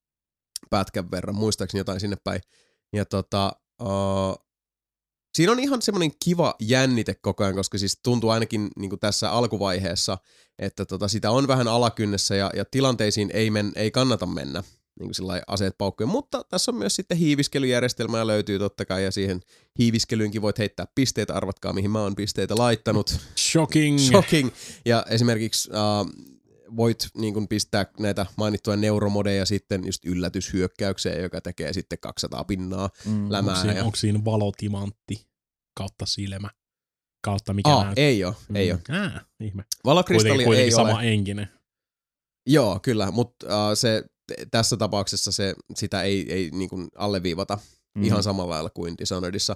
pätkän verran, muistaakseni jotain sinne päin. Ja tota... Uh, Siinä on ihan semmoinen kiva jännite koko ajan, koska siis tuntuu ainakin niin kuin tässä alkuvaiheessa, että tota, sitä on vähän alakynnessä ja, ja tilanteisiin ei, men, ei kannata mennä niin kuin sillai aseet paukkujen. Mutta tässä on myös sitten hiiviskelyjärjestelmä ja löytyy totta kai, ja siihen hiiviskelyynkin voit heittää pisteitä. Arvatkaa, mihin mä oon pisteitä laittanut. Shocking! Shocking! Ja esimerkiksi uh, voit niin kuin pistää näitä mainittuja neuromodeja sitten just yllätyshyökkäykseen, joka tekee sitten kaksisataa pinnaa mm, lämää. Onko siinä, ja... onko siinä valotimantti kautta silmä kautta mikä Aa, näyt? ei oo, mm. ei oo. Ää, ihme. Valokristalli kuitenkin, ei kuitenkin ole. sama enkinen. Joo, kyllä, mutta uh, se, tässä tapauksessa se, sitä ei, ei niin kuin alleviivata mm. ihan samalla lailla kuin Dishonoredissa.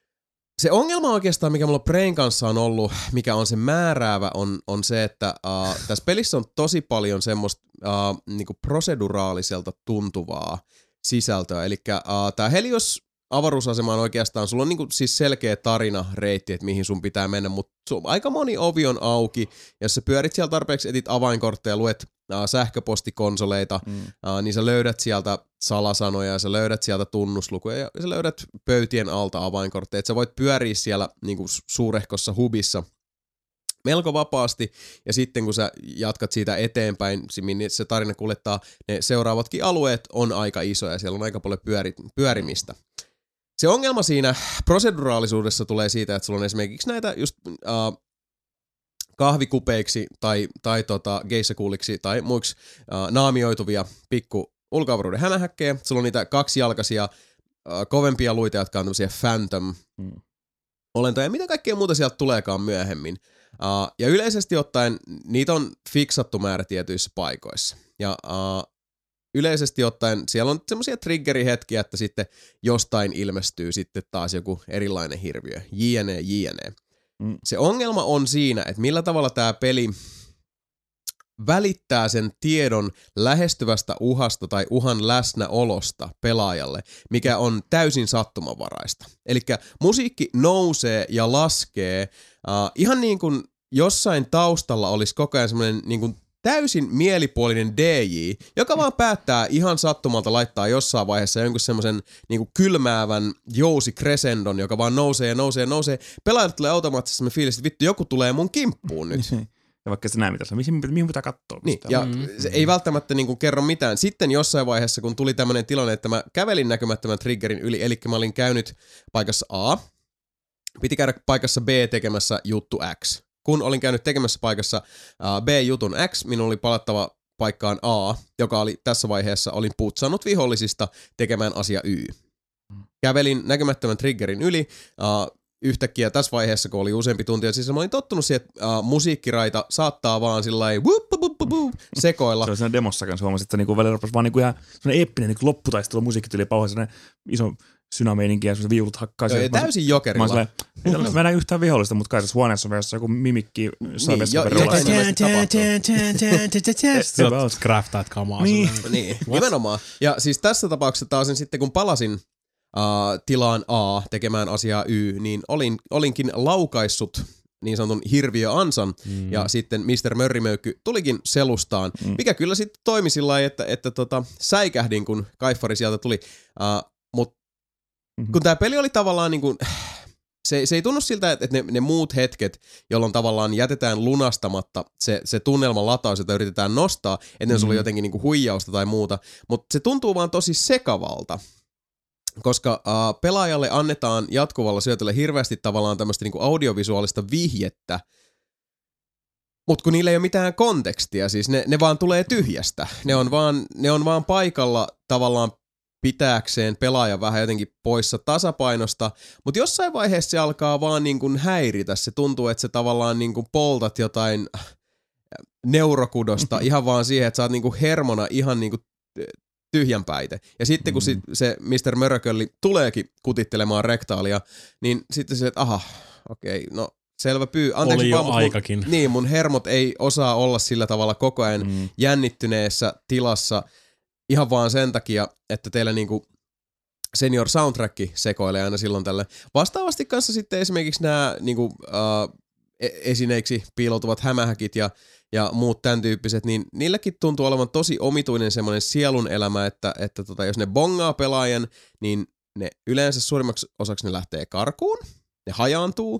Se ongelma oikeastaan, mikä mulla Brain kanssa on ollut, mikä on se määräävä, on, on se, että uh, tässä pelissä on tosi paljon semmoista uh, niinku proseduraaliselta tuntuvaa sisältöä. Eli uh, tää Helios avaruusasema on oikeastaan, sulla on niinku siis selkeä tarina, reitti, että mihin sun pitää mennä, mutta aika moni ovi on auki, jos sä pyörit siellä tarpeeksi, etit avainkortteja, luet uh, sähköpostikonsoleita, mm. uh, niin sä löydät sieltä salasanoja, sä löydät sieltä tunnuslukuja ja sä löydät pöytien alta avainkortteja, että sä voit pyöriä siellä niinku suurehkossa hubissa melko vapaasti, ja sitten kun sä jatkat siitä eteenpäin, niin se tarina kuljettaa, ne seuraavatkin alueet on aika isoja, siellä on aika paljon pyöri, pyörimistä. Se ongelma siinä proseduraalisuudessa tulee siitä, että sulla on esimerkiksi näitä just uh, kahvikupeiksi tai, tai tota, geissakuuliksi tai muiksi uh, naamioituvia pikku ulkoavaruuden hämähäkkejä. Sulla on niitä kaksijalkaisia uh, kovempia luita, jotka on tämmöisiä phantom-olentoja. Hmm. Mitä kaikkea muuta sieltä tuleekaan myöhemmin. Uh, ja yleisesti ottaen niitä on fiksattu määrä tietyissä paikoissa. Ja uh, yleisesti ottaen siellä on semmoisia triggerihetkiä, että sitten jostain ilmestyy sitten taas joku erilainen hirviö. Jne, jne. Mm. Se ongelma on siinä, että millä tavalla tämä peli välittää sen tiedon lähestyvästä uhasta tai uhan läsnäolosta pelaajalle, mikä on täysin sattumanvaraista. Elikkä musiikki nousee ja laskee uh, ihan niin kuin jossain taustalla olisi koko ajan semmoinen niin kuin täysin mielipuolinen D J, joka vaan päättää ihan sattumalta laittaa jossain vaiheessa jonkun semmoisen niinku kylmäävän jousi crescendon, joka vaan nousee ja nousee ja nousee. Pelaajat tulee automaattisesti semmoinen fiilis, että vittu, joku tulee mun kimppuun nyt. Ja vaikka se näe mitä se on, mihin, mihin pitää katsoa. Niin, ja mm-hmm. se ei välttämättä niinku kerro mitään. Sitten jossain vaiheessa, kun tuli tämmöinen tilanne, että mä kävelin näkymättömän triggerin yli, eli mä olin käynyt paikassa A, piti käydä paikassa B tekemässä juttu X. Kun olin käynyt tekemässä paikassa uh, B-jutun X, minun oli palattava paikkaan A, joka oli tässä vaiheessa, olin putsannut vihollisista tekemään asia Y. Kävelin näkymättömän triggerin yli, uh, yhtäkkiä tässä vaiheessa, kun oli useampi tunti, siis mä olin tottunut siihen, että uh, musiikkiraita saattaa vaan sillai sekoilla. Se oli siinä demossa kanssa huomasin, että niinku välillä rupesi vaan niinku ihan sellainen eeppinen niinku lopputaistelu musiikkityyli pauha, sellainen iso synameininki ja sellaiset viulut hakkaa. Joo, ja täysin jokerilla. Mä olin silleen, mä en näe yhtään vihollista, mutta kai tässä huoneessa on myös joku mimikki saa Niin, jo- jotain ilmeisesti tapahtuu. Sä oot craftaat kamaa. Niin. Niin, nimenomaan. Ja siis tässä tapauksessa taas sitten kun palasin uh, tilaan A tekemään asiaa Y, niin olin, olinkin laukaissut niin sanotun hirviöansan, mm. ja sitten mister Mörrimöykky tulikin selustaan, mm. mikä kyllä sitten toimi sillä lailla, että, että tota, säikähdin, kun Kaiffari sieltä tuli. Uh, Mutta mm-hmm. kun tämä peli oli tavallaan niin kuin, se, se ei tunnu siltä, että ne, ne muut hetket, jolloin tavallaan jätetään lunastamatta se, se tunnelman lataus, jota yritetään nostaa, ennen mm-hmm. se oli jotenkin niin kuin huijausta tai muuta, mutta se tuntuu vaan tosi sekavalta. Koska uh, pelaajalle annetaan jatkuvalla syötöllä hirveästi tavallaan tämmöistä niinku audiovisuaalista vihjettä, mutta kun niillä ei ole mitään kontekstia, siis ne, ne vaan tulee tyhjästä. Ne on vaan, ne on vaan paikalla tavallaan pitääkseen pelaaja vähän jotenkin poissa tasapainosta, mutta jossain vaiheessa se alkaa vaan niinku häiritä. Se tuntuu, että se tavallaan niinku poltat jotain neurokudosta ihan vaan siihen, että sä oot niinku hermona ihan niinku tyhjänpäite. Ja sitten kun mm. se mister Mörkölli tuleekin kutittelemaan rektaalia, niin sitten se, että aha, okei, no selvä pyy. Anteeksi, oli jo vaan, aikakin. Mun, niin, mun hermot ei osaa olla sillä tavalla koko ajan mm. jännittyneessä tilassa ihan vaan sen takia, että teillä niinku senior soundtrack sekoilee aina silloin tälle. Vastaavasti kanssa sitten esimerkiksi nämä niinku, uh, esineiksi piiloutuvat hämähäkit ja ja muut tämän tyyppiset, niin niilläkin tuntuu olevan tosi omituinen semmoinen sielun elämä, että, että tota, jos ne bongaa pelaajan, niin ne yleensä suurimmaksi osaksi ne lähtee karkuun, ne hajaantuu,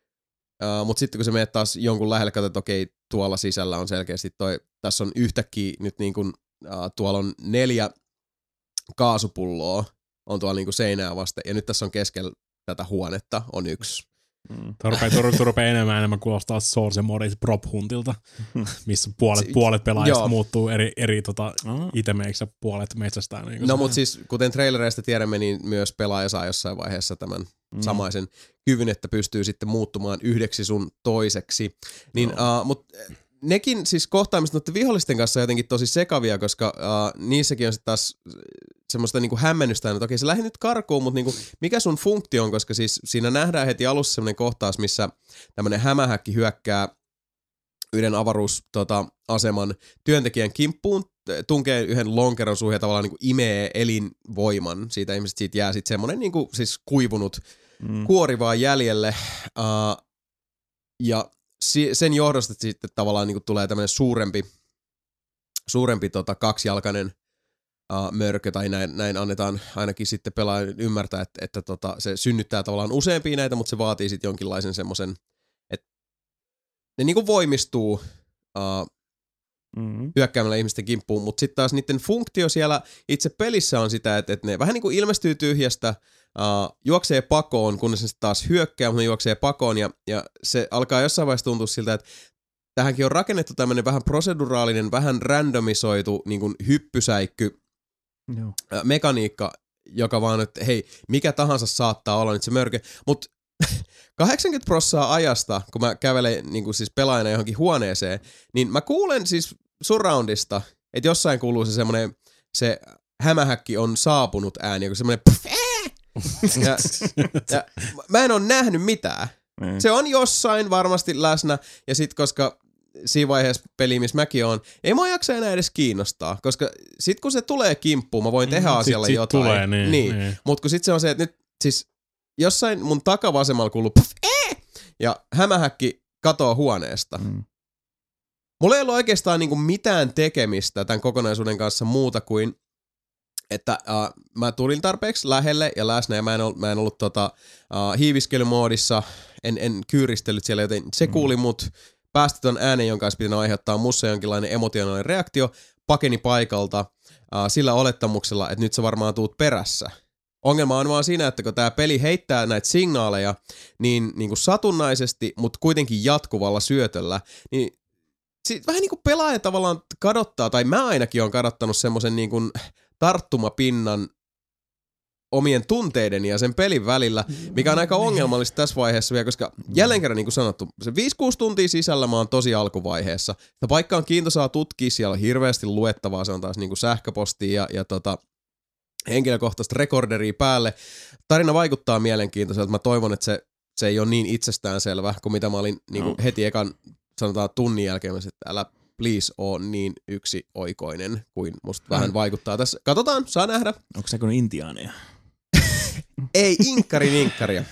uh, mutta sitten kun se menet taas jonkun lähelle, katsot, että okei, tuolla sisällä on selkeästi toi, tässä on yhtäkkiä nyt niin kuin, uh, tuolla on neljä kaasupulloa, on tuolla niin kuin seinää vasten, ja nyt tässä on keskellä tätä huonetta, on yksi. Mm. Tuo rupeaa, tuo rupeaa enemmän enemmän kuulostaa Source Modis Prop Huntilta, missä puolet, puolet pelaajista muuttuu eri, eri tota, itemeiksi ja puolet metsästään. Niin no mutta siis kuten trailereista tiedämme, niin myös pelaaja saa jossain vaiheessa tämän mm. samaisen kyvyn, että pystyy sitten muuttumaan yhdeksi sun toiseksi. Niin, no. uh, mutta nekin siis kohtaamiset noiden vihollisten kanssa on jotenkin tosi sekavia, koska uh, niissäkin on sitten taas semmoista niinku hämmennystä, että okei se lähti nyt karkuun, mutta niinku, mikä sun funktio on, koska siis siinä nähdään heti alussa semmoinen kohtaus, missä tämmöinen hämähäkki hyökkää yhden avaruusaseman tota, työntekijän kimppuun, tunkee yhden lonkeron suuhun ja tavallaan niinku imee elinvoiman. Siitä ihmiset siitä jää sitten semmoinen niinku, siis kuivunut mm. kuori vaan jäljelle. Uh, ja si- sen johdosta sitten tavallaan niinku tulee tämmöinen suurempi, suurempi tota, kaksijalkainen Uh, mörkö, tai näin, näin annetaan ainakin sitten pelaajan ymmärtää, että, että tota, se synnyttää tavallaan useampia näitä, mutta se vaatii sitten jonkinlaisen semmoisen, että ne niinku voimistuu uh, mm-hmm. hyökkäämällä ihmisten kimppuun, mutta sitten taas niiden funktio siellä itse pelissä on sitä, että, että ne vähän niin kuin ilmestyy tyhjästä, uh, juoksee pakoon, kunnes ne sitten taas hyökkää, mutta ne juoksee pakoon, ja, ja se alkaa jossain vaiheessa tuntua siltä, että tähänkin on rakennettu tämmöinen vähän proseduraalinen, vähän randomisoitu niin kuin hyppysäikky, Joo. mekaniikka, joka vaan, että hei, mikä tahansa saattaa olla nyt se mörkö, mutta kahdeksankymmentä prosenttia ajasta, kun mä kävelen niin kuin siis pelaajana johonkin huoneeseen, niin mä kuulen siis surroundista, että jossain kuuluu se semmoinen, se hämähäkki on saapunut ääni, joku semmoinen ja, ja mä en ole nähnyt mitään. Mm. Se on jossain varmasti läsnä, ja sit koska siinä vaiheessa peli, missä mäkin oon, ei mua jaksa enää edes kiinnostaa, koska sit kun se tulee kimppuun, mä voin tehdä asialle sit, sit jotain. Tulee, niin, niin. niin. Mut kun sit se on se, että nyt siis jossain mun takavasemmalla kuuluu puff, ee! Ja hämähäkki katoo huoneesta. Mm. Mulla ei ollut oikeastaan niinku mitään tekemistä tämän kokonaisuuden kanssa muuta kuin, että uh, mä tulin tarpeeksi lähelle ja läsnä, ja mä en ollut, mä en ollut tota, uh, hiiviskelymoodissa, en, en kyyristellyt siellä, joten se mm. kuuli mut, päästi ton äänen, jonka olisi pitänyt aiheuttaa mussa jonkinlainen emotionaalinen reaktio, pakeni paikalta uh, sillä olettamuksella, että nyt sä varmaan tuut perässä. Ongelma on vaan siinä, että kun tää peli heittää näitä signaaleja niin, niin kuin satunnaisesti, mutta kuitenkin jatkuvalla syötöllä, niin sit vähän niin kuin pelaaja tavallaan kadottaa, tai mä ainakin on kadottanut semmoisen niin kuin tarttumapinnan omien tunteiden ja sen pelin välillä, mikä on aika ongelmallista tässä vaiheessa vielä, koska jälleen kerran niin kuin sanottu, se viisi kuusi tuntia sisällä mä oon tosi alkuvaiheessa. Sitä paikkaa on kiintoisaa tutkia, siellä on hirveästi luettavaa, se on taas niin kuin sähköpostia ja, ja tota, henkilökohtaista rekorderia päälle. Tarina vaikuttaa mielenkiintoiselta, mä toivon, että se, se ei ole niin itsestäänselvä kuin mitä mä olin niin kuin no. heti ekan sanotaan tunnin jälkeen, että älä please oo niin yksioikoinen kuin musta hmm. vähän vaikuttaa tässä. Katsotaan, saa nähdä. Onko se kuin intiaaneja? Ei, inkkari ninkkaria.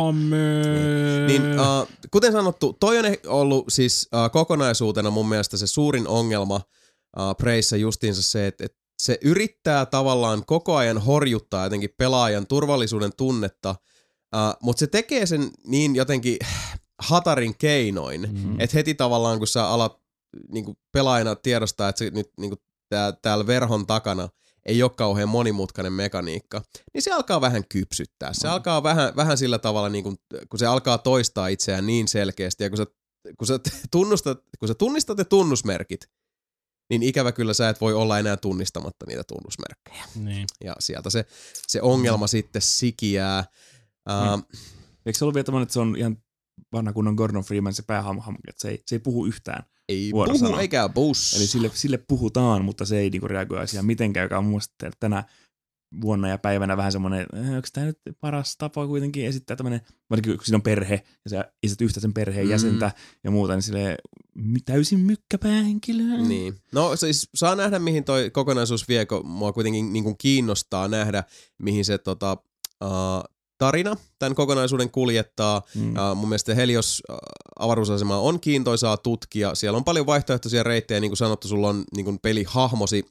Amen. Niin, uh, kuten sanottu, toi on ollut siis uh, kokonaisuutena mun mielestä se suurin ongelma uh, Preyssä justiinsa se, että et se yrittää tavallaan koko ajan horjuttaa jotenkin pelaajan turvallisuuden tunnetta, uh, mutta se tekee sen niin jotenkin hatarin keinoin, mm-hmm. että heti tavallaan kun sä alat niinku pelaajana tiedostaa, että se nyt niinku tää, täällä verhon takana ei ole kauhean monimutkainen mekaniikka, niin se alkaa vähän kypsyttää. Se mm. alkaa vähän, vähän sillä tavalla, niin kun, kun se alkaa toistaa itseään niin selkeästi, ja kun sä, kun sä, tunnustat, kun sä tunnistat ne tunnusmerkit, niin ikävä kyllä sä et voi olla enää tunnistamatta niitä tunnusmerkkejä. Niin. Ja sieltä se, se ongelma mm. sitten sikiää. Mm. Uh, Eikö se ollut vielä tämmöinen, että se on ihan vanha kunnon Gordon Freeman se päähahmo, että se ei, se ei puhu yhtään. Ei puhu eikä bus. Eli sille, sille puhutaan, mutta se ei niinku reagoi asiaan mitenkään, joka on mun mielestä tänä vuonna ja päivänä vähän semmoinen, onko tämä nyt paras tapa kuitenkin esittää tämmöinen, varsinkin kun siinä on perhe, ja sä esität yhtä sen perheen mm. jäsentä ja muuta, niin silleen täysin mykkäpäähenkilö. Niin. No siis saa nähdä, mihin toi kokonaisuus vie, kun mua kuitenkin niin kuin kiinnostaa nähdä, mihin se tota, uh, tarina tämän kokonaisuuden kuljettaa. Mm. Uh, mun mielestä Helios uh, avaruusasema on kiintoisaa tutkia. Siellä on paljon vaihtoehtoisia reittejä, niin kuin sanottu, sulla on niin kuin pelihahmosi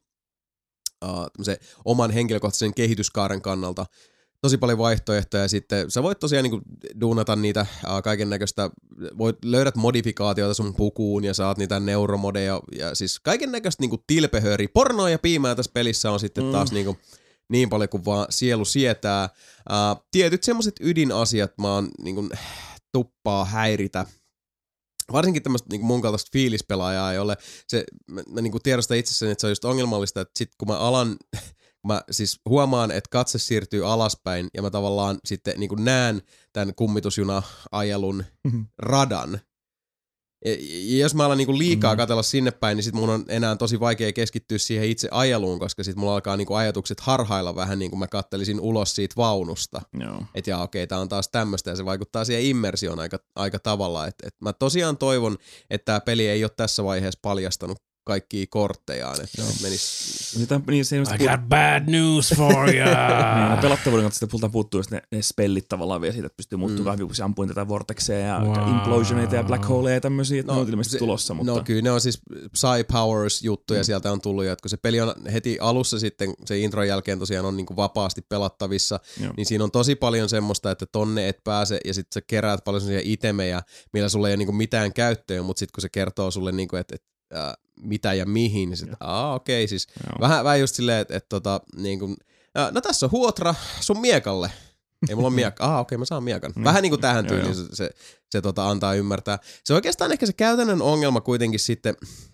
uh, oman henkilökohtaisen kehityskaaren kannalta tosi paljon vaihtoehtoja. Sitten sä voit tosiaan niin kuin duunata niitä uh, kaiken näköistä, voit löydät modifikaatioita sun pukuun ja saat niitä neuromodeja ja siis kaiken näköistä niin kuin tilpehööriä. Pornoa ja piimää tässä pelissä on sitten mm. taas niin kuin niin paljon kuin vaan sielu sietää. Uh, tietyt semmoiset ydinasiat mä oon niin kuin, tuppaa häiritä. Varsinkin tämmöistä niin mun kaltaista fiilispelaajaa, jolle se, mä, mä niin kuin tiedostan itsessäni, että se on just ongelmallista, että sit kun mä alan, kun mä siis huomaan, että katse siirtyy alaspäin ja mä tavallaan sitten niin kuin näen tämän kummitusjuna-ajelun mm-hmm. radan. Ja, ja jos mä alan niinku liikaa katsella sinne päin, niin sit mun on enää tosi vaikea keskittyä siihen itse ajeluun, koska sit mulla alkaa niinku ajatukset harhailla vähän niin kuin mä kattelisin ulos siitä vaunusta. Joo. Että jaa okei, tää on taas tämmöstä ja se vaikuttaa siihen immersioon aika, aika tavalla. Et, et mä tosiaan toivon, että tää peli ei ole tässä vaiheessa paljastanut kaikkia korttejaan, että et menis... Sitä, niin, se, I got puhut... bad news for you! niin, pelattavuuden kautta sitten puhutaan puuttuu ne, ne spellit tavallaan vielä siitä, että pystyy muuttumaan mm. kahvia, kun se ampuin tätä vortexeja ja wow. implosioneita ja black holeja ja tämmöisiä, että no, ne on ilmeisesti se, tulossa. Mutta... No kyllä ne on siis Psy Powers juttuja mm. sieltä on tullut, ja kun se peli on heti alussa sitten, se intron jälkeen tosiaan on niin kuin vapaasti pelattavissa, Joo. niin siinä on tosi paljon semmoista, että tonne et pääse, ja sitten sä keräät paljon sellaisia itemejä, millä sulla ei ole niin kuin mitään käyttöä, mutta sitten kun se kertoo sulle, niin kuin, että, että Äh, mitä ja mihin, niin sitten, aa okei, okay, siis vähän, vähän just silleen, että et, tota, niin kun, äh, no tässä on huotra sun miekalle. Ei mulla ole miekka, aa okei, okay, mä saan miekan. Vähän niin kuin tähän tyyliin se, se, se tota, antaa ymmärtää. Se oikeastaan ehkä se käytännön ongelma kuitenkin sitten,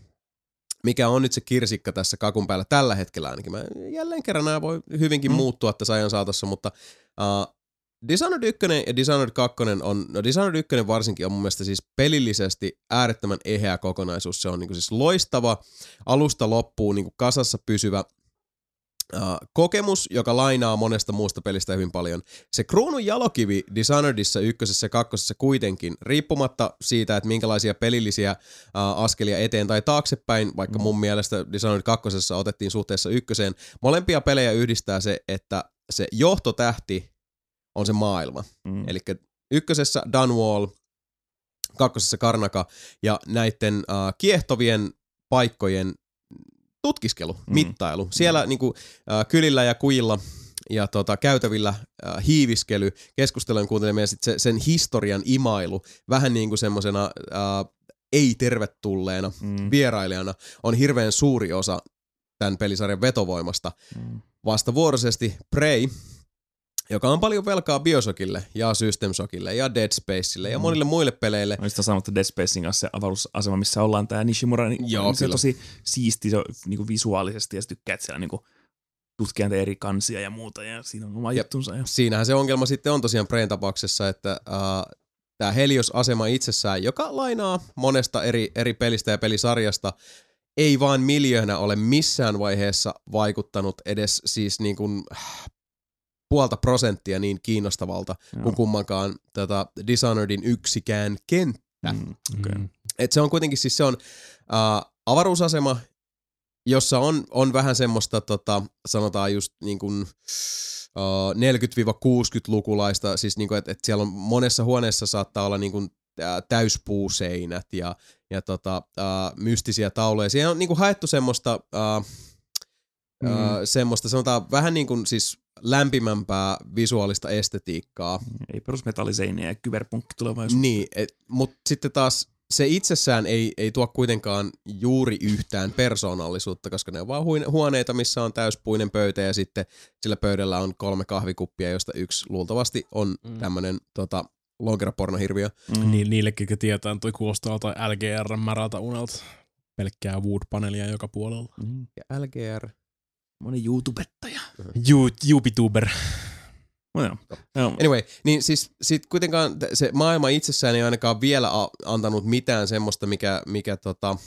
mikä on nyt se kirsikka tässä kakun päällä tällä hetkellä ainakin. Mä jälleen kerran nämä voi hyvinkin mm. muuttua tässä ajan saatossa, mutta uh, Dishonored yksi ja Dishonored kaksi on, no Dishonored yksi varsinkin on mun mielestä siis pelillisesti äärettömän eheä kokonaisuus. Se on niinku siis loistava, alusta loppuun niinku kasassa pysyvä uh, kokemus, joka lainaa monesta muusta pelistä hyvin paljon. Se kruunun jalokivi Dishonoredissa ykkösessä ja kakkosessa kuitenkin, riippumatta siitä, että minkälaisia pelillisiä uh, askelia eteen tai taaksepäin, vaikka mun mielestä Dishonored kakkosessa otettiin suhteessa ykköseen, molempia pelejä yhdistää se, että se johtotähti on se maailma. Mm. Eli ykkösessä Dunwall, kakkosessa Karnaka ja näiden uh, kiehtovien paikkojen tutkiskelu, mm. mittailu. Siellä mm. niinku, uh, kylillä ja kujilla ja tota, käytävillä uh, hiiviskely, keskustelujen kuunteleminen ja sit se, sen historian imailu, vähän niin kuin semmosena uh, ei-tervetulleena mm. vierailijana on hirveän suuri osa tämän pelisarjan vetovoimasta. Mm. Vastavuoroisesti Prey, joka on paljon velkaa Bioshockille ja System Shockille ja Dead Spacelle ja monille muille peleille. Olen sitä sanonut, että Dead Spacing kanssa se avaruusasema, missä ollaan tää Nishimura, niin Joo, se on tosi siisti se on, niin kuin visuaalisesti ja sä tykkäät siellä niin kuin tutkia eri kansia ja muuta, ja siinä on oma ja juttunsa. Ja. Siinähän se ongelma sitten on tosiaan Brain tapauksessa, että äh, tämä Helios-asema itsessään, joka lainaa monesta eri, eri pelistä ja pelisarjasta, ei vaan miljoona ole missään vaiheessa vaikuttanut edes siis niin kuin puolta prosenttia niin kiinnostavalta Joo. kuin kummankaan tätä Dishonoredin yksikään kenttä. Mm, okay. Et se on kuitenkin siis se on äh, avaruusasema, jossa on, on vähän semmoista, tota, sanotaan just niin kuin uh, neljäkymmentä-kuusikymmentälukulaista, siis niin kuin, että et siellä on monessa huoneessa saattaa olla niin kuin täyspuuseinät ja, ja tota, uh, mystisiä tauluja. Siellä on niin kuin haettu semmoista, uh, mm. uh, semmoista, sanotaan vähän niin kuin siis lämpimämpää visuaalista estetiikkaa. Ei perusmetalliseiniä ja kyberpunkki tulevaisuus. Niin, mutta sitten taas se itsessään ei, ei tuo kuitenkaan juuri yhtään persoonallisuutta, koska ne on vaan huoneita, missä on täyspuinen pöytä ja sitten sillä pöydällä on kolme kahvikuppia, josta yksi luultavasti on mm. tämmöinen tota, lonkerapornohirviö. Mm. Ni, niillekin, jotka tietää, toi kuulostaa jotain L G R märältä unelta. Pelkkää Wood-paneelia joka puolella. Mm. Ja L G R. Moni YouTubettaja. You, YouTuber. No, no. Anyway, niin siis sit kuitenkaan se maailma itsessään ei ainakaan vielä a- antanut mitään semmoista, mikä, mikä, tota,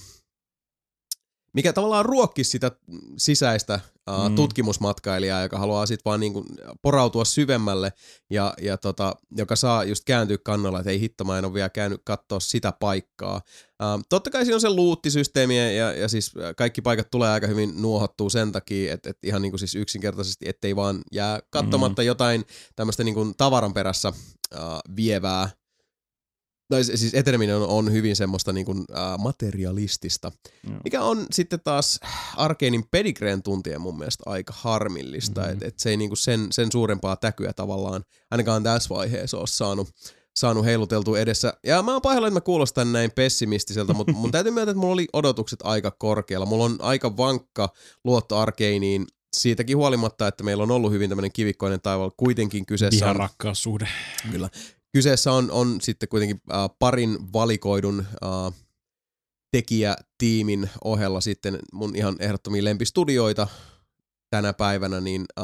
mikä tavallaan ruokkisi sitä sisäistä uh, mm. tutkimusmatkailijaa, joka haluaa sit vaan niinku porautua syvemmälle ja, ja tota, joka saa just kääntyä kannalla, että ei hitto, mä en ole vielä käynyt katsoa sitä paikkaa. Uh, totta kai siinä on se luuttisysteemi ja, ja siis kaikki paikat tulee aika hyvin nuohottua sen takia, että et ihan niinku siis yksinkertaisesti, ettei vaan jää katsomatta mm-hmm. jotain tämmöistä niinku tavaran perässä uh, vievää. No siis eteneminen on, on hyvin semmoista niin kuin, äh, materialistista, mm. mikä on sitten taas Arkanein pedigreen tuntien mun mielestä aika harmillista, mm-hmm. että et se ei niin kuin sen, sen suurempaa täkyä tavallaan ainakaan tässä vaiheessa ole saanut, saanut heiluteltua edessä. Ja mä oon pahoillani, että mä kuulostan näin pessimistiseltä, mutta mun täytyy myöntää, että mulla oli odotukset aika korkealla. Mulla on aika vankka luotto Arkaneiin siitäkin huolimatta, että meillä on ollut hyvin tämmöinen kivikkoinen taivaalla kuitenkin kyseessä. Ihan rakkaussuhde. Kyllä. Kyseessä on, on sitten kuitenkin äh, parin valikoidun äh, tekijätiimin ohella sitten mun ihan ehdottomia lempistudioita tänä päivänä, niin äh,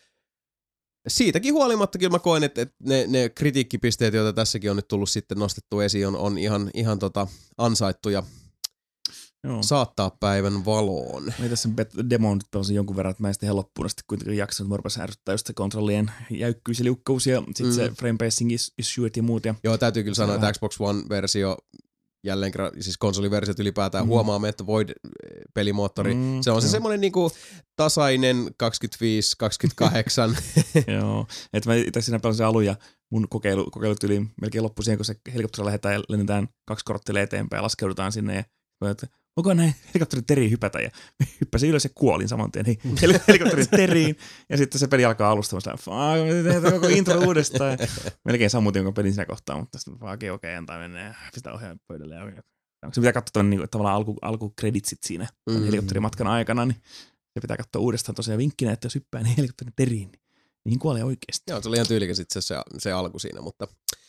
siitäkin huolimatta kyllä mä koen, että, että ne, ne kritiikkipisteet, joita tässäkin on nyt tullut sitten nostettu esiin, on, on ihan, ihan tota ansaittuja. Joo. Saattaa päivän valoon. Mä tässä demon nyt pelasin jonkun verran, että mä en sitten ihan loppuun asti kuitenkin jaksanut. Mä rupesin ärsyttää just se kontrollien jäykkyys ja liukkaus ja sitten mm. se frame pacing issuet ja muut. Ja joo, täytyy kyllä sanoa, että Xbox One-versio, jälleen siis konsoliversiot ylipäätään mm. huomaamme, että Void-pelimoottori, mm, se on se joo. semmoinen niinku tasainen kaksikymmentäviisi kaksikymmentäkahdeksan. Joo, että mä itse siinä pelasin alun ja mun kokeilu, kokeilut yli melkein loppu siihen, kun se helikopterilla lähdetään ja lennetään kaksi korttelia eteenpäin ja laskeudutaan sinne ja että onko näin helikopterin teriin hypätä ja hyppäsin ylös ja kuolin saman tien hei, helikopterin teriin ja sitten se peli alkaa alusta mä sanoin, tehdään koko intro uudestaan ja melkein sammutin jonkun pelin siinä kohtaa, mutta sitten vaan okei, okei, antaa mennä ja pistää ohjaan pöydälle ja onko se pitää katsoa niin, tavallaan alku, alkukreditsit siinä mm-hmm. helikopterimatkan aikana, niin se pitää katsoa uudestaan tosiaan vinkkinä, että jos hyppää niin helikopterin teriin, niin niihin kuolee oikeasti. Joo, se oli ihan tyylikäs itse se, se alku siinä, mutta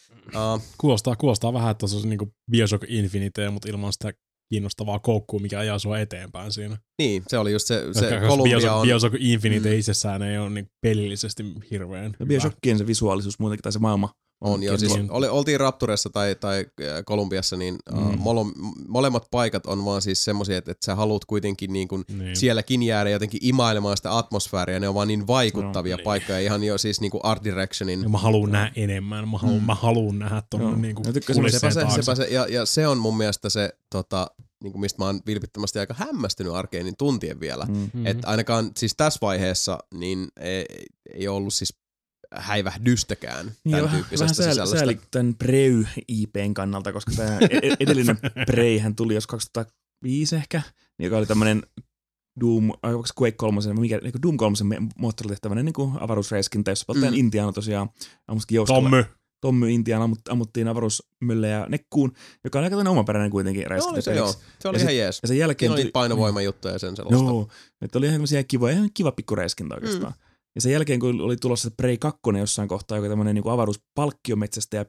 uh. kuulostaa, kuulostaa vähän, että se on niin kuin Bioshock Infinite, mutta ilman sitä kiinnostavaa koukkua, mikä ajaa sua eteenpäin siinä. Niin, se oli just se, se Columbia Bioshock, on... Bioshock Infinite mm. itsessään ei ole niin pelillisesti hirveän no, Bioshockin se visuaalisuus muutenkin, tai se maailma. On, joo, siis oli, oltiin Rapturessa tai, tai Kolumbiassa, niin mm. uh, mole, molemmat paikat on vaan siis semmosia, että, että sä haluat kuitenkin niin kuin niin. sielläkin jäädä jotenkin imailemaan sitä atmosfääriä, ne on vaan niin vaikuttavia no, paikkoja, niin. ihan jo siis niin kuin Art Directionin. Ja mä haluun nähdä enemmän, mä haluun, mm. mä haluun nähdä tuonne niin kuin kulisseen taakse. Ja, ja se on mun mielestä se, tota, niin kuin mistä mä oon vilpittömästi aika hämmästynyt Arkanein tuntien vielä, mm-hmm. että ainakaan siis tässä vaiheessa niin ei, ei ollut siis häivähdystäkään tämän niin, tyyppisestä vähän sisällöstä. Vähän tämän Prey-I P:n kannalta, koska tämä edellinen Preyhän tuli jos kaksituhattaviisi ehkä, joka oli tämmöinen Doom, vaikka Quake kolme, mikä, niin Doom kolme moottorilla tehtäväinen niin avaruusreiskintä, jossa peltaan mm. Intiana tosiaan, ammustikin jouskalla. Tommy. Tommy Intiana ammuttiin avaruusmöllejä nekkuun, joka on aika toinen omaperäinen kuitenkin räiskintä. Se, joo. Se oli ihan jees. Ja sen jälkeen... Siinä oli painovoimajuttuja ja sen sellaista. Joo, että oli ihan tämmöisiä kivoja, ihan kiva pikkuräiskintä oikeastaan. Mm. Ja sen jälkeen, kun oli tulossa se Prey kaksi jossain kohtaa, joka tämmöinen niin avaruuspalkkiometsästäjäpeli,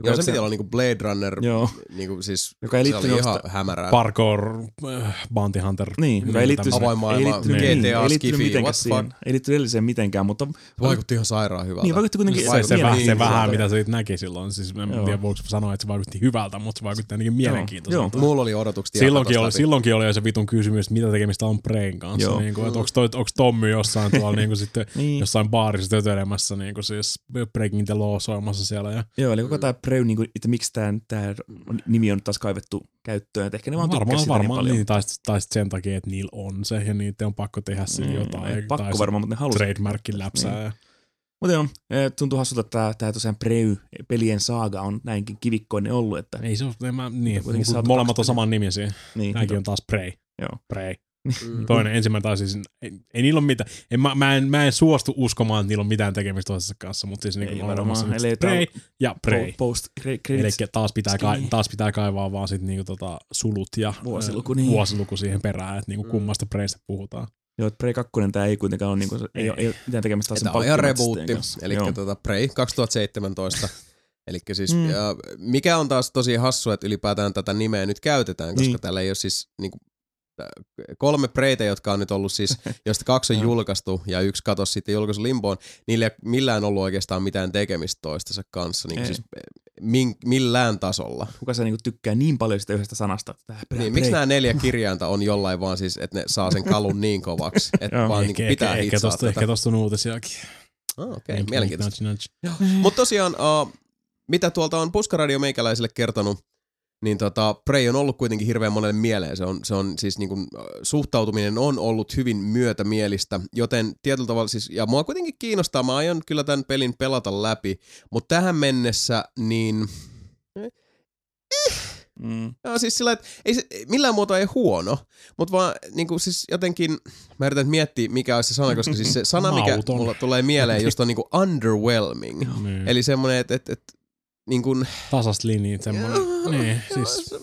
Joo, se piti olla niinku Blade Runner, Joo. niinku siis Joka ei se oli liittynyt ihan osta- hämärää. Parkour, äh, Bounty Hunter. Niin, joka ei liittynyt, Avoin maailma, ei liittynyt, G T A, niin, ei liittynyt Skifi, mitenkään what siihen. fuck? Ei liittynyt edelliseen mitenkään, mutta Vaikutti ihan sairaan hyvältä. niin vaikutti kuitenkin Se, se, mielenkiintoiselta. väh, se vähän, hyvältä. mitä se näki silloin. Siis en Joo. tiedä, voiko sanoa, että se vaikutti hyvältä, mutta se vaikutti ainakin mielenkiintoiselta. Mulla oli odotukset Silloinkin oli, läpi. silloinkin oli jo se vitun kysymys, että mitä tekemistä on Prein kanssa. Joo. Niin kuin, että onko, toi, onko Tommy jossain tuolla niin kuin sitten Niin. jossain baarissa tötölemässä niin kuin siis Breaking the Law soimassa siellä. Ja Joo, eli koko tää Prey, niin kuin, että miksi tää, tää nimi on taas kaivettu käyttöön, että ehkä ne vaan tykkää varmaan, sitä varmaan niin paljon. niin, tai, sit- tai sit sen takia, että niillä on se ja niitä on pakko tehdä sillä Mm, jotain. ei ja- pakko tai varmaan, mutta ne halusi. trademarkin läpsää. Niin. Ja Mutta joo, eh, tuntuu hassulta, että tää, tää tosiaan Prey-pelien saaga on näinkin kivikkoinen ollut, että ei se ole, en mä, niin, kuitenkin mut saatu molemmat on kaksi saman nimisiä. niin, Nämäkin on taas Prey. Joo. Prey. Mm. Toinen, ensimmäinen taas siis, ei, ei niillä ole mitään, en, mä, mä, en, mä en suostu uskomaan, että niillä on mitään tekemistä toisessa kanssa, mutta siis Ei niin on varmaan, olemassa nyt ellei Prey tää ja Prey. post Eli credits taas pitää, kai, Skinny. taas pitää kaivaa vaan sit niinku tota sulut ja Vuosiluku, ö, niin. vuosiluku siihen perään, että niinku Mm. kummasta Preystä puhutaan. Joo, että Prey kaksi tää ei kuitenkaan ole, niinku, ei, ole, ei ole mitään tekemistä taas sen Tämä on ihan palkkimatstien rebootti, kanssa. eli Joo. tota Prey kaksituhattaseitsemäntoista. Eli siis, Mm. ja mikä on taas tosi hassu, että ylipäätään tätä nimeä nyt käytetään, koska Niin. täällä ei ole siis niinku, kolme Preytä, jotka on nyt ollut siis, josta kaksi on Joo. julkaistu ja yksi katosi sitten julkaisu limboon, niillä ei ole millään ollut oikeastaan mitään tekemistä toistensa kanssa, niin Ei. siis min, millään tasolla. Kuka sä niinku tykkää niin paljon sitä yhdestä sanasta? Tää Prey, Niin, Prey. miksi nämä neljä kirjainta on jollain vaan siis, että ne saa sen kalun niin kovaksi, että Joo. vaan Ehkä, niinku pitää ehkä, ehkä, hitsaa tosta, tätä. ehkä tosta on uutisiakin. Oh, Okei, okay, Wink, mielenkiintoista. wink, nudge, nudge. Mutta tosiaan, uh, mitä tuolta on Puskaradio meikäläisille kertonut, niin tota, Prey on ollut kuitenkin hirveän monelle mieleen. Se on, se on siis niin kuin, suhtautuminen on ollut hyvin myötämielistä, joten tietyllä tavalla siis, ja mua kuitenkin kiinnostaa, mä aion kyllä tämän pelin pelata läpi, mutta tähän mennessä niin... Mm. No, siis sillä, että ei se, millään muotoa ei huono, mutta vaan niin kuin siis jotenkin, mä yritän miettiä mikä olisi se sana, koska siis se sana mikä Mauton. mulla tulee mieleen just on niin kuin underwhelming. Niin. Eli semmoinen, että et, et, niin kuin... Tasasta linjit, semmoinen. Niin, siis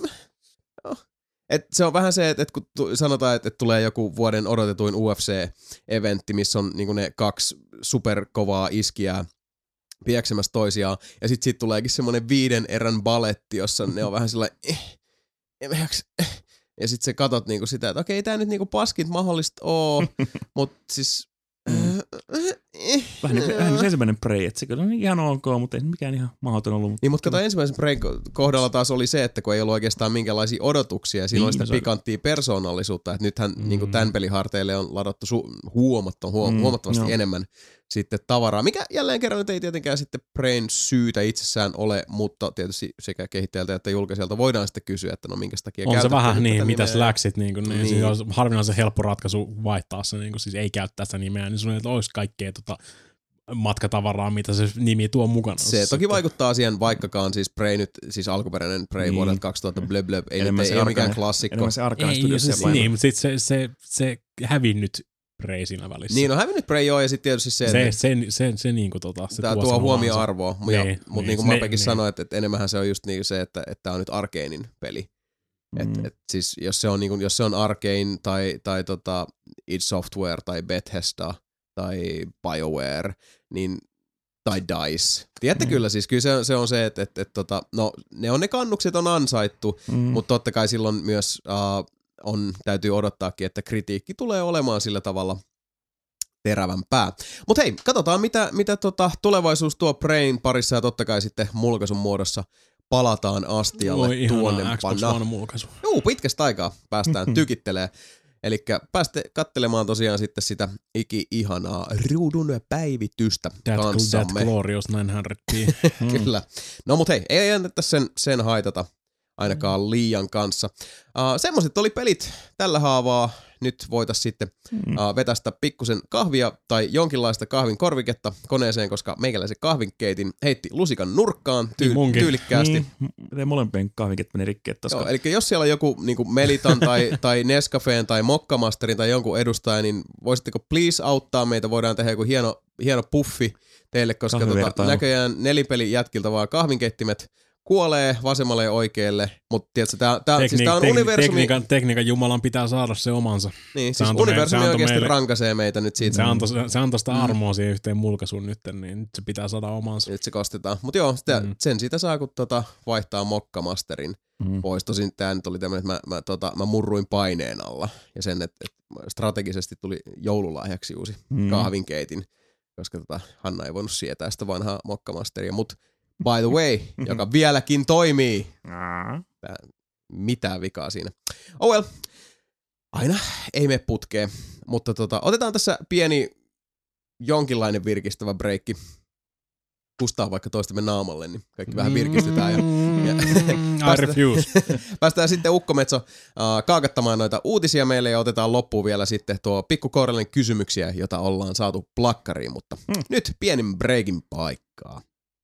Et se on vähän se, että et kun tu- sanotaan, että et tulee joku vuoden odotetuin U F C-eventti, missä on niinku ne kaksi superkovaa iskiää pieksemässä toisiaan, ja sit siitä tuleekin semmonen viiden erän baletti, jossa ne on vähän sellainen, eh, en mä jaksa, eh. Ja sit sä katot niinku sitä, että okei, tää nyt niinku paskinta mahdollista oo, mut siis... Mm. eh, Vähän niin kuin, vähän niin kuin ensimmäinen Prey, että se kyllä on ihan ok, mutta ei mikään ihan mahdoton ollut. Niin, mutta kato ensimmäisen Preyn kohdalla taas oli se, että kun ei ollut oikeastaan minkälaisia odotuksia, ja siinä Niin, oli sitä se oli- pikanttia persoonallisuutta, että nythän Mm. niin kuin tämän peliharteille on ladattu su- huomattu, huom- Mm, huomattavasti joo. enemmän sitten tavaraa, mikä jälleen kerran nyt ei tietenkään sitten Preyn syytä itsessään ole, mutta tietysti sekä kehittäjältä että julkaisijalta voidaan sitten kysyä, että no minkä takia on se käytätte vähän nyt niin, tätä mitäs nimeä. läksit, niin, kuin, niin, Niin. niin. Siis harvinaisen helppo ratkaisu vaihtaa se, niin kuin, siis ei käyttää sitä nimeä, niin sun ei olisi kaikkea tota, matkatavaraa, mitä se nimi tuo mukana. Se toki vaikuttaa siihen, vaikkakaan siis Prey nyt, siis alkuperäinen Prey Niin. vuodelta kaksituhatta blöb blöb, ei, nyt, Enemmän ei, se ei ole mikään arkainen- klassikko. Enemmän se Arkane Ei, Studios siis, niin, mutta sitten se, se, se hävinnyt Prey siinä välissä. Niin, on hävinnyt Prey joo, ja sitten tietysti se, se, että se, se, se, se niinku tota, se tämä tuo, tuo sen huomioarvoa, omansa. ja, Niin, mutta niin, niin kuin ne- Mapekin niin. sanoi, että, että enemmänhän se on just niin se, että tämä on nyt Arkanein peli. Mm. Et, et siis jos se on, niin kuin, jos se on Arkane tai, tai tota id Software tai Bethesda tai BioWare, niin tai DICE. Tiedätte Mm. kyllä siis, kyllä se, se on se, että et, et, tota, no ne on ne kannukset on ansaittu, Mm. mutta totta kai silloin myös uh, on, täytyy odottaakin, että kritiikki tulee olemaan sillä tavalla terävämpää. Mutta hei, katsotaan mitä, mitä tota tulevaisuus tuo Preyn parissa ja totta kai sitten mulkaisun muodossa palataan astialle Oi, ihanaa tuonnempana. Xbox One-mulkaisu. Juu, pitkästä aikaa päästään tykittelemään. Eli pääste kattelemaan tosiaan sitten sitä iki-ihanaa ruudun päivitystä That, that kanssamme. Glorious yhdeksänsataa P. Mm. Kyllä. No mut hei, ei jätetä sen, sen haitata ainakaan liian kanssa. Uh, semmoiset oli pelit tällä haavaa. Nyt voitaisiin sitten Mm. uh, vetästä pikkusen kahvia tai jonkinlaista kahvin korviketta koneeseen, koska meikäläisen kahvinkeitin heitti lusikan nurkkaan tyy- Niin munkin. tyylikkäästi. Niin, tein molempien kahviket meni rikki, että Joo, koska... eli jos siellä on joku niinku Melitan tai, tai Nescafeen tai Mokkamasterin tai jonkun edustaja, niin voisitteko please auttaa meitä? Voidaan tehdä joku hieno, hieno puffi teille, koska tota, Kahvivertailu. näköjään nelipeli jätkiltä vaan kahvinkeittimet kuolee vasemmalle ja oikealle, mutta tiedätkö, tää, tää, Tekni- siis tää on tekni- universumi... Tekniikan, tekniikan Jumalan pitää saada se omansa. Niin, se siis antoi universumi meille, se oikeasti meille, rankaisee meitä nyt siitä. Se antoi, se antoi sitä armoa siihen yhteen mulkaisuun nyt, niin nyt se pitää saada omansa. Nyt se kostetaan. Mutta joo, sitä, Mm. sen siitä saa, kun tota, vaihtaa Mokkamasterin Mm. pois. Tosin tää nyt oli tämmöinen, että mä, mä, tota, mä murruin paineen alla. Ja sen, että et strategisesti tuli joululahjaksi uusi Mm. kahvinkeitin, koska tota, Hanna ei voinut sietää sitä vanhaa Mokkamasteria. Mutta by the way, joka vieläkin toimii. Tää, mitään vikaa siinä. Oh well. Aina ei mene putkeen. Mutta tota, otetaan tässä pieni jonkinlainen virkistävä breikki. Kustaa vaikka toistemme naamalle, niin kaikki vähän virkistytään. Ja, ja I refuse. päästään sitten Ukkometso uh, kaakattamaan noita uutisia meille ja otetaan loppuun vielä sitten tuo pikkukourallinen kysymyksiä, jota ollaan saatu plakkariin. Mutta mm. nyt pienin breikin paikkaa.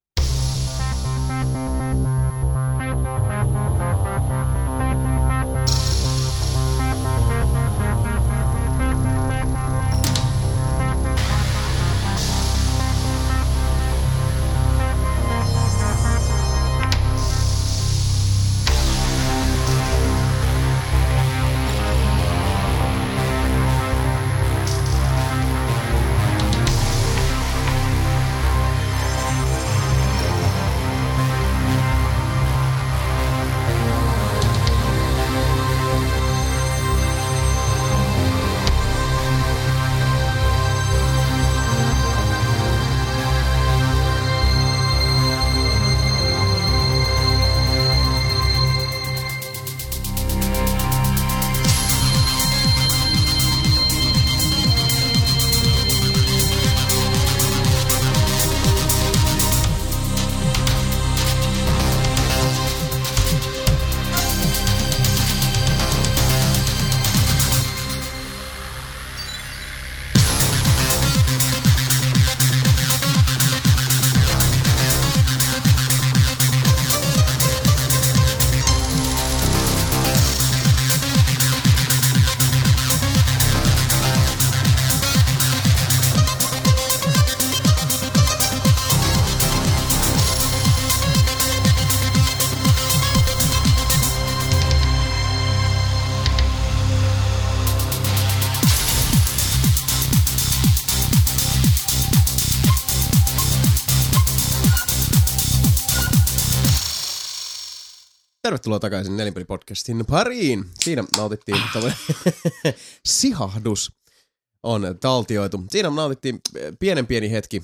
Tervetuloa takaisin Nelinpeli-podcastin pariin. Siinä nautittiin tämmöinen sihahdus on taltioitu. Siinä nautittiin pienen pieni hetki.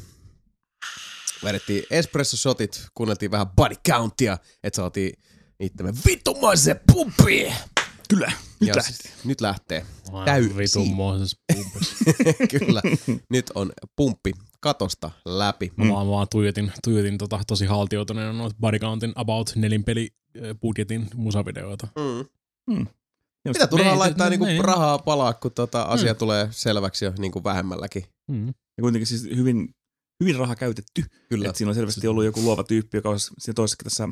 Vedettiin espresso-shotit, kuunneltiin vähän body countia, että saatiin itsemme vittumaisen pumppi. Kyllä, nyt ja lähtee. Siis, nyt lähtee. Täysin. Vittumaisessa pumpissa. Kyllä, nyt on pumppi katosta läpi. Mä vaan, vaan tuijotin, tuijotin tota, tosi haltioituneena noita body countin about nelinpeli budjetin musavideoita. Mm. Mm. Mitä turhaan Ne- laittaa ne- niinku ne- rahaa palaa, kun tota asia mm. tulee selväksi jo niinku vähemmälläkin. Mm. Ja kuitenkin siis hyvin, hyvin raha käytetty. Kyllä. Et siinä on selvästi ollut joku luova tyyppi, joka olisi siinä toisessakin tässä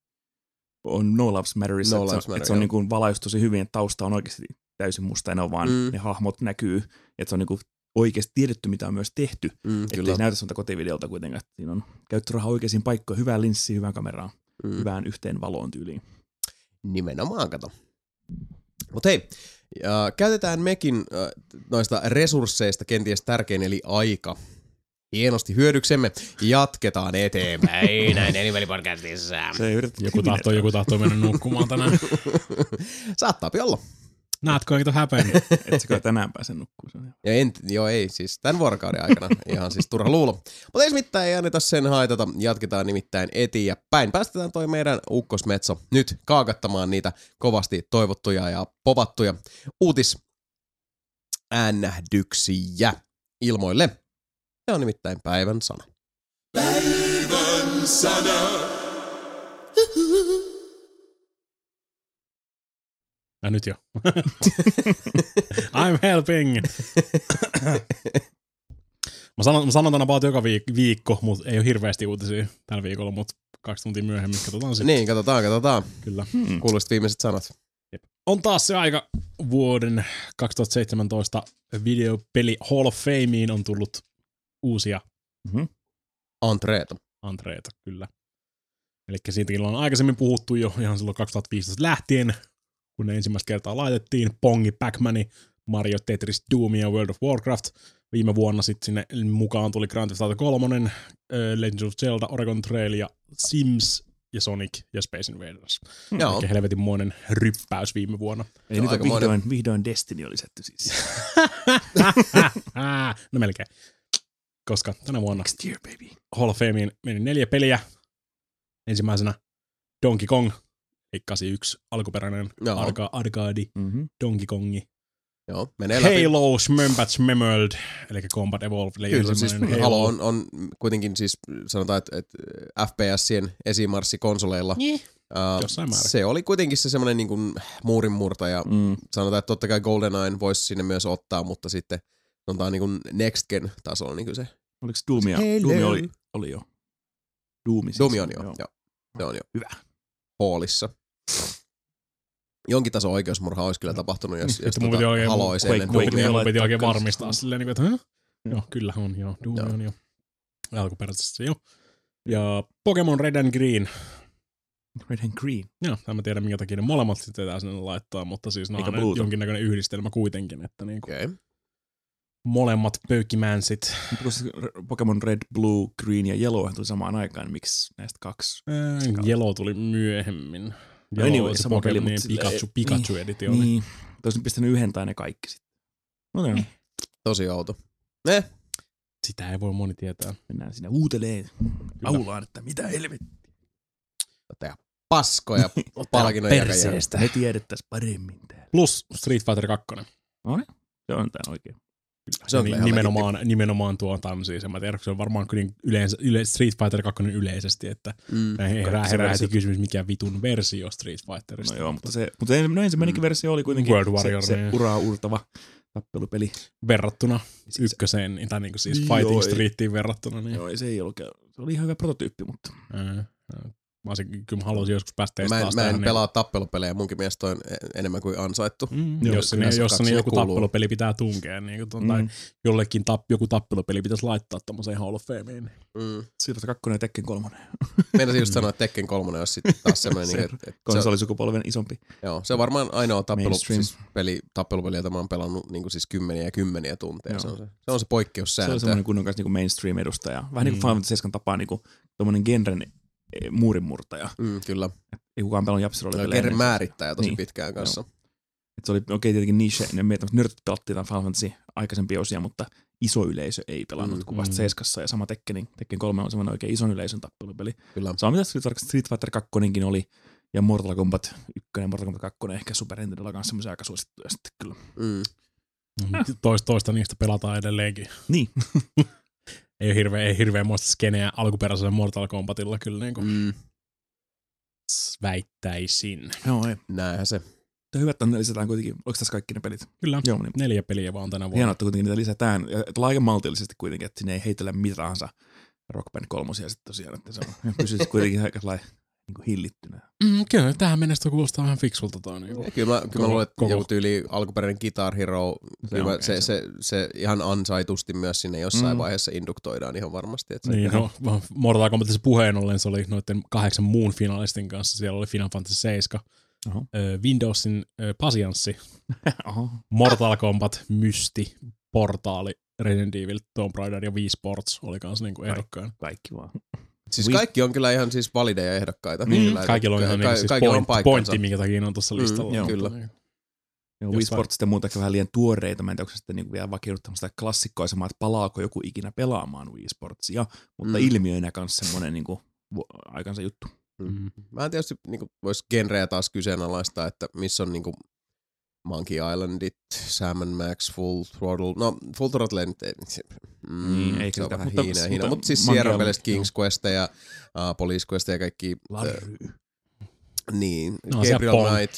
on No Lives Matterissa. No että Lives se, Matter, et se on joo. niin kuin valaistu tosi hyvin, että tausta on oikeasti täysin musta ja ne on vaan, Mm. ne hahmot näkyy. Että se on niin kuin oikeasti tiedetty, mitä on myös tehty. Mm, Ettei kyllä. se näytä sellaista kotivideolta kuitenkaan. Että siinä on käytetty rahaa oikeisiin paikkoihin, hyvään linssiin, hyvään kameraan, Mm. hyvään yhteen valoon tyyliin. Nimenomaan, kato. Mut hei, äh, käytetään mekin äh, noista resursseista kenties tärkein, eli aika. Hienosti hyödyksemme. Jatketaan eteenpäin näin Nelinpeli-podcastissa. Se ei yritä Joku tahtoo, joku tahtoo mennä nukkumaan tänään. Saattaa olla. Näetkö, eikö häpennyt? Et sä kai tänään pääse nukkumaan. Ja en, joo ei, siis tämän vuorokauden aikana. Ihan siis turha luulo. Mutta ei mitään, ei anneta sen haitata. Jatketaan nimittäin eteenpäin. Päästetään toi meidän ukkosmetso nyt kaakattamaan niitä kovasti toivottuja ja povattuja uutisännähdyksiä ilmoille. Se on nimittäin päivän sana. Päivän sana. Ja nyt jo. I'm helping. Mä sanon, mä sanon tänä about joka viik- viikko, mutta ei ole hirveästi uutisia tällä viikolla, mutta kaksi tuntia myöhemmin katsotaan sitten. Niin, katsotaan, katsotaan. Kyllä. Hmm. Kuuloisit viimeiset sanat. Jep. On taas se aika vuoden kaksituhattaseitsemäntoista videopeli Hall of Fameen on tullut uusia Mm-hmm. Antreeta. antreita, kyllä. Eli siitäkin on aikaisemmin puhuttu jo ihan silloin kaksituhattaviisitoista lähtien, kun ne ensimmäistä kertaa laitettiin. Pongi, Pac-Mani, Mario, Tetris, Doom ja World of Warcraft. Viime vuonna sitten sinne mukaan tuli Grand Theft Auto kolme, Legend of Zelda, Oregon Trail ja Sims ja Sonic ja Space Invaders. Mm. Eli helvetinmoinen ryppäys viime vuonna. Ei nyt on vihdoin, vihdoin Destiny oli lisätty siis. No melkein. Koska tänä vuonna Next year, baby. Hall of Fameen meni neljä peliä. Ensimmäisenä Donkey Kong, eli kahdeksankymmentäyksi alkuperäinen arca- arcade Mm-hmm. Donkey Kongi. Joo, menee läpi. Halo Schmömbats Memorld, eli Combat Evolved. Kyllä, siis Halo, Halo on, on kuitenkin siis, sanotaan, että, että F P S:ien esimarssi konsoleilla. Yeah. Uh, se oli kuitenkin se semmoinen niin kuin muurinmurtaja. Mm. Sanotaan, että totta kai GoldenEye voisi sinne myös ottaa, mutta sitten sanotaan niin kuin Next Gen tasolla niin kuin se. Oliko Doomia? Doomi oli, oli jo. Doomi siis. Doomi on jo, joo. joo. Se on jo. Hyvä. Hallissa. Jonkin tason oikeusmurha olisi kyllä tapahtunut, jos, jos tota Halo olisi ennen Doomia. Mun piti oikein varmistaa silleen, että huh? Joo, kyllä on joo. Doomi on jo. Alkuperäisesti jo. Ja Pokemon Red and Green. Red and Green. Joo, en mä tiedä minkä takia ne molemmat sitten tätä sinne laittaa, mutta siis ne on jonkinnäköinen yhdistelmä kuitenkin, että niinku okay. molemmat pöykimänsit. Mutta koska Pokemon Red, Blue, Green ja Yellow tuli samaan aikaan, niin miksi näistä kaksi? Ää, Yellow tuli myöhemmin. No anyway, se sama Pokemon, peli, niin mutta Pikachu, Pikachu niin, editio. Niin, toisin pistänyt yhden tai ne kaikki sitten. No niin. Tosi outo. Ne. Sitä ei voi moni tietää. Mennään sinne uuteleen. Aulaan, että mitä helvettiä. Tehdä paskoja palkinnon jakajia. Me tiedettäisiin paremmin täällä. Plus Street Fighter kaksi. No niin, se on tää oikein. Se on niin, nimenomaan, nimenomaan tuo siis. En mä tiedä, se on varmaan kyllä yleensä, yle, Street Fighter kaksi yleisesti, että mm. herää, herää heti kysymys, mikä vitun versio Street Fighterista. No joo, mutta se, mutta se, no ensimmäinenkin mm. versio oli kuitenkin World Warrior, se, se niin. uraa uurtava tappelupeli. Verrattuna siis ykköseen, tai niinku siis Fighting joo, Streetiin verrattuna. Niin. Joo, se ei ollut, se oli ihan hyvä prototyyppi, mutta... Ää, Mä, olisin, kyllä mä haluaisin joskus päästä testaamaan sitä. Mä en, mä en pelaa niin... tappelupelejä, munkin mielestä on enemmän kuin ansaittu. Mm, jos ne, jos ne joku kuuluu. Tappelupeli pitää tunkea, niin kuin, mm. tai jollekin tap, joku tappelupeli pitäisi laittaa tommoseen Hall of Fameen. Mm. Siirrytä kakkonen ja Tekken kolmonen. Meinasin just sanoa, että Tekken kolmonen olisi sitten taas semmoinen... se, niin, että, että konsolisukupolven isompi. Joo, se on varmaan ainoa tappelu, siis peli, tappelupeli, jota mä oon pelannut niin kuin siis kymmeniä ja kymmeniä tunteja. Se on se, se on se poikkeussääntö. Se on semmoinen kunnon kanssa niin mainstream-edustaja. Vähän mm. niin kuin Final Fantasy seitsemän tapaa niin kuin tommonen genren muurinmurtaja. Mm, kyllä. Ei kukaan pelannut japsiroolipelejä. Kerran määrittäjä tosi niin. pitkään kanssa. Et se oli okei okay, tietenkin niche, ne nörtit pelattiin tämän Final Fantasy aikaisempia osia, mutta iso yleisö ei pelannut mm, kuin vasta mm. seiskassa ja sama Tekkenin. Tekken kolme on semmoinen oikein ison yleisön tappelupeli. Kyllä. Sama mitä Street Fighter kaksi oli ja Mortal Kombat yksi ja Mortal Kombat kaksi ehkä Super Nintendolla kanssa semmoisia aika suosittuja sitten kyllä. Mm. Toista, toista niistä pelataan edelleenkin. Niin. Ei ole hirveä, ei hirveä muista skeneä alkuperäisellä Mortal Kombatilla kyllä niin kuin mm. väittäisin. Joo, ei. Näinhän se. Mutta hyvä, että ne lisätään kuitenkin. Oliko tässä kaikki ne pelit? Kyllä, joo, niin. neljä peliä vaan tänä vuonna. Hienoa, että kuitenkin niitä lisätään. Ja tulee aika maltillisesti kuitenkin, että sinne ei heitellä mitä tahansa Rock Band kolmosia sitten tosiaan. Että se on pysyisi kuitenkin aika sellainen niin hillittynä. Mm, kyllä, tähän mennessä kuulostaa vähän fiksulta. Toi, niin ja kyllä mä, kyllä mä luulen, että joku tyyli alkuperäinen Guitar Hero, se, mä, se, se, se ihan ansaitusti myös sinne jossain mm. vaiheessa induktoidaan ihan varmasti. Että niin, no, Mortal Kombatissa puheen ollen se oli noiden kahdeksan muun finalistin kanssa. Siellä oli Final Fantasy seitsemän, uh-huh. Windowsin äh, Pasianssi, uh-huh. Mortal Kombat, Mysti, Portaali, Resident Evil, Tomb Raider ja Wii Sports oli kanssa niinku ehdokkaan. Kaikki vaan. Siis kaikki on kyllä ihan siis valideja ehdokkaita. Mm, kaikilla on ihan ka- niin, siis point, on pointti, minkä takia on tuossa listalla. Mm, joo, kyllä. Niin. Joo, Wii Sports sitten muuta vähän liian tuoreita. Mä en tiedä, onko se sitten niin vielä vakiinnut tämmöistä klassikkoisemaa, että palaako joku ikinä pelaamaan Wii Sportsia, mutta mm. ilmiöinä kanssa semmoinen niin kuin, aikansa juttu. Mm. Mä en tietysti niin kuin, vois genreä taas kyseenalaistaa, että missä on niin kuin Monkey Islandit, Sam and Max, Full Throttle, no Full Throttle nyt ei, mm, niin, ei se on sitä, vähän mutta, hiina, mutta, hiina, mutta siis Sierra Pelistä King's Quest ja uh, Police Quest ja kaikki. Larry. Uh, niin, no, Gabriel Knight.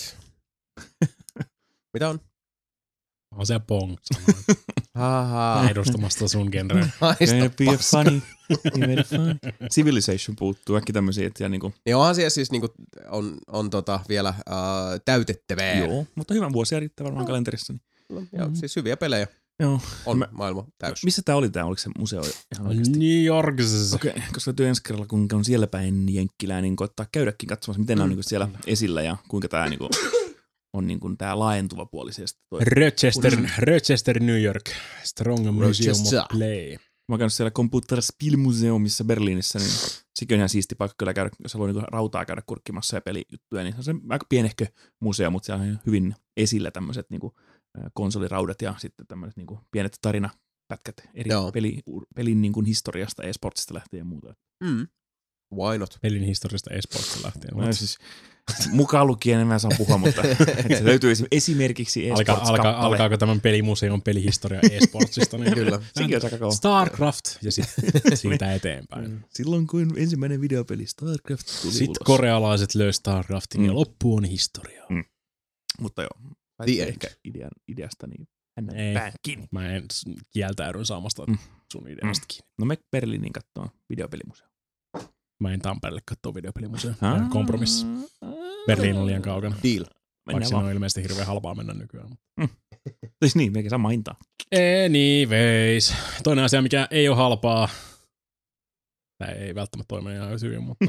Mitä on? On se Pong. Haha. Edustamasta sun genreä. Gonna be funny. funny. Civilization puuttuu, äkki tämmöisiä. Ja niinku. Niin onhan siellä siis niinku, on, on tota vielä uh, täytettävää. Joo, mutta hyvän vuosia riittää varmaan no. kalenterissa. Niin. No, joo, mm-hmm. siis hyviä pelejä. Joo. On Mä- maailma täys. Missä tää oli tää? Oliko se museo ihan oikeasti? New Yorkissa. Okei, okay, koska työ ensi kerralla, kun on siellä päin jenkkilää, niin koittaa käydäkin katsomassa, miten mm. ne on niin siellä esillä ja kuinka tämä niin on niin tämä laajentuva puolisesti. Rochester, Rochester, New York. Strong Museum Rochester. of Play. Mä oon käynyt siellä Computerspielmuseumissa Berliinissä, niin sekin on ihan siisti paikka kyllä käydä, jos haluaa niin rautaa käydä kurkkimassa ja pelijuttuja, niin se on se aika pienehkö museo, mutta siellä on hyvin esillä tämmöiset niin konsoliraudat ja sitten tämmöiset niin pienet tarinapätkät eri peli, pelin niin historiasta, e-sportsista lähtien ja muuta. Mm. Why not? Pelin historiasta e-sportsista lähtien. No, siis, mukaan lukien en mä saa puhua, mutta se löytyy esimerkiksi e-sports-kappale. Alka, alka, alkaako tämän pelimuseon pelihistoria e-sportsista? Niin kyllä. Sekin on aika kauan. StarCraft ja sitten siitä eteenpäin. Silloin kun ensimmäinen videopeli StarCraft tuli Sitten ulos. korealaiset löi StarCraftin mm. ja loppu on historiaa. Mm. Mutta joo, The ehkä idean, ideasta niin hänen Ei. pään kiinni. Mä en s- kieltäydyn saamasta Mm. sun ideastakin. No me Berliiniin katsoa videopelimuseo. Mä en Tampereelle katsoa videopelimuseo. Ah. Kompromissi. Berliin on liian kaukana. Deal. Vaikka Mennään siinä on vaan. ilmeisesti hirveän halpaa mennä nykyään. Siis niin, meikä sama hintaa. Anyways. Toinen asia, mikä ei ole halpaa. Tämä ei välttämättä toimi ihan hyvin, mutta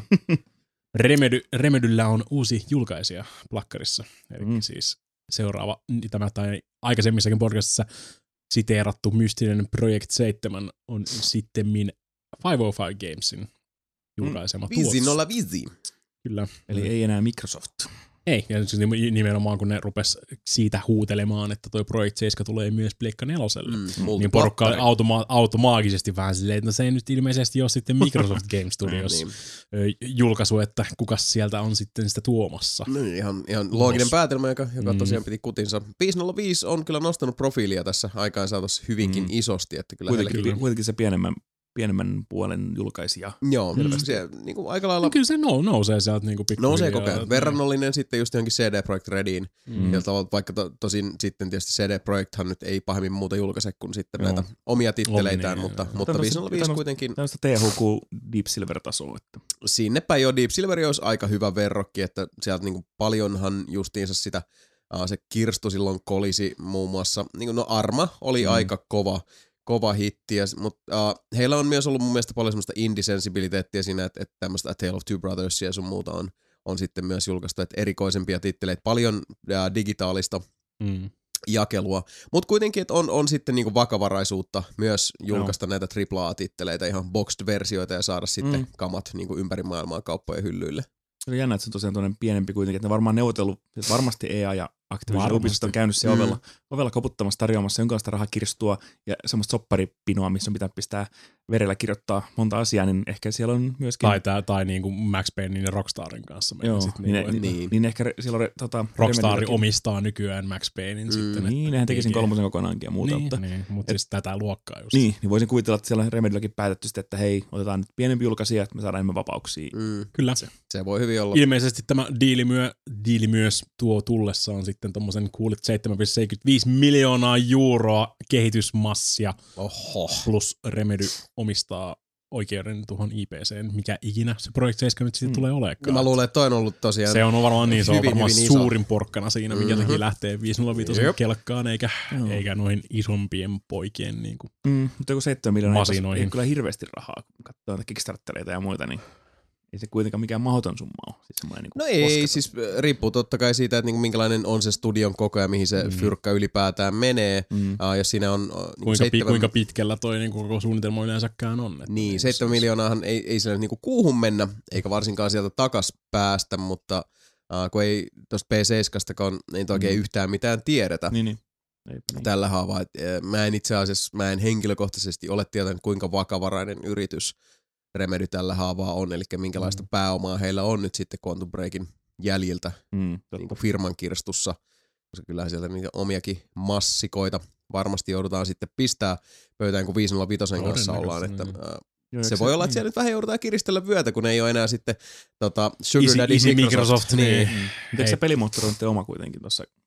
Remedy, Remedyllä on uusi julkaisija plakkarissa. Eli Mm. siis seuraava, tämä tai aikaisemmissakin podcastissa siteerattu mystinen Project seitsemän on sittemmin viisisataaviisi Gamesin julkaisema Viisi tuotos. nolla viisi. Kyllä. Eli ei enää Microsoft. Ei, ja siis nimenomaan kun ne rupes siitä huutelemaan, että toi Project seitsemän tulee myös Pleikka neloselle, Mm, niin porukka oli automa- automaagisesti vähän silleen, että no se ei nyt ilmeisesti ole sitten Microsoft Game Studios niin. ö, julkaisu, että kukas sieltä on sitten sitä tuomassa. No niin, ihan, ihan looginen Ulos. päätelmä, joka, joka Mm. tosiaan piti kutinsa. viisi nolla viisi on kyllä nostanut profiilia tässä aikaan saatossa hyvinkin Mm. isosti, että kyllä Kuitenkin, heilläkin... kuitenkin se pienemmän, pienemmän puolen julkaisija. Joo, Selvästi. se niin kuin aika lailla No, kyllä se nou, nousee sieltä niinku pikkuhiljaa. nousee koko ajan. Verrannollinen sitten just johonkin C D Projekt Rediin, Mm. ja tavalla, vaikka to, tosin sitten tietysti C D Projekthan nyt ei pahemmin muuta julkaise kuin sitten Joo. näitä omia titteleitään, Omia, mutta, joo. mutta Tämmöistä- viisi nolla viisi tämmöistä- kuitenkin Tällaista T H Q Deep Silver-tasoa. Että. sinnepä jo Deep Silver olisi aika hyvä verrokki, että sieltä niinku paljonhan justiinsa sitä, uh, se kirstu silloin kolisi muun muassa, niinku no Arma oli Mm. aika kova, kova hitti, mutta uh, heillä on myös ollut mun mielestä paljon semmoista indie-sensibiliteettiä siinä, että, että tämmöistä A Tale of Two Brothersia ja sun muuta on, on sitten myös julkaistu, että erikoisempia titteleitä, paljon uh, digitaalista Mm. jakelua, mutta kuitenkin, että on, on sitten niinku vakavaraisuutta myös julkaista no. näitä triple A-titteleitä, ihan boxed-versioita ja saada sitten Mm. kamat niinku ympäri maailmaa kauppojen hyllyille. Se on jännä, että se on tosiaan tuollainen pienempi kuitenkin, että ne varmaan neuvotellut, että varmasti E A ja Activision Varmasti. Ubisoft on käynyt siellä ovella, ovella koputtamassa tarjoamassa jonkinlaista rahakirstua ja semmoista sopparipinoa, missä on pitää pistää verellä kirjoittaa monta asiaa, niin ehkä siellä on myöskin... Tai, tää, tai niinku Max Paynein ja Rockstarin kanssa. Joo, Sit niin, niinku, niin, että niin, niin ehkä re- siellä on re- tota, Rockstar Remedylläkin- omistaa nykyään Max Paynein mm, sitten. Niin, nehän tekisin G G. kolmosen kokonaankin ja muuta, Niin, mutta... niin, mutta siis tätä luokkaa just. Niin, niin voisin kuvitella, että siellä on Remedylläkin päätetty sitten, että hei, otetaan nyt pienempi julkaisija, että me saadaan enemmän vapauksia. Mm, Kyllä. se voi hyvin olla. Ilmeisesti tämä diili, myö, diili myös tuo tullessaan sitten tommosen kuulit seitsemän pilkku seitsemänkymmentäviisi miljoonaa euroa kehitysmassia Oho. plus Remedy omistaa oikeuden tuohon I P C:en, mikä ikinä se Project seitsemän nyt siitä Mm. tulee Mä olekaan. luulen, että toi on ollut tosiaan... Se on varmaan niin, se on hyvin, varmaan hyvin iso. suurin porkkana siinä, mikä Mhm. takia lähtee viisi nolla viisi Jep. kelkkaan, eikä, Joo. eikä noihin isompien poikien niin kuin. Mm, mutta joku seitsemän miljoonaa ei, Masinoihin. ei kyllä hirveästi rahaa, kun katsoo näitä Kickstartereita ja muita, niin ei se kuitenkaan mikään mahdoton summa ole. Siis semmoinen niin No ei, siis riippuu totta kai siitä, että niinku minkälainen on se studion koko ja mihin se Mm. fyrkka ylipäätään menee. Mm. Uh, jos siinä on... Uh, niinku Kuinka, seitsemän, pi, kuinka pitkällä toi niin koko suunnitelma yleensäkään on. Että Niin, jos- seitsemän miljoonaahan ei, ei sillä niinku kuuhun mennä, eikä varsinkaan sieltä takas päästä, mutta uh, kun ei tuosta P seitsemän ei oikein Mm. yhtään mitään tiedetä Niin, niin. Eipä niin. tällä haavaa. Et, eh, mä en itse asiassa, mä en henkilökohtaisesti ole tietänyt, kuinka vakavarainen yritys Remedy tällä haavaa on, eli minkälaista Mm. pääomaa heillä on nyt sitten Quantum Breakin jäljiltä Mm, totta. niin kuin firman kirstussa, koska kyllähän sieltä niitä omiakin massikoita varmasti joudutaan sitten pistää pöytään, kun viisi nolla viisi kanssa ollaan, että Todennäköisesti, ää, Joo, se eikö voi olla, että niin? siellä nyt vähän joudutaan kiristellä vyötä, kun ei ole enää sitten tota, Sugar Easy- Daddy easy Microsoft. Microsoft, niin. Mm. Mutta eikö se Ei. pelimoottori on oma kuitenkin tuossa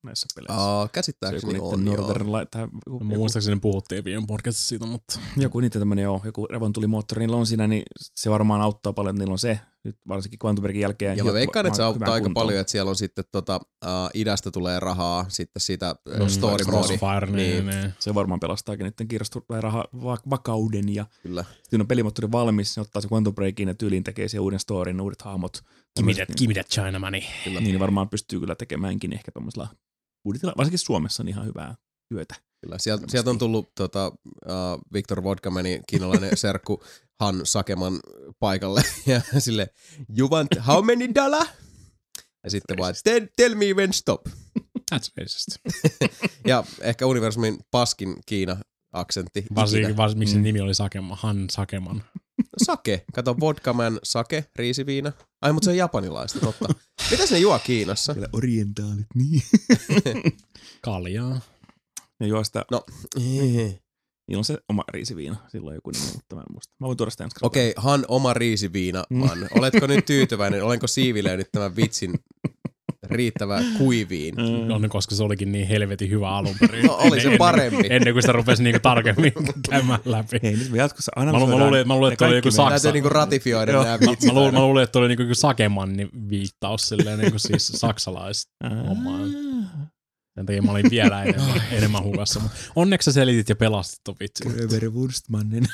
näissä peleissä. Aa, Se käsittääkseni joku on, niiden joo. Northern Light, tai joku, No, joku, muistaakseni puhuttiin viime podcastissa siitä, mutta joku niitä tämmöinen, joo, joku revontulimoottori niillä on siinä, niin se varmaan auttaa paljon, että niillä on se, nyt varsinkin Quantum Breakin jälkeen. Ja mä veikkaan, että se auttaa aika kuntoon. paljon, että siellä on sitten tota, uh, idästä tulee rahaa, sitten siitä uh, Mm, story modi. Crossfire, niin, Niin. niin. Se varmaan pelastaakin niiden kirjasto- tai raha, va- vakauden, ja Kyllä. sitten on pelimoottori valmis, se ottaa se Quantum Breakin ja tyyliin tekee sen uuden storyn, uudet hahmot. Give me that, Tämmöset, give me that China money. Kyllä. Niin varmaan pystyy kyllä tekemäänkin ehkä tuommoisella budjetilla, varsinkin Suomessa on ihan hyvää työtä. Kyllä. Sieltä, sieltä on tullut tota, uh, Victor Vodkamani, kiinalainen serkku Han Sakeman paikalle ja sille, you want how many dollar? Ja sitten vaan, tell, tell me when stop. That's racist. Ja ehkä universumin paskin Kiina-aksentti. Varsinkin, varsinkin miksi Mm. se nimi oli Sakema, Han Sakeman. Sake. Kato, vodkaman sake, riisiviina. Ai, mutta se on japanilaista, totta. Mitäs ne juo Kiinassa? Kyllä orientaalit, niin. Kaljaa. Ne juo sitä, No, niillä on se oma riisiviina, silloin joku nimi, mutta mä en muista. Mä voin tuoda sitä ensi kertaa. okei, okay, Han oma riisiviina, man. Oletko nyt tyytyväinen? Olenko siivilleen nyt tämän vitsin riittävä kuiviin? Mm. On, koska se olikin niin helvetin hyvä alun perin. No, oli se Ennen- parempi. Ennen, ennen kuin sitä rupesi niinku tarkemmin käymään läpi. Hei, nyt me jatkossa Mä, lu- mä analysoidaan. luulin, mä luulin, että ne oli joku kaikki meidän- Saksa. Täytyy niinku ratifioida Joo. nämä Mä, vitsit. mä, luulin, aina. mä luulin, että oli niinku joku Sakemanni viittaus silleen niinku siis saksalais. hommaa. Sen takia mä olin vielä enemmän, enemmän hukassa. Mut onneksi sä selitit ja pelastit ton vitsin. Gröber-Wurstmannen.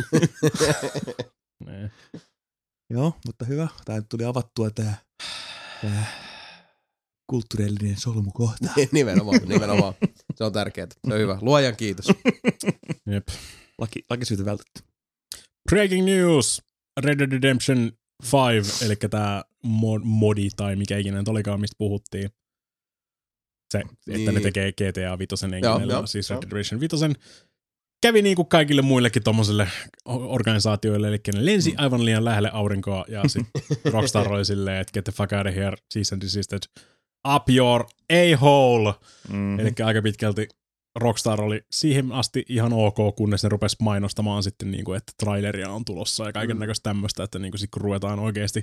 Niin. Joo, mutta hyvä. Tää tuli avattua tää, tää kulttuurillinen solmukohta. Nimenomaan, nimenomaan. Se on tärkeää. Se on hyvä. Luojan kiitos. Jep. Laki, lakisyytä vältetty. Breaking news! Red Dead Redemption viisi, eli tää mod, modi tai mikä ikinä nyt olikaan, mistä puhuttiin. Se, että Niin. ne tekee G T A viisi Joo, englannilla, joo, siis joo. Red Dead Redemption viisi. Kävi niin kuin kaikille muillekin tommoselle organisaatioille, eli ne lensi aivan liian lähelle aurinkoa, ja sitten Rockstar oli silleen, että get the fuck out of here, cease and desisted, up your a-hole! Mm-hmm. Eli aika pitkälti Rockstar oli siihen asti ihan ok, kunnes ne rupesi mainostamaan sitten, niin kuin, että traileria on tulossa ja kaiken näköistä tämmöistä, että niin kuin sit kun ruvetaan oikeasti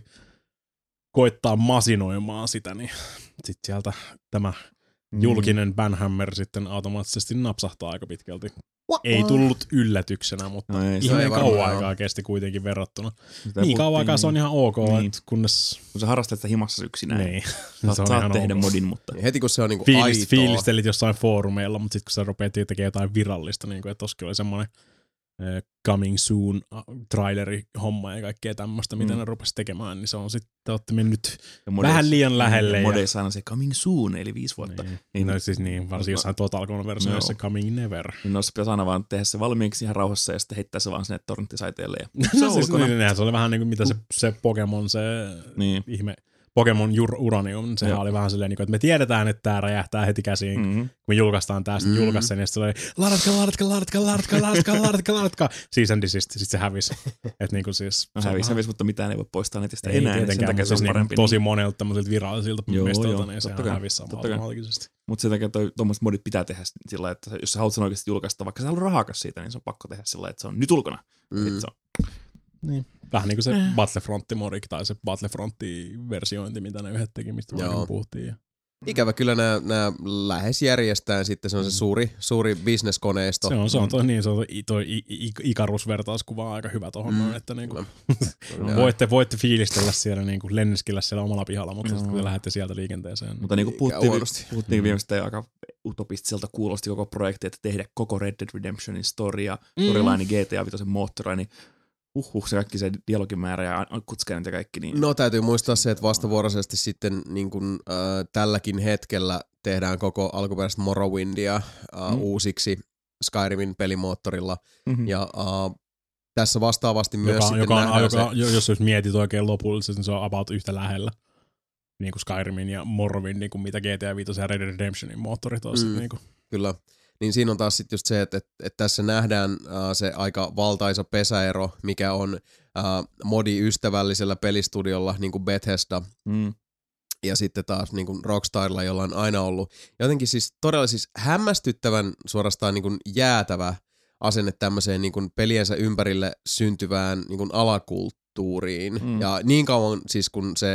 koittaa masinoimaan sitä, niin sitten sieltä tämä julkinen Banhammer sitten automaattisesti napsahtaa aika pitkälti. Ei tullut yllätyksenä, mutta No ei, se ihmeen ei varmaan kauan ole. aikaa kesti kuitenkin verrattuna. Sitä Niin kauan aikaa se on ihan ok, Niin. että kunnes... Kun sä harrastat sitä himassa yksinään. Niin. Saat, Se on saat ihan tehdä ok. modin, mutta Heti kun se on niinku Fiilist, aitoa. fiilistelit jossain foorumeilla, mutta sitten kun sä rupeat tekemään jotain virallista, niin kuin, että toskin oli semmoinen eh, coming soon ah, traileri homma ja kaikkea tämmöistä, mitä Mm. ne rupesi tekemään, niin se on sitten, te olette mennyt ja modeissa- vähän liian lähelle. Ja Ja, modeissa aina se coming soon, eli viisi vuotta. niin, Niin. no, siis niin, varsinkin jossain Total Conversionissa Joo. coming never. Niin noissa pitäisi aina vaan tehdä se valmiiksi ihan rauhassa ja sitten heittää se vaan sinne torrenttisaiteelle. Ja No, se on siis, ulkona. niin, niin, se oli vähän niin kuin mitä se, se Pokemon, se Niin. ihme Pokemon Ur- Uranium, sehän Joo. oli vähän silleen, niin kuin, että me tiedetään, että tää räjähtää heti käsiin, Mm-hmm. kun me julkaistaan tää, sitten Mm. julkaisi sen, ja sitten oli laadatkaa, laadatkaa, laadatkaa, laadatkaa, laadatkaa, laadatkaa, laadatkaa, cease and desist, sitten se hävisi. Että niinku siis... No se on hävisi, vähän- hävisi, mutta mitään ei voi poistaa netistä ei enää. Niin sen tietenkään, takia mutta se on siis parempi. niinku tosi monelta tämmöisiltä virallisilta Joo, mestoilta, joo, niin totta sehän kai, hävisi totta kai. automaattisesti. Mutta sen takia tuommoiset modit pitää tehdä sillä lailla, että jos sä haluat sen oikeasti julkaista, vaikka sä haluat rahaakas siitä, niin se on pakko tehdä sillä lailla, että se on nyt ulkona. Mm. Mm. Se on. Niin. Vähän niin kuin se Eh. Battlefront-modik tai se Battlefront-versiointi, mitä ne yhdet teki, mistä Joo. vaikka puhuttiin. Ikävä kyllä nämä, nämä lähes järjestään sitten, se on se suuri, suuri bisneskoneisto. Se on, se on toi, niin, se on toi, toi I- I- Ikarus-vertauskuva aika hyvä tohon Mm. noin, että niinku, Joo. voitte, voitte fiilistellä siellä, niinku, lenneskillä siellä omalla pihalla, mutta Joo. sitten kun te lähdette sieltä liikenteeseen. Mutta niin kuin Eikä puhuttiin, huonosti. puhuttiin Mm. viimeistä aika utopistiselta kuulosti koko projekti, että tehdä koko Red Dead Redemptionin story ja Mm. storyline G T A viisi moottori, niin uhuh, se kaikki se dialogimäärä ja kutskäinnit ja kaikki. Niin No täytyy muistaa se, että vastavuoroisesti sitten niin kuin, äh, tälläkin hetkellä tehdään koko alkuperäistä Morrowindia äh, Mm. uusiksi Skyrimin pelimoottorilla. mm-hmm. Ja äh, tässä vastaavasti myös Joka, sitten joka on, nähdään joka, se, jo- jos jos mietit oikein lopullisesti, niin se on about yhtä lähellä. Niin kuin Skyrimin ja Morrowind, niin kuin mitä G T A viisi ja Red Dead Redemptionin moottorit on. Mm. Mm. Niin kuin. kyllä. Niin siinä on taas sitten just se, että, että, että tässä nähdään äh, se aika valtaisa pesäero, mikä on äh, modi-ystävällisellä pelistudiolla, niin kuin Bethesda, mm. ja sitten taas niin kuin Rockstarilla, jolla on aina ollut jotenkin siis todella siis hämmästyttävän suorastaan niin kuin jäätävä asenne tämmöiseen niin kuin peliensä ympärille syntyvään niin kuin alakulttuuriin. Mm. Ja niin kauan siis kun se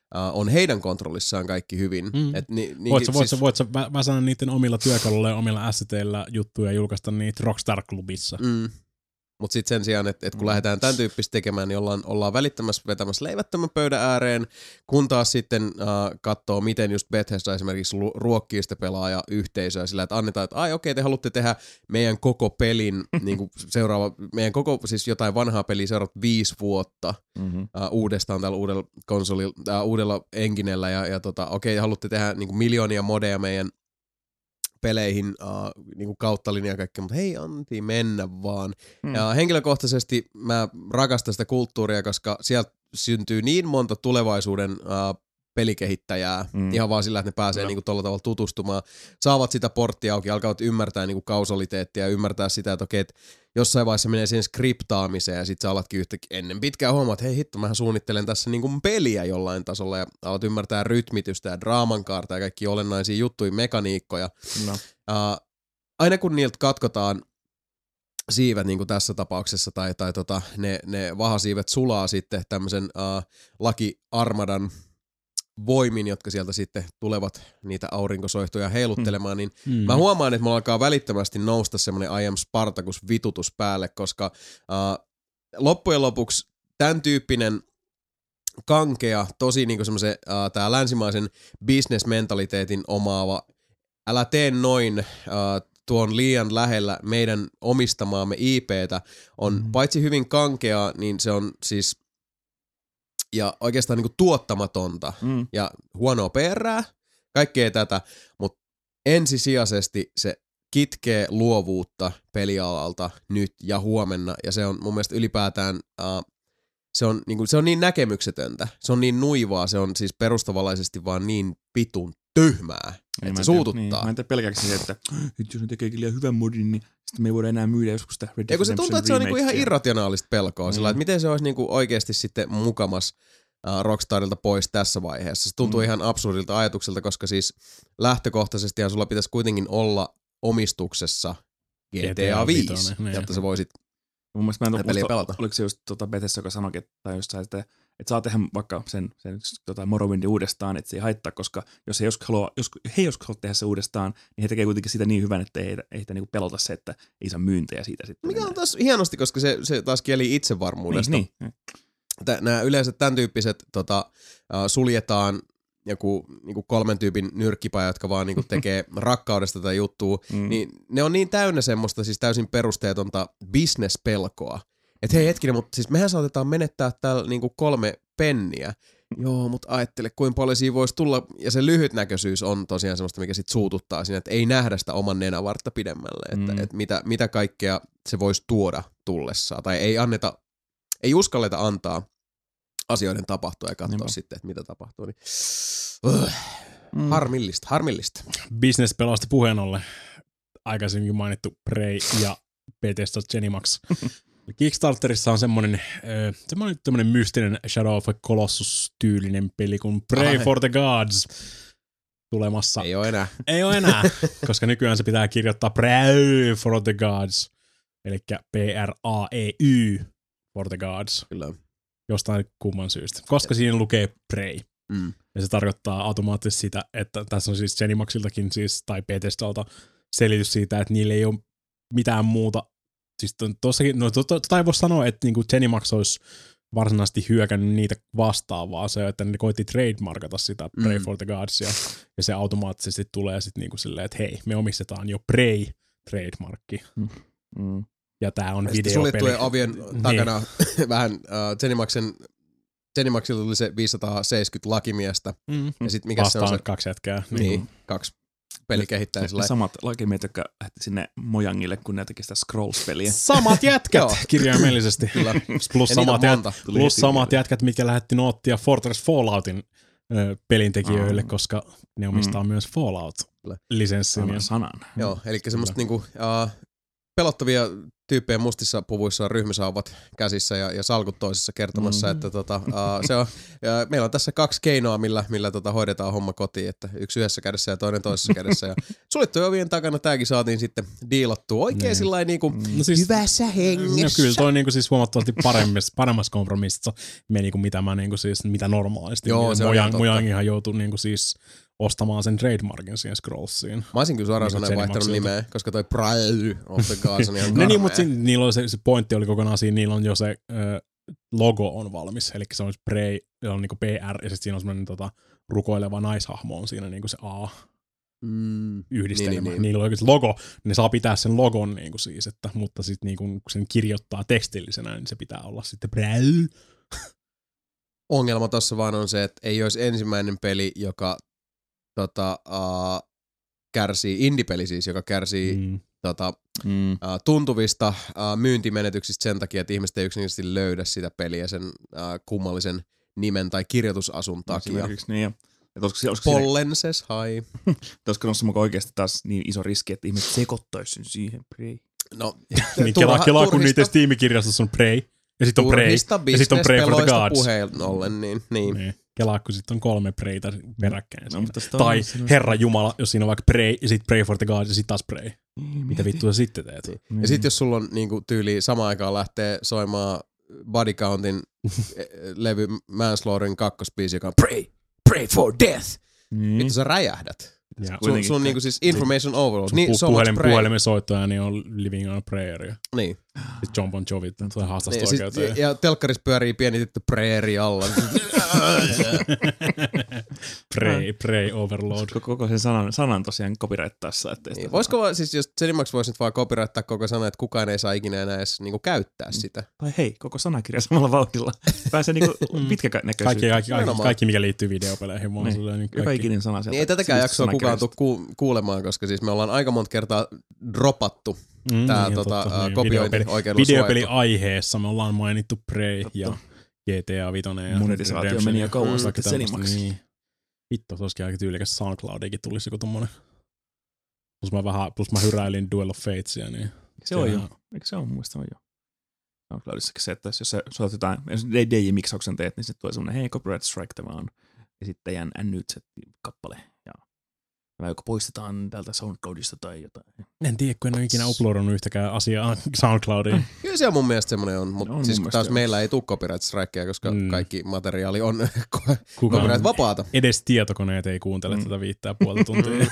on heidän kontrollissaan kaikki hyvin. Mm. Et ni, ni, voit sä, voit siis, sä, voit sä vä- väsänä niiden omilla työkaluilla ja omilla asseteilla juttuja ja julkaista niitä Rockstar-klubissa. Mm. Mutta sitten sen sijaan, että et kun mm. lähdetään tämän tyyppistä tekemään, niin ollaan, ollaan välittämässä vetämässä leivättömän pöydän ääreen, kun taas sitten äh, katsoo, miten just Bethesda esimerkiksi lu- ruokkii sitä pelaajayhteisöä sillä, että annetaan, että ai okei, te haluatte tehdä meidän koko pelin, niin kuin seuraava, meidän koko, siis jotain vanhaa peliä seuraavat viisi vuotta mm-hmm. äh, uudestaan tällä uudella konsolilla, äh, uudella enginellä, ja, ja tota, okei, haluatte tehdä niin kuin miljoonia modeja meidän peleihin uh, niinku kautta linjaa kaikkea, mutta hei, anti mennä vaan. Hmm. Ja henkilökohtaisesti mä rakastan sitä kulttuuria, koska sieltä syntyy niin monta tulevaisuuden uh, pelikehittäjää, hmm. ihan vaan sillä, että ne pääsee no. niinku tolla tavalla tutustumaan, saavat sitä porttia auki, alkavat ymmärtää niinku kausaliteettia ja ymmärtää sitä, että okei, että jossain vaiheessa menee siihen skriptaamiseen ja sit sä alatkin yhtäkkiä ennen pitkään huomaa, että hei hitto, mähän suunnittelen tässä niinku peliä jollain tasolla ja alat ymmärtää rytmitystä ja draamankaarta ja kaikki olennaisia juttuja, mekaniikkoja. No. Uh, aina kun niiltä katkotaan siivet niin kuin tässä tapauksessa tai, tai tota, ne, ne vahasiivet sulaa sitten tämmöisen uh, Laki Armadan voimin, jotka sieltä sitten tulevat niitä aurinkosoihtuja heiluttelemaan, niin mm. mä huomaan, että mulla alkaa välittömästi nousta semmoinen I am Spartacus vitutus päälle, koska uh, loppujen lopuksi tämän tyyppinen kankea, tosi niinku semmoisen uh, tää länsimaisen business-mentaliteetin omaava, älä tee noin uh, tuon liian lähellä meidän omistamaamme I P:tä, on mm. paitsi hyvin kankeaa, niin se on siis ja oikeastaan niinku tuottamatonta mm. ja huonoa P R:ää, kaikkea tätä, mutta ensisijaisesti se kitkee luovuutta pelialalta nyt ja huomenna, ja se on mun mielestä ylipäätään, uh, se, on, niinku, se on niin näkemyksetöntä, se on niin nuivaa, se on siis perustavallisesti vaan niin vitun tyhmää, että se suututtaa. Niin, mä en tiedä pelkääksi se, että jos ne tekee liian hyvän modin, niin sitten me ei voida enää myydä joskus sitä Red Dead Redemption. Se tuntuu, että se on niinku ihan irrationaalista pelkoa, mm. sillä että miten se olisi niinku oikeasti sitten mukamas uh, Rockstarilta pois tässä vaiheessa. Se tuntuu mm. ihan absurdilta ajatukselta, koska siis lähtökohtaisestihan sulla pitäisi kuitenkin olla omistuksessa G T A viisi, jotta sä voisit mun mielestä mä en peliä pelata. Oliko se just tota Bethesda, joka sanoi, että jossain sitä, että saa tehdä vaikka sen, sen tota Morrowindin uudestaan, että se ei haittaa, koska jos he joskus haluaa, jos, he joskus haluaa tehdä se uudestaan, niin he tekee kuitenkin sitä niin hyvän, että ei, ei heitä niinku pelota se, että ei saa myyntejä siitä sitten. Mikä on taas hienosti, koska se, se taas kieli itsevarmuudesta. Niin, niin. Nämä yleensä tämän tyyppiset tota, uh, suljetaan joku niinku kolmen tyypin nyrkkipäjä, jotka vaan niinku tekee rakkaudesta tätä juttua, mm. niin ne on niin täynnä semmoista siis täysin perusteetonta business-pelkoa. Että hei hetkinen, mutta siis mehän saatetaan menettää täällä niinku kolme penniä. Joo, mutta ajattele, kuinka paljon siinä voisi tulla, ja se lyhytnäköisyys on tosiaan semmoista, mikä sit suututtaa siinä, että ei nähdä sitä oman nenävartta pidemmälle, että, mm. että mitä, mitä kaikkea se voisi tuoda tullessaan, tai ei anneta, ei uskalleta antaa asioiden tapahtua ja katsoa Niinpä. Sitten, että mitä tapahtuu. Niin, uh, mm. Harmillista, harmillista. Business-pelasta puheen ollen aikaisemmin mainittu Prey ja Bethesda Zenimax. Kickstarterissa on semmoinen, semmoinen tämmöinen mystinen Shadow of a Colossus-tyylinen peli kuin Pray ah, for the Gods tulemassa. Ei ole enää. Ei ole enää, koska nykyään se pitää kirjoittaa Pray for the Gods, eli P R A E Y for the Gods. Kyllä. Jostain kumman syystä, koska siinä lukee Prey. Mm. Ja se tarkoittaa automaattisesti sitä, että tässä on siis Zenimaxiltakin siis, tai Bethesdalta selitys siitä, että niillä ei ole mitään muuta. Siis tossakin, no tota to, ei voi sanoa, että niinku Zenimax olisi varsinaisesti hyökännyt niitä vastaan, vaan se, että ne koitti trademarkata sitä Prey mm. for the Gods, ja, ja se automaattisesti tulee sitten niinku silleen, että hei, me omistetaan jo Prey trademarkki. Mm. Mm. Ja tää on videopeli. Suljettujen ovien takana niin. vähän uh, Zenimaxen, Zenimaxilla tuli se viisisataaseitsemänkymmentä lakimiestä. Mm. Ja sit mikä vastaan se on se? kaksi jätkää. Niin, niin. kaksi pelikehittäjää. Ne samat lakimiehet, jotka lähti sinne Mojangille, kun ne teki sitä Scrolls-peliä. Samat jätkät, kirjaimellisesti. Kyllä. Plus samat, jät, plus samat jätkät, mitkä lähetti noottia Fortress Falloutin ö, pelintekijöille, oh. koska ne omistaa mm. myös Fallout-lisenssin. Sanan sanan. Joo, eli semmoista niinku, uh, pelottavia tyyppejä mustissa puvuissa ryhmisauvat käsissä ja, ja salkut toisessa kertomassa, mm-hmm. että tota, uh, se on, ja meillä on tässä kaksi keinoa, millä, millä tota, hoidetaan homma kotiin, että yksi yhdessä kädessä ja toinen toisessa kädessä. Ja suljettujen ovien takana tääkin saatiin sitten diilattua oikein sillain niinku no siis, hyvässä hengessä. No kyllä toi niinku siis huomattavasti paremmassa, paremmassa kompromississa meni kuin mitä mä niinku siis, mitä normaalisti. Joo, se on ihan totta. Mojangihan joutui niinku siis ostamaan sen trademarkin siihen Scrollsiin. Mä olisin kyllä suoraan niin sanoen vaihtanut nimeä, koska toi Pride of the Gods on ihan karmea. Niin, mutta siinä, niillä oli se, se pointti oli kokonaan siinä, niillä on jo se ö, logo on valmis, eli se on Prey, se on niinku P R, ja sitten siinä on semmoinen tota, rukoileva naishahmo on siinä niinku se A. Mm, yhdistelmä. niin, niin, niin. Niillä on oikeasti logo, ne saa pitää sen logon niinku siis, että, mutta sitten niinku, kun sen kirjoittaa tekstillisenä, niin se pitää olla sitten Prey. Ongelma tossa vaan on se, että ei olisi ensimmäinen peli, joka tota, uh, kärsii, indie-peli siis, joka kärsii mm. Tota, mm. uh, tuntuvista uh, myyntimenetyksistä sen takia, että ihmiset ei yksinkertaisesti löydä sitä peliä sen uh, kummallisen nimen tai kirjoitusasun takia. Niin, ja Pollenses, hai. Olisiko noissa mukaan oikeasti taas niin iso riski, että ihmiset sekoittaisi sen siihen Prey? No, niin kelaa, kelaa kun niitä Steam-kirjastossa on Prey, ja sitten on Prey, ja sitten on Prey for the Gods. Puheen ollen, niin, niin. niin. Kelaa, kun sitten on kolme Preytä peräkkäin. No, tai Herra Jumala, jos siinä on vaikka Prey, ja sitten Prey for the Gods, ja sitten taas Prey. Niin, mitä vittua sä sitten teet? Niin. Mm. Ja sitten jos sulla on niinku tyyli samaan aikaan lähtee soimaan Body Countin levy Manslaughterin kakkospiisi, joka on Pray, Pray for Death. Mm. Vittu sä räjähdät. Ja. Sun, sun niinku siis information overload. Niin, so puhelin, puhelimen soittoja niin on Living on a Prayer. Niin. Sitten John Bon Jovi tulee haastasta niin, oikeuteen. Ja telkkarissa pyörii pieni tyttö Prayeri alla. Pray, pray overload. Koko sen sanan, sanan tosiaan copyrighttaessa. Niin. Voisiko vaan, siis jos Zenimax voisi nyt vaan copyrighttaa koko sana, että kukaan ei saa ikinä enää edes niinku käyttää sitä. Tai hei, koko sanakirja samalla vauhdilla. Pääsee niinku pitkänäköisyyteen. Kaikki, kaikki, kaikki, kaikki, mikä liittyy videopeleihin. Niin. Niin. Niin joka ikinen sana sieltä. Niin ei tätäkään jaksoa kukaan tule ku- kuulemaan, koska siis me ollaan aika monta kertaa dropattu mm, tää niin, tota, totta, uh, kopiointi niin. Oikeudella videopeli aiheessa me ollaan mainittu Prey totta. Ja G T A viisi. Monetisaatio meni jo kauan sitten Zenimax. Niin. Vittu, se olisikin aika tyylikäs. SoundCloudikin tulisi joku tommonen. Plus mä, vähän, plus mä hyräilin Duel of Fatesia. Niin se on jo. Eikö se ole muistanut jo? SoundCloudissakin se, että jos sä soitat jotain, jos D J-miksauksen teet, niin sitten tulee semmonen, hei, copyright strike tämä on esittäjän N-Nyt-kappale. Ja tämä joko poistetaan täältä SoundCloudista tai jotain. En tiedä, kun en ole ikinä uploadannut yhtäkään asiaa SoundCloudiin. Kyllä se on mun mielestä semmoinen on, mutta siis taas jo. Meillä ei tule copyright strikeja, koska mm. kaikki materiaali on copyright vapaata. Edes tietokoneet ei kuuntele mm. tätä viittää puolta tuntia.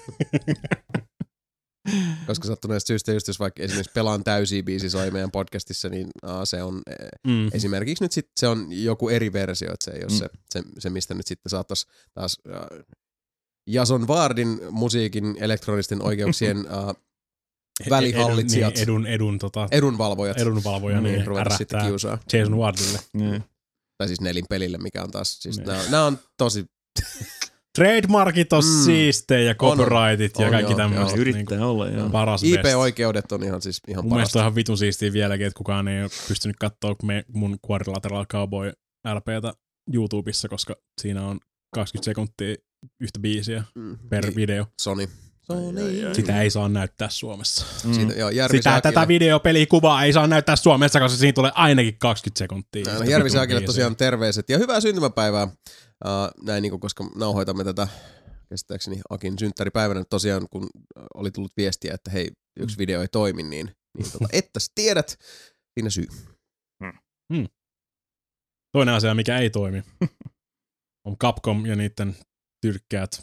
Koska sattuneesta syystä, just jos vaikka esimerkiksi Pelaan täysiä biisi soi meidän podcastissa, niin uh, se on mm. esimerkiksi nyt sitten se on joku eri versio, että se ei ole mm. se, se, se, mistä nyt sitten saattaisi taas uh, Jason Wardin musiikin elektronisten oikeuksien uh, välihallitsijat. Edun, edun, edun, tota, edunvalvojat. Edunvalvoja, niin, ruveta sitten kiusaa. Jason Wardille. Mm. Tai siis Nelin pelille, mikä on taas, siis nämä on tosi... Trademarkit on mm. siistejä ja copyrightit on, ja kaikki tämmöiset. Yrittää niin olla, joo. Paras I P-oikeudet on ihan siis ihan mun mielestä on ihan vitun siistiä vieläkin, että kukaan ei ole pystynyt katsoa me, mun Quadrilateral Cowboy L P:tä YouTubessa, koska siinä on kaksikymmentä sekuntia yhtä biisiä mm. per niin. video. Sony. Sony. Sitä ei saa näyttää Suomessa. Mm. Siitä, joo, Sitä tätä videopelikuvaa ei saa näyttää Suomessa, koska siinä tulee ainakin kaksikymmentä sekuntia. No, Järvi Saakille tosiaan terveiset ja hyvää syntymäpäivää. Uh, näin niin kuin, koska nauhoitamme tätä käsittääkseni Akin synttäripäivänä. Tosiaan kun oli tullut viestiä, että hei, yksi mm. video ei toimi, niin, niin tota, että sä tiedät, siinä syy. Mm. Toinen asia, mikä ei toimi, on Capcom ja niiden tyrkkäät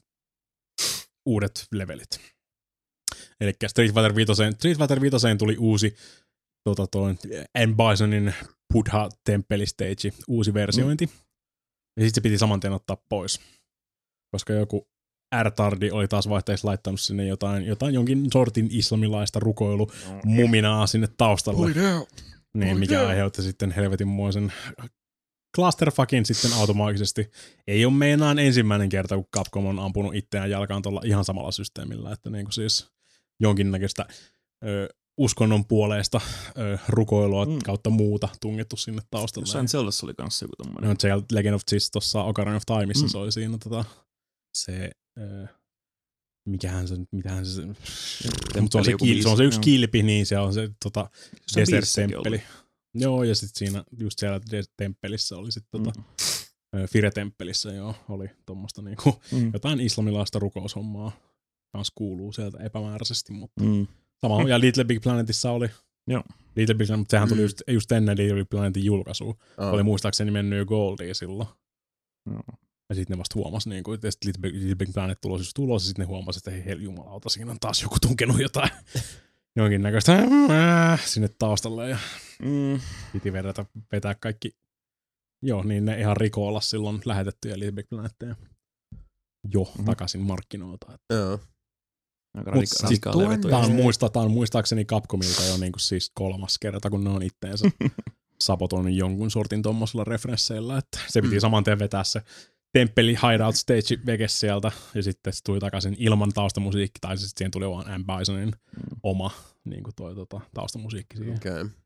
uudet levelit. Eli Street Fighter viisi, Street Fighter viisi tuli uusi tota, M. Bisonin Buddha Temple Stage, uusi versiointi. Mm. Ja sitten se piti saman tien ottaa pois. Koska joku R-tardi oli taas vaihteeksi laittanut sinne jotain, jotain jonkin sortin islamilaista rukoilumuminaa sinne taustalle. Niin, mikä aiheutti sitten helvetinmoisen clusterfuckin sitten automaattisesti. Ei ole meinaan ensimmäinen kerta, kun Capcom on ampunut itseään jalkaan tuolla ihan samalla systeemillä, että niin kuin siis jonkinnäköistä ö, uskonnon puoleista ö, rukoilua mm. kautta muuta tungettu sinne taustalle. Jossain Zeldassa oli kanssa joku tommoinen. No, Zelda Legend of siis tuossa Ocarina of Timeissa mm. se oli siinä tota, se, ö, mikähän se, mitähän se, mutta se on se, kil, se on se yksi kilpi, niin se on se tota, Desert-temppeli. Joo, ja sitten siinä just siellä temppelissä oli sitten tota, mm. Fire-temppelissä joo, oli tuommoista niinku mm. jotain islamilaista rukoushommaa. kans kuuluu sieltä epämääräisesti, mutta Mm. sama, ja Little Big Planetissa oli. Joo. Little Big Planet, mutta sehän tuli Mm. just, just ennen Little Big Planetin julkaisua. Oh. Oli muistaakseni mennyt jo Goldiin silloin. Joo. Ja sitten ne vasta huomasi, niin kuin, että Little Big, Little Big Planet tulos just tulos, ja sitten ne huomasi, että hei jumalauta, siinä on taas joku tunkenut jotain jonkinnäköistä äh, sinne taustalle, ja Mm. piti vedetä, vetää kaikki, joo, niin ne ihan rikoolla silloin lähetettyjä Little Big Planetteja jo Mhm. takaisin markkinoilta. Joo. Aika Mut radika- siis radikaaleja tuon- vetoja. Tämä on, muista, tää on muistaakseni Capcomilta jo niinku siis kolmas kerta, kun ne on itteensä sabotoinut jonkun sortin tommosilla referensseillä, että se piti Mm. saman tien vetää se temppeli hideout stage veke sieltä, ja sitten se tuli takaisin ilman taustamusiikki, tai sitten siihen tuli vaan M. Bisonin Mm. oma niin kuin toi, tota, taustamusiikki siihen. Okei. Okay.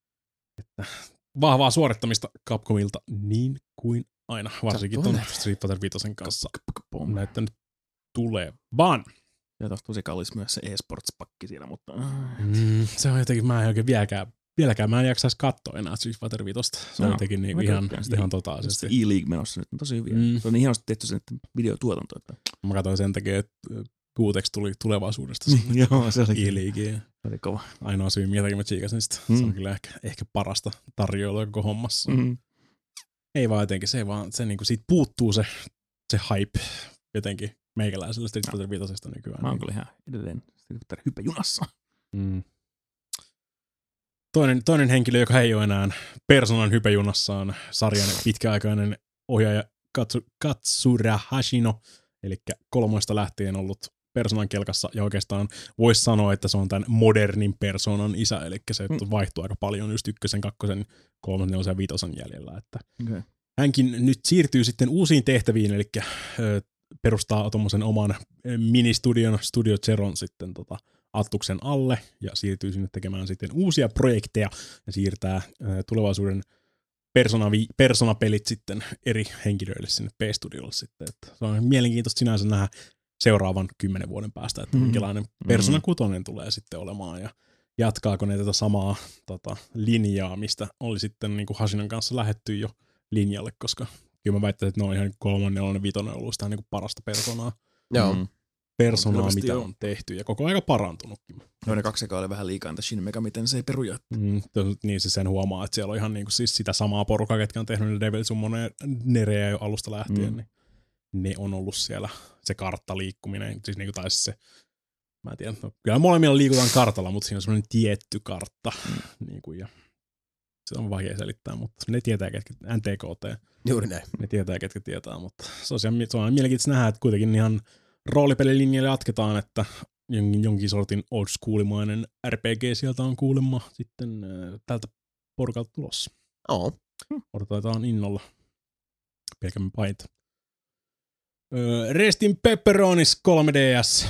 Vahvaa suorittamista Capcomilta niin kuin aina, varsinkin Sattuu ton Street Fighter viisi kanssa Pom. näyttänyt tulevan. Ja tossa tosi kallis myös se eSports-pakki siinä, mutta... Mm, se on jotenkin, mä en oikein vieläkään, vieläkään mä en jaksaisi katsoa enää Street Fighter viisi. Se on No, jotenkin niin mä ihan, tykkään sitä. ihan Se totaalisesti. E-League menossa nyt on tosi hyviä. Mm. Se on niin hienosti tehty se videotuotanto, että... Mä katsoin sen takia, että Guutex tuli tulevaisuudesta Joo, se oli, E-Leagueen. se oli kova. Ainoa syy, minkä takia mä tsiikasin sitä. Mm. Se on kyllä ehkä, ehkä parasta tarjoilua koko hommassa. Mm-hmm. Ei vaan jotenkin, se vaan, se niinku, siitä puuttuu se, se hype jotenkin meikäläisellä Street Fighter viitosesta nykyään. Mä oon kyllä ihan edelleen hyppäjunassa. Mm. Toinen, toinen henkilö, joka ei ole enää Personan hypejunassaan, sarjan pitkäaikainen ohjaaja Katsu, Katsura Hashino, eli kolmoista lähtien ollut Personan kelkassa, ja oikeastaan voisi sanoa, että se on tämän modernin Personan isä, eli se Mm. vaihtuu aika paljon just ykkösen, kakkosen, kolmosen, nelosen ja viitosen jäljellä. Että Okay. hänkin nyt siirtyy sitten uusiin tehtäviin, eli ö, perustaa tuommoisen oman ö, ministudion, Studio Zeron sitten tota, Attuksen alle, ja siirtyy sinne tekemään sitten uusia projekteja, ja siirtää ö, tulevaisuuden persona, persona-pelit sitten eri henkilöille sinne P-studiolle sitten. Että se on mielenkiintoista sinänsä nähdä seuraavan kymmenen vuoden päästä, että Mm. minkälainen Persona kutonen tulee sitten olemaan, ja jatkaako ne tätä samaa tota, linjaa, mistä oli sitten niin kuin Hashinon kanssa lähetty jo linjalle, koska kyllä mä väittäisin, että ne on ihan kolmannen, nelonen, vitonen ollut sitä niin kuin parasta personaa, Joo. Mm. personaa Selvästi mitä joo. on tehty, ja koko aika parantunutkin. No ne kaksi sekaa oli vähän liikaa, entä Shin Megami Tensei peruja. Mm, tos- niin se sen huomaa, että siellä on ihan niin kuin siis sitä samaa porukkaa, ketkä on tehnyt ne Devil Summonereja jo alusta lähtien, Mm. niin ne on ollut siellä se karttaliikkuminen, siis niin kuin taisi se, mä en tiedä, no, kyllä molemmilla liikutaan kartalla, mutta siinä on semmoinen tietty kartta, Mm. niin kuin, ja se on vaikea selittää, mutta ne tietää, ketkä, N T K T, Juuri näin. ne tietää, ketkä tietää, mutta se on, se on mielenkiintoista nähdä, että kuitenkin ihan roolipelilinjalle jatketaan, että jonkin, jonkin sortin old schoolimainen R P G sieltä on kuulemma sitten äh, tältä porukalta tulossa. Oo. Odotetaan innolla. Pelkämme paita. Öö, Restin Pepperonis kolme D S.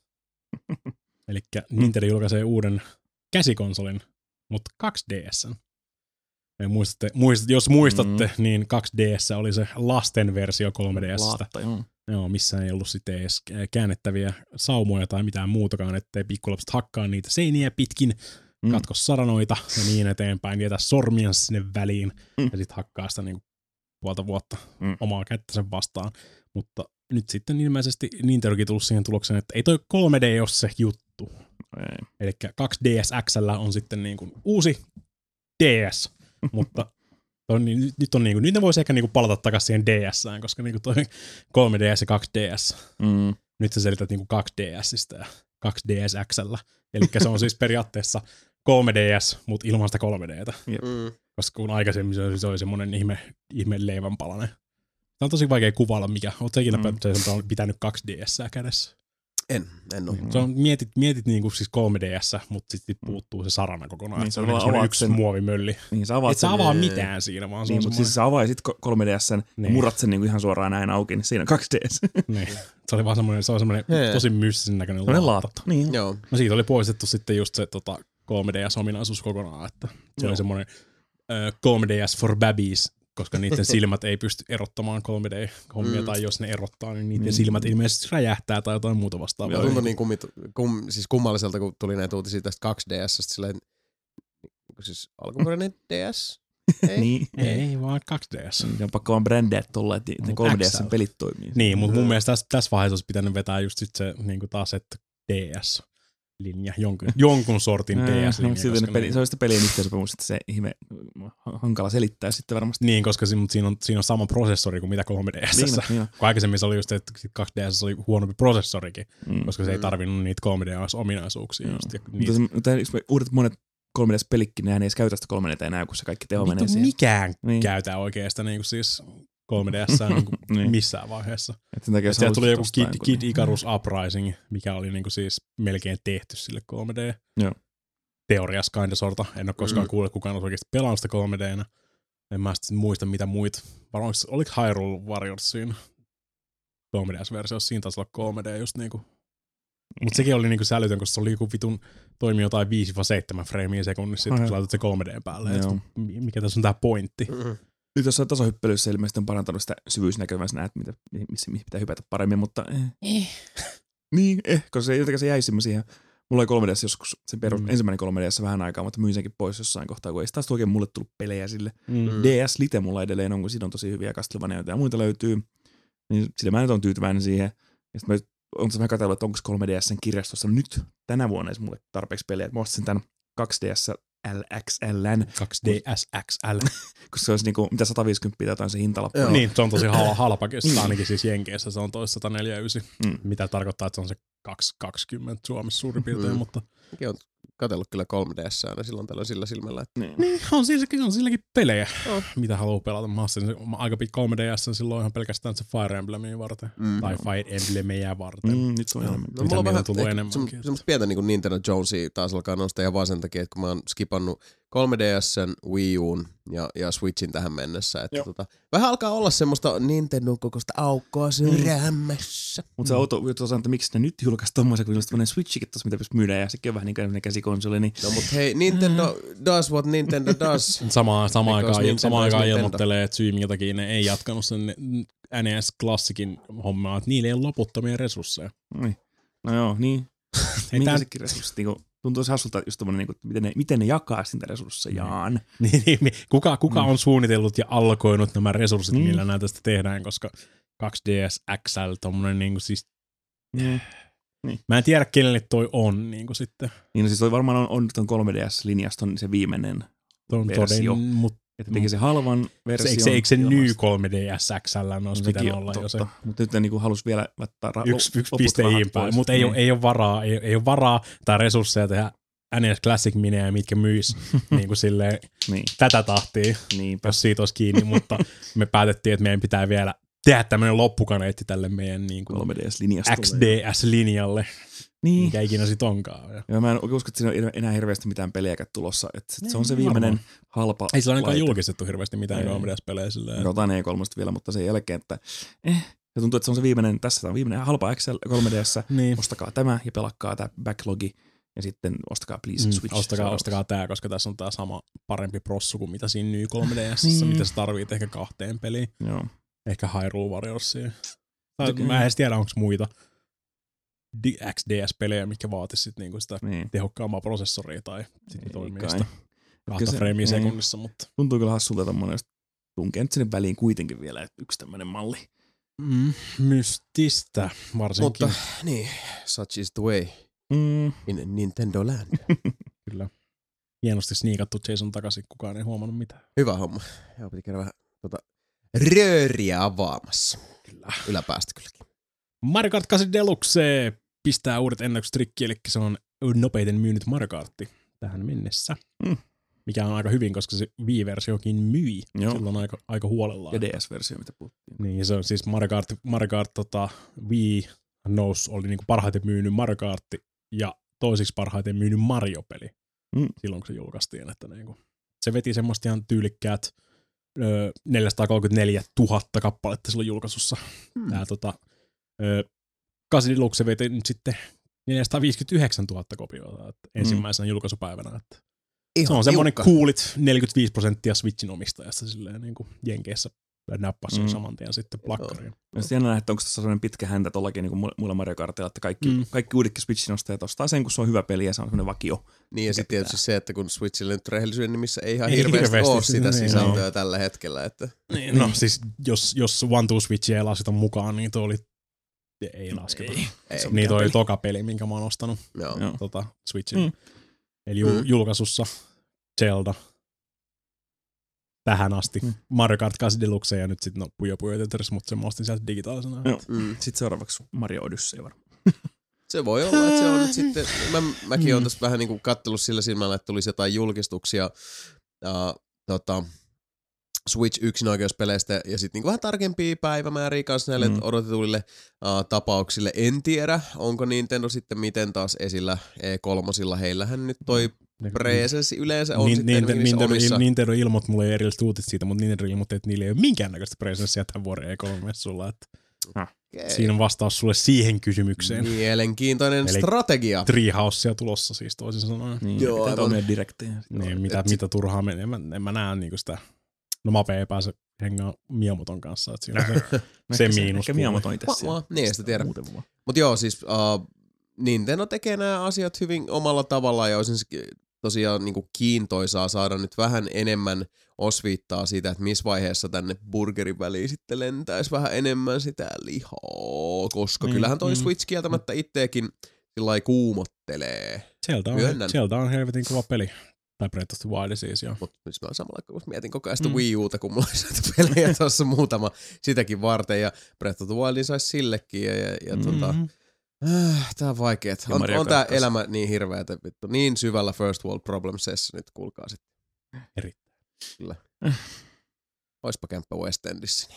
Elikkä Nintendo julkaisee uuden käsikonsolin, mutta kaksi D S. Muistatte, muistat, jos muistatte, mm. niin kaksi D S oli se lasten versio kolme D S:stä. Laatta, joo. Joo, missä ei ollut sitten edes käännettäviä saumoja tai mitään muutakaan, ettei pikkulapset hakkaa niitä seiniä pitkin, Mm. katko saranoita ja niin eteenpäin, jätä sormia sinne väliin Mm. ja sitten hakkaa sitä niin puolta vuotta Mm. omaa kättänsä vastaan. Mutta nyt sitten ilmeisesti Nintendokin tullut siihen tulokseen, että ei toi kolme D ole se juttu. Ei. Eli kaksi D S X:llä on sitten niin kuin uusi D S, mutta on, niin, nyt, on niin kuin, nyt ne voisi ehkä niin kuin palata takaisin siihen D S:ään, koska niin kuin toi kolme D S ja kaksi D S. Mm. Nyt sä selität niin kuin kaksi D S:istä ja kaksi D S X:llä. Eli se on siis periaatteessa kolme D S, mutta ilman sitä kolme D:tä. Mm. Koska kun aikaisemmin se oli, se oli semmoinen ihme, ihme leivänpalanen. Tämä on tosi vaikea kuvailla, mikä. Oletko ikinä mm. pitänyt kaksi D S:ää kädessä? En, en ole. Mm. Se on, mietit, mietit niin kuin siis kolme D S, mutta sitten puuttuu se sarana kokonaan. Niin, Niin, se sä on avaat niin yksi sen- muovimölli. Niin sä avaat Et sä sen- avaa mitään siinä, vaan se Niin, on mutta semmoinen... siis sä avaisit ko- kolme D S:n ja Niin. murrat sen niinku ihan suoraan näin auki, niin siinä on kaksi D S. Niin. Se oli vaan semmoinen, se on semmoinen Hei. tosi mystisen näköinen Sellainen laatta. laatta. Niin. Joo. No siitä oli poistettu sitten just se tota, kolme D S-ominaisuus kokonaan, että se Joo. oli semmoinen ö, kolme D S for babbies, koska niiden silmät ei pysty erottamaan kolme D-hommia, Mm. tai jos ne erottaa, niin niiden Mm. silmät ilmeisesti räjähtää tai jotain muuta vastaavaa. Tuntui niin kummit, kum, siis kummalliselta, kun tuli näitä uutisia tästä kaksi D S:stä, silleen, niin siis alkuperäinen D S, Ei. niin. Ei, vaan kaksi D S. Niin on pakko vaan brändää tuolla, että ne kolme D S:n pelit toimii. Niin, mutta mun mielestä tässä, tässä vaiheessa olisi pitänyt vetää just sit se niin kuin taas, että D S-linja, jonkun, jonkun sortin D S-linja. No, koska peli, se on sitä pelien yhteensopimus, että se ihme hankala selittää sitten varmasti. Niin, koska siinä, siinä, on, siinä on sama prosessori kuin mitä kolme D S. Niin, niin. Kun aikaisemmin se oli just, että kaksi D S oli huonompi prosessorikin, Mm. koska se ei tarvinnut niitä kolme D S-ominaisuuksia. Mm. Just, ja Mutta niitä. se, mutta uudet monet kolme D S-pelikkin, nehän ei edes käytä sitä kolme D enää, kun se kaikki teho menee Vittu siihen. mikään Niin. käytä oikeastaan niin kuin siis kolme D S niin kuin Niin. missään vaiheessa. Että sen takia Et sä sieltä halusit tuli joku ostaa Kid, jonkun- Kid Icarus Uprising, mikä oli niinku siis melkein tehty sille kolme D. Joo. Teoriassa kinda sorta. En ole koskaan Mm. kuullut, kukaan olisi oikeasti pelannut sitä kolme D:nä. En mä sitten muista mitä muita. Varmaan oliko Hyrule Warriors siinä kolme D S-versiossa? Siinä taisi olla kolme D just niinku. Mutta sekin oli niinku sälytön, koska se oli joku vitun toimi jotain viisi seitsemän freimiä sekunnissa, sitten kun sä laitat se kolme D päälle. Ja Joo. sit, mikä tässä on tää pointti? Mm. Nyt jossain tasohyppelyssä ilmeisesti on parantanut sitä syvyysnäköä, sä näet, mitä, missä, missä pitää hypätä paremmin, mutta eh. Eh. Niin, eh, koska se jotenkin se jäi siihen. Mulla oli kolme D S joskus, se perus, Mm. mm. ensimmäinen kolme D S vähän aikaa, mutta myin senkin pois jossain kohtaa, kun ei sitä oikein mulle tullut pelejä sille. Mm. D S Lite mulla edelleen on, kun siinä on tosi hyviä Castlevaniaita ja muita löytyy. Niin sillä mä nyt on tyytyväinen siihen. Ja sitten mä oon vähän katsellut, että onko kolme D S:n kirjastossa nyt tänä vuonna edes mulle tarpeeksi pelejä. Mä ostin tämän kaksi D S L X L:n, kaksi D S X L. koska se olisi niinku, mitä sata viisikymmentä tai jotain se hintalappu. Joo. Niin, se on tosi halpa, halpakin, Mm. ainakin siis Jenkeissä se on toista sata neljäkymmentäyhdeksän, Mm. mitä tarkoittaa, että se on se kaksi kaksikymmentä Suomessa suurin piirtein, Mm. mutta Mäkin on katsellut kyllä kolme D S aina silloin tällöin sillä silmällä. Että Niin. niin, on, silläkin, on silläkin pelejä, Oh. mitä haluaa pelata. Mä ostin sen aika pitkä kolme D S silloin ihan pelkästään se Fire Emblemia varten, Mm. tai Fire Emblemia varten. Mm, nyt se on Joo. enemmän. No, Mitä mulla on niitä vähän tullut ehkä enemmänkin. sem- semmoista pientä niin kuin Nintendo Jonesia taas alkaa nostaa ihan vaan sen takia, että kun mä oon skipannut kolme D S:n, Wii U:n ja, ja Switchin tähän mennessä. Että tota, vähän alkaa olla semmoista Nintendon kokoista aukkoa sydämessä. Mutta se outo juttu on, että miksi ne nyt julkaisi tommoisen, kun on Switchikin tossa, mitä pystyy myydä, ja sekin on vähän niin kuin käsikonsoli. Niin... No mut hei, Nintendo does what Nintendo does. Samaan, samaan Because aikaan, Nintendo samaan is aikaan Nintendo. ilmoittelee, että syy minkä takia ne ei jatkanut sen N E S Classicin hommaa, että niillä ei ole loputtomia resursseja. Niin. No joo, niin. Ei Minkä tää- sekin resurssit, niin tuntuu hassulta just tommonen, niin kuin, miten, ne, miten ne jakaa sitä resurssejaan. Niin, niin, niin. Kuka, kuka Mm. on suunnitellut ja allokoinut nämä resurssit, Mm. millä näitä sitä tehdään, koska kaksi D S X L, tommonen niinku siis, Mm. mä en tiedä kenelle toi on niinku sitten. Niin no siis toi varmaan on, on ton kolme D S-linjaston se viimeinen, Ton Versio. toden, mut että teki se halvan se, version. eikö se, eikö se ilmasta. New kolme D S X L olisi No, pitänyt sekin olla on jo se totta. Mutta nyt ne niinku halus vielä laittaa ra- yksi, yksi loput piste rahat iin päälle, pois. mutta ei, Niin. ole, ei ole varaa, ei, ei ole varaa tai resursseja tehdä N E S Classic minejä, mitkä myis niin kuin silleen Niin, tätä tahtia, niinpä. jos siitä olisi kiinni, mutta me päätettiin, että meidän pitää vielä tehdä tämmöinen loppukaneetti tälle meidän niin kuin kolme D S-linjastolle. X D S-linjalle, Niin. mikä ikinä sit onkaan. Ja. Ja mä en oikein usko, että siinä on enää hirveästi mitään pelejäkään tulossa. Että sit se on se Ei viimeinen varmaan. halpa Ei sillä ainakaan laite. julkistettu hirveästi mitään Ei. kolme D S-pelejä silleen. Jotain E kolme vielä, mutta sen jälkeen, että eh, se tuntuu, että se on se viimeinen, tässä on viimeinen halpa X L kolme D S. Niin. Ostakaa tämä ja pelakkaa tämä backlogi ja sitten ostakaa please Mm, Switch. ostakaa, seuraavaksi. ostakaa tää, koska tässä on tää sama parempi prossu kuin mitä siinä New kolme D S, Niin. mitä sä tarvit ehkä kahteen peliin. Joo. Ehkä Hyrule Warriorsia. Tai Toki- mä en edes tiedä, onko muita X D S-pelejä, mitkä vaatis sit niinku sitä Niin. tehokkaampaa prosessoria tai sitten Ei toimii kai. sitä kahta se- freimiä ei. sekunnissa, mutta Tuntuu kyllä hassulta tommonen, jos tunkee nyt sinne väliin kuitenkin vielä että yksi tämmönen malli. mm, mystistä varsinkin. Mutta niin, such is the way Mm. in Nintendo Land. Kyllä. Hienosti sniikattu Jason takaisin, kukaan ei huomannut mitään. Hyvä homma. Joo, piti käydä vähän tota, rööriä avaamassa. Kyllä. Yläpäästä kylläkin. Mario Kart kahdeksan Deluxe pistää uudet ennätykset rikki, eli se on nopeiten myynyt Mario Kartti tähän mennessä. Mm. Mikä on aika hyvin, koska se Wii-versiokin myi Joo. silloin aika, aika huolellaan. Ja D S-versio, mitä puhuttiin. Niin, se on siis Mario Kart, Mario Kart tota, Wii nousi, oli niinku parhaiten myynyt Mario Kartti ja toisiksi parhaiten myynyt Mario-peli Mm. silloin, kun se julkaistiin. Että niinku, se veti semmoista ihan tyylikkäät ö, neljäsataakolmekymmentäneljätuhatta kappaletta silloin julkaisussa. Hmm. Tää tota, ö, kahdeksan Deluxe veti nyt sitten neljäsataaviisikymmentäyhdeksäntuhatta kopiota että ensimmäisenä julkaisupäivänä. Että Ihan se on semmoinen tiukka. kuulit neljäkymmentäviisi prosenttia Switchin omistajasta silleen niin kuin Jenkeissä Näppäsi Mm. saman tien sitten plakkariin. Sitten jännä nähdä, että onko tässä sellainen pitkä häntä tollakin niin kuin muilla Mario Kartilla, että kaikki, Mm. kaikki uudekin Switchin ostajat ostaa sen, kun se on hyvä peli ja se on sellainen vakio. Niin ja sitten tietysti se, että kun Switchille nyt rehellisyyden nimissä ei ihan Ei hirveästi, hirveästi ole sitä niin, sisältöä tällä hetkellä. Että. Niin, no siis jos, jos One Two Switch ei lasketa mukaan, niin tuo oli ei lasketa. Ei, ei. se on Niin toi oli peli. toka peli, minkä mä oon ostanut Joo. Joo. tota, Switchille. Mm. Eli jul- Mm. julkaisussa Zelda tähän asti. Mm. Mario Kart kahdeksan Deluxe ja nyt sitten no, Puyo Puyo Tetris, mutta sen mä ostin sieltä digitaalisena. Joo. Mm. Sitten seuraavaksi Mario Odyssey varmaan. Se voi olla, että se on nyt sitten, mä, mäkin Mm. oon tässä vähän niinku kattellut sillä silmällä, että tulisi jotain julkistuksia uh, tota, Switch yksinoikeuspeleistä ja sitten niinku vähän tarkempia päivämääriä kanssa näille Mm. odotetuille uh, tapauksille. En tiedä, onko Nintendo sitten miten taas esillä E kolme, heillähän nyt toi presenssi yleensä on Nin, sitten Nintendo, niissä Nintendo, omissa. Nintendo ilmoitti, mulla ei erilliset uutiset siitä, mutta Nintendo ilmoitti, että niillä ei ole minkäännäköistä presenssiä tämän vuoden E kolme-messulla. Että Okei. siinä on vastaus sulle siihen kysymykseen. Mielenkiintoinen Eli- strategia. Treehousea tulossa siis toisin sanoen. Niin, Joo, pitää aivan. toimia direktejä. Niin, mitä, et mitä turhaa menee. En mä, en mä näe niinku sitä. No Mape ei pääse hengaan Miamoton kanssa. Että siinä on se, se miinus. Ehkä Miyamoto itse Mua- siellä. mua, niin, ei sitä tiedä. Muuten vaan. Mutta joo, siis uh, Nintendo tekee nämä asiat hyvin omalla tavallaan ja olisi tosiaan niinku kiintoisaa saada nyt vähän enemmän osviittaa siitä, että missä vaiheessa tänne burgerin väliin sitten lentäisi vähän enemmän sitä lihaa, koska Mm, kyllähän toi mm. Switch kieltämättä itteekin sillai kuumottelee. Sieltä on, Myönnän. sieltä on helvetin kova peli. Tai Breath of the Wild siis joo. Mutta nyt mä samalla kun mietin koko ajan sitä Mm. Wii Uta, kun mulla olisi näitä pelejä tuossa muutama sitäkin varten ja Breath of the Wildin saisi sillekin ja, ja, ja tota, Mhm. Äh, tää on vaikeet. Ja On, Mario on tää Kart kanssa. elämä niin hirveä, että vittu, niin syvällä first world problemsessa nyt, kuulkaa sit. Erittäin. Kyllä. Oispa kämppä West Endissä.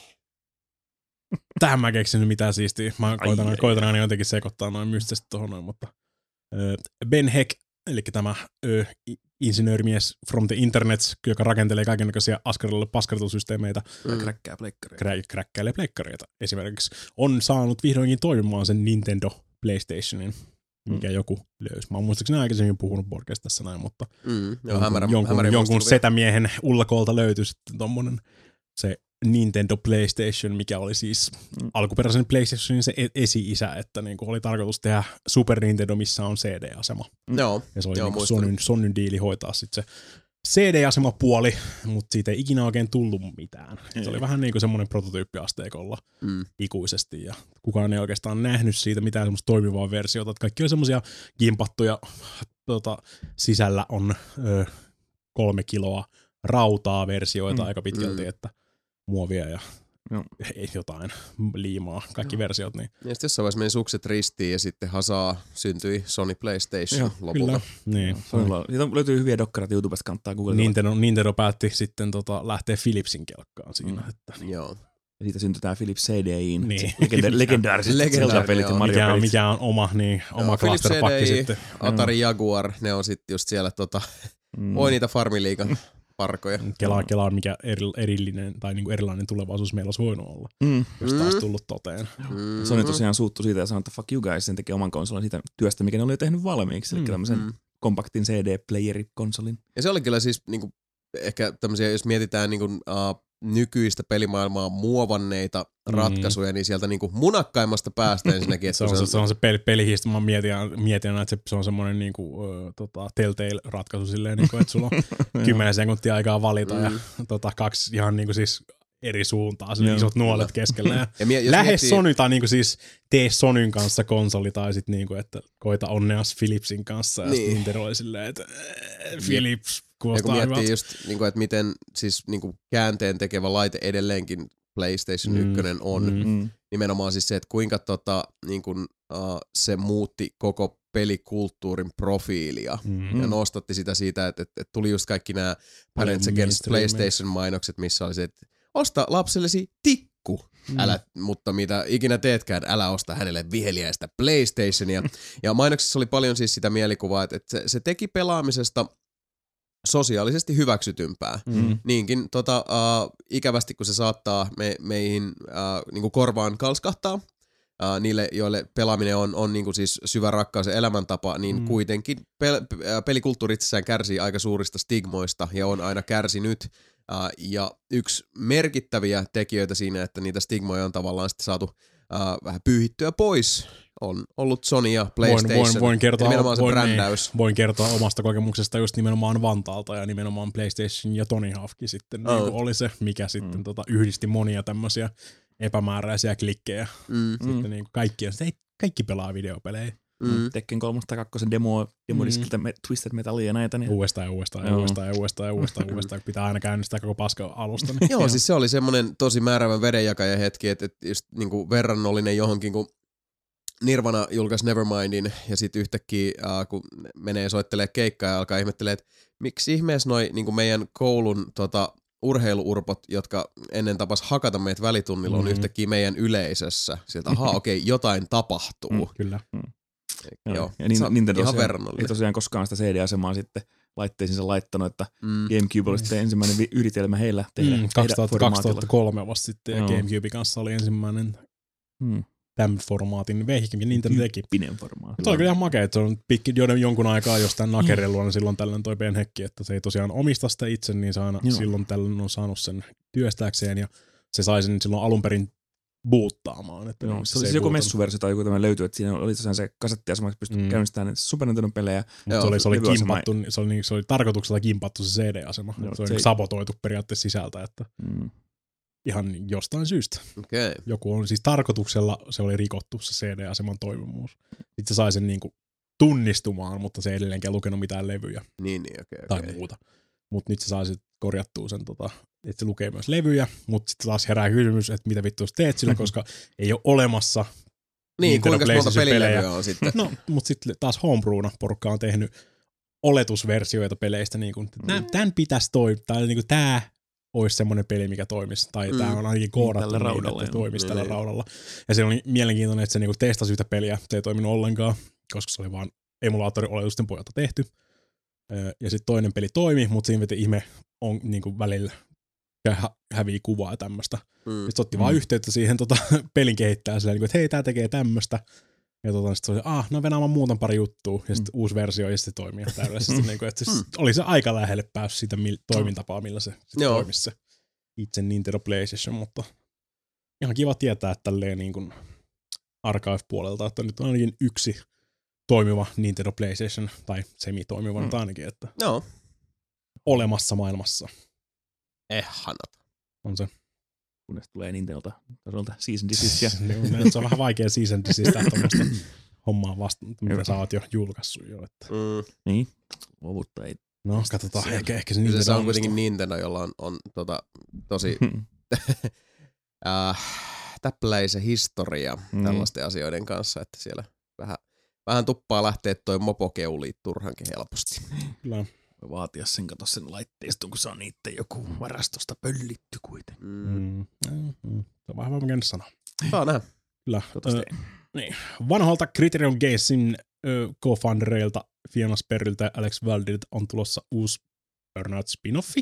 Tähän mä keksin mitään siistiä. Mä Ai, koitan, ai, koitan aina jotenkin sekoittaa noin mystisesti tohon noin, mutta ö, Ben Heck, eli tämä ö, i- insinöörimies from the internet, joka rakentelee kaikennäköisiä askarille paskartelusysteemeitä, Tai kräkkää pleikkaria. krä- kräkkäilee pleikkareita esimerkiksi, on saanut vihdoinkin toimimaan sen Nintendo PlayStationin, mikä mm. joku löysi. Mä oon muistaakseni aikaisemmin puhunut podcastissa näin, mutta Mm, joo, jonkun, hämärä, jonkun, hämärä jonkun muisteluvia. setämiehen ulkoolta löytyi sitten tommonen se Nintendo PlayStation, mikä oli siis Mm. alkuperäisen PlayStationin se e- esi-isä, että niinku oli tarkoitus tehdä Super Nintendo, missä on C D-asema. Joo, Ja se oli Joo, niinku muistan. Sonyn, Sonyn diili hoitaa sitten se C D-asemapuoli, mutta siitä ei ikinä oikein tullut mitään. Ei. Se oli vähän niinku semmoinen prototyyppiasteikolla mm, ikuisesti ja kukaan ei oikeastaan nähnyt siitä mitään semmoista toimivaa versiota. Että kaikki oli semmoisia gimpattuja, tota, sisällä on ö, kolme kiloa rautaa versioita Mm, aika pitkälti, mm. että muovia ja Joo. ei jotain liimaa, kaikki Joo. versiot. Niin. ja sitten jossain vaiheessa meni sukset ristiin ja sitten hasaa syntyi Sony PlayStation Joo, lopulta. Niin. Sonilla, siitä on- löytyy hyviä dokkareita YouTubesta, kannattaa googlata. Nintendo, Nintendo päätti sitten tota, lähteä Philipsin kelkkaan siinä. Mm. Että, Joo. Ja siitä syntyi tää Philips C D I:n Niin. legenda- legendaariset Legendaarinen, Zelda-pelit ja joo. Mario-pelit. mikä, on, mikä on oma, niin, oma Joo, Philips clusterpakki C D I, sitten. Atari Jaguar, ne on sitten just siellä tota, Mm. oi niitä Farmiliigan parkoja. Kelaa, kelaa mikä eri, erillinen tai niinku erilainen tulevaisuus meillä olisi voinut olla, Mm. jos taas Mm. tullut toteen. Mm. Sony tosiaan suuttui siitä ja sanoi, että fuck you guys, sen teki oman konsolin siitä työstä, mikä ne oli jo tehnyt valmiiksi. Eli Mm. tämmöisen Mm. kompaktin C D-playeri-konsolin. Ja se oli kyllä siis niinku, ehkä tämmöisiä, jos mietitään niinku, uh, nykyistä pelimaailmaa muovanneita Mm. ratkaisuja, niin sieltä niinku munakkaimmasta päästä ensinnäkin. Että Se on se, se, on se peli, pelihistä, mä mietin, mietin aina, että se, se on semmoinen niinku, ö, tota, telltale-ratkaisu silleen, niinku, että sulla on kymmenen sekuntia aikaa valita Mm. ja tota, kaksi ihan niinku siis eri suuntaa, se Joo, isot nuolet kyllä. keskellä. Ja Ja mie- jos lähde miettii- Sony, tai niinku siis tee Sonyn kanssa konsoli, tai sit niinku, että koita onneas Philipsin kanssa, ja Niin. niin. Nintendo oli silleen, että äh, Philips Ja kun kuulostaa miettii hyvältä. just, niinku, että miten siis niinku, käänteen tekevä laite edelleenkin PlayStation Mm. yksi on, Mm. Mm. nimenomaan siis se, että kuinka tota, niin kun, uh, se muutti koko pelikulttuurin profiilia Mm. ja nostatti sitä siitä, että, että, että tuli just kaikki nämä Parents Paljon Against mainstreamia. PlayStation-mainokset, missä oli se, että osta lapsellesi tikku, Mm. älä, mutta mitä ikinä teetkään, älä osta hänelle viheliäistä PlayStationia. Ja mainoksessa oli paljon siis sitä mielikuvaa, että, että se, se teki pelaamisesta sosiaalisesti hyväksytympää. Mm. Niinkin tota, uh, ikävästi, kun se saattaa me, meihin uh, niinku korvaan kalskahtaa, Uh, niille, joille pelaaminen on, on niinku siis syvä rakkaus ja elämäntapa, niin mm. kuitenkin pel- pelikulttuuri itsessään kärsii aika suurista stigmoista ja on aina kärsinyt. Uh, ja yksi merkittäviä tekijöitä siinä, että niitä stigmoja on tavallaan sitten saatu uh, vähän pyyhittyä pois, on ollut Sony ja PlayStation. Voin, voin, voin, kertoa, nimenomaan se voin, brändäys. Voin kertoa omasta kokemuksesta just nimenomaan Vantaalta ja nimenomaan PlayStation ja Tony Hawkkin sitten oh. niin oli se, mikä sitten mm. tota, yhdisti monia tämmöisiä epämääräisiä klikkejä. Mm. Sitten mm. niin kaikki, ei, kaikki pelaa videopelejä. Mm. Tekken kolme tai kaksi demo, demodiskiltä mm. Twisted Metalia ja näitä. Niin... Uudestaan ja uudestaan ja uudestaan ja uudestaan ja uudestaan, uudestaan pitää aina käynnistää koko paska alusta. Niin. Joo, siis se oli semmoinen tosi määräävän vedenjakaja hetki, että, että just niinku verrannollinen johonkin, kun Nirvana julkaisi Nevermindin ja sitten yhtäkkiä äh, kun menee soittelee keikkaa ja alkaa ihmettelee, että miksi ihmeessä noi niin meidän koulun tota, urheiluurpot, jotka ennen tapas hakata meitä välitunnilla, on mm-hmm. yhtäkkiä meidän yleisössä. Sieltä, ahaa, okei, okay, jotain tapahtuu. Mm, kyllä. Mm. Joo. Ja niin, Nintendo ihan ei tosiaan koskaan sitä C D-asemaa sitten laitteisiinsa laittanut, että mm. Gamecube oli sitten ensimmäinen vi- yritelmä heillä tehdä, mm, tehdä kaksituhattakolme vasta sitten ja Gamecube kanssa oli ensimmäinen mm. tämän formaatin vehike, mikä Nintendo teki. Pinen formaatti. Se oli kyllä ihan makea, että se on pikki joiden jonkun aikaa jostain nakerelua, niin silloin tällöin toi penhekki, että se ei tosiaan omista sitä itse, niin se aina silloin tällöin on saanut sen työstääkseen ja se sai sen silloin alun perin boottaamaan. Että joo, se, se oli joku messuversio tai joku tämä löytyi, että siinä oli tosiaan se kasettiasema, että pystyt mm. käynnistämään Super Nintendo pelejä. Joo, se oli, se oli kimpattu, se oli, se oli tarkoituksella kimpattu se C D-asema. Joo, se oli se sabotoitu periaatteessa sisältä, että mm. ihan jostain syystä. Okay. Joku on siis tarkoituksella, se oli rikottu se C D-aseman toimivuus. Sitten se sai sen niinku tunnistumaan, mutta se ei edelleenkään lukenut mitään levyjä. Niin, niin, okay, tai okay. muuta. Mutta nyt se sai sitten korjattua sen, tota, että se lukee myös levyjä, mutta sitten taas herää kysymys, että mitä vittu teet sillä, koska ei ole olemassa niin, kuinka monta pelilevyä on sitten. No, mutta sitten taas homebrewna porukka on tehnyt oletusversioita peleistä, niin kuin, että mm. tämän pitäisi toimia, tai niin kuin tämä olisi semmoinen peli, mikä toimisi, tai mm. tämä on ainakin koodattu niin, raudalla, että toimisi tällä mm. raudalla. Ja se oli mielenkiintoinen, että se niin kuin testasi yhtä peliä, se ei toiminut ollenkaan, koska se oli vaan emulaattorin oletusten pohjalta tehty. Ja sitten toinen peli toimi, mutta siinä veti ihme on niin kuin välillä hä- hävii kuvaa ja tämmöistä. Mm. Sitten otti mm. vaan yhteyttä siihen tota, pelin kehittäjään silleen, että hei, tää tekee tämmöistä. Ja tota, sitten se oli, ah, no venään mä muutan pari juttua. Ja sitten mm. uusi versio ja sitten toimii täydellisesti. niin kuin, että siis mm. oli se aika lähelle päässyt siitä mil- toimintapaa, millä se toimisi se itse Nintendo PlayStation. Mutta ihan kiva tietää, että tälleen niin kuin Archive-puolelta, että nyt on ainakin yksi toimiva Nintendo PlayStation, tai semi-toimiva mm. ainakin, että no. olemassa maailmassa. Ehanat. On se. Kunnes tulee Nintendolta tasolta season desistia. Se on vähän vaikea season desistää tuommoista hommaa vasta, mitä sä oot jo julkaissut jo. Että. Mm. Niin, luovutta ei. No, katsotaan. Ehkä, ehkä se Nintendo se on kuitenkin Nintendo, jolla on, on tota, tosi äh, täpläisen historia mm. tällaisten asioiden kanssa, että siellä vähän Vähän tuppaa lähteä toi mopokeuli turhankin helposti. Kyllä. Voi vaatia sen, kato sen laitteiston, kun se on niitten joku varastosta pöllitty kuitenkin. Mm. Mm. Se on vähän vaikea sanoa. Saa nähdä. Kyllä. Ö, niin. Vanhalta Criterion Gamesin co-foundereilta Fiona Sperriltä ja Alex Valdilta on tulossa uusi Burnout spin-offi.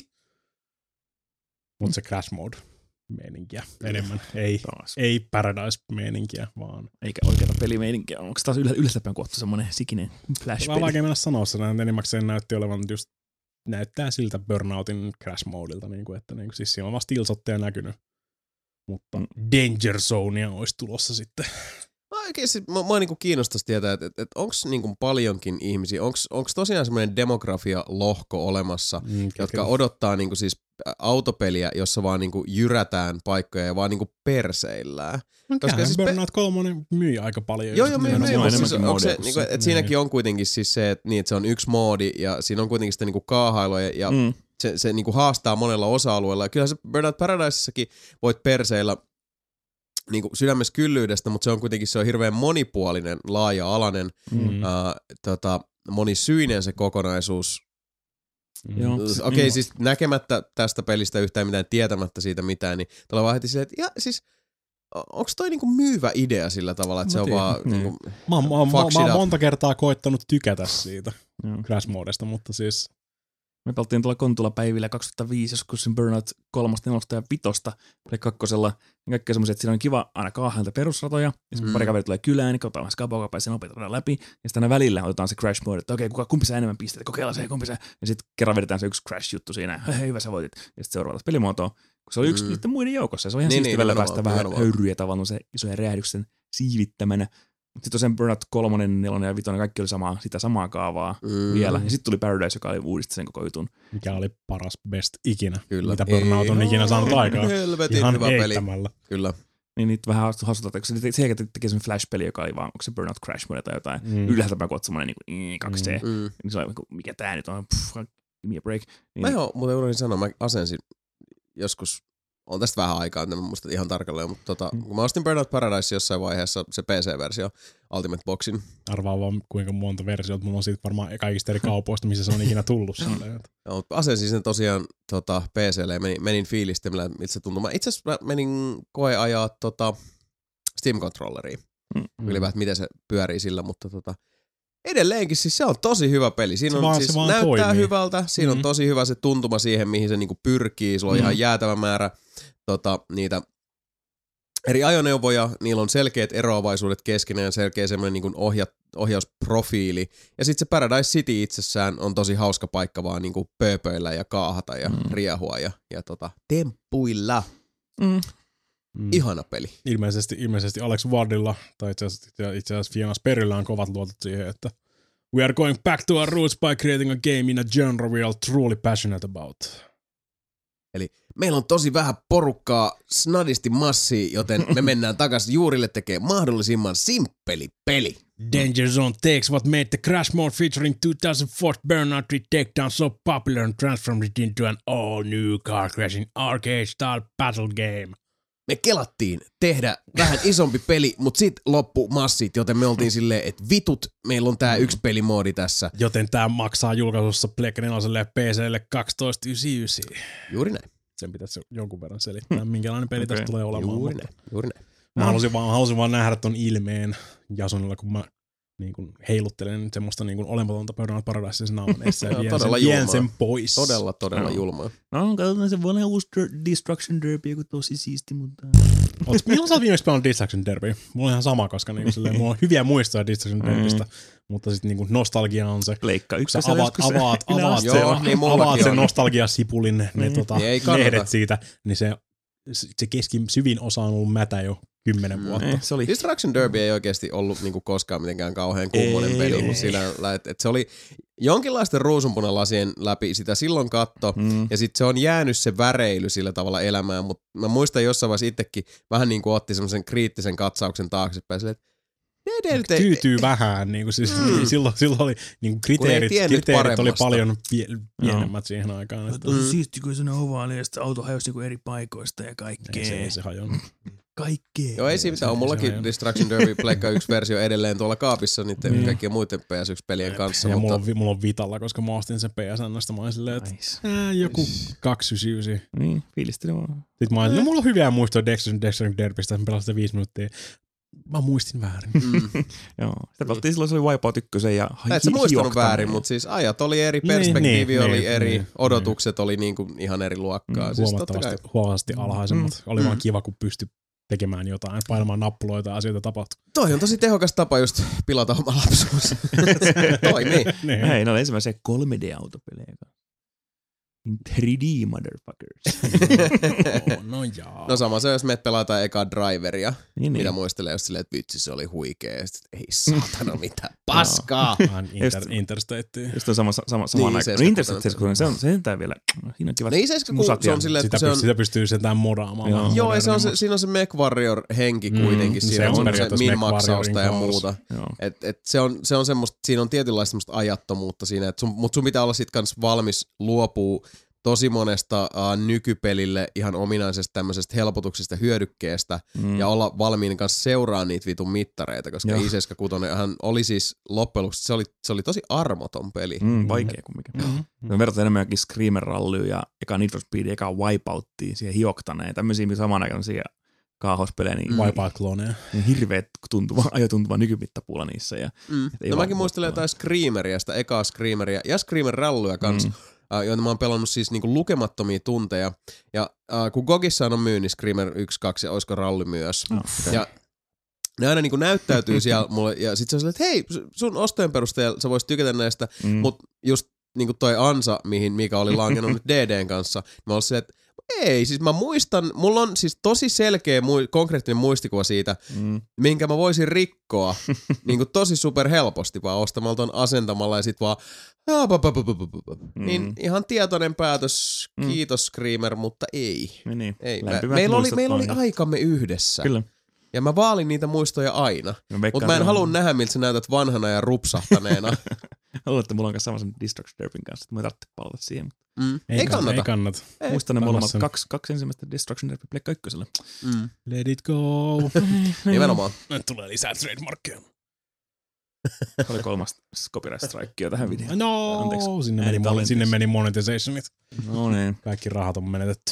Mutta se Crash Mode meininkiä enemmän. Ei, ei Paradise-meininkiä, vaan... Eikä oikeata pelimeininkiä. Onko taas yllättäpäin kohta semmoinen sikinen flash-peli? Vähän vaikea mennä sanoa sitä, että enimmäkseen näytti olevan just, näyttää siltä Burnoutin Crash-modilta, niin kuin, että niin kuin, siis siellä on vasta Steelshotteja näkynyt. Mutta mm. Danger Zonea olisi tulossa sitten. Oikeasti mä, mä niinku kiinnostaisi tietää, että et, et onko niinku paljonkin ihmisiä, onko tosiaan semmoinen demografia-lohko olemassa, mm, jotka odottaa niinku siis autopeliä, jossa vaan niinku jyrätään paikkoja ja vaan niinku perseillään. No, koska siis Burnout kolme myi aika paljon. Joo, joo, myi, myi, mutta siis onko se, niinku, että siinäkin on kuitenkin siis se, että, niin, että se on yksi moodi ja siinä on kuitenkin sitä niinku kaahailua ja, ja mm. se, se niinku haastaa monella osa-alueella. Ja kyllähän se Burnout Paradisessakin voit perseillä niinku sydämessä kyllyydestä, mutta se on kuitenkin se on hirveän monipuolinen, laaja-alainen, mm. uh, tota, monisyinen se kokonaisuus. Mm. Okei, okay, niin. Siis näkemättä tästä pelistä yhtään mitään, tietämättä siitä mitään, niin tulee vaan heti silleen, että ja, siis, onko toi niinku myyvä idea sillä tavalla, että mä se on vaan mm. niinku, mä, mä, mä, mä oon monta kertaa koittanut tykätä siitä mm. Crash Modesta, mutta siis Me peltiin tuolla Kontula-päivillä kaksituhattaviisi, joskus sen Burnout kolmosta, nelosta ja vitosta, Play kakkosella. Ja kaikkea semmoisia, että siinä on kiva aina kaahdelta perusratoja, ja sitten mm. pari kaveri tulee kylään, niin katsotaan vähän skabokapäin sen nopeita radan läpi, ja sitten aina välillä otetaan se crash mode, että okei, kuka, kumpi saa enemmän pisteitä, kokeillaan se, kumpi saa, ja sitten kerran vedetään se yksi crash-juttu siinä, hei, hyvä sä voitit, ja sitten seuraavataan pelimuotoa, kun se oli yksi mm. niiden muiden joukossa, ja se on ihan niin, siisti niin, välillä päästä vähän höyryjä tavallaan se isojen räjähdyksen siivittämänä. Sitten tosiaan Burnout kolme, neljä ja viisi, kaikki oli samaa, sitä samaa kaavaa mm. vielä. Ja sitten tuli Paradise, joka oli uudisti sen koko jutun. Mikä oli paras best ikinä, Kyllä. mitä Burnout on Ei, ikinä saanut aikaa. Helvetin ihan hyvä peli. Kyllä. Niin niitä vähän haastuttaa, kun se, se teki semmoinen Flash-peli, joka oli vaan, onko se Burnout Crash Mode tai jotain. Mm. Ylhäältä päin, kun oot semmoinen niin kaksi D. Mm. Niin se oli, mikä tää nyt on, pff, give me a break. Niin. Mä joo, muuten unohdin sanoa, mä asensin joskus, on tästä vähän aikaa, en muista ihan tarkalleen, mutta tota, mm. kun mä ostin Burnout Paradise jossain vaiheessa, se P C-versio, Ultimate Boxin. Arvaa vaan kuinka monta versiota, mulla on siitä varmaan kaikista eri kaupoista, missä se on ikinä tullut. Joo, asensin sen tosiaan tota, P C:lle ja menin, menin fiilistemään, miltä se tuntuu. Mä itse asiassa menin koeajaa tota, Steam-controlleriin. Mm. Ylipäätään, miten se pyörii sillä, mutta tota, edelleenkin siis se on tosi hyvä peli. Siinä on, vaan, siis se näyttää toimii. hyvältä, siinä mm. on tosi hyvä se tuntuma siihen, mihin se niinku pyrkii. Sulla on mm. ihan jäätävä määrä tota, niitä eri ajoneuvoja, niillä on selkeät eroavaisuudet keskenään, selkeä semmoinen niin kuin ohja, ohjausprofiili. Ja sitten se Paradise City itsessään on tosi hauska paikka vaan niin kuin pööpöillä ja kaahata ja mm. riehua ja, ja tota, temppuilla. Mm. Mm. Ihana peli. Ilmeisesti, ilmeisesti Alex Wardilla, tai itse asiassa, itse asiassa Fiona Sperryllä on kovat luotot siihen, että we are going back to our roots by creating a game in a genre we are truly passionate about. Eli meillä on tosi vähän porukkaa, snadisti massia, joten me mennään takaisin juurille tekemään mahdollisimman simppeli peli. Danger Zone takes what made the Crash Mode featuring two thousand four Burnout Takedown so popular and transformed it into an all-new car-crashing arcade-style battle game. Me kelattiin tehdä vähän isompi peli, mutta sit loppu massit, joten me oltiin silleen, että vitut, meillä on tää yksi pelimoodi tässä. Joten tää maksaa julkaisussa Pleikka neloselle ja P C:lle kaksitoista yhdeksänkymmentäyhdeksän. Juuri näin. Sen pitäisi jonkun verran selittää, minkälainen peli okay. tästä tulee olemaan. Juuri näin, juuri näin. Mä halusin vaan, halusin vaan nähdä ton ilmeen Jasonilla, kun mä niin kun heiluttelen semmoista niin kun olematonta Burnout Paradise sen naaman edessä ja vien, sen, vien sen pois. Todella, todella no. julmaa. No, katsotaan se vanha uusi Destruction Derby, joku tosi siisti, mutta... Oot, milloin sä oot viimeksi pelannut Destruction Derby? Mulla on ihan sama, koska niin silleen, mulla on hyviä muistoja Destruction Derbystä, mm. mutta sitten niin nostalgia on se, Pleikka kun sä avaat, avaat, avaat, se, Joo, niin avaat sen nostalgiasipulin, ne, ne Mm. tota, Niin lehdet siitä, niin se, se keski, syvin osa on ollut mätä jo kymmenen vuotta. Eh, se oli... Destruction Derby ei oikeasti ollut niinku koskaan mitenkään kauhean kummonen Ei, peli, ei. mutta sillä, että et se oli jonkinlaisten ruusunpunalasien läpi sitä silloin katto, Mm. ja sitten se on jäänyt se väreily sillä tavalla elämään, mutta mä muistan jossain vaiheessa itsekin vähän niin kuin otti semmoisen kriittisen katsauksen taaksepäin, silleen, että Tyytyy vähän, niin kuin siis, mm. silloin, silloin oli niin kuin kriteerit, kriteerit oli paljon pie, pienemmät no. siihen aikaan. Että... Tosi siisti, kun se on ovaali ja sitten auto hajosi niinku eri paikoista ja kaikkea. Ei se, ei se hajonnut. Kaikkea. Joo, ei siinä mitään. On mullakin Destruction Derby Pleikka yksi versio edelleen tuolla kaapissa niiden mm. kaikkien muiden P S yksi -pelien kanssa. Ja mutta... mulla, on, mulla on Vitalla, koska mä ostin sen P S N:stä. Mä olin silleen, että nice. ää, joku kaksisataayhdeksänkymmentäyhdeksän. Niin, fiilisteli vaan. Sitten mä olin, no mulla on hyviä muistoja Destruction Derbystä. Mä pelasin sitä viisi minuuttia. Mä muistin väärin. Mm. Joo. Sitä pelattiin silloin, se oli Wipeout ykkösen ja hi- Et sä muistanut hioktainen. väärin, mutta siis ajat oli eri, perspektiivi niin, oli niin, eri, niin, odotukset niin. oli niinku ihan eri luokkaa. Mm, siis huomattavasti, huomattavasti alhaisemmat. Mm. Oli mm. vaan kiva, kun pystyi tekemään jotain, painamaan nappuloita ja asioita tapahtui. Toi on tosi tehokas tapa just pilata oma lapsuus. Toimii. Niin. Hei, ne oli ensimmäisiä kolme D-autopelejä. three D motherfuckers. oh, no jaa. No sama se, jos meet pelataan ekaa Driveria, niin, mitä niin. muistelee just silleen, että vitsi se oli huikea. Ja sit, ei saatana mitään paskaa. Vähän inter, interstatea. Just on sama, sama, samaan Niin, aikaan. No Interstate, se on sentään vielä, siinä on kivat niin se, kun se on silleen, sitä, että se on... Sitä pystyy sentään modaamaan. Joo, joo ja se on se, siinä on se MechWarrior-henki Mm, kuitenkin. se Siinä on on se periaatteessa min-maksausta ja MechWarriorin muuta. Joo. Et, et se, on, se on semmoista, siinä on tietynlaista semmoista ajattomuutta siinä, sun, mutta sun pitää olla sit kans valmis luopuu tosi monesta uh, nykypelille ihan ominaisesta tämmöisestä helpotuksesta ja hyödykkeestä mm. ja olla valmiin kanssa seuraa niitä vitun mittareita, koska I seitsemänkymmentäkuusi hän oli siis loppujen lopuksi, se oli, se oli tosi armoton peli. Mm, vaikea kumminkin. Mm. Me verrataan enemmänkin Screamer-rallyyn ja eka Need for Speed, eka Wipeouttiin, siihen hioktaneen, tämmöisiä samanaikaisia kaahospelejä, niin mm. Wipeout-kloneja. Niin hirveet tuntuva, ajotuntuva nykymittapuula niissä. Ja, mm. No mäkin muistelen jotain Screameria, sitä ekaa Screameria ja Screamer-rallyä kanssa. Mm. uh, joita mä oon pelannut siis niinku lukemattomia tunteja. Ja uh, kun Gogissa on myynnissä Screamer yksi, kaksi ja olisiko Ralli myös. Oh, okay. Ja ne aina niinku näyttäytyy siellä mulle, ja sit se on silleen, että hei, sun ostojen perusteella sä voisit tykätä näistä, mm. mut just niinku toi ansa, mihin Mika oli langennut nyt D D:n kanssa, niin mä olin silleen, että ei, siis mä muistan, mulla on siis tosi selkeä, mui, konkreettinen muistikuva siitä, mm. minkä mä voisin rikkoa niinku tosi super helposti vaan ostamalla ton asentamalla ja sit vaan mm. niin ihan tietoinen päätös, kiitos Screamer, mutta ei. Niin, ei. Mä, meillä oli, meillä oli aikamme yhdessä. Kyllä. Ja mä vaalin niitä muistoja aina. Mutta mä en halua nähdä, miltä sä näytät vanhana ja rupsahtaneena. Haluan, että mulla on kanssa sama Destruction Derpyn kanssa, että mä ei tarvitse palata siihen. Mm. Ei, ei kannata. Ei kannata. Ei. Muistan ne molemmat kaksi, kaksi ensimmäistä Destruction Derpy Pleikka ykköselle. Mm. Let it go. Nimenomaan. Nyt tulee lisää trademarkkeja. Oli kolmas copyright strikea tähän videoon. No, anteeksi. Sinne meni, sinne meni monetizationit. No niin. Kaikki rahat on menetetty.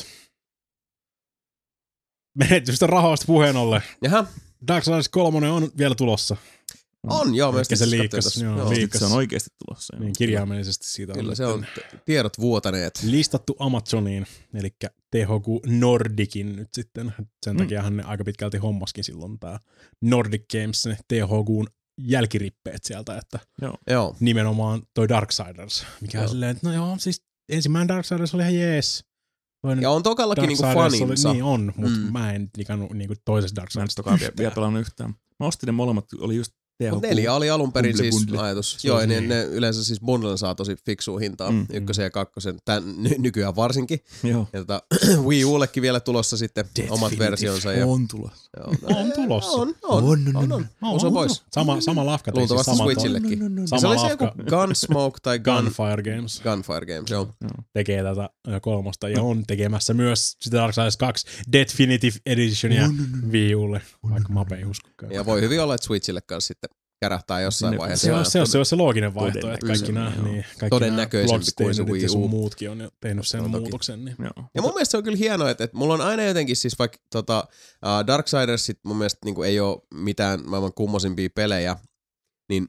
Menetystä rahoista puheen ollen. Jaha. Darksiders kolme on vielä tulossa. On, joo. Ehkä se liikas. Joo, joo. liikas. Se on oikeasti tulossa. Niin, kirjaimellisesti siitä on. Kyllä se on tiedot vuotaneet. Listattu Amazoniin, eli T H Q Nordicin nyt sitten. Sen mm. takiahan ne aika pitkälti hommaskin silloin tää Nordic Games, ne T H Q:n jälkirippeet sieltä, että joo. nimenomaan toi Darksiders, mikä on silleen, että no joo, siis ensimmäinen Darksiders oli ihan jees. Toinen ja on tokallakin niinku faninsa. Oli, niin on, mutta mm. mä en digannut niinku toisesta Darksiders. Mä en vielä, vielä pelannut yhtään. Mä ostin ne molemmat, oli just T H Q. Neljä oli alun perin bundle, siis bundle. Ajatus. Joo, niin ne yleensä siis bundlen saa tosi fiksua hintaa, mm, ykkösen mm. ja kakkosen, tän ny- nykyään varsinkin. Joo. Ja tota, Wii Ullekin vielä tulossa sitten Definitive omat versionsa. Ja, on tulossa. Joo, on tulossa. On, on, on, on, on. on. Osa pois. Sama, sama lafka. Luultavasti siis Switchillekin. No, no, no, no. Se oli se joku Gunsmoke tai Gun... Gunfire Games. Gunfire Games, joo. Tekee tätä kolmosta ja on tekemässä myös sitä Darksiders kaksi Definitive Editionia no, no, no. Wii Ulle, vaikka mä ei uskokaan. Ja voi hyvin olla, että Switchille kanssa sitten kärähtää jossain ne, vaiheessa. Se on se, on, se, on se looginen vaihtoehto, että kaikki nämä niin, todennäköisempi kuin se Wii U. muutkin on jo tehnyt sen no, muutoksen. Niin. Ja mun mielestä se on kyllä hienoa, että, että mulla on aina jotenkin siis vaikka tota, uh, Darksidersit mun mielestä niin kuin ei ole mitään maailman kummosimpia pelejä, niin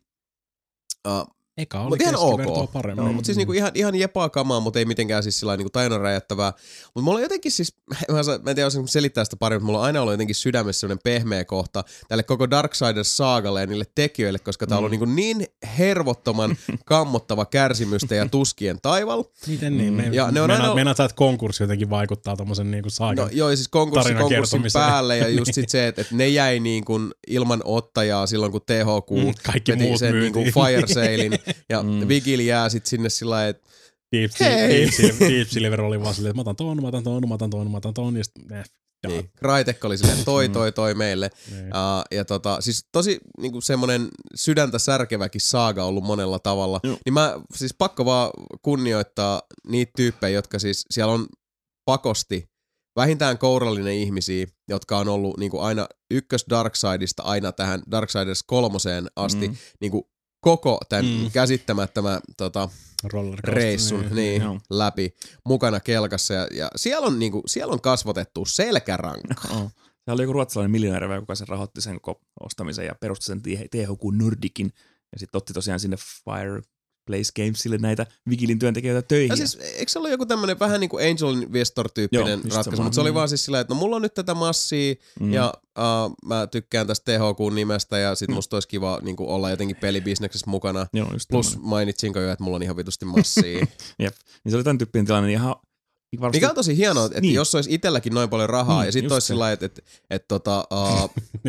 uh, eka oli keskivertoa paremmin. No, mutta siis niinku ihan, ihan jepaa kamaa, mutta ei mitenkään siis sillä niinku tajunnan räjättävää. Mutta mulla on jotenkin siis, mä en tiedä, jos selittää sitä paremmin, mutta mulla on aina ollut jotenkin sydämessä sellainen pehmeä kohta tälle koko Darksiders-saagalle ja niille tekijöille, koska tää on ollut mm. niin hervottoman kammottava kärsimystä ja tuskien taival. Miten niin? Me, ja ne on meinaat, aina... meinaat sä, että konkurssi jotenkin vaikuttaa tommosen niinku saagan no, joo, siis konkurssi, konkurssin päälle ja just sit se, että, että ne jäi niin kuin ilman ottajaa silloin, kun T H Q mm, kaikki muut sen niin kuin fire salein ja mm. Vigil jää sit sinne sillä lailla, että Deep, Deep, Deep, Deep Silver oli vaan silleen, että mä otan ton, mä otan ton, mä otan ton, mä otan ton, ja sit eh, niin. Crytek oli silleen, toi, toi, toi meille. uh, ja tota, siis tosi niinku semmonen sydäntä särkeväkin saaga ollut monella tavalla. Mm. Niin mä siis pakko vaan kunnioittaa niitä tyyppejä, jotka siis siellä on pakosti vähintään kourallinen ihmisiä, jotka on ollut niinku aina ykkös Darksidesta aina tähän Darksiders kolmoseen asti mm. niinku koko tämän mm. käsittämättömän tota, reissun niin, niin, niin, läpi mukana kelkassa. Ja, ja siellä, on, niinku, siellä on kasvatettu selkärankaa. Oh. Siellä oli joku ruotsalainen miljonääri, joka sen rahoitti sen koko ostamisen ja perusti sen T H Q Nordicin. Ja sitten otti tosiaan sinne Fireplace Gamesille näitä Vigilin työntekijöitä töihin. Ja siis, eikö se ollut joku tämmöinen vähän niin kuin Angel Investor-tyyppinen Joo, ratkaisu, mutta se oli vaan siis sillä, että no mulla on nyt tätä massia mm. ja uh, mä tykkään tästä T H Q-nimestä ja sit mm. musta olisi kiva niin kuin olla jotenkin pelibisneksessä mukana. Joo, plus tämmönen. Mainitsinko jo, että mulla on ihan vitusti massia. Jep, niin se oli tämän tyyppinen tilanne ihan... Varmasti... Mikä on tosi hienoa, että niin. jos olisi itselläkin noin paljon rahaa niin, ja sitten olisi sillä lailla, että, että, että tota... Uh...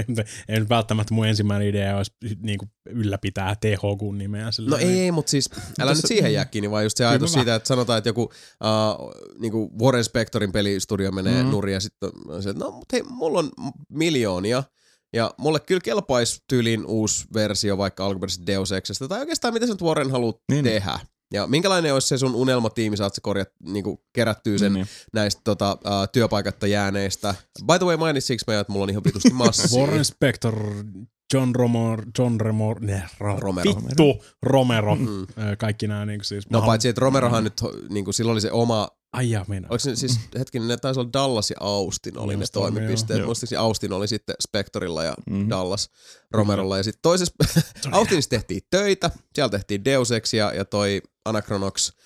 ei nyt välttämättä mun ensimmäinen idea olisi niin kuin ylläpitää T H Q-nimeä. No ei, ei, mutta siis älä nyt siihen jää kiinni, vaan just se ajatus siitä, että sanotaan, että joku uh, niin kuin Warren Spectorin pelistudio menee mm. nurin ja sitten on se, että no mutta hei, mulla on miljoonia. Ja mulle kyllä kelpaisi tyylin uusi versio vaikka alkuperäisestä Deus Exista, tai oikeastaan mitä sä nyt Warren haluat niin. tehdä. Ja minkälainen olisi se sun unelmatiimi, saat sä korjat, niinku kerättyä sen mm. näistä tota, uh, työpaikatta jääneistä. By the way, mainitsinko mä, että mulla on ihan vitusti massia. Warren Spector, John Romero, John Remor, ne, ra, Romero. Vittu, Romero. Mm. Kaikki nämä niinku siis. No paitsi, että Romerohan mm. nyt, niinku, sillä oli se oma... Ai jaa, meinaa. Oliko se siis, hetkinen, ne taisi olla Dallas ja Austin oli ne toimipisteet. Muistaakseni Austin oli sitten Spectorilla ja mm-hmm. Dallas Romerolla. Ja sitten toisessa, Austinissa tehtiin töitä, siellä tehtiin Deus Ex ja, ja toi Anachronox.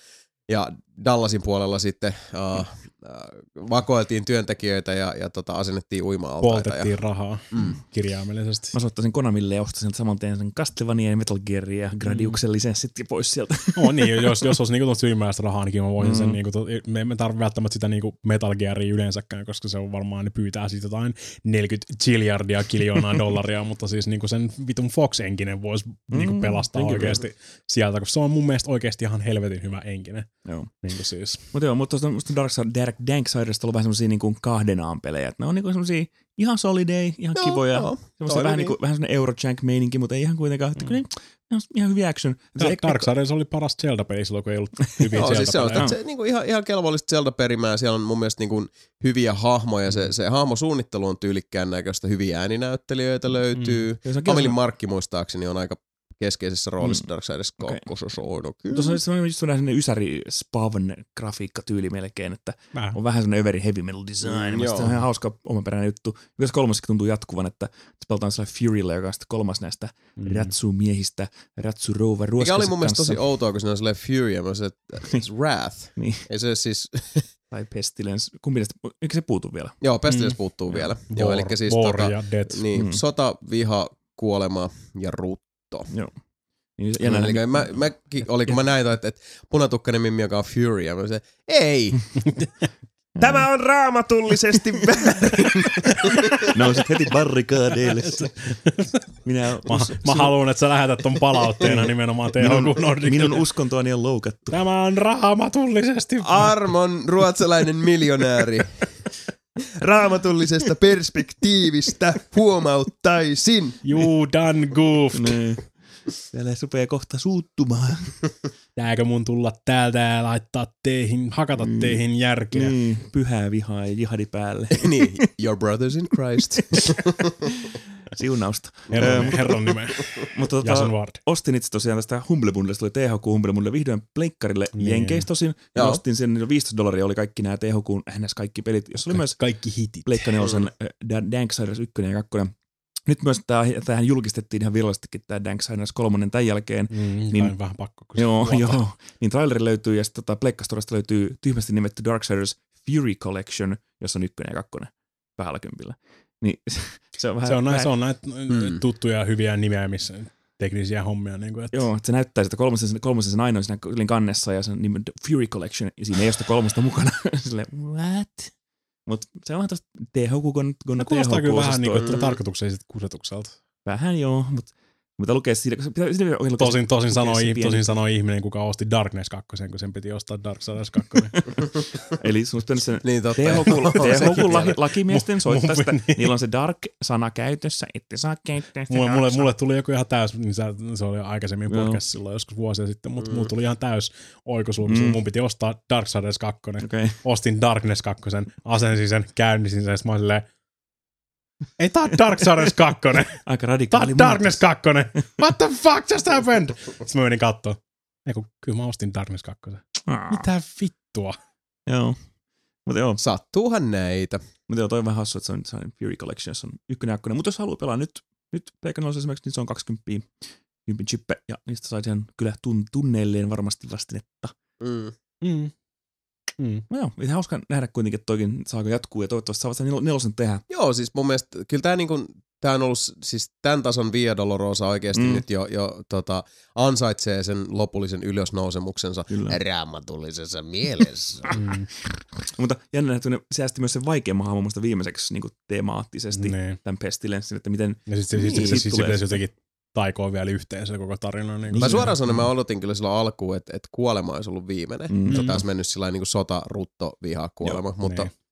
ja Dallasin puolella sitten uh, uh, vakoiltiin työntekijöitä ja, ja tota, asennettiin uima-altaita. Poltettiin ja... rahaa mm. kirjaimellisesti. Mä soittaisin Konamille ja ostaisin saman tien sen Castlevania ja Metal Gearia ja Gradiuksen lisenssit pois sieltä. Oh niin, jos, jos olisi niinku tuosta ylimääräistä rahaa, niin mä voisin mm. sen, niinku, to, me emme tarvitse välttämättä sitä niinku Metal Gearia yleensäkään, koska se on varmaan, ne pyytää siitä jotain neljäkymmentä chiljardia kiljoonaa dollaria, mutta siis niinku sen vitun Fox-enkinen voisi mm, niinku pelastaa oikeasti kyllä. sieltä, koska se on mun mielestä oikeasti ihan helvetin hyvä enkinen. Joo. Niinku siis. Mutta joo, mutta tuosta Dark, Dark, Darksidesta on ollut vähän semmosia niinku kahdenaan pelejä, että ne on niinku semmosia ihan solidei, ihan joo, kivoja, joo, semmoista vähän, niinku, vähän semmoinen Eurojank-meininki, mutta ei ihan kuitenkaan, että mm. kyllä ne on ihan hyviä action. Dark, Darksiders oli paras Zelda-peli silloin, kun ei ollut hyviä Zelda-pelejä. Siis se on sitä, se, niinku ihan, ihan kelvollista Zelda-perimää, siellä on mun mielestä niinku hyviä hahmoja, se, se hahmosuunnittelu on tyylikkään näköistä, hyviä ääninäyttelijöitä löytyy. Mm. Amelin Markki muistaakseni on aika keskeisessä roolissa mm. Darksiders kakkosessa. Okay. No, tuossa on sellainen ysäri Spavn-grafiikkatyyli melkein, että Vähän. on vähän sellainen överi heavy metal design. Mm, se on ihan hauska omaperäinen juttu. Myös kolmaskin tuntuu jatkuvan, että se pelataan sellainen Furylla, joka on sitten kolmas näistä mm. Ratsu-miehistä, Ratsu-rouva ruoskassa. Mikä oli mun mielestä tosi outoa, kun siinä on sellainen Fury ja se Wrath. Niin. Ei se siis... Tai Pestilence. Kumpi näistä, eikö se puutu vielä? Joo, Pestilence mm. puuttuu vielä. War, Joo, eli siis war tota, ja death. Niin, mm. sota, viha, kuolema ja rutto. Joo. Niin, ja näin, niin, mä, mä, oli, kun mä näin, että, että punatukkainen mimmi, joka on Fury, ja mä sanoin, ei! Tämä on raamatullisesti väärin. Nousit heti barrikaadeille. Minä, mä, us, mä haluan, että sä lähetät ton palautteena nimenomaan T H Q Nordic. Minun uskontoani on loukattu. Tämä on raamatullisesti Armon ruotsalainen miljonääri. Raamatullisesta perspektiivistä huomauttaisin. You done goofed. Nee. Täällä rupeaa kohta suuttumaan. Tääkö mun tulla täältä ja laittaa teihin, hakata mm. teihin järkeä? Mm. Pyhää vihaa ja jihadi päälle. Niin, your brothers in Christ. Siunausta. Herran, herran nimeä. Mutta tota, ostin itse tosiaan tästä Humble Bundlesta, oli T H Q Humble Bundle vihdoin pleikkarille niin. Jenkeistä tosin. Ja ostin sen, viisitoista dollaria oli kaikki nämä T H Q:n ns. Kaikki pelit, jossa oli Ka- myös kaikki hitit. Pleikka nelosen Darksiders yksi ja kaksi. Nyt myös tämähän julkistettiin ihan virallisestikin tämä Darksiders kolme tämän jälkeen. Mm, niin, vähän pakko. Joo, joo. Niin traileri löytyy ja sitten tota Pleikka Storesta löytyy tyhmästi nimetty Darksiders Fury Collection, jossa on ykkönen ja kakkonen vähällä kympillä. Niin, se on vähän... Se on, vähän, se on näitä mm. tuttuja hyviä nimeämissä teknisiä hommia. Niin kuin, että... Joo, että se näyttää, että kolmosen, kolmosen sen ainoa siinä kannessa ja sen nimi Fury Collection, ja siinä ei ole sitä kolmosta mukana. Silleen, what? Mutta se on vähän tosta T H Q, kun no, kuulostaa kyllä vähän niin kuin tarkoitukselliset kusetukselta. Vähän joo, mutta mitä lukee siinä, pitää, siinä lukee, tosin, tosin, sanoi, tosin sanoi ihminen, kuka osti Darkness kaksi, kun sen piti ostaa Darksiders kaksi. Eli sun olisi sen niin, T H Q lakimiesten soittaa sitä, niillä on se Dark-sana käytössä, ette saa käyttää sitä. Mulle, mulle, mulle tuli joku ihan täys, niin se, se oli aikaisemmin podcast silloin joskus vuosia sitten, mutta mm. mulle tuli ihan täys oikosulku, mm. mun piti ostaa Darksiders kaksi. Okay. Ostin Darkness kaksi, asensin sen, käynnisin sen, ja mä olin silleen, ei tää on Darksiders kaksi. Aika radikaali. Tää on Darkness kaksi. What the fuck just happened? Sitten mä menin kattoo. Ei kun kyllä mä ostin Darkness kaksi. Mitä vittua? Joo. Mutta joo. Sattuuhan näitä. Mutta joo, toi on vähän hassu, että se on, se on Fury Collection, se on ykkönen ja ykkönen. Mutta jos haluaa pelaa nyt, nyt Pleikannolla esimerkiksi, niin se on kaksikymmentä kympin chippe. Ja niistä sai sen kyllä tun, tunneilleen varmasti vastinetta. Mm. Mm. Mm. No joo, ihan hauska nähdä kuitenkin, että toikin saako jatkuu ja toivottavasti saavat sen nelosen tehdä. Joo, siis mun mielestä kyllä tää niinku, tää on ollut siis tämän tason Via Dolorosa oikeesti mm. nyt jo, jo tota, ansaitsee sen lopullisen ylösnousemuksensa raamatullisessa mielessä. mm. Mutta jännä, että ne säästi myös sen vaikeamman hahmon musta viimeiseksi niin kuin teemaattisesti nee. tämän Pestilencen, että miten... Ja sitten niin, sit, sit, sit, sit pitäisi jotenkin taikoa vielä yhteen se koko tarina. Niin mä suoraan sanon, mä odotin kyllä silloin alkuun, että, että kuolema olisi ollut viimeinen. Mm. Tota olisi mennyt sillä niin kuin sota, rutto, viha, kuolema, joo, mutta niin.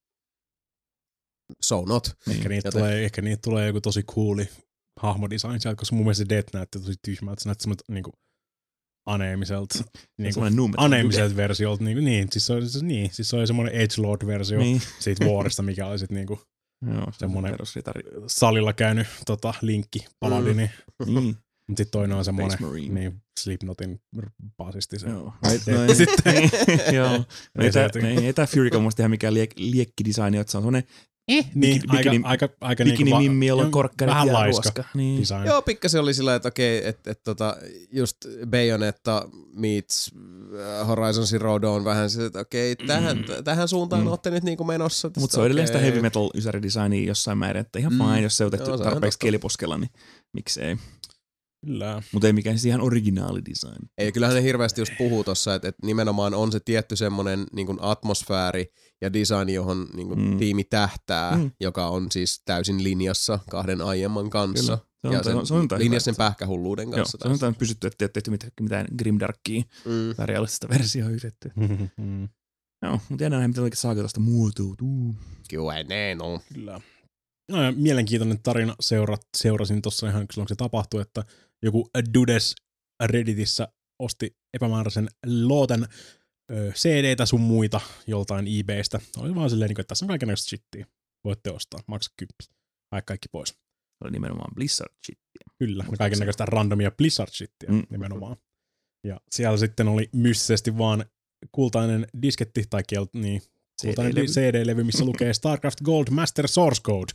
So not. Ehkä niitä, tulee, ehkä niitä tulee joku tosi cooli hahmodesign sieltä, koska mun mielestä se Death näytti tosi tyhmältä. Se näytti semmoinen niin kuin aneemiselta, niin kuin aneemiselta versiolta. Niin, niin, siis se oli, niin, siis se oli semmoinen edgelord-versio niin. Siitä Warista, mikä oli sitten niinku joo, semmoinen salilla käynyt tota, linkki paladini. Mm. Mm. Mutta sitten toinen on semmoinen niin, Slipknotin basisti. Se. Joo. Sitten. Joo. No ei tämä Furykaan mun mielestä ihan mikään liek, liekkidesign, että se on semmoinen Eh, niin, Bikini- aika, bikini- aika, aika Bikini niinku Mimmi, jolla on va- korkkarit vähän ja laiska ruoska. Niin. design. Joo, pikkasen oli sillä, että okei, että et, tota, just Bayonetta meets äh, Horizon Zero Dawn vähän se, että okei, tähän, mm. tähän suuntaan mm. olette nyt niinku menossa. Mutta se on edelleen sitä heavy metal ysäridesignia jossain määrin, että ihan Mm. fine, jos se on tehty Joo, se on tarpeeksi totta. kieliposkella, niin miksei. Kyllä. Mutta ei mikään siis ihan originaali design. Ei, kyllähän ne hirveästi just puhuu tossa, että, että nimenomaan on se tietty semmoinen niin kuin atmosfääri ja design, johon niin kuin Mm. tiimi tähtää, Mm. joka on siis täysin linjassa kahden aiemman kanssa. Kyllä. Se on, ja se on, se on hyvä. linjassa sen pähkähulluuden Joo, kanssa. se on jotain pysytty, että ei ole tehty mitään, mitään grimdarkia mm. tai realistista versiota yritetty. Mm. Joo, mutta jäädään nähdä, miten oikein saakin tuosta muotoutuu. Kyllä, näin on. Kyllä. No, ja mielenkiintoinen tarina seurat, seurasin tuossa ihan silloin, kun se tapahtui, että joku Dudes Redditissä osti epämääräisen looten ö, C D:tä sun muita joltain eBaystä. Oli vaan silleen, että tässä on kaikenlaista shittiä. Voitte ostaa, maksa kymppi. Hae kaikki pois. Se oli nimenomaan Blizzard shittiä. Kyllä, kaikennäköistä randomia Blizzard shittiä Mm. nimenomaan. Ja siellä sitten oli myssisesti vaan kultainen disketti tai kielt, niin, kultainen C D-levy. C D-levy, missä lukee StarCraft Gold Master Source Code.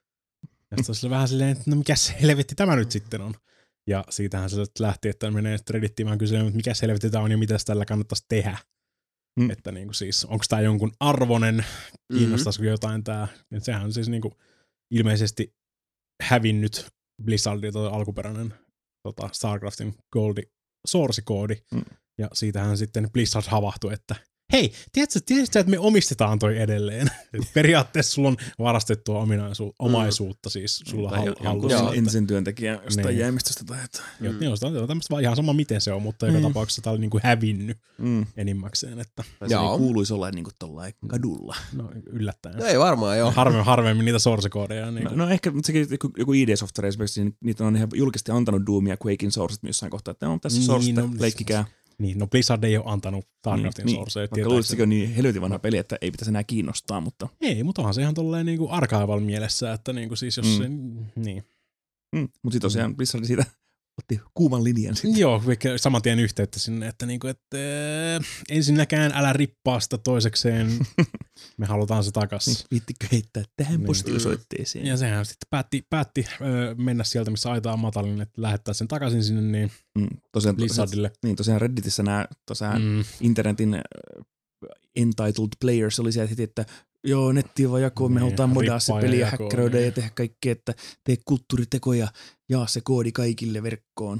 Ja sitten olisi vähän silleen, että no mikä helvetti tämä nyt sitten on. Ja siitähän se lähti, että menee Reddittiin vähän kysyä, että mikä helvetti tämä on ja mitä tällä kannattaisi tehdä. Mm. Että niin kuin siis, onko tämä jonkun arvoinen, kiinnostaisiko mm-hmm. jotain tämä. Ja sehän on siis niin kuin ilmeisesti hävinnyt Blizzardilta alkuperäinen tota, StarCraftin Goldi source-koodi. Mm. Ja siitähän sitten Blizzard havahtui, että hei, tiedätkö, tiedätkö että me omistetaan toi edelleen? Periaatteessa sulla on varastettua ominaisu- omaisuutta siis sulla Tai hal- jonkun hallussa. ensin työntekijä jostain Niin. jäämistöstä tai jotain. Mm. Joo, se on tämmöistä vaan ihan sama miten se on, mutta joka Mm. tapauksessa tää oli niinku hävinnyt Mm. enimmäkseen. Että, Tai se ei Joo. kuuluisi olla niinku tollain kadulla. no yllättäen. No ei varmaan, joo. Harvemmin, harvemmin niitä source-koodeja. Niin No, no ehkä mutta sekin joku, joku I D Software esimerkiksi, niin niitä on ihan julkisesti antanut Doomia ja Quakein sourcet jossain kohtaa, että on tässä Niin, source, no, leikkikää. Niin, no Blizzard ei ole antanut StarCraftin niin, sourceja. vaikka luulisit, että se on niin helvetin vanha peli, että ei pitäisi enää kiinnostaa, mutta... Ei, mutta onhan se ihan tolleen niinku archival mielessä, että niinku siis jos Mm. se, niin. Mm. Mutta sitten tosiaan Blizzard siitä otti kuuman linjan sitten. Joo, vaikka saman tien yhteyttä sinne, että niinku, että äh, ensinnäkään älä rippaa sitä toisekseen, me halutaan se takas. Niin, viittikö heittää tähän Niin. postiosoitteeseen? Ja sehän sitten päätti, päätti öö, mennä sieltä, missä aita on matalin, että lähettää sen takaisin sinne niin Mm. Tosiaan, Blizzardille. niin, tosiaan Redditissä nämä tosiaan Mm. internetin äh, entitled players oli sieltä heti, että joo, netti vaan jakoon, me Niin, halutaan modaa se rippaa peli ja ja jakoon, häkkäröidä niin. ja tehdä kaikkea, että tee kulttuuritekoja, jaa se koodi kaikille verkkoon.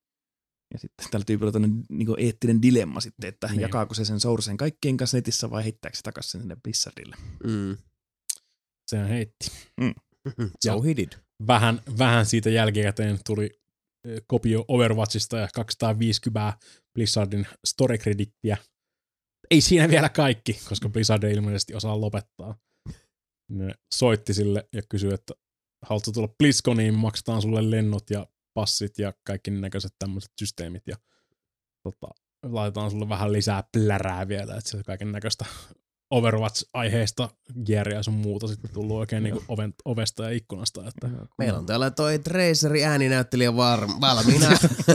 Ja sitten tällä tyypillä on tämmöinen niin eettinen dilemma sitten, että Niin. jakaako se sen sourcen kaikkien kanssa netissä vai heittääkö se takaisin sinne Blizzardille. Mm. Sehän heitti. So he did. Vähän, vähän siitä jälkikäteen tuli ö, kopio Overwatchista ja kaksisataaviisikymmentä Blizzardin story-kredittiä. Ei siinä vielä kaikki, koska Blizzard ei ilmeisesti osaa lopettaa. Ne soitti sille ja kysyi, että haluatko tulla BlizzConiin, maksetaan sulle lennot ja passit ja kaikki näköiset tämmöiset systeemit ja tota, laitetaan sulle vähän lisää plärää vielä, että se kaiken näköistä Overwatch-aiheesta gearia ja sun muuta sitten tullut oikein niinku oven, ovesta ja ikkunasta. Että Meillä on täällä toi Tracerin ääninäyttelijä var- valmiina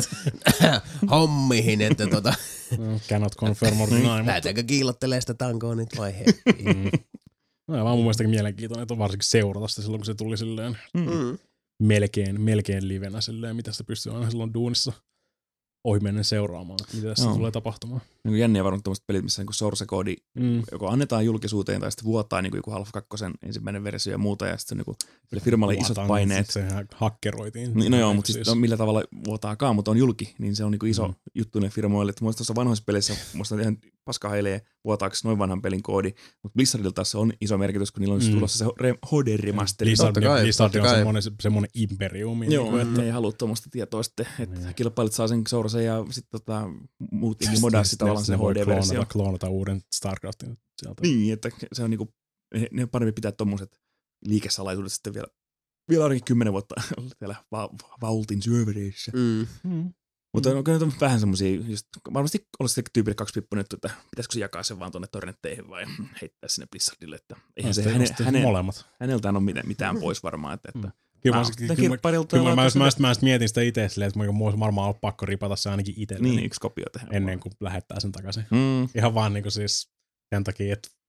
hommihin, että tota, no, cannot confirm or deny, mutta lähdetäänkö kiillottelee sitä tankoa nyt vai hei? mm. No ja vaan mun mielestäkin mielenkiintoinen, että on varsinkin seurata sitä silloin, kun se tuli silleen Mm. melkein, melkein livenä silleen, mitä sitä pystyy aina silloin duunissa ohimennen seuraamaan, että mitä tässä Joo. tulee tapahtumaan. Niin jänniä varmaan tämmöiset pelit, missä niin source-koodi Mm. joko annetaan julkisuuteen tai sitten vuotaa niin kuin joku Half kaksi ensimmäinen versio ja muuta, ja sitten on niin firmalle isot Vuotaan, paineet. niin sit sehän hakkeroitiin. Niin, no joo, mutta Siis- siis, no, millä tavalla vuotaakaan, mutta on julki, niin se on niinku iso Mm. mm. juttu ne firmoille. Että muista tuossa vanhoissa peleissä, muista on ihan paska heilee, vuotaako noin vanhan pelin koodi, mutta Blizzardilla taas se on iso merkitys, kun niillä on Mm. mm. tulossa se re- H D-remasteri. Blizzard, Totta kai, Blizzard totta on kai. semmoinen, semmoinen imperiumi. Joo, niin kuin, että ei halua tuommoista tietoa sitten, että Niin. kilpailut saa sen sourcen ja sitten tota, muut Sitten modaa ne- sitä tavallaan ne sen voi H D-versio. kloonata, kloonata uuden StarCraftin sieltä. Niin, että se on niinku, ne- ne on parempi pitää tommoset liikesalaisuudet sitten vielä, vielä ainakin kymmenen vuotta siellä va- Vaultin syövereissä. Mm. Mm. Mutta on kyllä vähän semmosia, just, varmasti olisi se tyypille kaksipippunen, että pitäisikö se jakaa sen vaan tuonne torrentteihin vai heittää sinne Blizzardille, että eihän se häne, häne, molemmat. häneltään ole mitään, mitään pois varmaan, että, että Kyllä mä mä, oon kyllä, kyllä, mä, parilta kyllä mä, mä, laittaa mä, sitä- mä, mä mietin sitä itse silleen, että mun olisi varmaan ollut pakko ripata se ainakin itselle niin, niin, yksi kopio tehdä. ennen kuin lähettää sen takaisin. Mm, Ihan vaan niinku siis sen takia, että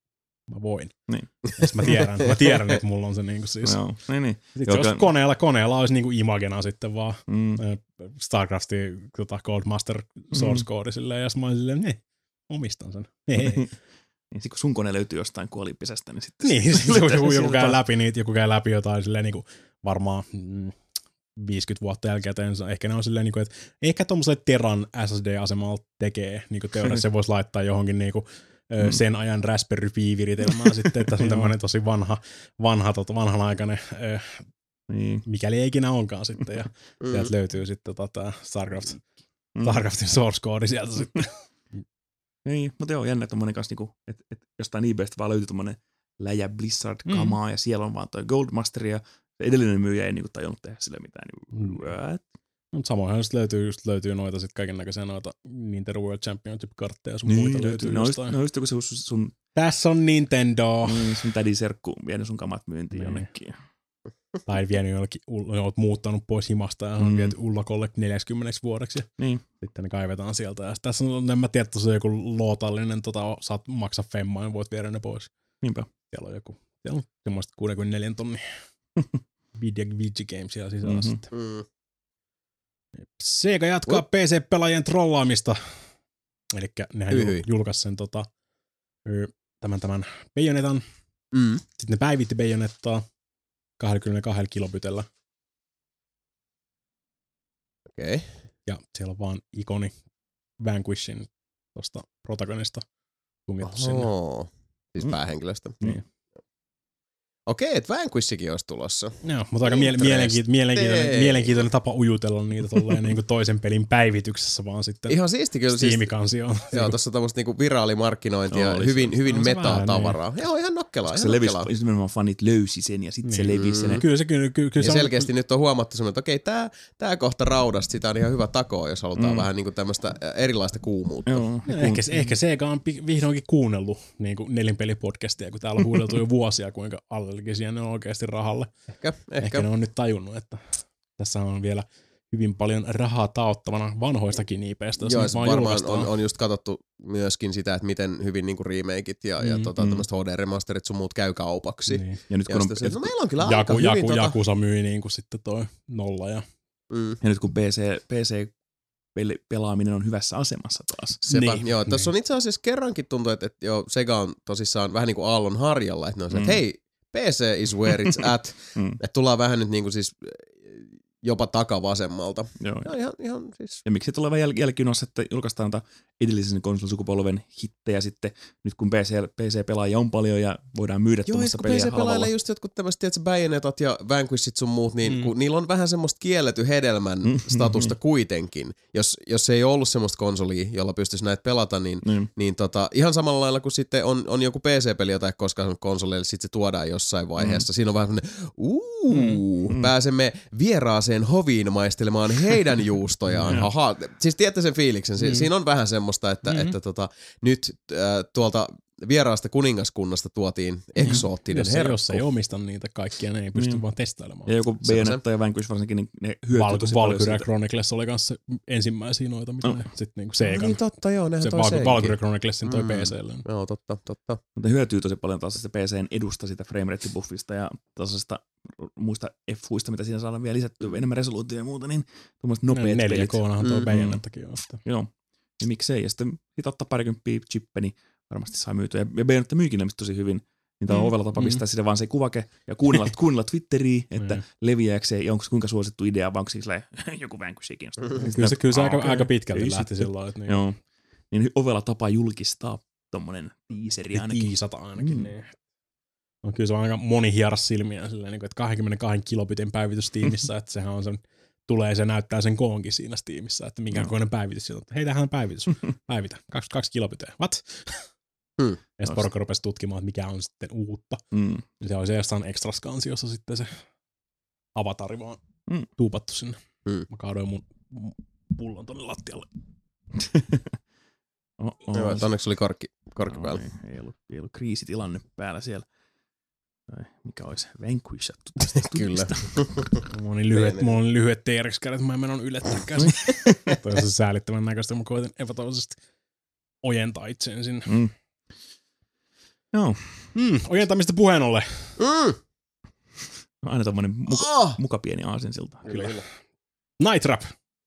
mä voin. Niin. Ja mä tiedän, mä tiedän, että mulla on se niinku siis. Joo, niin, niin. Sitten jos koneella, koneella olisi niinku Imagena sitten vaan Mm. StarCraftin tota, Goldmaster source code silleen, ja mä olin silleen, ne, omistan sen. Hei. Niin sit kun sun kone löytyy jostain kuolipisestä, niin sitten... Niin, se- joku, joku, se- joku se- käy läpi niitä, joku käy läpi jotain silleen niinku varmaan mm, viisikymmentä vuotta jälkeen, ehkä ne on silleen niinku, että ehkä tommoselle Teran S S D-asemalla tekee, niinku teoriassa se voisi laittaa johonkin niinku mm. sen ajan Raspberry Pi-viritelmään sitten, että se on tämmönen tosi vanha, vanha tota, vanhanaikainen, ö, Niin. mikäli ei ikinä onkaan sitten, ja Mm. sieltä löytyy sitten tota StarCraft, Mm. StarCraftin source code sieltä sitten. Niin, mutta joo, jännä tommonen kanssa, niinku, että et jostain eBaystä vaan löytyy tommonen läjä Blizzard-kamaa, mm. ja siellä on vaan toi Goldmaster, ja se edellinen myyjä ei niinku tajunnut tehdä sille mitään. Niin, what? Mutta samoinhan just löytyy, just löytyy noita sit kaikennäköisiä noita Nintendo World Championship-kartteja ja sun Niin, muita löytyy. löytyy No, just, jostain. no just joku se sun, sun, Tässä on Nintendo. niin, sun tädin serkku vienyt sun kamat myyntiin Niin. jonnekin. Tai vienyt jollekin, ne oot muuttanut pois himasta ja on Mm. viety Ullakolle neljäkymmentä vuodeksi. Ja Niin. sitten ne kaivetaan sieltä. Ja tässä on, en mä tiedä, että se on joku lootallinen, tota, saat maksaa femmaa ja voit viedä ne pois. Niinpä. Siellä on joku, siellä on semmoista kuusikymmentäneljä tonnin Video Video Gamesia sisällä Mhm. sitten. Mm. Sega jatkaa What? P C-pelaajien trollaamista. Elikkä nehän Hyi jul- hyi. julkaisi sen tota, ö, tämän, tämän Bayonetan. Mm. Sitten ne päivitti Bayonettaa kaksikymmentäkaksi kilopytellä. Okei. Okay. Ja siellä on vaan ikoni Vanquishin tosta protagonista tungettu sinne. Oho. Siis Mm. päähenkilöstä. Niin. Okei, että Vanquishikin olisi tulossa. Joo, mutta aika miele- mielenkiintoinen, mielenkiintoinen, mielenkiintoinen tapa ujutella niitä tolleen niin kuin toisen pelin päivityksessä vaan sitten. Ihan siisti kyllä. Siis, Steam-kansi on. joo, tuossa on tämmöistä niinku viraalimarkkinointia, Joo, oli hyvin, se. hyvin On se vähän, meta-tavaraa. Joo, ihan nokkelaa. Se Ihan levisi, nokkelaa. siis nimenomaan fanit löysi sen ja sitten se Niin. levisi sen. Kyllä se, kyllä, kyllä, kyllä Ja se on, selkeästi nyt on huomattu semmoinen, että okei, tää, tää kohta raudasta, sitä on ihan hyvä takoa, jos halutaan Mm. vähän niinku tämmöistä erilaista kuumuutta. Joo. Ja ehkä, ehkä Sega on pi- vihdoinkin kuunnellut niin kuin nelinpelipodcastia, kun täällä on huudeltu jo vuosia, kuinka allergisia ne on oikeasti rahalle. Ehkä, Ehkä, ehkä. ehkä ne on nyt tajunnut, että tässä on vielä hyvin paljon rahaa taottavana vanhoistakin I P:stä, jos Joo, nyt se vaan varmaan julkaistaan. on, on just katsottu myöskin sitä, että miten hyvin niinku remakeit ja, mm, ja Mm, tota, mm. tämmöiset H D-remasterit sun muut käy kaupaksi. Niin. Ja nyt Ja kun, on, sitten se, no meillä on kyllä aika Jaku, hyvin Jaku, tota... Jakusa myi niin kuin sitten toi nolla. Ja... Mm, ja nyt kun P C, P C-pelaaminen on hyvässä asemassa taas. sepä. Niin, Joo, tässä niin. on itse asiassa kerrankin tuntuu, että, että joo, Sega on tosissaan vähän niin kuin aallon harjalla, että ne on se, Mm. että hei, P C is where it's at. Mm. Että tullaan vähän nyt niinku siis jopa takavasemmalta. Joo. Ja ihan, ihan siis... Ja miksi tulee jäl- jälkijunossa, että julkaistaan ta edellisen konsolisukupolven hittejä sitten, nyt kun P C, P C-pelaajia on paljon ja voidaan myydä Joo, tuommoista kun peliä P C-pelaajille halvalla. just jotkut tämmöiset, tiedätkö, Bayonetat ja Vanquishit sun muut, niin Mm. kun niillä on vähän semmoista kielletty hedelmän Mm, statusta mm, kuitenkin. Jos, jos ei ollut semmoista konsolia, jolla pystyisi näitä pelata, niin, Niin. niin tota, ihan samalla lailla kuin sitten on, on joku P C-peli, jota ei koskaan saanut konsoleille, sitten se tuodaan jossain vaiheessa. Mm. Siinä on vähän semmoinen, uuu, Mm. pääsemme vieraaseen hoviin maistelemaan heidän juustojaan. Mm. Aha, siis tiedätte sen fiiliksen. Si- Mm. Siinä on vähän semmoista, että, Mm-hmm. että tota, nyt äh, tuolta vieraasta kuningaskunnasta tuotiin eksoottinen Jos, herkku. jos ei omista niitä kaikkia, ne ei pysty Niin. vaan testailemaan. Ja joku Se on Bayonetta ja Vanquish varsinkin, niin ne hyötyy Val- tosi paljon Valkyria siitä. Chronicles oli kanssa ensimmäisiä noita, mitä No. ne sitten niinku No Segan. niin totta, joo, nehän Se toi Val- senkin. Valkyria Chroniclesin toi Mm. P C:lle. Joo, totta, totta. Mutta ne hyötyy tosi paljon taas sitä P C:n edusta, sitä framerate-buffista ja tasaisesta muista F-huista, mitä siinä saadaan vielä lisättyä, enemmän resoluutioa ja muuta, niin tuommoiset nopeat neljä pelit. K-nahan toi Mm. Bayonettakin on. Että. Joo, ja miksei. Ja sitten sit ottaa parikymppiä chippe, niin varmasti saa myytyä. Ja Bayonetta myykin ilmeisesti tosi hyvin. Niin tämä on Mm, ovella tapa mm. pistää sitä vaan se kuvake ja kuunnella, kuunnella Twitteriä, että Mm. leviääkö se ja onko se kuinka suosittu idea, vai onko siis joku Vanquish kiinnostaa. Mm. Kyllä se, kyllä se Ah, aika, okei. aika pitkälti Ei lähti sitten. silloin. Että niin, Joo. Niin ovella tapa julkistaa tommonen teaseri ainakin. tiisata ainakin. Mm. Niin. No, kyllä se on aika moni hieras silmiä, silleen, niin kuin, että kaksikymmentäkaksi kilobitin päivitys Steamissa, että sehän on sen, tulee se näyttää sen koonkin siinä Steamissa, että minkä Joo. kokoinen päivitys sieltä. Hei, tämähän on päivitys. Päivitä. kaksikymmentäkaksi kilobitia. What? Hmm. Ja sitten porukka rupesi tutkimaan, että mikä on sitten uutta. Mm. Ja se oli se jossain extras-kansiossa sitten se avatari vaan Mm. tuupattu sinne. Mm. Mä kaadoin mun mun pullon tonne lattialle. Oh, oh. Joo, että onneksi oli karkki, karkki päällä. Ei, ei, ollut, ei ollut kriisitilanne päällä siellä. Tai mikä olisi vanquishattu tästä Kyllä. Mulla on niin lyhyet, mulla on niin lyhyet T R X-kädet, mä en menon ylettäkään. Toi on se säälittävän näköistä, mä koitan epätoivoisesti ojentaa itse ensin. Mm. Joo. Mm, ojentamista puheen ollen. Mm. Aina tommonen muka, Oh. muka pieni aasinsilta. Kyllä, kyllä. Night Trap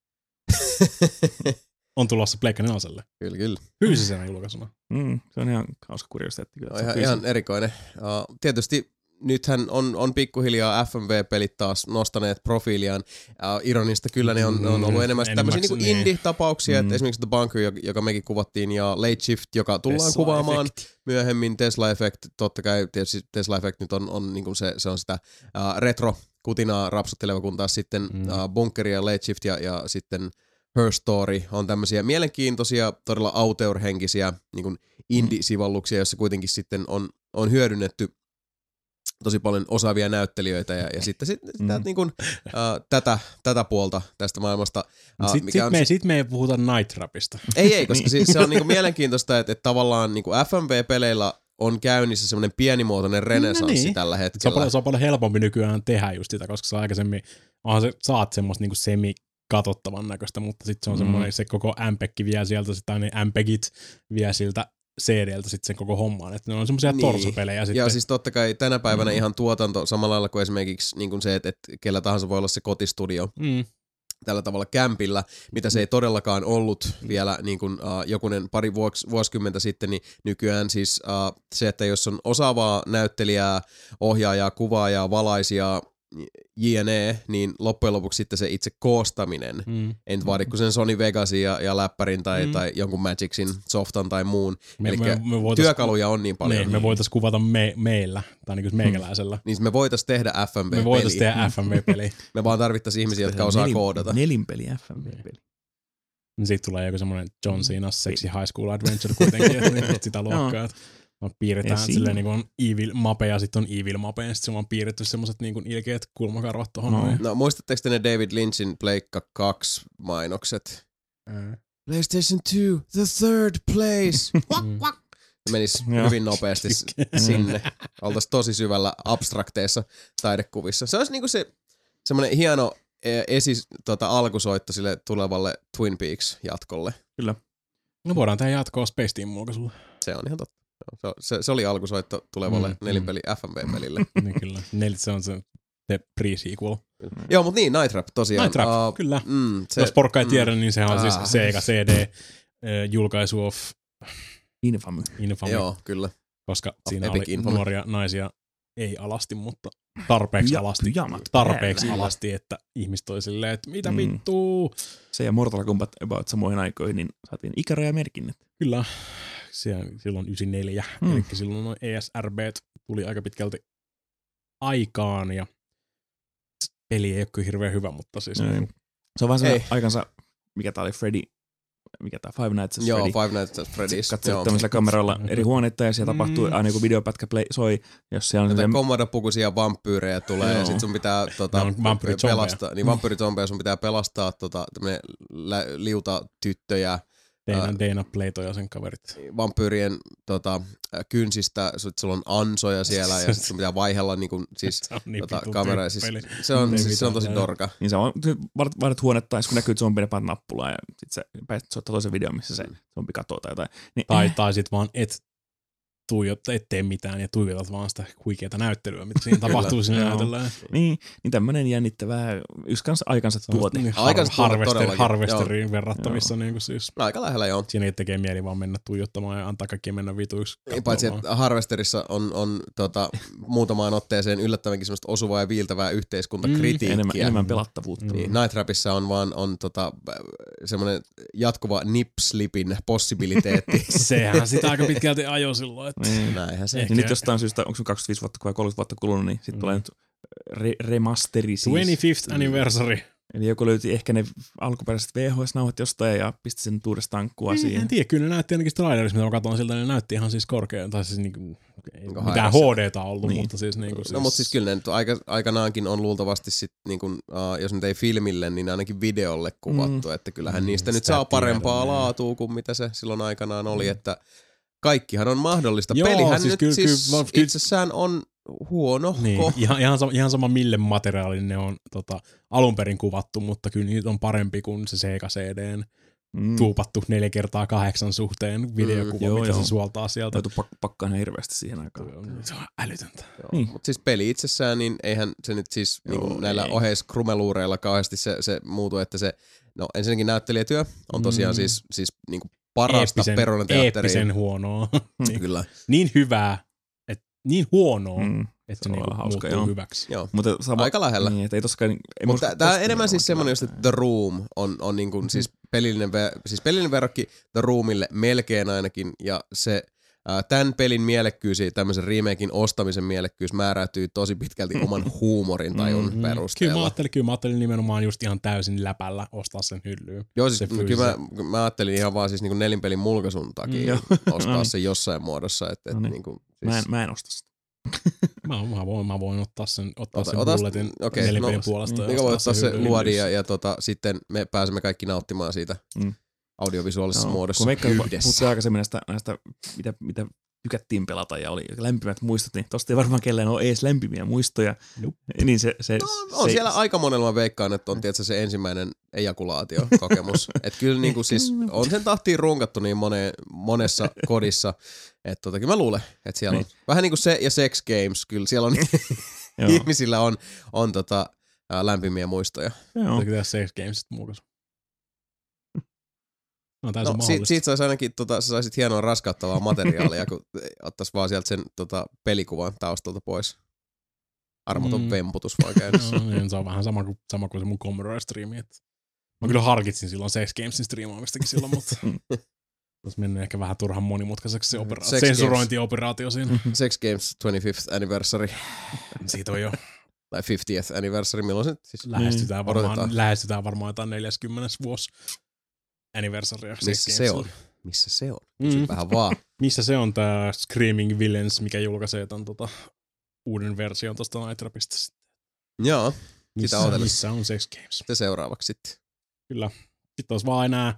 on tulossa Pleikka neloselle. Kyllä, kyllä. Fyysisenä julkaisuna. Mm, se on ihan hauska kuriositeetti. Kyllä, No, ihan, ihan erikoinen. Uh, tietysti nythän on, on pikkuhiljaa F M V-pelit taas nostaneet profiiliaan. Uh, ironista kyllä ne on, on ollut enemmän tämmöisiä niinku niin. indie-tapauksia, Mm. että esimerkiksi The Bunker, joka mekin kuvattiin, ja Late Shift, joka tullaan Tesla kuvaamaan Effect. myöhemmin. Tesla Effect, totta kai tietysti Tesla Effect nyt on, on niinku se, se on sitä uh, retro-kutinaa rapsutteleva, kun taas sitten Mm. uh, Bunker ja Late Shift ja, ja sitten Her Story on tämmöisiä mielenkiintoisia, todella auteur-henkisiä niin indie-sivalluksia, joissa kuitenkin sitten on, on hyödynnetty tosi paljon osaavia näyttelijöitä ja, ja sitten sit, Mm. mm. niin kuin, uh, tätä, tätä puolta tästä maailmasta. Uh, Sitten sit me, sit me ei puhuta Night Trapista. Ei, ei, koska Niin. siis se on niinku mielenkiintoista, että, että tavallaan niinku F M V-peleillä on käynnissä semmoinen pienimuotoinen renesanssi No niin. tällä Se on, hetkellä. paljon, se on paljon helpompi nykyään tehdä just sitä, koska sä aikaisemmin, onhan se, saat semmoista niinku semi-katsottavan näköistä, mutta sitten se on Mm. semmoinen, se koko M P E G vie sieltä, tai ne M P E Git vie siltä C D:ltä sitten sen koko hommaan, että ne on semmoisia Niin. torsupelejä sitten. Ja siis totta kai tänä päivänä Mm. ihan tuotanto samalla lailla kuin esimerkiksi niin kuin se, että, että kellä tahansa voi olla se kotistudio mm. tällä tavalla kämpillä, mitä se ei todellakaan ollut vielä niin kuin, uh, jokunen pari vuoks, vuosikymmentä sitten, niin nykyään siis uh, se, että jos on osaavaa näyttelijää, ohjaajaa, kuvaajaa, valaisijaa, jne, niin loppujen lopuksi sitten se itse koostaminen, Mm. ei nyt vaadi kuin sen Sony Vegasin ja, ja läppärin tai, Mm. mm. tai jonkun Magicsin softan tai muun. Me, Eli me, me voitais, työkaluja on niin paljon. niin, me voitais kuvata me, meillä, tai niin kuin meikäläisellä. Niin me voitaisiin tehdä F M V-peliä. Me voitais tehdä F M V-peliä. Me vaan tarvittaisiin ihmisiä, jotka osaa Nelin- koodata. Nelinpeli F M V-peli. Niin siitä tulee joku semmoinen John Cena Sexy High School Adventure kuitenkin, että niin sitä luokkaa, että vaan piirretään Ei siinä. silleen niin kuin on evil mape ja sitten on evil mape ja sitten se on piirretty semmoiset niin kuin ilkeät kulmakarvat tohon. No. noin. No muistatteko te ne David Lynchin Pleikka kaksi mainokset? Ää. PlayStation two, the third place. Mm. Menis Joo. hyvin nopeasti s- sinne. Oltais tosi syvällä abstrakteissa taidekuvissa. Se olisi niinku se semmoinen hieno eh, esi, tota, alkusoitto sille tulevalle Twin Peaks jatkolle. No voidaan tehdä jatkoa Space Team mulkaisulla. Se on ihan totta. Se, se, se oli alkusoitto tulevalle Mm, mm, nelinpeli F M V-pelille. Niin kyllä. Neljä se on se, se pre-sequel. Joo, mutta niin, Night Trap tosiaan. Night Trap, Uh, kyllä. Mm, Se, Jos porkka ei tiedä, niin sehän on Ah. siis Sega C D-julkaisu of Infamy. Infamy, Joo, kyllä. koska Of siinä Epic oli Infamy. nuoria naisia, ei alasti, mutta tarpeeksi Ja- alasti. pyjamat Tarpeeksi päällä. alasti, että ihmiset oli silleen, että mitä Mm. vittuu. Se ja Mortal Kombat about samoihin aikoihin, niin saatiin ikärajamerkinnät. Kyllä, siellä, silloin yhdeksänkymmentäneljä, Mm. mm. eli silloin noin E S R B tuli aika pitkälti aikaan, ja peli ei ole kyllä hirveän hyvä, mutta siis Ei. niin, Se on vähän se Ei. aikansa, mikä tää oli, Freddy, mikä tää Five Nights at Joo, Freddy. Five Nights at Freddy's. Katsoit Joo. tämmöisellä kameralla eri huoneita ja siellä Mm. tapahtuu aina joku videopätkä play, soi, jos siellä on Näitä semmoinen- komodopukuisia vampyyrejä tulee Joo. ja sit sun pitää tota, Ne on vampyyrizombeja. pelastaa, niin vampyyrizombeja sun pitää pelastaa tota, tämmönen lä- liuta tyttöjä Dana, Ää. Dana Plato ja sen kaverit. vampyyrien tota, kynsistä, sit sulla on ansoja siellä ja sit sun pitää vaihella niinku, siis Se on niin tota, vitun kameraa. tyhmä peli. Siis, se, on, Ei siis se on mitään tosi järkeä. dorka. Niin se on, vaihdat, vaihdat huonetta, ja kun näkyy zombi, ne paat nappulaa ja sit sä pääset soittaa toisen videon, missä se zombi katoo tai jotain. Niin, Tai, eh, tai sit vaan et tuijotta, et tee mitään ja tuijotat vaan sitä huikeata näyttelyä, mitä siinä tapahtuu siinä Joo. näytellään. niin, niin tämmönen jännittävää, yksi kanssa aikansa tuote. Niin, har- Aikansa tuote harvester, todellakin, harvesteriin verrattavissa. Niin kuin siis, No, aika lähellä joo. siinä ei tekee mieli vaan mennä tuijottamaan ja antaa kaikkien mennä vituiksi. Niin, paitsi, että Harvesterissa on, on tota, muutamaan otteeseen yllättävänkin semmoista osuvaa ja viiltävää yhteiskuntakritiikkiä. Enemmän, enemmän pelattavuutta. Mm. Niin, Night Trapissa on vaan on, tota, semmoinen jatkuva nip-slipin possibiliteetti. Sehän sitä aika pitkälti ajoi silloin. Että Niin. Näinhän se. Ehkä. Ja nyt jostain syystä, onko sun kaksikymmentäviisi vuotta vai kolmekymmentä vuotta kulunut, niin sitten Mm. tulee nyt re- remasteri siis. kaksikymmentäviides anniversary. Eli joku löyti ehkä ne alkuperäiset V H S-nauhat jostain ja pisti sen nyt uudestaan kuvaa En, siihen. en tiedä, kyllä ne näytti ainakin trailerissa, mitä mä katson siltä, ne näytti ihan siis korkean, tai siis niinku, ei Niinku mitään high H D:tä ollut, Niin. mutta siis niinku siis... No mutta siis kyllä ne nyt aika, aikanaankin on luultavasti sit, niin kun, uh, jos nyt ei filmille, niin ainakin videolle kuvattu, mm. että kyllähän Mm, niistä nyt sitä saa parempaa tiedän, laatua kuin mitä se silloin aikanaan oli, että kaikkihan on mahdollista. Joo, Pelihän siis nyt kyllä- siis kyllä- kyllä- itsessään on huono. Niin, ihan, ihan, sama, ihan sama mille materiaalin ne on tota, alun perin kuvattu, mutta kyllä niitä on parempi kuin se Sega C D:n mm. tuupattu neljä kertaa kahdeksan suhteen videokuva, mm, joo, mitä joo. se suoltaa sieltä. Joutu pak- pakkaan ihan hirveästi siihen aikaan. Se on älytöntä. Niin. Mutta siis peli itsessään, niin eihän se nyt siis joo, niin näillä oheiskrumeluureilla kauheasti se, se muutu, että se, no ensinnäkin näyttelijätyö on tosiaan mm. siis, siis niin kuin parasta perunateatteria. Eeppisen huonoa. niin, Kyllä. Niin hyvää, että niin huonoa, mm. että se, se niinku muuttuu joo. hyväksi. Joo. Mutta sama, aika lähellä. Niin, että ei tossakaan, ei mutta tämä on enemmän siis semmoinen, just, että The Room on, on niin kuin, mm-hmm. siis, pelillinen, siis pelillinen verrokki The Roomille melkein ainakin, ja se ää, tämän pelin mielekkyys ja tämmöisen remakein ostamisen mielekkyys määräytyy tosi pitkälti oman huumorin tajun mm-hmm. perusteella. Kyllä mä, ajattelin, kyllä mä ajattelin nimenomaan just ihan täysin läpällä ostaa sen hyllyyn. Joo, siis no, kyllä mä, mä ajattelin ihan vaan siis niin kuin nelinpelin mulkaisun takia mm, ostaa no, sen jossain muodossa. Et, et, no, niin kuin, siis... mä, en, mä en osta sitä. mä, mä, voin, mä voin ottaa sen, ottaa Ota, sen otas, bulletin okay, nelinpelin no, puolesta. Mikä voi ottaa se luodi ja, ja tota, sitten me pääsemme kaikki nauttimaan siitä mm. audiovisuaalisessa no, kun muodossa yhdessä. Puhuttiin aikaisemmin näistä, näistä mitä, mitä tykättiin pelata ja oli lämpimät muistot, niin tosta ei varmaan kellään ole edes lämpimiä muistoja. Nope. Niin se, se, no, on se, siellä aika monella mä veikkaan, että on tietysti se ensimmäinen ejakulaatiokokemus. Että kyllä niinku siis on sen tahtiin runkattu niin mone, monessa kodissa, että totakin mä luulen, että siellä on vähän niin kuin se ja Sex Games, kyllä siellä on ihmisillä on, on tota, ää, lämpimiä muistoja. Joo. Tehdään Sex Gamesista muukaisu. No, no siitä, siitä saisi ainakin, tota, sä saisit hienoa raskauttavaa materiaalia, kun ottaisi vaan sieltä sen tota, pelikuvan taustalta pois. Armoton mm. vemputus vaan käynnissä. No, niin, se on vähän sama kuin, sama kuin se mun Commodore-striimi. Mä kyllä harkitsin silloin Sex Gamesin striimaamistakin silloin, mutta olisi mennyt ehkä vähän turhan monimutkaiseksi se opera- sensurointioperaatio siinä. Sex Games twenty-fifth anniversary. Siitä on jo. Tai fiftieth anniversary, milloin se siis lähestytään varmaan, lähestytään varmaan jotain neljäskymmenes vuosi. Anniversaria. Missä se on? Missä se on? Mm. Vähän vaan. Missä se on tää Screaming Villains, mikä julkaisee tämän tota, uuden version tosta Night Trapista sitten. Joo. Missä, sitä missä on Sex Games? Se seuraavaksi sitten. Kyllä. Sitten olisi vaan enää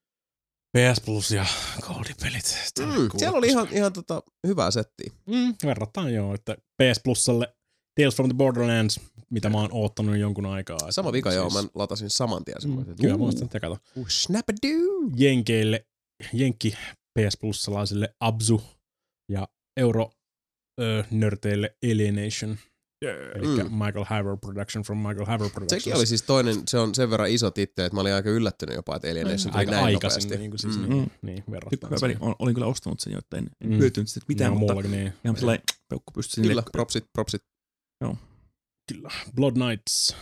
P S Plus ja Gold-pelit. Mm, siellä oli ihan, ihan tota, hyvää settiä. Mm, verrattain joo, että P S Plusalle Tales from the Borderlands, mitä mä oon oottanut jonkun aikaa. Sama vika, siis... joo, mä latasin saman tien. Mm, kyllä, mä oon sitä tekata. Uh, snap-a-doo! Jenkeille, Jenkki P S Plus-salaisille Abzu ja Euro-nörteille Alienation. Yeah. Eli mm. Michael Haver Production from Michael Haver Productions. Sekin oli siis toinen, se on sen verran iso titteli, että mä olin aika yllättynyt jopa, että Alienation tuli näin nopeasti. Niin kuin siis mm. niin, niin verrattain. Hyvä, olin kyllä ostanut sen jo, että en, en mm. hyötynyt sitä mitään, mutta niin. ihan sellainen peukku pystyi Kyllä, propsit, propsit. Joo. Kyllä. Blood Knights.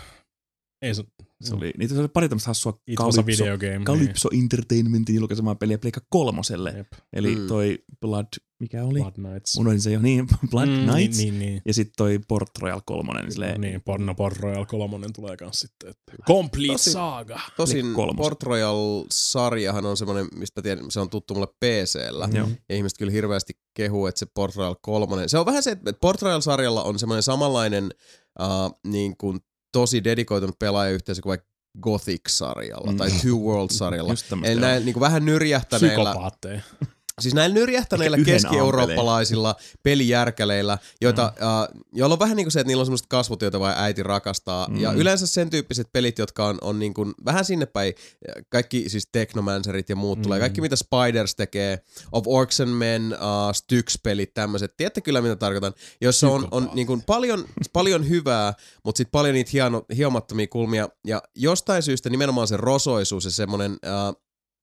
Ei se, se oli, niitä oli pari tämmöistä hassua Calypso, Calypso niin. Entertainmentin julkaisemaa peliä Pleikka kolmoselle. Jep. Eli mm. toi Blood, mikä oli? Blood Knights. Unohdin se jo, niin, Blood mm, Knights. Niin, niin, niin. Ja sitten toi Port Royal kolmonen. Niin, silleen, niin no, Port Royal kolmonen tulee kans sitten. Että Complete tosin, Saga. Tosin Port Royal-sarjahan on semmoinen, mistä tiedän, se on tuttu mulle P C:llä. Mm. Ja ihmiset kyllä hirveästi kehuu, että se Port Royal kolmonen. Se on vähän se, että Port Royal-sarjalla on semmoinen samanlainen uh, niin kuin tosi dedikoitunut pelaajayhteisö kuin vaikka Gothic-sarjalla mm. tai Two Worlds-sarjalla. Eli näin niin kuin vähän nyrjähtäneillä... Psykopaatteja. Siis näillä nyrjähtäneillä keski-eurooppalaisilla pelijärkäleillä, joita, mm. uh, joilla on vähän niin kuin se, että niillä on semmoiset kasvot, joita vain äiti rakastaa. Mm. Ja yleensä sen tyyppiset pelit, jotka on, on niin kuin vähän sinne päin, kaikki siis Technomancerit ja muut mm. tulee, kaikki mitä Spiders tekee, Of Orcs and Men, uh, Styx-pelit, tämmöiset. Tiedätte kyllä mitä tarkoitan, jossa on, on niin kuin paljon, paljon hyvää, mutta sitten paljon niitä hieno, hiomattomia kulmia. Ja jostain syystä nimenomaan se rosoisuus ja semmoinen... Uh,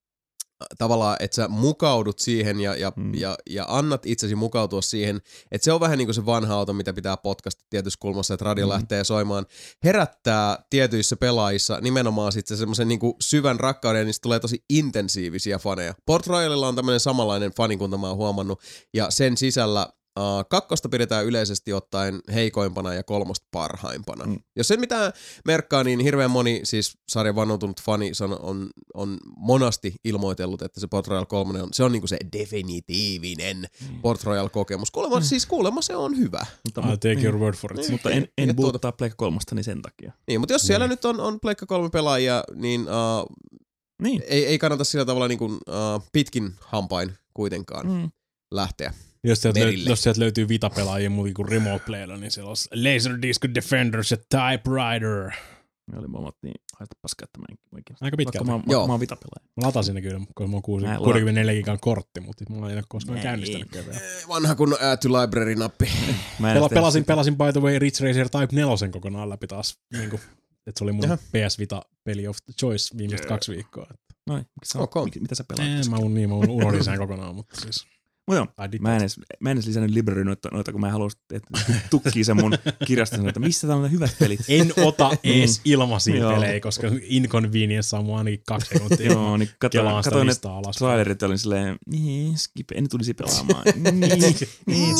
tavallaan, että sä mukaudut siihen ja, ja, mm. ja, ja annat itsesi mukautua siihen, että se on vähän niin kuin se vanha auto, mitä pitää podcasta tietyssä kulmassa, että radio mm. lähtee soimaan, herättää tietyissä pelaajissa nimenomaan sitten semmoisen niin kuin syvän rakkauden, ja niistä tulee tosi intensiivisiä faneja. Port Royalilla on tämmöinen samanlainen fanikunta, mä oon huomannut, ja sen sisällä Uh, kakkosta pidetään yleisesti ottaen heikoimpana ja kolmosta parhaimpana. Mm. Jos sen mitä merkkaa, niin hirveän moni siis sarjan vannoutunut fani on, on, on monasti ilmoitellut, että se Port Royal kolme on, se on niinku se definitiivinen mm. Port Royal kokemus. Kuulemma, mm. siis kuulemma se on hyvä. Mutta, I'll take your word for it. Niin, mutta en, en buuttaa tuota... Pleikka kolmosta niin sen takia. Niin, mutta jos niin. siellä nyt on, on Pleikka kolme pelaajia, niin, uh, niin. Ei, ei kannata sillä tavalla niin kuin, uh, pitkin hampain kuitenkaan mm. lähteä. Jos sieltä, löy- jos sieltä löytyy Vita-pelaajia muuta kuin Remote Playlla, niin siellä on Laserdisc Defenders ja Typewriter. Me oli molemmat niin haista paskaa, että mä en oikein. Aika pitkältä. Vaikka mä, vaikka mä oon Vita-pelaaja. Mä latasin ne kyllä, koska mulla on Mä en kuusikymmentäneljä gigan kortti, mutta mulla ei ole koskaan Ei. käynnistänytkään vielä. Vanha kun add to library-nappi. Mä en Pela, edes pelasin, sitä. pelasin by the way Ridge Racer Type neljä kokonaan läpi taas. Niin kuin, että se oli mun Jaha. P S Vita-peli of the choice viimeiset kaksi viikkoa. Noin, mikä sä, Ok. okay. mitä sä pelaat? Ei, mä, un, niin, mä unohdin sen kokonaan, mutta siis... Mut joo, I did mä en, that. edes, mä en edes lisännyt library noita, noita kun mä halusin, että tukkii sen mun kirjaston, että missä tää on ne hyvät pelit. En ota ees ilmaisia Joo. pelejä, koska inconvenience on mua ainakin kaksi sekuntia. Joo, niin Kelaan katoin, sitä katoin ne listaa alas. trailerit ja olin silleen, niin, skip, en tulisi pelaamaan. Niin,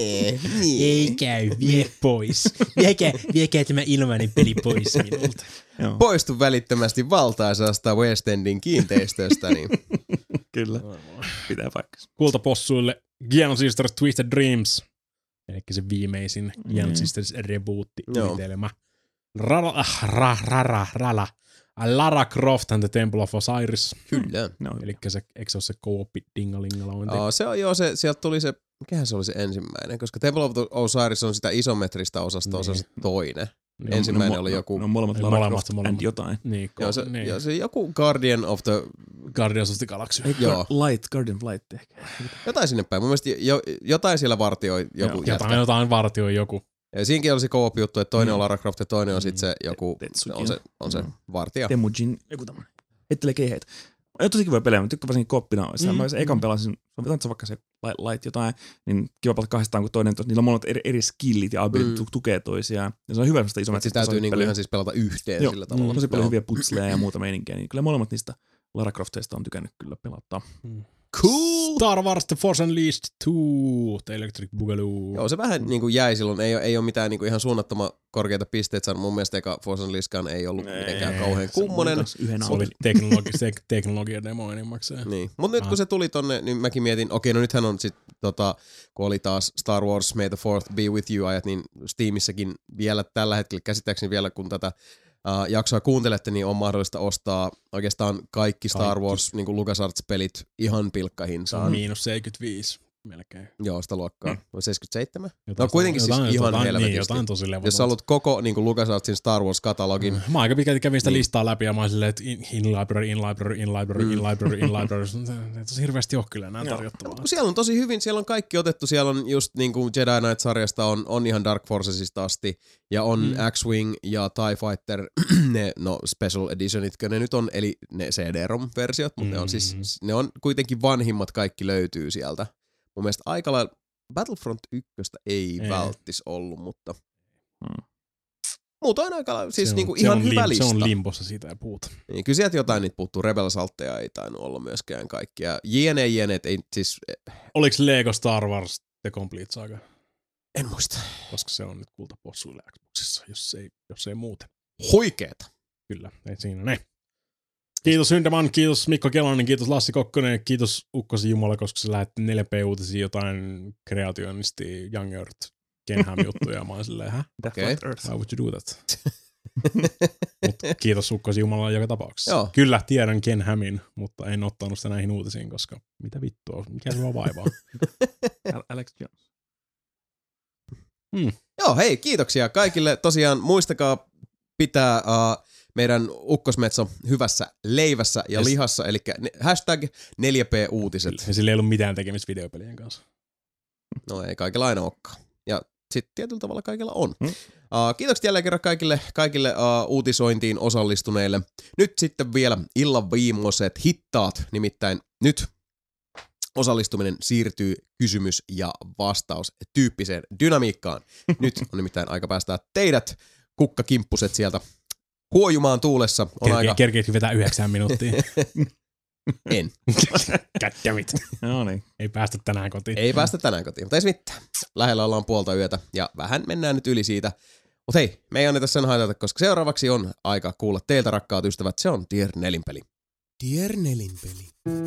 Ei käy, vie pois. Viekää, viekää tämä ilmainen peli pois minulta. joo, Poistu välittömästi valtaisasta West Endin kiinteistöstä, niin kyllä, pitää paikkansa. Kultapossuille Giant Sisters Twisted Dreams. Eli se viimeisin Giant Mm. Sisters rebootti Joo. yritelmä. Rara, ah, ra, rara, rala. Lara Croft and the Temple of Osiris. kyllä. No, Eli se, eikö se ole se koopi dingalingalointi? Aa, se on joo, se, sieltä tuli se, mikähän se oli se ensimmäinen, koska Temple of the Osiris on sitä isometristä osasta, Niin. osa se toinen. Niin, ensimmäinen no, oli joku- No, molemmat Ne Lara molemmat, Croft molemmat. and jotain. Niin, ko- Joo, se, niin. joo, se joku Guardian of the, Guardians of the Galaxy. Ei, Joo. Light, Guardian of Light ehkä. jotain sinne päin. Mun mielestä jo, jotain siellä vartioi joku Joo, jätkä. Jotain, jotain vartioi joku. Ja siinäkin oli se co-op-juttu, että toinen Mm. on Lara Croft ja toinen on sitten se joku, Tetsuki. on se, on se Mm. vartija. Temujin, joku tämmönen. Ettelee keiheitä. Ei tosi kivoja pelejä, mä tykkään varsinkin koppina. Sitä Mm, mä se ekan mm. pelasin, se vaikka se light, light jotain, niin kiva pelata kahdestaan, kun toinen, niillä on monet eri, eri skillit ja abilit Mm. mm. tukee toisiaan. Ja se on hyvä sellaista Mutta isometristä. siis täytyy niinku peliä. ihan siis pelata yhteen Joo, sillä tavalla. tosi paljon Joo. hyviä putsleja ja muuta meininkiä, niin kyllä molemmat niistä Lara Crofteista on tykännyt kyllä pelata. Cool! Star Wars The Force Unleashed two, The Electric Boogaloo. Joo, se vähän niinku jäi silloin. Ei, ei ole mitään niinku ihan suunnattoman korkeita pisteitä saanut. Mun mielestä eka Force Unleashdkaan ei ollut mitenkään kauhean Se on kummonen. kans Yhden Se oli auton. teknologi, se teknologia demo enimmäkseen. Niin. Mutta nyt Ah. kun se tuli tonne, niin mäkin mietin, okei, no nythän on sit tota, kun oli taas Star Wars May the Fourth Be With You -ajat, niin Steamissäkin vielä tällä hetkellä, käsittääkseni vielä kun tätä uh, jaksoa kuuntelette, niin on mahdollista ostaa oikeastaan kaikki Star Kaikki. Wars niin kuin LucasArts-pelit ihan Se on pilkkahinsaan. miinus seitsemänkymmentäviisi melkein. Joo, sitä luokkaa. Mm. seitsemänkymmentäseitsemän? Jotain, No kuitenkin siis ihan jotain, helvetisti. Niin, jotain tosi levotonta. Jos sä haluat koko niin kuin LucasArtsin Star Wars-katalogin, Mm. Mä aika pitkälti kävin sitä Niin. listaa läpi ja mä olin silleen, että in, in library, in library, in library, Mm. in library, in library. Ei tosi hirveästi ole kyllä enää Joo. tarjottavaa. kun siellä on tosi hyvin, siellä on kaikki otettu, siellä on just niin kuin Jedi Knight-sarjasta on, on ihan Dark Forcesista asti, ja on Mm. mm. X-Wing ja TIE Fighter, ne no Special Editionitkö ne nyt on, eli ne C D-ROM-versiot, mutta mm. ne on siis, ne on kuitenkin vanhimmat, kaikki löytyy sieltä. Mun mielestä aika lailla Battlefront yksi ei, Ei. välttis ollut, mutta Mm. muutoin aika lailla, siis Se on- niinku se ihan on hyvä lim- lista. Se on limpossa, siitä ei puhuta. Niin, kyllä sieltä jotain niitä puuttuu. Rebel Saltteja ei tainnut olla myöskään kaikkia. Jne, jne, ei siis, Oliko Lego Star Wars The Complete Saga? en muista. Koska se on nyt kultapossuille Xboxissa, jos ei, jos ei muuten. Huikeeta. Kyllä, ei siinä ne. Kiitos Hyndeman, kiitos Mikko Kelonen, kiitos Lassi Kokkonen, kiitos Ukkosen Jumala, koska sä lähetti neljä P-uutisia jotain kreationisti Young Earth Kenham-juttuja, ja mä oon silleen, hä? Death Okei. Flat Earth. Why would you do that? Mut kiitos Ukkosen Jumala joka tapauksessa. Joo. Kyllä tiedän Kenhamin, mutta en ottanut sitä näihin uutisiin, koska mitä vittua, mikä sua vaivaa? Al- Alex Jones. Joo, hei, kiitoksia kaikille. Tosiaan muistakaa pitää uh, meidän Ukkosmetso hyvässä leivässä ja Yes. lihassa, eli ne, hashtag neljä P-uutiset. Ja sillä ei ollut mitään tekemistä videopelien kanssa. No ei kaikilla aina olekaan. Ja sitten tietyllä tavalla kaikilla on. Hmm. Uh, kiitokset jälleen kerran kaikille, kaikille uh, uutisointiin osallistuneille. Nyt sitten vielä illan viimeiset hittaat, nimittäin nyt osallistuminen siirtyy kysymys- ja vastaus-tyyppiseen dynamiikkaan. Nyt on nimittäin aika päästää teidät, kukkakimppuset, sieltä huojumaan tuulessa. On Kerke, aika... Kerkeetkö vetää yhdeksään minuuttia? En. Goddammit. No niin. Ei päästä tänään kotiin. Ei päästä tänään kotiin, mutta ei se mitään. Lähellä ollaan puolta yötä ja vähän mennään nyt yli siitä. Mutta hei, me ei anneta sen haitata, koska seuraavaksi on aika kuulla teiltä, rakkaat ystävät. Se on Tier nelinpeli. Tier nelinpeli.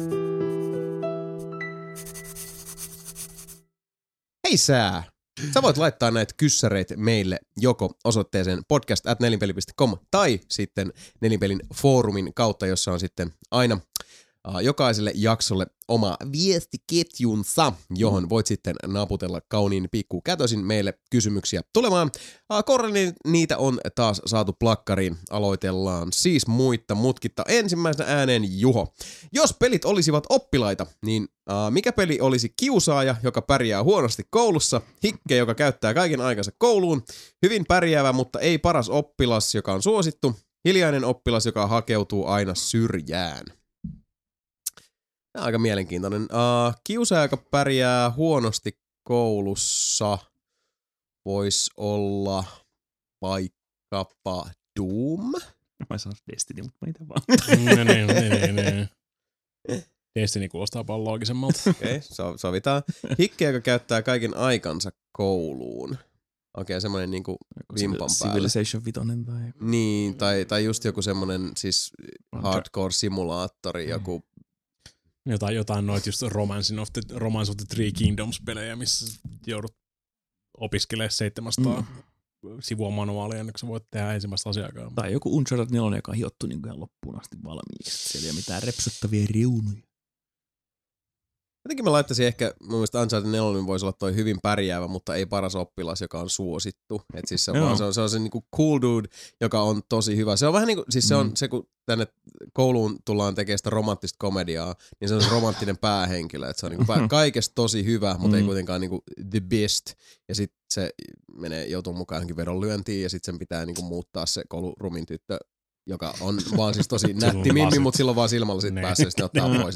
Hei sää! Sä voit laittaa näitä kyssäreitä meille joko osoitteeseen podcast at nelinpeli piste com tai sitten Nelinpelin foorumin kautta, jossa on sitten aina uh, jokaiselle jaksolle oma viestiketjunsa, johon voit sitten naputella kauniin pikku kätösin meille kysymyksiä tulemaan. Uh, Korrelin niitä on taas saatu plakkariin. Aloitellaan siis muitta mutkitta. Ensimmäisenä ääneen Juho. Jos pelit olisivat oppilaita, niin uh, mikä peli olisi kiusaaja, joka pärjää huonosti koulussa, hikke, joka käyttää kaiken aikansa kouluun, hyvin pärjäävä, mutta ei paras oppilas, joka on suosittu, hiljainen oppilas, joka hakeutuu aina syrjään. Tämä on aika mielenkiintoinen. Uh, kiusaaja, joka pärjää huonosti koulussa, voisi olla vaikkapa Doom. Mä sanon Destiny, mutta mä itse vaan. No niin, niin, niin. Destiny kuulostaa paljon loogisemmalta. Okei, okay, sovitaan. Hikke, joka käyttää kaiken aikansa kouluun. Okei, okay, semmoinen niinku vimpan päälle. Civilization vitonen tai... Niin, tai, tai just joku semmoinen siis hardcore-simulaattori, joku... Jotain, jotain noit just Romance of the, Romance of the Three Kingdoms-pelejä, missä joudut opiskelemaan seitsemänsataa mm. sivua manuaalia, ennen kuin sä voit tehdä ensimmäistä asiaakaan. Tai joku Uncharted neljä, joka on hiottu niin ihan loppuun asti valmiiksi. Siellä ei ole mitään repsottavia reunuja. Jotenkin mä laittaisin ehkä, mun mielestä Uncharted neljä voisi olla toi hyvin pärjäävä, mutta ei paras oppilas, joka on suosittu. Et siis se, on vaan, se on se, on se niinku cool dude, joka on tosi hyvä. Se on vähän niinku, siis se on mm. se, kun tänne kouluun tullaan tekemään sitä romanttista komediaa, niin se on se romanttinen päähenkilö. Et se on niinku pää, kaikesta tosi hyvä, mutta mm. ei kuitenkaan niinku the best. Ja sit se menee, joutuu mukaan johonkin vedonlyöntiin ja sit sen pitää niinku muuttaa se koulurumin tyttö, joka on vaan siis tosi nätti mimmi, mutta silloin vaan silmällä sit päässä ja sitten ottaa pois.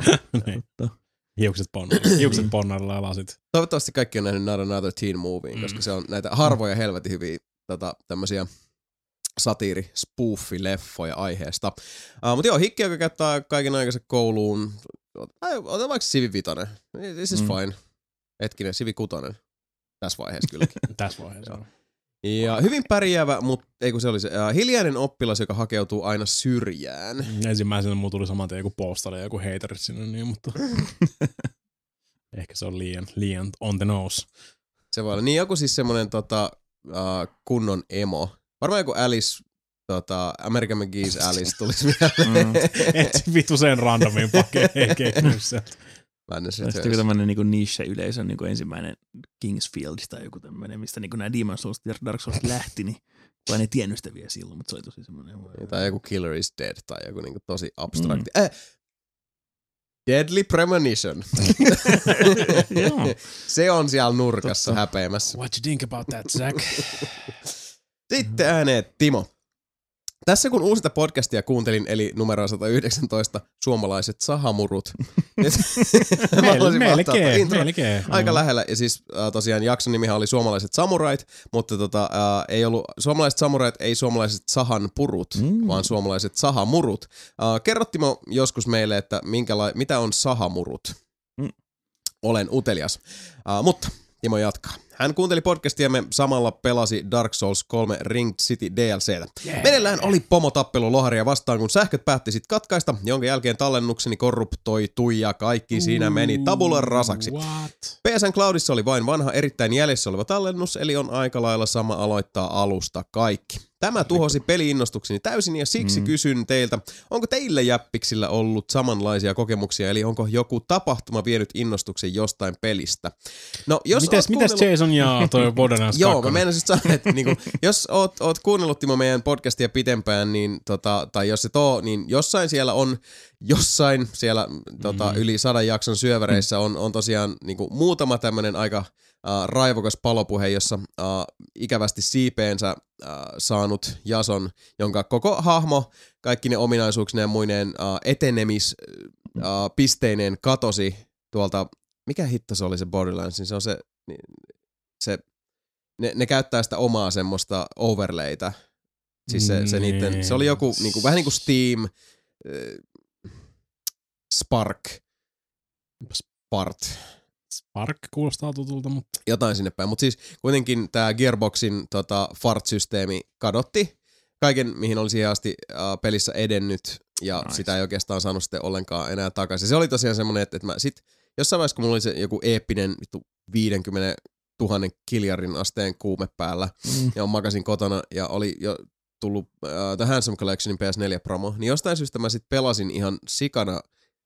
Hiukset ponnarilla, hiukset ponnarilla ja lasit. Toivottavasti kaikki on nähnyt Not Another Teen Movie, mm. koska se on näitä harvoja helvetin hyviä tota, tämmöisiä satiiri, spoofi-leffoja aiheesta. Uh, mutta joo, hikke, joka käyttää kaiken aikansa kouluun. Ota vaikka Civi Vitoinen. This is mm. fine. Hetkinen, Civi Kutonen. Tässä vaiheessa kylläkin. Tässä vaiheessa on. Ja hyvin pärjäävä, mutta ei kun se oli se, uh, hiljainen oppilas, joka hakeutuu aina syrjään. Ensimmäisenä muu tuli saman tien joku postali ja joku haterit sinne, niin, mutta ehkä se on liian, liian on the nose. Se voi olla. Niin joku siis semmonen tota, uh, kunnon emo. Varmaan joku Alice, tota, American McGee's Alice tulisi mieleen. Mm. Et vittu sen randomin pakeen, ei keksinyt sieltä. Sitten joku tämmönen niinku niche-yleisön niinku ensimmäinen Kingsfield tai joku tämmönen, mistä niinku nämä Demon's Souls ja Dark Souls lähti, niin vaan ne tiennyt sitä vielä silloin, mutta se oli tosi semmoinen. Tai joku Killer is Dead tai joku niinku tosi abstrakti. Mm. Äh, Deadly Premonition. Se on siellä nurkassa Totta. häpeämässä. What you think about that, Zach? Sitten ääneen Timo. Tässä kun uusinta podcastia kuuntelin, eli numero sata yhdeksäntoista, suomalaiset sahamurut. Meil, melkein, melkein. Aika mm. lähellä. Ja siis äh, tosiaan jakson nimihän oli suomalaiset samurait, mutta tota, äh, ei ollut suomalaiset samurait, ei suomalaiset sahan purut, mm. vaan suomalaiset sahamurut. Äh, kerro Timo joskus meille, että minkäla- mitä on sahamurut. Mm. Olen utelias. Äh, mutta Timo jatkaa. Hän kuunteli podcastia ja me samalla pelasi Dark Souls kolme Ringed City D L C:tä. Yeah. Meneillään oli pomotappelu loharia vastaan, kun sähköt päätti sit katkaista, jonka jälkeen tallennukseni korruptoitui ja kaikki siinä meni tabulan rasaksi. What? P S N Cloudissa oli vain vanha erittäin jäljessä oleva tallennus, eli on aika lailla sama aloittaa alusta kaikki. Tämä tuhosi peli-innostukseni täysin ja siksi mm. kysyn teiltä, onko teillä jäppiksillä ollut samanlaisia kokemuksia, eli onko joku tapahtuma vienyt innostuksen jostain pelistä? No, jos mites, mites kuunnellut... Jason ja toi Borderlands Joo, mä meinasin sanoa, että niinku, jos oot, oot kuunnellut Timo meidän podcastia pitempään, niin tota, tai jos et oo, niin jossain siellä on, jossain siellä tota, mm. yli sadan jakson syövereissä on, on tosiaan niinku, muutama tämmönen aika Uh, raivokas palopuhe, jossa uh, ikävästi siipeensä uh, saanut Jason, jonka koko hahmo, kaikki ne ominaisuuksineen ja muineen uh, etenemispisteineen uh, katosi tuolta, mikä hitto se oli se Borderlands, niin se on se, se ne, ne käyttää sitä omaa semmoista overlaytä, siis se, se, niitten, se oli joku, niinku, vähän niin kuin Steam, uh, Spark, Spart, Spark kuulostaa tutulta, mutta... Jotain sinne päin, mutta siis kuitenkin tämä Gearboxin tota, fart-systeemi kadotti kaiken, mihin oli siihen asti uh, pelissä edennyt, ja nice. Sitä ei oikeastaan saanut sitten ollenkaan enää takaisin. Se oli tosiaan semmoinen, että, että mä sit jossain vaiheessa, kun mulla oli se joku eeppinen vittu viisikymmentätuhatta kiljarin asteen kuume päällä, mm. ja makasin kotona, ja oli jo tullut uh, The Handsome Collectionin P S neljä promo, niin jostain syystä mä sit pelasin ihan sikana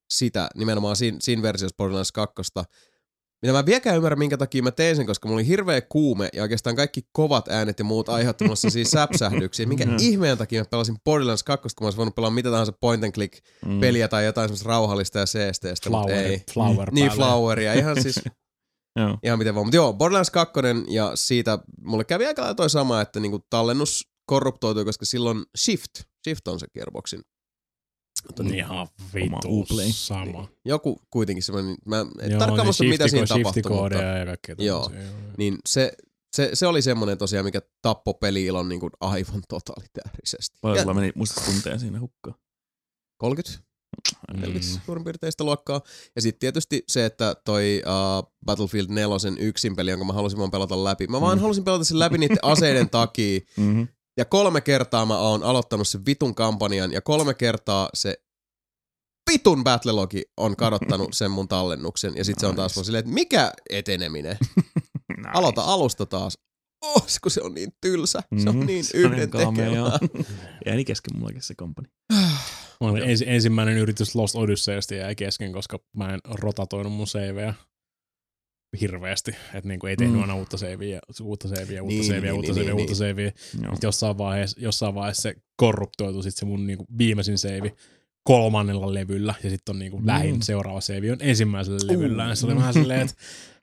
sitä nimenomaan siinä, siinä versiossa Borderlands kaksi. Mitä mä vieläkään ymmärrän, minkä takia mä tein sen, koska mulla oli hirveä kuume ja oikeastaan kaikki kovat äänet ja muut aiheuttamassa siis säpsähdyksiä. Minkä ihmeen takia mä pelasin Borderlands kaksi, kun mä olisin voinut pelaa mitä tahansa point and click peliä tai jotain semmoista rauhallista ja seesteistä, mutta ei. Flower niin, floweria. Ihan siis, ihan miten vaan. Mutta joo, Borderlands kaksi ja siitä mulle kävi aika lailla toi sama, että niinku tallennus korruptoitui, koska silloin Shift, Shift on se Gearboxin. Niin ihan vittu sama. Niin. Joku kuitenkin semmoinen, mä en tarkkaan muista mitä siinä tapahtui, mutta ja kaikkea joo, niin se, se, se oli semmoinen tosiaan, mikä tappoi peli-ilon niin kuin aivan totalitaarisesti. Paljon sulla meni muista tunteja siinä hukkaan? kolmekymmentä Mm. suurin piirtein sitä luokkaa. Ja sitten tietysti se, että toi uh, Battlefield neljä yksin peli, jonka mä halusin vaan pelata läpi. Mä vaan mm. halusin pelata sen läpi niiden aseiden takia. Mm-hmm. Ja kolme kertaa mä oon aloittanut sen vitun kampanjan ja kolme kertaa se vitun battlelogi on kadottanut sen mun tallennuksen. Ja sit nice. Se on taas vaan silleen, että mikä eteneminen? Nice. Aloita alusta taas. Oh, kun se on niin tylsä. Mm-hmm. Se on niin yhdentekevää. Jäi kesken mullakin se kampanja. Ens, ensimmäinen yritys Lost Odysseysta jäi kesken, koska mä en rotatoinut mun saveja hirveästi. Että niinku ei tehnyt mm. aina uutta saveja, uutta saveja, uutta niin, saveja, niin, uutta niin, saveja, niin, uutta saveja. Niin. Jossain vaiheessa, jossain vaiheessa se korruptoitui sit se mun niinku viimeisin save kolmannella levyllä. Ja sitten on niinku mm. lähin seuraava save on ensimmäisellä levyllä. Uh. Ja se oli vähän silleen, että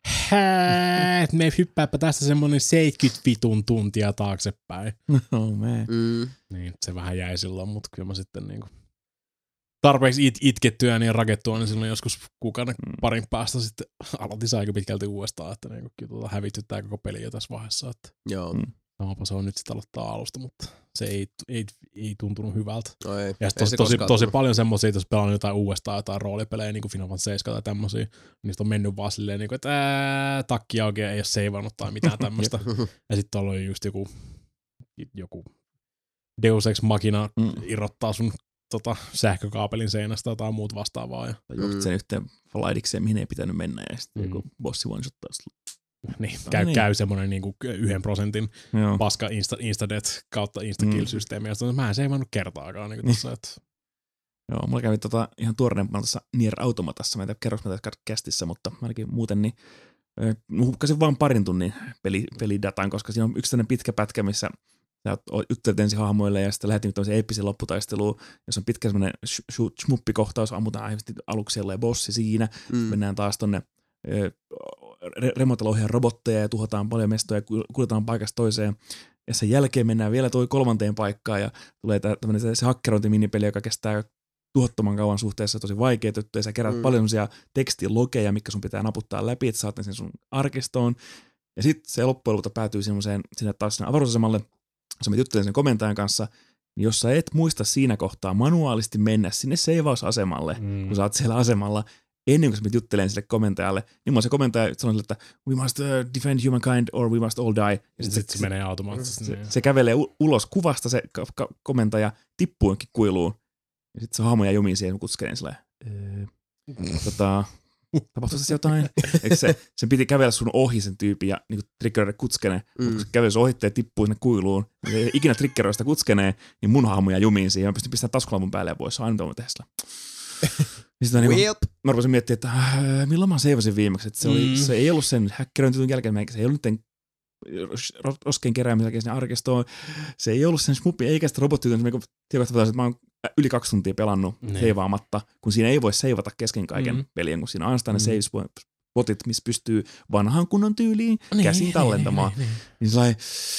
hää, me hyppääpä tästä semmonen seitsemänkymmentä vitun tuntia taaksepäin. Oh man. Mm. Niin, se vähän jäi silloin, mutta kyllä mä sitten niinku tarpeeksi it- itkettyä niin rakettua, niin silloin joskus kuukauden mm. parin päästä sitten aloitin aika pitkälti uudestaan, että niin kyllä tuota hävityttää koko peli jo tässä vaiheessa. Että joo. Mm. Samapa se on nyt sitten aloittaa alusta, mutta se ei, ei, ei tuntunut hyvältä. No ei, ja tosi, tosi, tosi paljon semmoisia, jos pelannut jotain uudestaan, jotain roolipelejä, niin kuin Final Fantasy seitsemän tai tämmöisiä, niistä on mennyt vaan silleen, niin kuin, että ää, takki oikein ei ole seivannut tai mitään tämmöistä. Ja sitten tuolla oli just joku, joku Deus Ex Machina mm. irrottaa sun tota, sähkökaapelin seinästä tai jotain muut vastaavaa. Ja tai juoksit sen yhteen flightikseen, mihin ei pitänyt mennä, ja sitten mm. joku bossi one-shottaa niin, käy, niin. käy semmoinen niinku yhden prosentin joo. paska insta, instadeath kautta instakill-systeemi, ja mä en seivannut kertaakaan niin tossa, että joo, mulla kävi tota ihan tuoreempana tässä Nier Automatassa, mä en tiedä kerros mä tässä kästissä, mutta ainakin muuten niin mä hukkasin vaan parin tunnin peli, pelidatan, koska siinä on yksi tämmöinen pitkä pätkä, missä sä juttelet ensin hahmoille ja sitten lähdettiin tämmöiseen eeppisen lopputaisteluun, jossa on pitkä semmoinen schmuppikohtaus, ammutaan aivan aluksella ja bossi siinä, mm. mennään taas tonne re- remontilla ohjaa robotteja ja tuhotaan paljon mestoja ja kuljetaan paikasta toiseen. Ja sen jälkeen mennään vielä toi kolmanteen paikkaan ja tulee tämmöinen se hakkerointiminipeli, joka kestää tuhottoman kauan suhteessa tosi vaikea tyttö, ja sä kerät mm. paljon semmoisia tekstilogeja, mitkä sun pitää naputtaa läpi, että saat ne sen sun arkistoon. Ja sitten se loppujen lopulta päätyy semmoiseen, sinne taas sinne avaruusasemalle, jos mä juttelen sen komentajan kanssa, niin jos sä et muista siinä kohtaa manuaalisti mennä sinne seivausasemalle, mm. kun sä oot siellä asemalla, ennen kuin sä juttelen sille komentajalle, niin mulla se komentaja sanoo sille, että we must uh, defend humankind or we must all die. Ja sitten sit se menee automaattisesti. Se, se kävelee u- ulos kuvasta se ka- ka- komentaja, tippuu jonkin kuiluun. Ja sitten se hahmo jää jumiin siihen kutskeleen silleen, öö, tota, tapahtuu se jotain? Eikö se, sen piti kävellä sun ohi sen tyypin ja niin triggeröidä kutskene, mm. mutta kun se kävelee sun ohitte ja tippuu sinne kuiluun, ja se ei ikinä triggeröistä kutskene, niin mun hahmo jää jumiin siihen, ja mä pystyn pistämään taskulampun päälle ja pois, se on aina tuolla tehdä niin niin mä rupesin miettimään, että äh, milloin mä seivasin viimeksi, että se, oli, mm. se ei ollut sen häkkäröintitun jälkeen, se ei ollut nyt roskeen keräämisen jälkeen sinne arkistoon, se ei ollut sen smuppi eikä sitä robottitun, että mä oon yli kaksi tuntia pelannut ne. Seivaamatta, kun siinä ei voi seivata kesken kaiken mm. pelien, kun siinä on ainoastaan mm. ne save-spotit, missä pystyy vanhan kunnon tyyliin käsin tallentamaan. Ne, ne, ne, ne. Niin sellainen,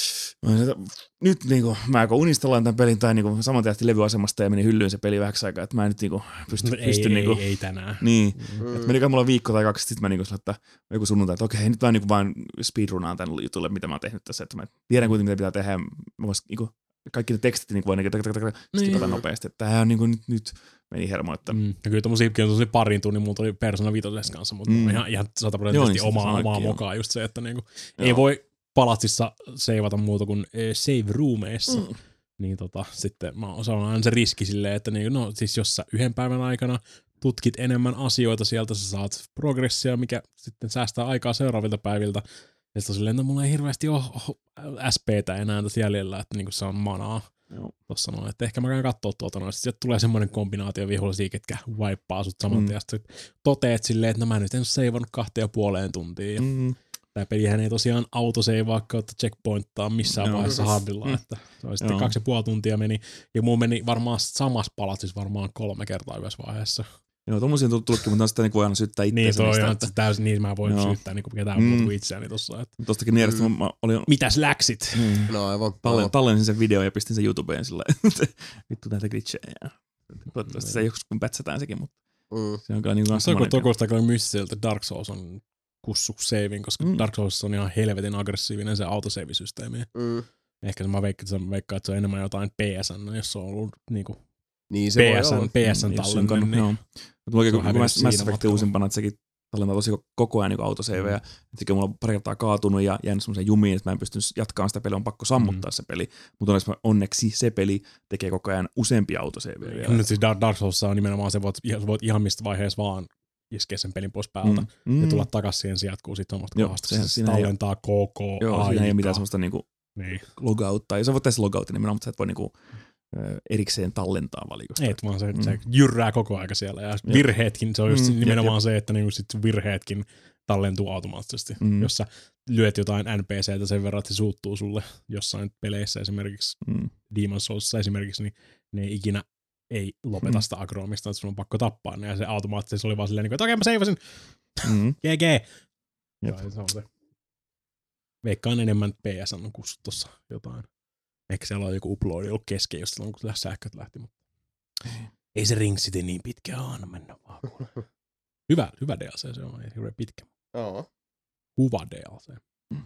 nyt niinku, mä kun unistellaan tämän pelin tai niinku, saman tehtiin levyasemasta ja meni hyllyyn se peli vähäksi aikaa, että mä en nyt niinku, pysty, no, pysty ei, niinku, ei, ei tänään. Niin, mm. että menikään mulla viikko tai kaksi, sitten mä niinku että joku sunnuntai, että okei, nyt mä niinku vaan speedrunaan tämän jutulle, mitä mä oon tehnyt tässä, että mä tiedän kuitenkin, mitä pitää tehdä, ja mä vois, niinku, kaikki ne tekstit niinku voi niinku, skipata nopeasti, että tää on niinku nyt, nyt meni hermo, että mm. ja kyllä tommosiakin on tosi parin tunnin, mulla oli Persona viitosessa kanssa, mutta mm. ihan, ihan sataprosenttisesti niin, omaa, omaa mokaa just se, että niinku, ei voi palatsissa seivata muuta kuin save roomeissa, mm. niin tota, sitten mä osaan aina se riski silleen, että niin, no siis jos sä yhden päivän aikana tutkit enemmän asioita sieltä, sä saat progressia, mikä sitten säästää aikaa seuraavilta päiviltä, ja sitten silleen, että mulla ei hirveästi ole S P:tä enää tässä jäljellä, että niin se on manaa, Tuossa noin, että ehkä mä käyn kattoo tuolta noin. Sitten tulee semmoinen kombinaatio vihollisia, ketkä waippaa sut saman mm. tien. Sitten toteet silleen, että no mä nyt en ole seivannut kahteen ja puoleen tuntiin. Mm. Tämä pelihän ei tosiaan autoseivaa kautta checkpointtaa missään no, vaiheessa hardilla, mm. että se oli sitten kaksi ja puoli tuntia meni, ja muu meni varmaan samassa palat, siis varmaan kolme kertaa yhdessä vaiheessa. Joo, tommosia on tullutkin, mutta sitä voi aina syyttää itseänsä. Niin, toi on täysin, niin mä voin Joo. syyttää niin ketään mm. muuta itseäni tossa. Että. Tostakin Nieristä mm. mä olin... Mitäs läksit? Mm. No aivan. Tallen, tallensin sen videon ja pistin sen YouTubeen silleen, vittu näitä glitchejä. Toivottavasti se joskus kun pätsätään sekin, mutta mm. se on kyllä niin kuin... Se on tokoista kyllä mystiseltä, Dark Souls on kussu saving, koska mm. Dark Souls on ihan helvetin aggressiivinen se autosave-systeemi. Mm. Ehkä se mä veikkaan, veikkaan, että se on enemmän jotain P S N, jos se on ollut niinku niin se P S N, P S N-tallenne. Niin, niin mutta oikein, kun Mass Effect uusimpana, että sekin tallentaa tosi koko ajan niin autosaveja. Mm. Sekin on mulla pari kertaa kaatunut ja jäänyt semmoisen jumiin, että mä en pystynyt jatkamaan sitä peliä, on pakko sammuttaa mm. se peli. Mutta onneksi se peli tekee koko ajan useampia autosaveja vielä. Nyt siis Dark Souls on nimenomaan se, voit, voit ihan mistä vaiheessa vaan iskeä sen pelin pois päältä mm, mm. ja tulla takaisin siihen, se jatkuu sitten samasta kohdasta. Se, se tallentaa koko Joo, aika. Siinä ei ole mitään semmoista niinku niin. logouttaa. Ja sä voit tehdä logoutin nimenomaan, mutta sä et voi niinku erikseen tallentaa valikosta. Ei, vaan se, mm. se jyrrää koko aika siellä. Ja virheetkin, se on just mm, nimenomaan jep, se, että niinku sit virheetkin tallentuu automaattisesti. Mm. Jos sä lyöt jotain N P C:tä sen verran, että se suuttuu sulle jossain peleissä esimerkiksi, mm. Demon's Soulsissa esimerkiksi, niin ne ei ikinä ei lopeta sitä agroomista, että sun on pakko tappaa ne, ja se automaattisesti oli vaan silleen, että okei, okay, mä seivasin. Mm. G G. Ja se on se. Veikkaan enemmän P S N on kussut tossa jotain. Ehkä siellä on joku uploadi ollut kesken, jos silloin kun sähköt lähti, mutta ei se Ring City niin pitkä aina mennä vaan. hyvä, hyvä D L C, se on ei hirveän pitkä. Joo. Kuva D L C.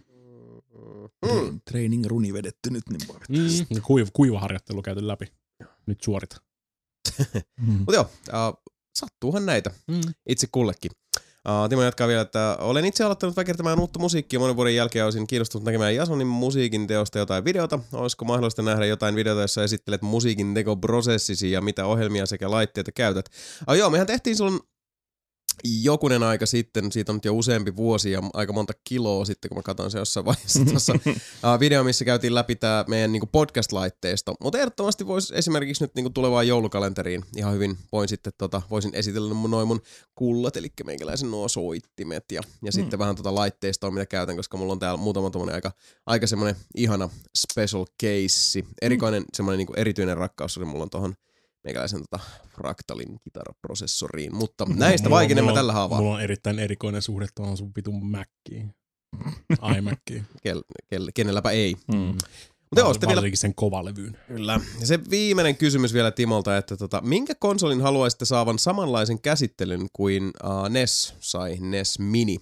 Mm. Training runi vedetty nyt, niin voi mm. Kuiva, kuivaharjoittelu käyty läpi. Nyt suorita. mm. Mutta joo, uh, sattuuhan näitä mm. itse kullekin. Uh, Timo jatkaa vielä, että olen itse aloittanut väkertämään uutta musiikkia monen vuoden jälkeen, olisin kiinnostunut näkemään Jasonin musiikin teosta jotain videota. Olisiko mahdollista nähdä jotain videota, jossa esittelet musiikin tekoprosessisi ja mitä ohjelmia sekä laitteita käytät? Uh, joo, mehän tehtiin silloin jokunen aika sitten, siitä on nyt jo useampi vuosi ja aika monta kiloa sitten, kun mä katsoin se jossain vaiheessa tuossa uh, video, missä käytiin läpi tää meidän niinku podcast-laitteisto. Mutta ehdottomasti voisi esimerkiksi nyt niinku tulevaan joulukalenteriin ihan hyvin voin sitten tota, voisin esitellä noin mun kullat, eli meikäläisen nuo soittimet ja, ja mm. sitten vähän tota laitteistoa, mitä käytän, koska mulla on täällä muutama tommonen aika, aika semmonen ihana special case, erikoinen mm. semmonen niinku erityinen rakkaus, oli mulla on tohon meikäläisen tota Fractalin kitaraprosessoriin, mutta no, näistä vaikenemmä tällä haavaa. Mulla on erittäin erikoinen suhde tuohon sun vitun Mackiin. iMackiin. Kel, kel, kenelläpä ei. Mm. Mutta joo, sitten vielä sen kovalevyyn. Kyllä. Ja se viimeinen kysymys vielä Timolta, että tota, minkä konsolin haluaisitte saavan samanlaisen käsittelyn kuin uh, N E S sai N E S Mini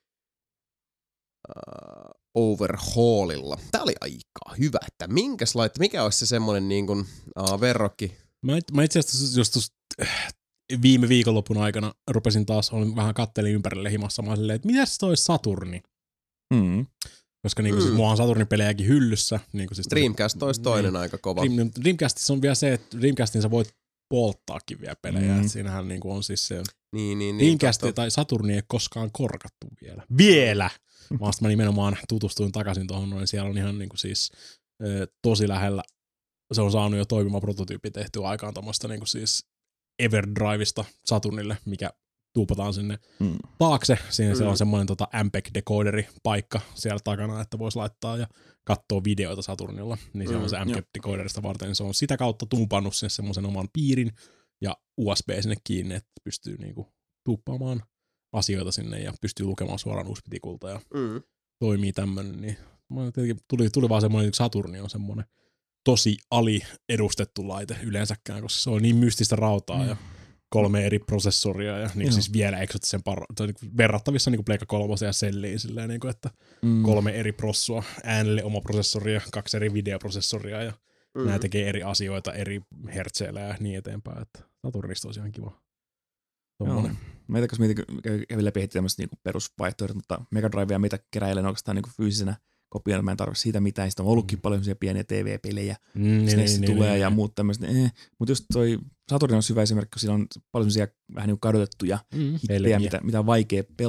uh, overhaulilla? Tää oli aika hyvä, että minkäs laitte, mikä olisi se semmonen niin kuin uh, verrokki? Mä, mä itse asiassa just tos, viime viikonlopun aikana rupesin taas, olin vähän kattelin ympärille himassa, mä silleen, että mitäs toi Saturni? Mm. Koska niinku mm. siis mulla on Saturnin-pelejäkin hyllyssä. Niinku siis Dreamcast olisi toinen niin, aika kova. Dream, Dreamcastissa on vielä se, että Dreamcastin sä voit polttaakin vielä pelejä. Mm. Siinähän niinku on siis se... Niin, niin, Dreamcast niin, tai Saturni ei koskaan korkattu vielä. Vielä! Vasta mä nimenomaan tutustuin takaisin tuohon noin. Siellä on ihan niinku siis ö, tosi lähellä. Se on saanut jo toimiva prototyyppi tehtyä aikaan tommoista niinku siis Everdrivesta Saturnille, mikä tuupataan sinne mm. taakse. Siinä mm. se on semmoinen tota M P E G-dekoderi paikka siellä takana, että voisi laittaa ja katsoa videoita Saturnilla. Niin se mm. on se M P E G-dekoderista varten. Niin se on sitä kautta tuupannut sinne semmoisen oman piirin ja U S B sinne kiinni, että pystyy niinku tuuppaamaan asioita sinne ja pystyy lukemaan suoraan U S B-tikulta ja mm. toimii tämmöinen. Niin tuli, tuli vaan semmoinen, että Saturni on semmoinen tosi aliedustettu laite yleensäkään, koska se on niin mystistä rautaa mm. ja kolme eri prosessoria ja niin siis vielä eksotisen par- niin verrattavissa niin Pleikka kolmosen ja Celliin silleen, niin kuin, että mm. kolme eri prossua, äänelle oma prosessori ja kaksi eri videoprosessoria ja mm. nämä tekee eri asioita eri hertseillä ja niin eteenpäin, että Saturnista olisi ihan kiva. Tommonen. Meitä kanssa kävi läpi heti tämmöiset niin perusvaihtoehdot, mutta Mega Drivea meitä keräilen oikeastaan niin fyysisenä kopiona, mä en tarvitse siitä mitään, sitä on ollutkin mm. paljon sellaisia pieniä T V-pelejä, mm, niin, niin, tulee niin, ja niin. muut tämmöiset, eh. mutta just toi Saturn on hyvä esimerkki, kun sillä on paljon sellaisia vähän niin kuin kadotettuja mm. hittejä, mitä, mitä on vaikea pelata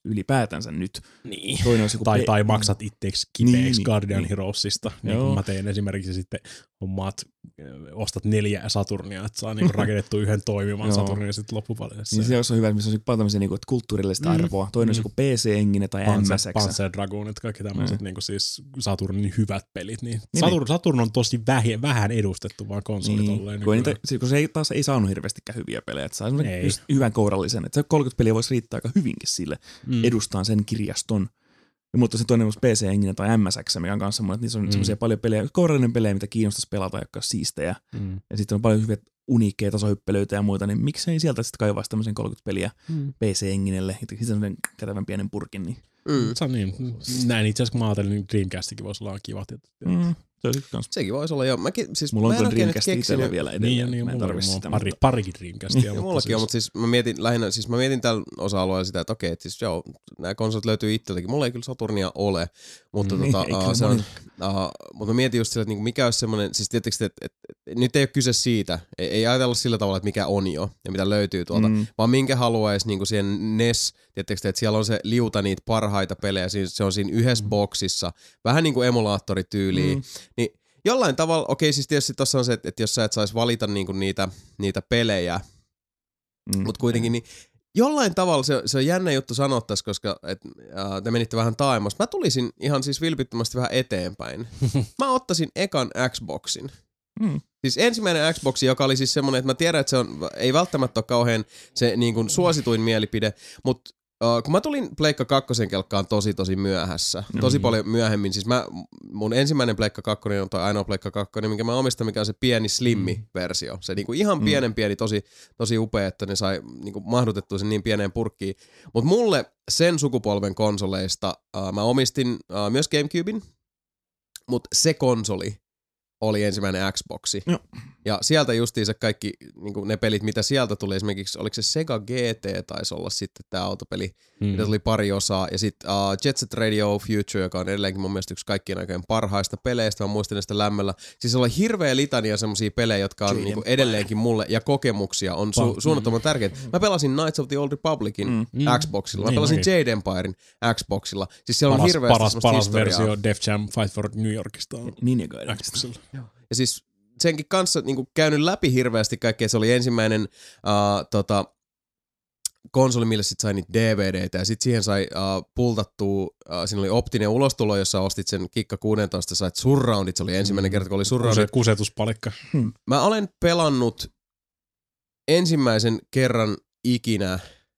ylipäätänsä nyt. Niin. Toinen olisi joku Tai, pe- tai maksat itseksi kipeäksi Niin, niin, niin, Guardian niin. Heroesista, niin Joo. kuin mä tein esimerkiksi sitten hommaat, ostat neljä Saturnia, että saa niinku rakennettu yhden toimivan Joo. Saturnia sitten loppuvaiheessa. Niin se olisi hyvä, missä olisi paljon tämmöisiä niinku, että kulttuurillista Mm. arvoa. Toinen olisi Mm. joku P C-enginen tai Panzer, M S X. Panzer Dragoonit, kaikki tämmöiset Mm. niinku siis Saturnin hyvät pelit. Niin Niin, Saturn, Saturn on tosi väh, vähän edustettu vaan konsolit Niin, olleen kun, nykyään. niitä, siis kun se ei, taas ei saanut hirveästikään hyviä pelejä, että saa Ei. semmoinen just hyvän kourallisen, että se kolmekymmentä peliä voisi riittää aika hyvinkin sille Mm. edustaan sen kirjaston. Ja, mutta se toinen on P C-enginen tai M S X, mikä on kanssa semmoinen, että niissä on Mm. semmoisia paljon pelejä, kourallinen pelejä, mitä kiinnostaisi pelata, jotka on siistejä. Mm. Ja sitten on paljon hyviä uniikkeja tasohyppelyitä ja muita, niin miksei sieltä sitten kaivaisi tämmöisen kolmekymmentä peliä Mm. P C-enginelle, ja sitten semmoinen kätevän pienen purkin. Niin. Mm. Se on niin. Näin itse asiassa kun mä ajattelin, niin Dreamcastikin voisi olla kiva. Mm. Se olisi kans. Sekin voisi olla jo. Mäkin, siis Mulla mä on en tuo oikein nyt Dreamcast itsellä keksinyt. vielä Niin, edelleen. niin, Mä en mulla, tarvitse mulla sitä. on pari, mutta- parikin Dreamcastia. Ja mutta mullakin siis, on, mutta siis mä mietin lähinnä, siis mä mietin tällä osa-alueella sitä, että okei, että siis joo, nämä konsolit löytyy itseltäkin. Mulla ei kyllä Saturnia ole, mutta Mm, tota, ei- ei uh, kyllä se on, monilla. uh, mutta mä mietin just sillä, että niinku mikä olisi semmoinen, siis tietysti, että, että, että nyt ei ole kyse siitä, ei, ei ajatella sillä tavalla, että mikä on jo ja mitä löytyy tuolta, Mm. vaan minkä haluaisi niinku siihen N E S, tietysti, että siellä on se liuta niitä parhaita pelejä, siis se on siinä yhdessä boksissa, vähän niin kuin emulaattorityyliin, Mm. niin jollain tavalla, okei siis tietysti tossa on se, että, että jos sä et saisi valita niinku niitä, niitä pelejä, Mm. mutta kuitenkin niin jollain tavalla se, se on jännä juttu sanoa tässä, koska et, äh, te menitte vähän taemmasta. Mä tulisin ihan siis vilpittömästi vähän eteenpäin. Mä ottaisin ekan Xboxin. Mm. Siis ensimmäinen Xbox, joka oli siis semmonen, että mä tiedän, että se on, ei välttämättä ole kauhean se niin kuin suosituin mielipide, mutta uh, kun mä tulin Pleikka kakkosen kelkkaan tosi tosi myöhässä, tosi Mm. paljon myöhemmin, siis mä, mun ensimmäinen Pleikka kakkonen on toi ainoa Pleikka kakkonen, minkä mä omistan, mikä on se pieni slimmi-versio. Se niinku ihan Mm. pienen pieni, tosi, tosi upea, että ne sai niinku mahdutettua sen niin pieneen purkkiin. Mutta mulle sen sukupolven konsoleista uh, mä omistin uh, myös GameCubein, mutta se konsoli oli ensimmäinen Xboxi. Joo. Ja sieltä justiin se kaikki niin ne pelit, mitä sieltä tuli, esimerkiksi oliko se Sega G T taisi olla sitten tämä autopeli, Mm. mitä tuli pari osaa. Ja sitten uh, Jet Set Radio Future, joka on edelleenkin mun mielestä yksi kaikkien aikojen parhaista peleistä, mä muistin ne sitä lämmöllä. Siis oli hirveä litania semmosia pelejä, jotka on niin edelleenkin mulle, ja kokemuksia on su- suunnattoman tärkeitä. Mä pelasin Knights of the Old Republicin Mm. Mm. Xboxilla, mä Niin pelasin mäkin. Jade Empiren Xboxilla. Siis siellä on Paras, hirveästi paras, semmoista paras historiaa. versio Def Jam Fight for New Yorkista on Ninja Gaiden. Xboxilla. Ja siis senkin kanssa niin käynyt läpi hirveästi kaikkea. Se oli ensimmäinen uh, tota, konsoli, millä sit sai niitä D V D:tä ja sit siihen sai uh, pultattua, uh, siinä oli optinen ulostulo, jossa ostit sen Kikka kuusitoista, sait surroundit, se oli ensimmäinen kerta, kun oli surroundit. Kuse, kusetuspalikka. Mä olen pelannut ensimmäisen kerran ikinä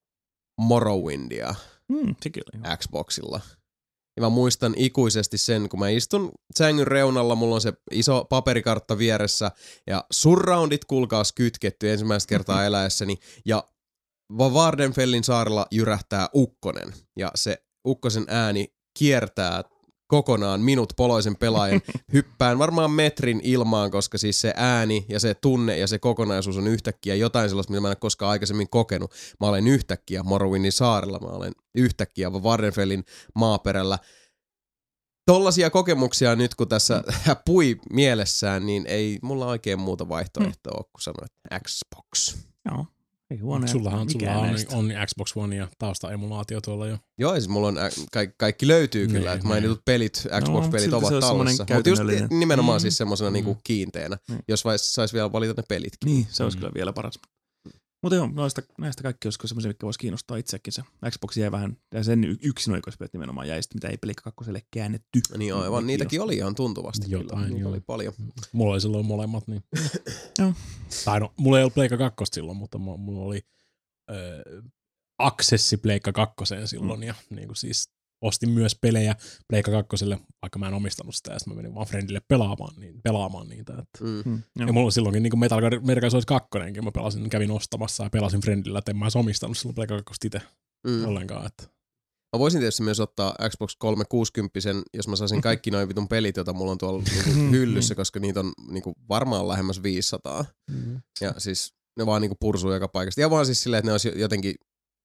Morrowindia Mm, sekin oli hyvä. Xboxilla. Ja mä muistan ikuisesti sen, kun mä istun sängyn reunalla, mulla on se iso paperikartta vieressä ja surroundit kuulkaas kytketty ensimmäistä kertaa eläessäni ja Vardenfellin saarella jyrähtää ukkonen ja se ukkosen ääni kiertää kokonaan minut poloisen pelaajan. Hyppään varmaan metrin ilmaan, koska siis se ääni ja se tunne ja se kokonaisuus on yhtäkkiä jotain sellaista, mitä mä en ole koskaan aikaisemmin kokenut. Mä olen yhtäkkiä Morrowindin saarella, mä olen yhtäkkiä Vardenfellin maaperällä. Tollaisia kokemuksia nyt, kun tässä pui mielessään, niin ei mulla oikein muuta vaihtoehtoa ole, kun sanoa, että Xbox. Joo. Ei huono. Sullahan, mikään sullahan on, näistä. on Xbox One ja taustaemulaatio tuolla jo. Joo, siis mulla on ä, kaikki, kaikki löytyy kyllä, Niin, että niin. mainitut pelit, Xbox-pelit silti se ovat olisi semmoinen tallessa. Mutta just käytännöllinen. nimenomaan Mm. siis semmosena Mm. niinku kiinteenä, Mm. jos saisi vielä valita ne pelit. Niin, se olisi Mm. kyllä vielä paras. Mutta joo, noista, näistä kaikki olisiko semmoisia, mitkä voisi kiinnostaa itsekin. Se Xbox jäi vähän, ja sen y- yksinoikoispet nimenomaan jäi sitten, mitä ei Pleikka kakkoselle käännetty. Niin aivan, Ne niitäkin kiinnostaa. oli ihan tuntuvasti Jotain, kyllä. Niitä joo. oli paljon. Mulla oli silloin molemmat. Niin. Joo. Tai no, mulla ei ollut Pleikka kakkosta silloin, mutta mulla, mulla oli öö, aksessi Pleikka kakkoseen silloin. Mm. Ja niin kuin siis ostin myös pelejä Pleikka kakkoselle, vaikka mä en omistanut sitä, ja sitten mä menin vaan friendille pelaamaan, niin, pelaamaan niitä. Että. Mm. Mm, joo. Ja mulla oli silloinkin niin Metal Gear Solid kakkonenkin, mä pelasin, kävin ostamassa ja pelasin friendillä, että en mä edes omistanut silloin Pleikka kakkosta itse Mm. ollenkaan. Että. Mä voisin tietysti myös ottaa Xbox kolmesataakuusikymmentä, jos mä saisin kaikki noin vitun pelit, joita mulla on tuolla niinku hyllyssä, koska niitä on niinku varmaan lähemmäs viisisataa. Mm. Ja siis ne vaan niinku pursuu joka paikasta. Ja vaan siis silleen, että ne olisi jotenkin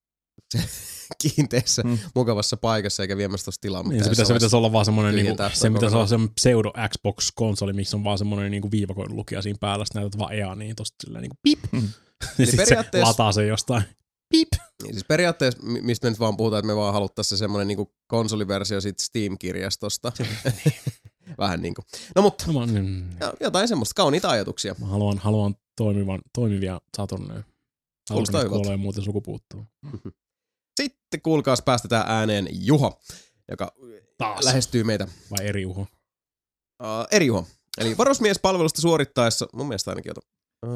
kiinteässä, Mm. mukavassa paikassa, eikä viemässä tuossa tilaa. Niin, se pitäisi, se pitäisi olla vaan semmoinen, niinku, tyhjentää sitä se pitäisi olla kokonaan. semmoinen pseudo Xbox-konsoli, missä on vaan semmoinen niinku viivakoidun lukija siinä päällä, sitten näytät vaan E A, niin tosta silleen niinku pip. Mm. Ja Eli sitten periaatteessa- se lataa sen jostain. Pip. Niin siis periaatteessa, mistä me nyt vaan puhutaan, että me vaan haluttaisiin semmoinen niinku konsoliversio siitä Steam-kirjastosta. Vähän niinku. No mutta, No, mä, niin, jotain semmoista kauniita ajatuksia. mä haluan, haluan toimivan, toimivia Saturneja. Kuulostaa Saturnet hyvältä. kuolee muuten sukupuuttoon. Sitten kuulkaas päästetään ääneen Juho, joka Taas. lähestyy meitä. Vai eri Juho? Uh, eri Juho. Eli varusmiespalvelusta suorittaessa, mun mielestä ainakin jota.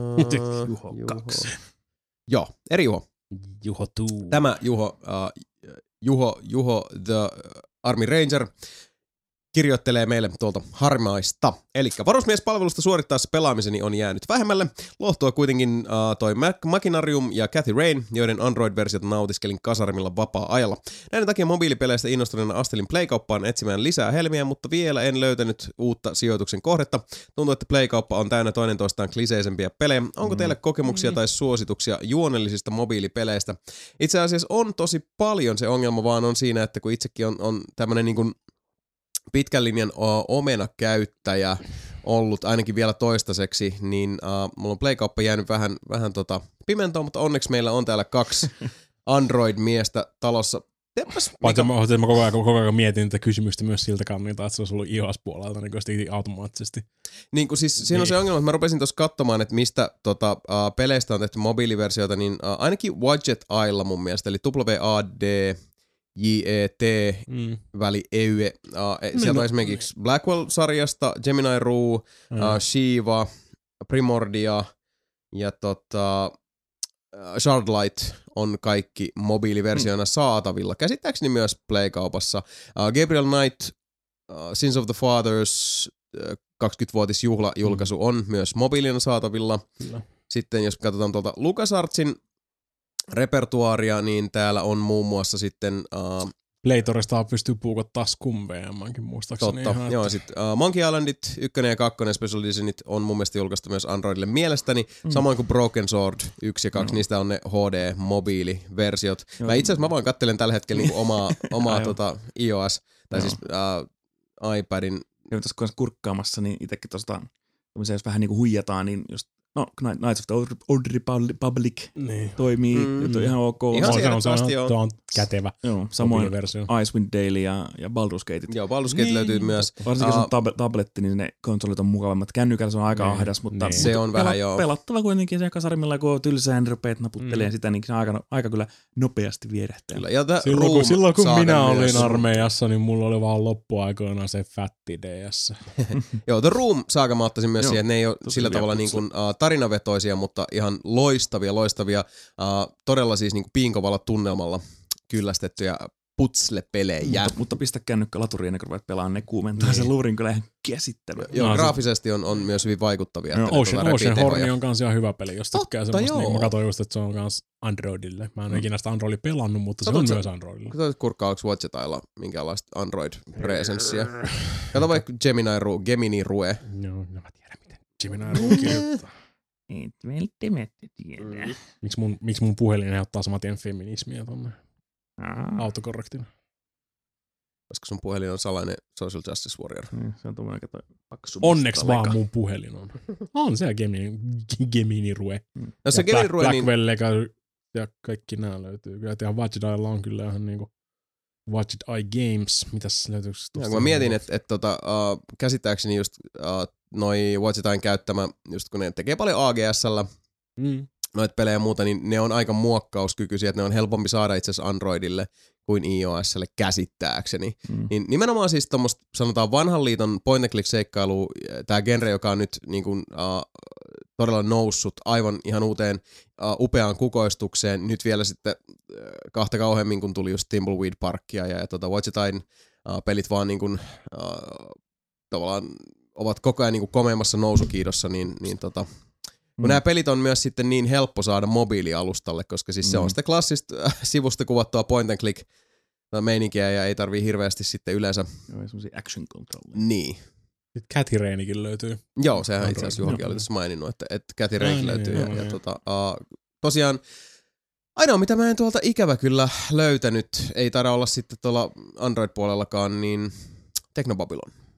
Uh, Juho kaksi. Joo, eri Juho. Juho tuu. Tämä Juho, uh, Juho, Juho the Army Ranger kirjoittelee meille tuolta harmaista. Eli varusmiespalvelusta suorittaessa pelaamiseni on jäänyt vähemmälle. Lohtua kuitenkin uh, toi Mac- Machinarium ja Cathy Rain, joiden Android-versiota nautiskelin kasarmilla vapaa-ajalla. Näiden takia mobiilipeleistä innostuneena astelin Play-kauppaan etsimään lisää helmiä, mutta vielä en löytänyt uutta sijoituksen kohdetta. Tuntuu, että Play-kauppa on täynnä toinen toistaan kliseisempiä pelejä. Onko teille kokemuksia tai suosituksia juonellisista mobiilipeleistä? Itse asiassa on tosi paljon, se ongelma vaan on siinä, että kun itsekin on, on tämmönen niin kuin pitkän linjan omena-käyttäjä ollut ainakin vielä toistaiseksi, niin uh, mulla on Play-kauppa jäänyt vähän, vähän tota pimentoon, mutta onneksi meillä on täällä kaksi Android-miestä talossa. Teppäs, Paitsi mä, mä koko ajan, koko ajan mietin tätä kysymystä myös siltä kannalta, että se olisi ollut iOS-puolelta niin automaattisesti. Niin kuin siis siinä on se ongelma, että mä rupesin tuossa katsomaan, että mistä tota, uh, peleistä on tehty mobiiliversioita, niin uh, ainakin Widget Eyella mun mielestä, eli W A D J E T Mm. väli E Y E. Uh, sieltä on esimerkiksi Blackwell-sarjasta, Gemini Rue, uh, Shiva, Primordia ja tota, uh, Shardlight on kaikki mobiiliversioina mm. saatavilla. Käsittääkseni myös Play-kaupassa. Uh, Gabriel Knight, uh, Sins of the Fathers, uh, kaksikymmenvuotisjuhlajulkaisu mm. on myös mobiilina saatavilla. Kyllä. Sitten jos katsotaan tuolta LucasArtsin repertuaaria, niin täällä on muun muassa sitten Uh, Playtoresta pystyy puukottaa Scum V M:nkin muistaakseni. Totta, ihan, joo. että... Sitten uh, Monkey Islandit, ykkönen ja kakkonen Special Editionit on mun mielestä julkaistu myös Androidille mielestäni. Mm. Samoin kuin Broken Sword yksi ja kaksi, mm. niistä on ne H D-mobiiliversiot. Joo. Mä itse asiassa mä vaan kattelen tällä hetkellä niinku omaa, omaa tota iOS, tai Joo. siis uh, iPadin. Ja tässä kun kurkkaamassa, niin itsekin tuosta, jos vähän niin kuin huijataan, niin just, no Knights of the Old, Old Republic Niin. toimii, Mm. mm. on ihan ok. Ihan se, on, se, on, se, siedettävästi on, on. se on kätevä Joo, samoin mobiiliversio. Icewind Dale ja, ja Baldur's Gate. Joo, Baldur's Gate Niin. löytyy myös. Varsinkin jos Uh, on tab- tabletti, niin ne konsolit on mukavammat. Kännykällä se on aika Niin. ahdas, mutta Niin. Se on vähän, joo. pelattava kuitenkin siellä kasarimilla, kun on tylsää, niin rupeat naputtelemaan Mm. sitä, niin se on aika, aika kyllä nopeasti vierähtää. Kyllä. Ja tää Silloin kun, Room silloin kun saaga minä myös. olin armeijassa, niin mulla oli vaan loppuaikoina se Fatti D S. Joo, The Room-saaga mä ottaisin myös Joo, siihen, että ne ei ole tosi sillä hyviä tavalla niin kuin, uh, tarinavetoisia, mutta ihan loistavia, loistavia, uh, todella siis niin kuin piinkovalla tunnelmalla kyllästettyjä putsle-pelejä. Mutta, mutta pistä kännykkä laturiin ennen kuin ruvet pelaamaan, ne kuumentaa niin. sen luurin kyllä ihan käsittävä. Joo, No, graafisesti on, on myös hyvin vaikuttavia. Joo, että ne Ocean, tota Ocean repii Horn tehoja. on kans ihan hyvä peli, jos Totta, tykkää semmoista. Niin, joo. mä katsoin just, että se on kans Androidille. Mä en ole ikinä sitä Androidia pelannut, mutta se Katsot on sä- myös Androidille. Katsotaan kurkkaa, onko Watchetailla minkäänlaista Android-presenssiä. Kato vaikka Gemini Rue, Gemini Rue. Joo, no mä tiedän miten Gemini Rue kirjoittaa. Et välttämättä tiedä. Miksi mun, miksi mun puhelin ottaa saman tien feminismiä tonne Mm. autokorrektina? Koska sun puhelin on salainen Social Justice Warrior. Niin, se on tommoinen kato paksu Onneksi musta vaan leka. mun puhelin on. On siellä Gemini, Gemini Rue. No se Ja Gemini Black, Rue, niin Blackwell Lega ja kaikki nämä löytyy. Kyllä ihan Watch Dial on kyllä ihan niinku Watch Eye Games. Mitäs löytyykö ja tuosta? kun mä mietin, että et, tota, uh, käsittääkseni just uh, noi Watchetain käyttämä, just kun ne tekee paljon A G S:llä Mm. noita pelejä ja muuta, niin ne on aika muokkauskykyisiä, että ne on helpompi saada itse asiassa Androidille kuin iOSlle käsittääkseni. Mm. Niin nimenomaan siis tommoista, sanotaan vanhan liiton point and click seikkailu, tää genre, joka on nyt niin kuin, uh, todella noussut aivan ihan uuteen uh, upeaan kukoistukseen. Nyt vielä sitten uh, kahta kauheammin, kun tuli just Thimbleweed Parkia ja, ja tota Watchetain uh, pelit vaan niin kuin, uh, tavallaan ovat koko ajan niin kuin komeammassa nousukiidossa, niin, niin tota, kun mm. nämä pelit on myös sitten niin helppo saada mobiilialustalle, koska siis mm. se on sitä klassista äh, sivusta kuvattua point and click meininkiä ja ei tarvii hirveästi sitten yleensä. Joo, semmosia action control. Niin. Sitten Cathy Rainikin löytyy. Joo, sehän itse asiassa Android. Juhokin oli tässä maininnut, että, että Cathy Ai Rain niin, löytyy. joo, Ja, ja joo. tota, uh, tosiaan ainoa mitä mä en tuolta ikävä kyllä löytänyt, ei taida olla sitten tuolla Android-puolellakaan, niin Technobabylon.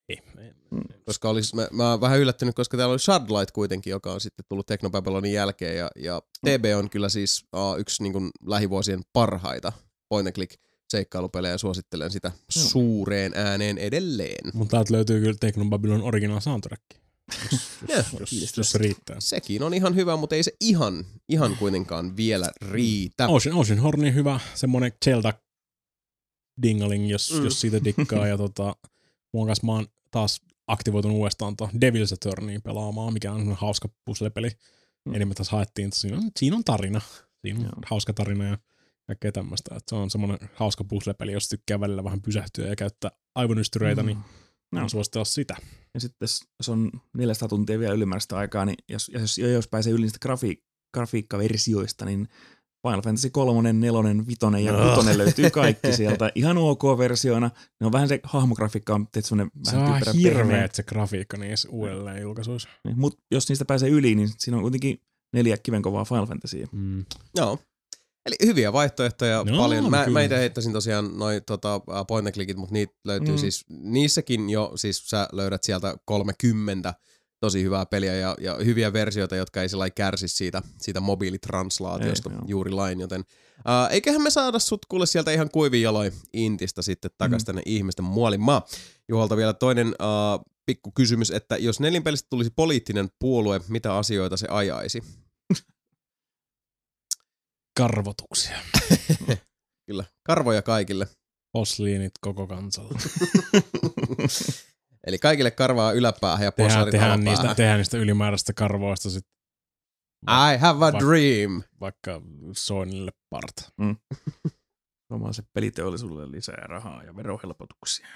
Ei, ei. Koska olis, mä, mä oon vähän yllättynyt, koska täällä oli Shardlight kuitenkin, joka on sitten tullut Technobabylonin jälkeen. Ja, ja T B on kyllä siis uh, yksi niin kuin lähivuosien parhaita point and click seikkailupelejä ja suosittelen sitä suureen ääneen edelleen. Mutta täältä löytyy kyllä Technobabylon original soundtrack. Jos, Yeah. jos, jos, jos se riittää. Sekin on ihan hyvä, mutta ei se ihan, ihan kuitenkaan vielä riitä. Ocean, Ocean Horni hyvä, semmonen Zelda dingaling, jos, Mm. mm. jos siitä dikkaa. Ja tota, mun kanssa mä oon taas aktivoitunut uudestaan tuon Devil's Returniin pelaamaan, mikä on semmonen hauska puzzle-peli. Mm. Eli me taas haettiin, että siinä on, siinä on tarina. Siinä on Joo. hauska tarina ja kaikkea tämmöistä. Se on semmonen hauska puzzle-peli, jos tykkää välillä vähän pysähtyä ja käyttää aivonystyreitä, mm. niin No. mä suosittelen sitä. Ja sitten jos on neljäsataa tuntia vielä ylimääräistä aikaa, niin jos, jos, jos pääsee yli niistä grafi, grafiikkaversioista, niin Final Fantasy kolme, neljä, viisi ja kuusi löytyy kaikki sieltä. Ihan ok-versioina. Ne on vähän se hahmografiikka on tehty semmoinen Se on vähän vähän typerä pehmeä. hirveet se grafiikka niissä uudelleen julkaisuissa. Niin, mutta jos niistä pääsee yli, niin siinä on kuitenkin neljä kivenkovaa Final Fantasyä. Mm. Joo. Eli hyviä vaihtoehtoja No, paljon. Mä, kyllä. mä itse heittäisin tosiaan noi tota, point and clickit, mutta niitä löytyy Mm. siis, niissäkin jo, siis sä löydät sieltä kolmekymmentä tosi hyvää peliä ja, ja hyviä versioita, jotka ei sellainen kärsi siitä, siitä mobiilitranslaatiosta Ei, joo. juuri lain, joten ää, eiköhän me saada sut kuule sieltä ihan kuivin jaloin Intistä sitten takas Mm. tänne ihmisten muolimaan. Juholta vielä toinen ää, pikku kysymys, että jos nelinpelistä tulisi poliittinen puolue, mitä asioita se ajaisi? Karvotuksia. Kyllä, karvoja kaikille. Posliinit koko kansalle. Eli kaikille karvaa yläpäähän ja Tehdään, posarit tehdään, alapäähän. niistä, tehdään niistä ylimääräistä karvoista sit I have a Va- dream. vaikka Sonille parta. Suomalaisen peliteollisuudelle lisää rahaa ja verohelpotuksia.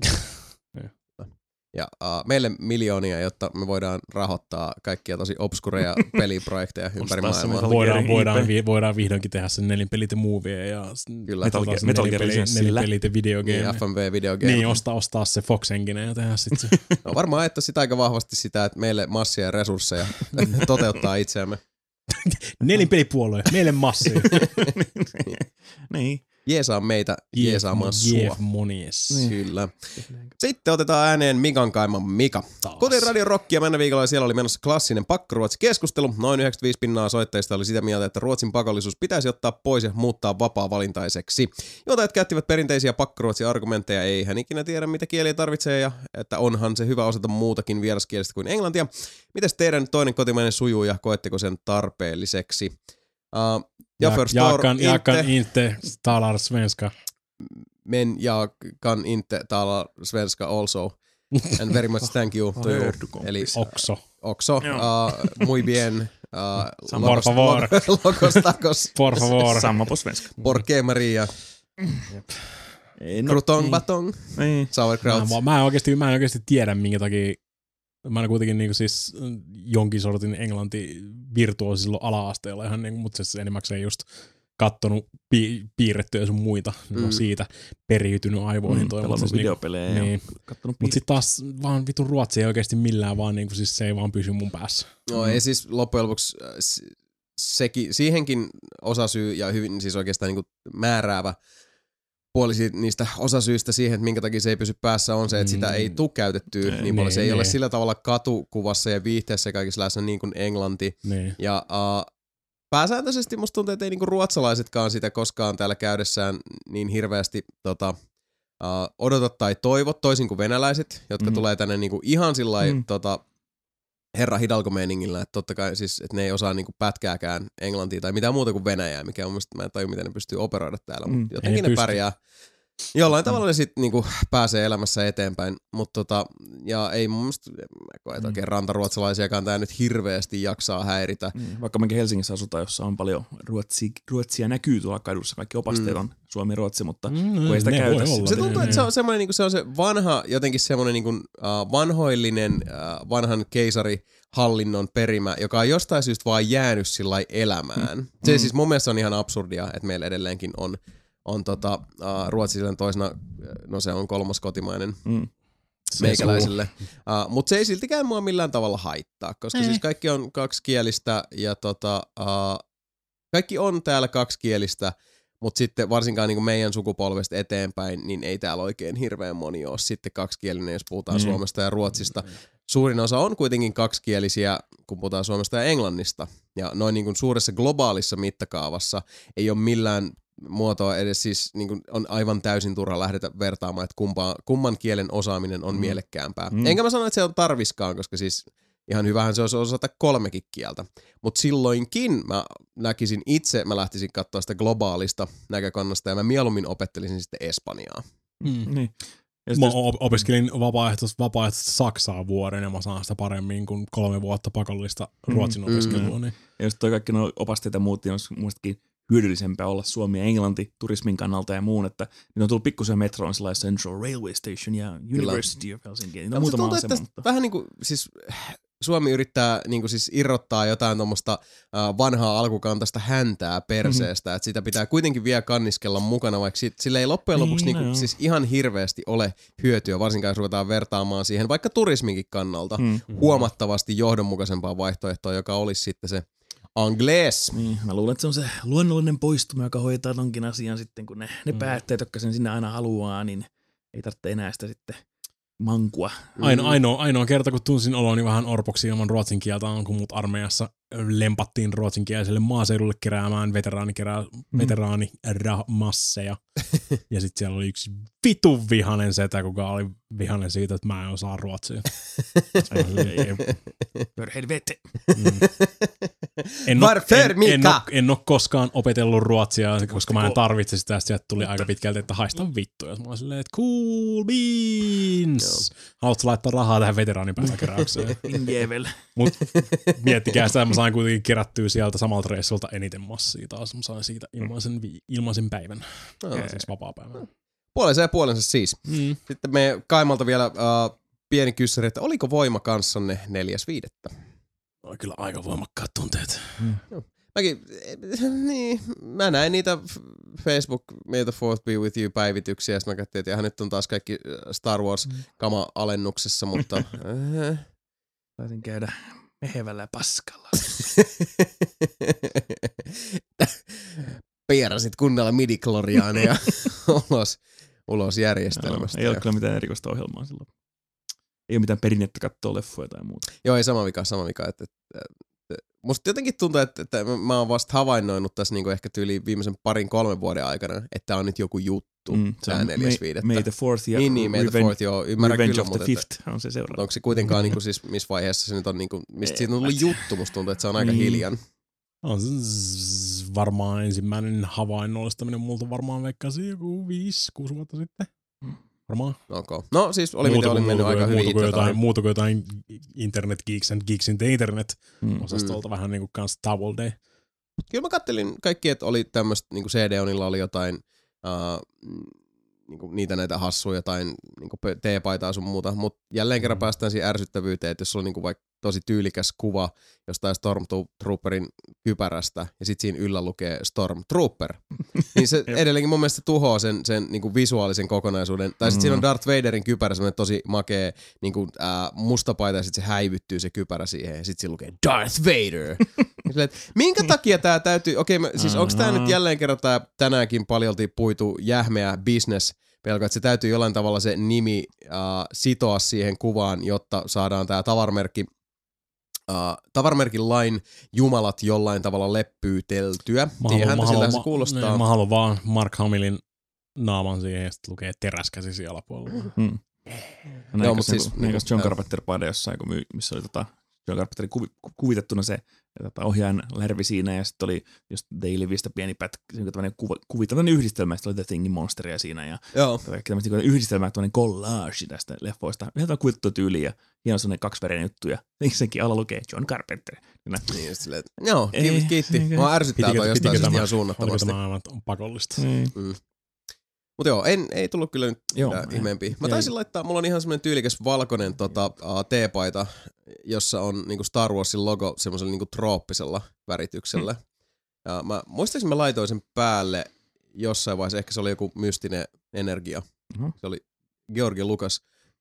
Ja uh, meille miljoonia, jotta me voidaan rahoittaa kaikkia tosi obskureja peliprojekteja ympäri Ostaa se maailmaa. Metal Voidaan, Gearin voidaan, I P. vi, voidaan vihdoinkin tehdä sen nelinpelit ja movie ja Kyllä. Metal tota Gear- se Metal nelinpeli- Gear sillä. nelinpelit ja videogame. Niin, F M V videogame. Niin, ostaa, ostaa se Fox Engine ja tehdä sit se. No, varmaan että sitä aika vahvasti sitä, että meille massia ja resursseja toteuttaa itseämme. Nelinpelipuolue, meille massia. Niin. Jeesaa meitä jeesaamaan sua. Jeff Monies. Niin. Kyllä. Sitten otetaan ääneen Mikan kaiman Mika. Taas. Kotiin Radio Rockia mennä viikolla siellä oli menossa klassinen pakkoruotsi-keskustelu. Noin yhdeksänkymmentäviisi pinnaa soittajista oli sitä mieltä, että Ruotsin pakollisuus pitäisi ottaa pois ja muuttaa vapaa-valintaiseksi. Jotajat käyttivät perinteisiä pakkoruotsi-argumentteja, ei hän ikinä tiedä mitä kieliä tarvitsee ja että onhan se hyvä osata muutakin vieraskielistä kuin englantia. Mites teidän toinen kotimainen sujuu ja koetteko sen tarpeelliseksi? Uh, ja Jag, förstår jag, kan, jag kan inte, inte tala svenska. men jag kan inte tala svenska also. And very much thank you to you. Eli Okso. Okso, uh, muy bien. Uh, Por favor. Logos tacos. Por favor. Samma på svenska. Por qué Maria? Ei, no, Crouton niin. batong. Niin. Mä, Sauerkraut. en, mä, en oikeasti, mä en oikeasti tiedä, minkä takia. Mä en kuitenkin niinku siis jonkin sortin englanti virtuosi silloin ala-asteella, ihan niinku, mutta se enimmäkseen just kattonut pi- piirrettyjä sun muita. Mm. Mm. Siitä periytynyt aivoihin. Mm, toi, pelannut mutta siis videopelejä niin. ja kattonut Mutta sitten taas vaan vitun ruotsi ei oikeasti millään, vaan niinku siis se ei vaan pysy mun päässä. No ei siis loppujen lopuksi äh, s- sekin, siihenkin osasyy ja hyvin siis oikeastaan niinku määräävä puoli si- niistä osasyistä siihen, että minkä takia se ei pysy päässä on se, että sitä ei tule käytettyä Ei, niin paljon. Se ei niin, ole niin. sillä tavalla katukuvassa ja viihteessä ja kaikissa läsnä niin kuin englanti. Niin. Ja uh, pääsääntöisesti musta tuntuu, että ei niinku ruotsalaisetkaan sitä koskaan täällä käydessään niin hirveästi tota, uh, odota tai toivo, toisin kuin venäläiset, jotka Mhm. tulee tänne niinku ihan sillai Mm. tota, herra Hidalgo-meiningillä, että totta kai siis, että ne ei osaa niinku pätkääkään englantia tai mitään muuta kuin venäjää, mikä on musta, mä en tajua, miten ne pystyy operoida täällä, Mm. mutta Ei jotenkin ne ne pysty. pärjää. Jollain tavalla ne sitten niinku pääsee elämässä eteenpäin, mutta tota, ja ei mun mielestä, en mä koe, että oikein rantaruotsalaisiakaan tää nyt hirveästi jaksaa häiritä. Niin, vaikka mekin Helsingissä asutaan, jossa on paljon ruotsi, ruotsia näkyy tuolla kadussa, kaikki opasteet Mm. on suomi ja ruotsi, mutta Mm, kun ei sitä ne käytä voi sitä. olla, Se niin, tuntuu, niin. että se on semmoinen, niin se on se vanha, jotenkin semmoinen niin kuin, uh, vanhoillinen, uh, vanhan keisarihallinnon perimä, joka on jostain syystä vaan jäänyt sillä elämään. Mm. Se Mm. siis mun mielestä on ihan absurdia, että meillä edelleenkin on, on tota, uh, Ruotsi silleen toisena, no se on kolmas kotimainen Mm. meikäläisille. Uh, mutta se ei siltikään mua millään tavalla haittaa, koska Ei. siis kaikki on kaksikielistä ja tota, uh, kaikki on täällä kaksikielistä, Mutta sitten varsinkaan niin kuin meidän sukupolvesta eteenpäin, niin ei täällä oikein hirveän moni ole sitten kaksikielinen, jos puhutaan mm. Suomesta ja Ruotsista. Mm. Suurin osa on kuitenkin kaksikielisiä, kun puhutaan Suomesta ja Englannista. Ja noin niin kuin suuressa globaalissa mittakaavassa ei ole millään muotoa edes siis niin kuin on aivan täysin turha lähdetä vertaamaan, että kumpaa, kumman kielen osaaminen on mm. mielekkäämpää. Mm. Enkä mä sano, että se on tarviskaan, koska siis ihan hyvähän se olisi osata kolmekin kieltä. Mutta silloinkin mä näkisin itse, mä lähtisin katsoa sitä globaalista näkökannasta ja mä mieluummin opettelisin sitten espanjaa. Mm. Niin. Mä opiskelin vapaaehtoista, vapaaehtoista Saksaa vuoden ja mä saan sitä paremmin kuin kolme vuotta pakollista ruotsin mm. opiskelua. Niin. Ja jos toi kaikki nuo opasteet ja muut, niin olisi muistakin hyödyllisempää olla Suomi ja Englanti turismin kannalta ja muun, että nyt on tullut pikkusen metroon sellainen Central Railway Station ja University Kyllä. of Helsinki. Niin on muutama tuntuu, asema, mutta vähän niin kuin, siis Suomi yrittää niin kuin siis irrottaa jotain tuommoista uh, vanhaa alkukantaista häntää perseestä, mm-hmm. että sitä pitää kuitenkin vielä kanniskella mukana, vaikka sit, sillä ei loppujen lopuksi niin, niin kuin, siis ihan hirveästi ole hyötyä, varsinkaan jos ruvetaan vertaamaan siihen vaikka turisminkin kannalta mm-hmm. huomattavasti johdonmukaisempaa vaihtoehtoa, joka olisi sitten se Angles. Niin, mä luulen, että se on se luonnollinen poistuma, joka hoitaa tonkin asian sitten, kun ne, ne mm. päättäjät, jotka sen sinne aina haluaa, niin ei tarvitse enää sitä sitten mankua. Aino, ainoa, ainoa kerta, kun tunsin oloni vähän orpoksi ilman ruotsin kieltä, on kun mut armeijassa lempattiin ruotsinkieliselle maaseudulle keräämään veteraanikerää, mm. veteraaniramasseja. Ja sitten siellä oli yksi vitun vihanen setä, kuka oli vihanen siitä, että mä en osaa ruotsia. För vete. Mm. En, ole, en, en, ole, en ole koskaan opetellut ruotsia, koska mä en tarvitse sitä. Sieltä tuli aika pitkälti, että haista vittuja. Mä olin silleen, että cool beans. Haluatko laittaa rahaa tähän veteraanipäiväkeräykseen? Mut miettikää sitä, mä sain kuitenkin kerättyä sieltä samalta reissulta eniten massia taas. Mä sain siitä ilmaisen, vi- ilmaisen päivän. No, siis vapaa-päivän. Puolensa ja puolensa siis. Mm. Sitten me Kaimalta vielä uh, pieni kyssäri, että oliko voima kanssanne neljäs viidettä? Oli kyllä aika voimakkaat tunteet. Mm. Mäkin, niin, mä näin niitä Facebook May the fourth be with you -päivityksiä, ja sitten mä katsoin, että ihan nyt on taas kaikki Star Wars-kama alennuksessa, mutta äh. taisin käydä mehevällä paskalla. Pierasit kunnolla midi-kloriaaneja ulos, ulos järjestelmästä. No, ei ole kyllä mitään erikoista ohjelmaa silloin. Ei ole mitään perinnettä katsoa leffoja tai muuta. Joo, ei sama vika, sama vika. Että, että, että, musta jotenkin tuntuu, että, että mä oon vasta havainnoinut tässä niin ehkä tyyli viimeisen parin kolmen vuoden aikana, että tää on nyt joku juttu, mm, tää neljäs viidettä. May the fourth ja niin, niin, May the fourth, joo, ymmärrän Revenge kyllä, of the mutta fifth on se seuraava. Onko se kuitenkaan niin kuin, siis, missä vaiheessa se nyt on, niin kuin, mistä siitä on tullut juttu, musta tuntuu, että se on aika mm. hiljan. On se varmaan ensimmäinen havainnollistaminen multa varmaan veikkasi joku viisi, kuusi vuotta sitten. Varmaan. Okay. No siis oli muuta, miten oli mennyt aika hyvin itse. Jotain, muuta kuin jotain Internet Geeks and Geeks in the Internet mm. osastolta mm. vähän niin kuin kans Towel Day. Kyllä mä kattelin kaikki, että oli tämmöistä, niin kuin C D-onilla oli jotain, uh, niin kuin niitä näitä hassuja, jotain niin kuin teepaitaa sun muuta, mutta jälleen kerran mm. päästään siihen ärsyttävyyteen, että jos sulla on niin kuin vaikka tosi tyylikäs kuva jostain Stormtrooperin kypärästä ja sit siinä yllä lukee Stormtrooper, niin se edelleenkin mun mielestä tuhoaa sen, sen niin kuin visuaalisen kokonaisuuden. Tai sit mm. siinä on Darth Vaderin kypärä, semmoinen tosi makea niin kuin, ää, musta paita ja sit se häivyttyy se kypärä siihen ja sit siinä lukee Darth Vader. Silleen, minkä takia tää täytyy, okei okay, siis onks tää nyt jälleen kerran tää tänäänkin paljolti puitu jähmeä business pelko, että se täytyy jollain tavalla se nimi äh, sitoa siihen kuvaan, jotta saadaan tää tavaramerkki, äh, tavaramerkin lain jumalat jollain tavalla leppyyteltyä. Tiedähän, siltä se kuulostaa. Ne, mä haluan vaan Mark Hamillin naaman siihen ja sitten lukee teräskäsi siellä alapuolella. Hmm. Joo, mutta siis niin kuin John Carpenter-paide jossain, missä oli tota John Carpenterin kuvi, kuvitettuna se tota, ohjaajan lärvi siinä, ja sitten oli just Daily-vistä pieni pätkä, tämmöinen kuvi, tämmöinen yhdistelmä, ja sitten oli The Thingin monsteria siinä, ja tämmöistä niin yhdistelmä, tämmöinen collage tästä leffoista. Yhdeltä kuvitettu tyyliin, ja hieno sellainen kaksivärinen juttu, ja senkin alla lukee John Carpenter. Niin, just silleen, että joo, kiitos, kiitti. Mua ärsyttää toi jostain siis ihan suunnattomasti. Oliko tämä aivan pakollista? Mm. Mutta joo, en, ei tullut kyllä nyt mitään ihmeempiä. Mä taisin laittaa, mulla on ihan semmoinen tyylikäs valkoinen tota, uh, teepaita, jossa on niinku Star Warsin logo semmoisella niinku trooppisella värityksellä. Hmm. Ja mä muistaakseni mä laitoin sen päälle jossain vaiheessa, ehkä se oli joku mystinen energia. Hmm. Se oli George Lucas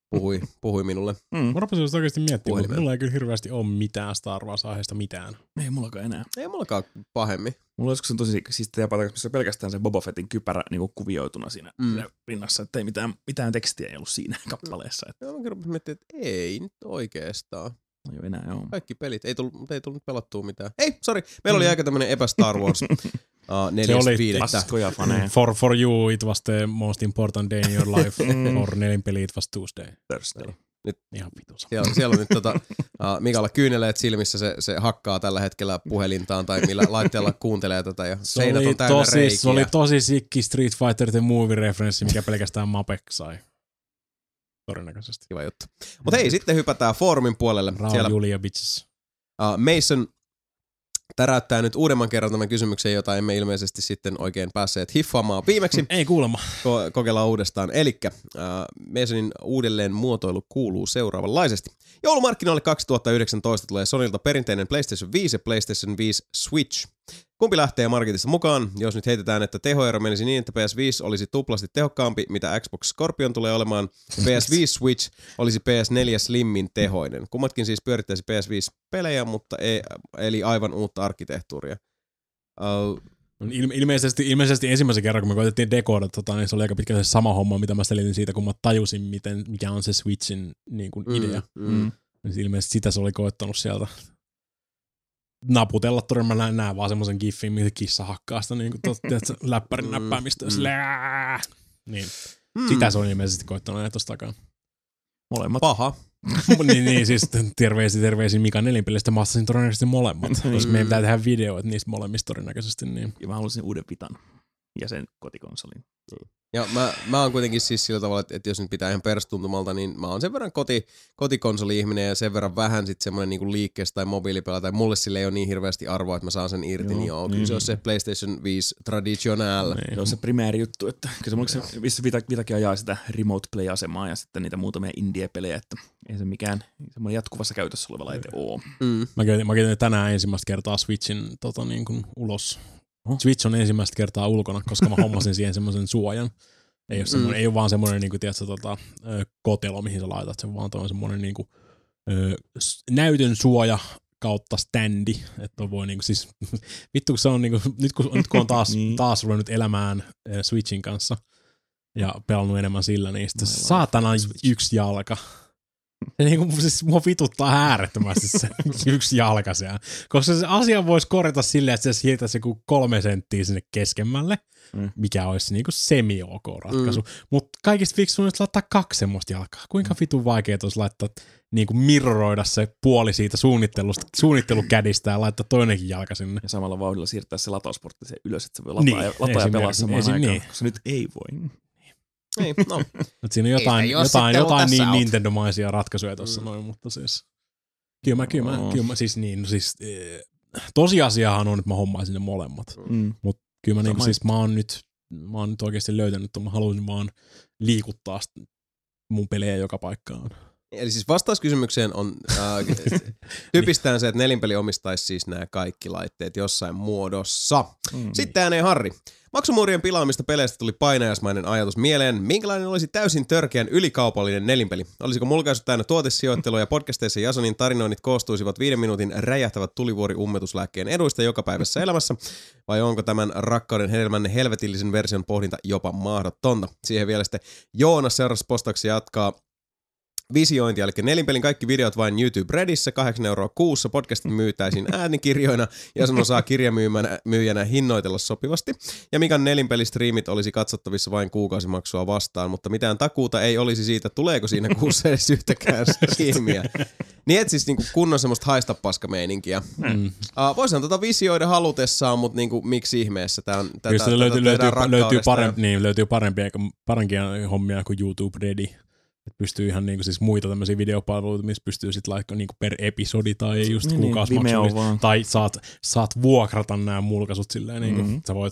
puhui, puhui minulle. Mm. Mä rupesin just oikeasti miettimään, mutta Puhelimella. mulla ei kyllä hirveästi ole mitään Star Wars-aiheesta mitään. Ei mullakaan enää. Ei mullakaan pahemmin. Mulla joskus on tosi siistiä paikassa, missä pelkästään se Boba Fettin kypärä niin kuvioituna siinä, Mm. siinä rinnassa, että ei mitään, mitään tekstiä ei ollut siinä kappaleessa. Että, Joo, mä rupesin miettimään, että ei nyt oikeastaan. no joo, enää joo. Kaikki pelit, ei tullut, mutta ei tullut pelattua mitään. Ei, sorry, meillä oli aika tämmönen epä Star Wars. Uh, neljäs oli viidettä. Paskoja faneja. For, for you, it was the most important day in your life. For nelinpeli, it was Tuesday. Thursday. Ihan vitus. Siellä, siellä on nyt tota, uh, Mikalla kyyneleet silmissä, se, se hakkaa tällä hetkellä puhelintaan tai millä laitteella kuuntelee tätä ja Se seinät oli, on täynnä tosi, reikiä. se oli tosi sikki Street Fighter The Movie-referenssi, mikä pelkästään Mapek sai. Todennäköisesti. Kiva juttu. Mutta hei, sitten hypätään foorumin puolelle. Rao Siellä Julia bitches. uh, Mason täräyttää nyt uudemman kerran tämän kysymyksen, jota emme ilmeisesti sitten oikein päässeet hiffaamaan viimeksi. Ei kuulemma. Ko- kokeillaan uudestaan. Elikkä uh, Masonin uudelleen muotoilu kuuluu seuraavanlaisesti. Joulumarkkinoille kaksituhattayhdeksäntoista tulee Sonylta perinteinen PlayStation viisi ja PlayStation viisi Switch. Kumpi lähtee marketista mukaan? Jos nyt heitetään, että tehoero menisi niin, että P S viisi olisi tuplasti tehokkaampi, mitä Xbox Scorpion tulee olemaan, P S viisi Switch olisi P S neljä Slimmin tehoinen. Kummatkin siis pyörittäisi P S viisi pelejä, mutta ei, eli aivan uutta arkkitehtuuria. Uh, Il- ilmeisesti, ilmeisesti ensimmäisen kerran, kun me koitettiin dekoida, tota, niin se oli aika pitkälti se sama homma, mitä mä selitin siitä, kun mä tajusin, miten, mikä on se Switchin niin kuin idea. Mm, mm. Niin ilmeisesti sitä se oli koettanut sieltä naputella. Todella mä näen, näen vaan semmoisen giffin, missä kissa hakkaa sitä niin kuin, tot, tiedätkö, läppärin näppäämistä. Mm. Niin. Mm. Sitä se on ilmeisesti koettanut näin tuossa takaa. Molemmat. Paha. niin, niin, siis terveisiin terveisiin Mika nelinpelistä mä assasin todennäköisesti molemmat, koska meidän pitää tehdä videoita niistä molemmista todennäköisesti. Niin. Ja mä haluaisin uuden Vitan ja sen kotikonsolin. Ja mä, mä oon kuitenkin siis sillä tavalla, että, että jos nyt pitää ihan perstuntumalta, niin mä oon sen verran koti, kotikonsoli-ihminen ja sen verran vähän sitten semmoinen niinku liikkeessä tai mobiilipelä, tai mulle sille ei ole niin hirveästi arvoa, että mä saan sen irti, Joo, niin joo, kyllä niin. se on se PlayStation viisi traditional. Niin. Se on se primääri juttu, että kyllä se, se missä Vita, Vitakin ajaa sitä remote play-asemaa ja sitten niitä muutamia indie-pelejä, että ei se mikään semmoinen jatkuvassa käytössä oleva laite ole. Mm. Mä käytin, mä käytin tänään ensimmäistä kertaa Switchin tota, niin kuin ulos. Switch on ensimmäistä kertaa ulkona, koska mä hommasin siihen semmoisen suojan. Ei ole, mm. ei ole vaan semmoinen niin kuin, tiedätkö, tota, kotelo, mihin sä laitat sen, vaan on semmoinen niin kuin, ö, näytön suoja kautta standi, että voi niinku siis, vittu kun se on niinku, nyt kun, nyt kun on taas, niin. taas ruvennut elämään äh, Switchin kanssa ja pelannut enemmän sillä, niin sitten saatana yksi jalka. Se niinku, siis mua vituttaa äärettömästi se yksi jalka siellä. Koska se asia voisi korjata silleen, että se siirtäisi joku kolme senttiä sinne keskemmälle, mm. mikä olisi niinku semi-ok ratkaisu. Mm. Mutta kaikista fiksuun olisi laittaa kaksi semmoista jalkaa. Kuinka vitun vaikeaa olisi laittaa, niinku mirroroida se puoli siitä suunnittelusta, suunnittelukädistä ja laittaa toinenkin jalka sinne. Ja samalla vauhdilla siirtää se latausportti se ylös, että se voi lataa, niin, ja, lataa ja pelaa samaan esim, aikaan, niin. koska nyt ei voi. Ei, no. Siinä on jotain, jotain, jotain niin Nintendo-maisia ratkaisuja tuossa mm. noin, mutta siis kyllä mä, kyllä mä, oh. kyllä mä siis niin, no siis e, tosiasiahan on, että mä hommaisin ne molemmat, mm. mutta kyllä mä, niin, siis mä oon nyt, mä oon nyt oikeasti löytänyt, että mä haluaisin vaan liikuttaa mun pelejä joka paikkaan. Eli siis vastauskysymykseen on äh, typistään se, että Nelinpeli omistaisi siis nämä kaikki laitteet jossain muodossa. Mm. Sitten ääneen Harri. Maksumuurien pilaamista peleistä tuli painajaismainen ajatus mieleen. Minkälainen olisi täysin törkeän ylikaupallinen Nelinpeli? Olisiko mulkaisut täynnä tuotesijoittelua ja podcasteissa Jasonin tarinoinnit koostuisivat viiden minuutin räjähtävät tulivuori ummetuslääkkeen eduista jokapäiväisessä elämässä? Vai onko tämän rakkauden hedelmänne helvetillisen version pohdinta jopa mahdotonta? Siihen vielä sitten Joonas seuraavassa postauksessa jatkaa visiointi, eli Nelinpelin kaikki videot vain YouTube Redissä, kahdeksan euroa kuussa, podcastin myytäisiin äänikirjoina ja sen osaa kirjamyyjänä hinnoitella sopivasti. Ja Mikan Nelinpelistriimit olisi katsottavissa vain kuukausimaksua vastaan, mutta mitään takuuta ei olisi siitä, tuleeko siinä kuussa edes yhtäkään striimiä. Niin et siis niinku kunnon semmoista haista paskameininkiä. Mm. Uh, voisihan tota visioida halutessaan, mutta niinku, miksi ihmeessä? Tää on, tätä, tätä löytyy, löytyy, löytyy, parempi, ja... niin, löytyy parempia, parempia hommia kuin YouTube Ready. Että pystyy ihan niinku siis muita tämmöisiä videopalveluita, missä pystyy sit laikka niinku per episodi tai just niin, kuukausimaksu. Tai saat, saat vuokrata nämä mulkaisut silleen, niinku, mm-hmm. sä voit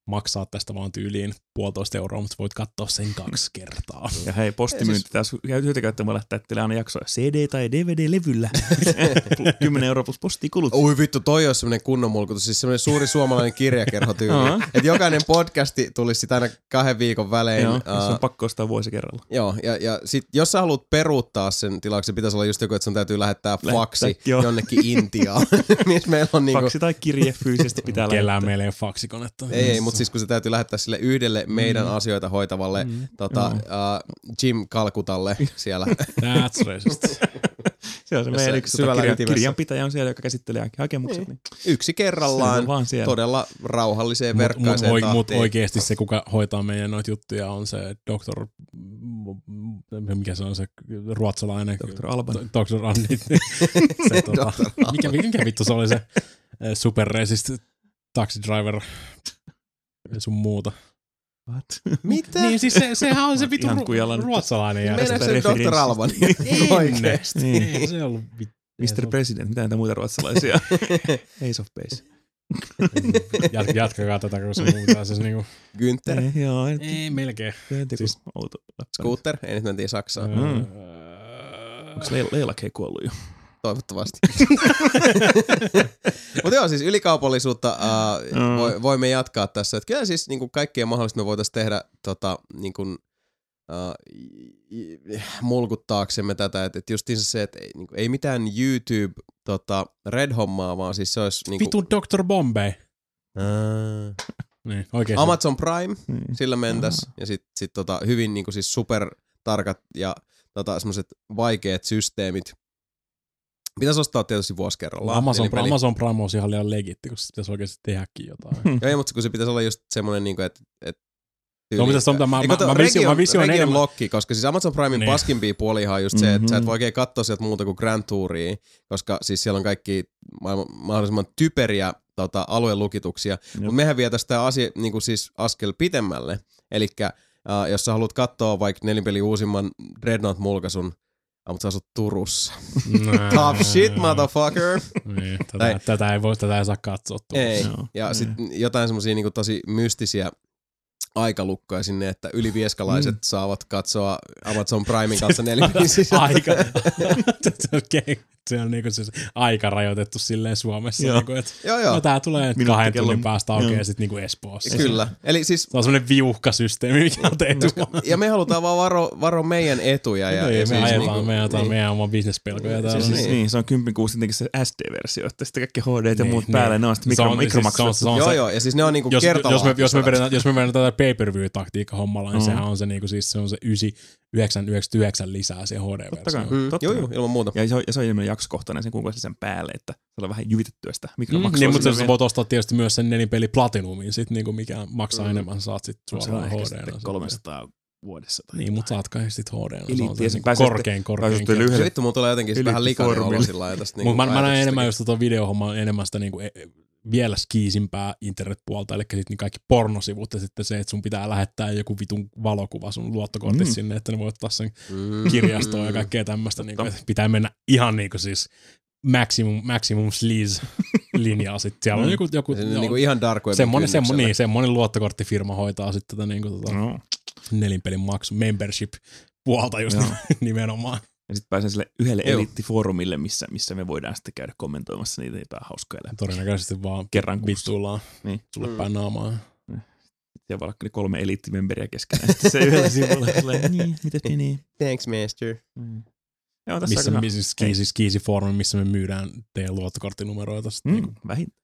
maksaa tästä vaan tyyliin puolitoista euroa, mutta voit katsoa sen kaksi kertaa. Ja hei, postimyynti taas hyötykäyttämällä lähtee aina jaksoja C D- tai D V D-levyllä. kymmenen euroa plus postikulut. Ui vittu, toi on semmonen kunnon mulkutus, siis semmonen suuri suomalainen kirjakerhotyyli. Että jokainen podcasti tulisi sit aina kahden viikon välein. Joo, uh, se on pakko ostaa vuosi kerralla. Joo, ja, ja sit jos sä haluat peruuttaa sen tilauksen, pitäisi olla just joku, että sun täytyy lähettää faksi Lähettää, jonnekin Intiaan. Missä meillä on niinku... Faksi tai kirje fyysisesti pitää lähettää. Kellään meillä ei ole faksikonetta. Ei, ei, mutta siis kun se täytyy lähettää sille yhdelle meidän mm. asioita hoitavalle mm. tota, uh, Jim Kalkutalle siellä. That's racist. Se on se meidän yksi tota kirja, kirjanpitäjä on siellä, joka käsittelee hakemukset. Niin. Yksi kerrallaan todella rauhalliseen verkkaiseen mut, tahtiin. Mutta oikeasti se, kuka hoitaa meidän noita juttuja, on se doktor, mikä se on se ruotsalainen? doktor Alban. doktor Anni. se, tota, mikä, mikä vittu se oli se superresist taxi driver sun muuta. What? Mitä? Niin siis se, sehän on se vittu ru- ruotsalainen järjestö. Meinaatko se doktor Alban? Oikeesti. Niin. Ei se ollut vittu. mister President, mitä näitä muita ruotsalaisia? Ace of Base. Jat, jatkakaa tätä, kun se muuta. Siis niinku... Günther? Ei, joo. Ei, melkein. Siis, outo. Scooter? Ei nyt mentiin Saksaan. Mm. Mm. Onko Leila, Leila K. kuollut jo? Toivottavasti. Mutta joo, siis ylikaupallisuutta uh, mm. voi, voimme jatkaa tässä. Et kyllä siis niin kaikkea mahdollista me voitaisiin tehdä tota, niin kuin, uh, mulkuttaaksemme tätä. Että et justiinsa se, että ei, niin ei mitään YouTube tota, Red-hommaa, vaan siis se olisi... Niin Vitu doktor Bombay. Uh, niin, oikein. Amazon Prime, mm. sillä mentäs. Uh. Ja sitten sit, tota, hyvin niin kuin, siis super tarkat ja tota, semmoiset vaikeat systeemit. Pitäisi ostaa tietysti vuosi kerrallaan. Amazon, Prime, Amazon Prime on ihan liian legitti, kun se pitäisi oikeasti tehdäkin jotain. Joo, ei, mutta kun se pitäisi olla just semmoinen, niin että... Et, no, mitä on, mä, mä, mä, mä visioin, mä visioin Region enemmän. Lokki, koska siis Amazon Primein niin. paskimpia puolihan on just se, että mm-hmm. sä et voi oikein katsoa sieltä muuta kuin Grand Touria, koska siis siellä on kaikki maailman, mahdollisimman typeriä tota, aluelukituksia. Mutta mehän vietäisiin tämä asia niin kuin siis askel pitemmälle. Elikkä äh, jos sä haluat katsoa vaikka nelinpeli uusimman Dreadnought-mulkaisun, mutta sä asut Turussa. Top shit, motherfucker. Niin, tätä, tätä, ei voi, tätä ei saa katsoa Turussa. Ei. Ja mm. sitten jotain semmosia niinku tosi mystisiä aikalukkoja sinne, että ylivieskalaiset mm. saavat katsoa Amazon Primein kanssa neljän sisältöä. Aika. Se on niinku siis aika rajoitettu silleen Suomessa. Joo. Niinku, et, joo, joo. No tää tulee kahden tunnin päästä aukeaa ja sit niinku Espoossa. Kyllä. Eli siis... Se on semmonen viuhkasysteemi, mikä on tehty. Ja me halutaan vaan varo, varo meidän etuja. Ja, no, ja me siis ajetaan, niinku, me ajetaan niin. meidän oma bisnespelkoja täällä. Siis, niin. niin, se on kymmenen kuusi tietenkin se S D-versio, että sitten kaikki H D ja muut niin, päälle, ne on sitten mikro, mikromaksuja. Joo, joo, ja siis ne on niinku jos, jos, me, jos, me vedetään, jos me vedetään tätä pay-per-view-taktiikka hommalla, niin mm. sehän on se, niinku, siis se on se yhdeksän yhdeksänkymmentäyhdeksän lisää siihen H D-versioon. Mm, joo, joo, ilman muuta. Ja se on, ja se on ilman jaksokohtainen sen kuinka sen päälle, että se on vähän jyvitettyä sitä mikromaksua. Mm, niin, mutta sä voit ostaa tietysti myös sen nelinpeli Platinumin, sit, niinku, mikä maksaa mm. enemmän, saat sit suoraan H D. kolmesataa vuodessa. Tai niin, mutta saat kai sit H D. Eli se on se korkein, korkein. Se vittu, mulla tulee jotenkin vähän likainen olo sillä lailla tästä. Mutta mä näen enemmän just tuota videohommaa, enemmän sitä niinku vielä skiisimpää internetpuolta, eli sitten kaikki pornosivut ja sitten se, että sun pitää lähettää joku vitun valokuva sun luottokortit mm. sinne, että ne voi ottaa sen mm. kirjastoon ja kaikkea tämmöistä. Niin kuin, pitää mennä ihan niin kuin siis maximum, maximum sleaze-linjaa sitten. Siellä on joku... joku se on niin kuin ihan dark webin semmoinen, semmoinen, niin, semmoinen luottokorttifirma hoitaa sitten tätä niin kuin, tota, no. nelinpelin maksu, membership-puolta just nimenomaan. Ja sitten pääsen sille yhdelle eliittifoorumille, missä, missä me voidaan sitten käydä kommentoimassa niitä jotain hauskoja. Todennäköisesti vaan kerran vittuillaan niin. sulle mm. päin naamaa. Sitten vaan kolme eliittimemberiä keskenään. Sitten se yhdellä sivulla tulee, niin, mitäs niin. Thanks, master. Mm. Joo, tässä missä, missä skiisi, skiisi-foorumi, missä me myydään teidän luottokorttinumeroita. Mm, niin vähintään.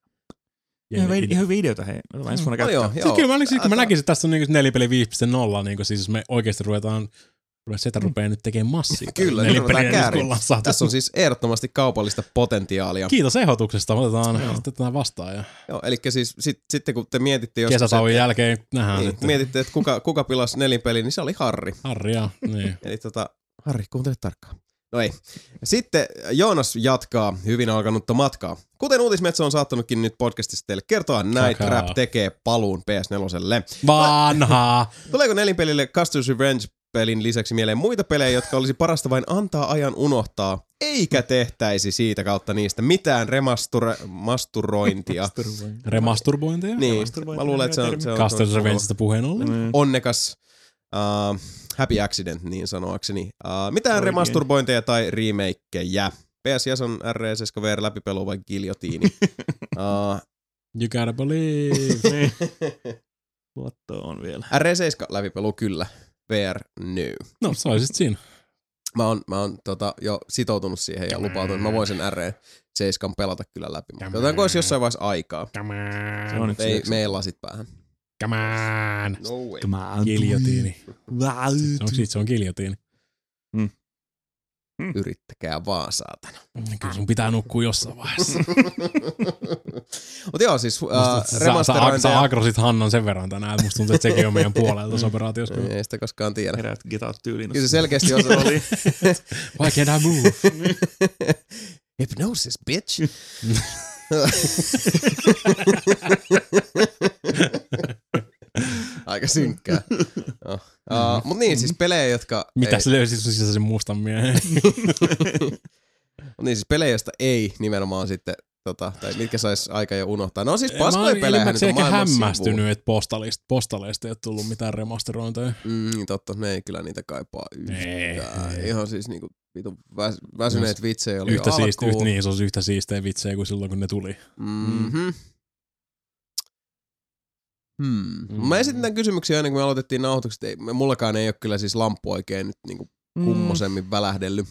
Ihan, ide- ihan videota, hei. Mä ensi vuonna käyttää. Siis kyllä mä, siis, mä näkisin, että tässä on niinku nelipeli viisi piste nolla, niinku, siis jos me oikeasti ruvetaan Sitä rupeaa mm. nyt tekemään massiivista. Kyllä, nyt ruvetaan käärin. Tässä on siis ehdottomasti kaupallista potentiaalia. Kiitos ehdotuksesta, otetaan, otetaan vastaan. Ja... Joo, eli siis sit, sitten kun te mietitte... Kesätauon jälkeen nähdään niin, sitten. Mietitte, että kuka, kuka pilasi nelinpeliin, niin se oli Harri. Harri, joo. Niin. Eli tota, Harri, kuuntele tarkkaan. No ei. Sitten Joonas jatkaa hyvin alkanutta matkaa. Kuten Uutismetsä on saattanutkin nyt podcastissa teille kertoa, Night Trap tekee paluun P S neljälle. Vanhaa! Tuleeko nelinpelille Custer's Revenge pelin lisäksi mieleen muita pelejä, jotka olisi parasta vain antaa ajan unohtaa, eikä tehtäisi siitä kautta niistä mitään remasturointia. Remasturbointeja? Niin, mä luulen, että se on... Se on Castle Revengeista puheen ollen. onnekas uh, happy accident, niin sanoakseni. Uh, mitään Oikein. remasturbointeja tai remakeja. P S J on R E seitsemän V R läpipelu vai giljotiini. uh, You gotta believe. Luotto on vielä. R E seitsemän läpipelu kyllä. V R new. No, se oli sit siinä. Mä oon, mä oon tota, jo sitoutunut siihen ja lupautunut, että mä voisin R E seitsemän pelata kyllä läpi. Katsotaanko olisi jossain vaiheessa aikaa. Come Se on. on nyt Ei, syöksy. me ei lasit päähän. Come on. No way. Giljotiini. Onko siitä se on giljotiini? Yrittäkää vaan, saatana. Kyllä sun pitää nukkua jossain vaiheessa. Mutta joo, siis uh, Musta, sä, sä, remasterointeja. sä agrosit Hannan sen verran tänään, että musta tuntuu, että sekin on meidän puolella tuossa operaatiossa. Ei sitä koskaan tiedä. Heräät Get Out tyyliin. Kyllä se selkeästi on se oli. Why can't I move? Hypnosis, bitch. Aika synkkää. No. Uh, mut niin, siis pelejä, jotka... Mitä ei, se löysi sun sisäisen mustan miehen? Mut niin, siis pelejä, joista ei nimenomaan sitten, tota, tai mitkä sais aika jo unohtaa. No siis Mä paskoja oon pelejä nyt on ehkä maailman hämmästynyt, sivuun. että postaleista, postaleista ei ole tullut mitään remasterointeja. Mm, totta, ne ei kyllä niitä kaipaa yhtään. Ei, ei. Ihan siis niinku vitun väs, väsyneet vitsejä oli Yhtä jo siisti, alkuun. yhtä, niin, se olisi yhtä siistejä vitsejä kuin silloin, kun ne tuli. Mm-hmm. Hmm. Mm. Mä esitin tämän kysymyksen ennen kuin me aloitettiin nauhoitukset. Ei, mullakaan ei ole kyllä siis lamppu oikein nyt niinku kummosemmin välähdellyt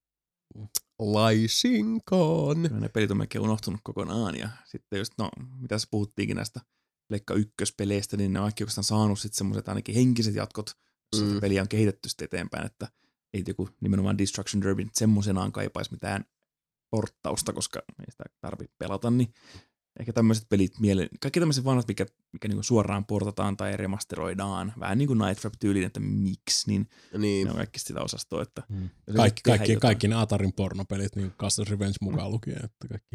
laisinkaan. Kyllä ne pelit on melkein unohtunut kokonaan. Ja sitten just, no, mitä se puhuttiinkin näistä Pleikka ykköspeleistä, niin ne on kaikki oikeastaan saanut sitten semmoiset ainakin henkiset jatkot, jossa Mm. mm. peliä on kehitetty sitten eteenpäin, että ei joku nimenomaan Destruction Derby semmoisenaan kaipaisi mitään porttausta, koska ei sitä tarvitse pelata, niin ehkä tämmöiset pelit mieleen, kaikki tämmöiset vanhat, mikä, mikä niinku suoraan portataan tai remasteroidaan, vähän niin kuin Night Trap-tyyliin, että miksi, niin Niin. ne on kaikki sitä osastoa, että Mm. jos Kaikki, tehdään kaikki, jotain- kaikki ne Atarin pornopelit, niin Castle Revenge mukaan lukien, että kaikki.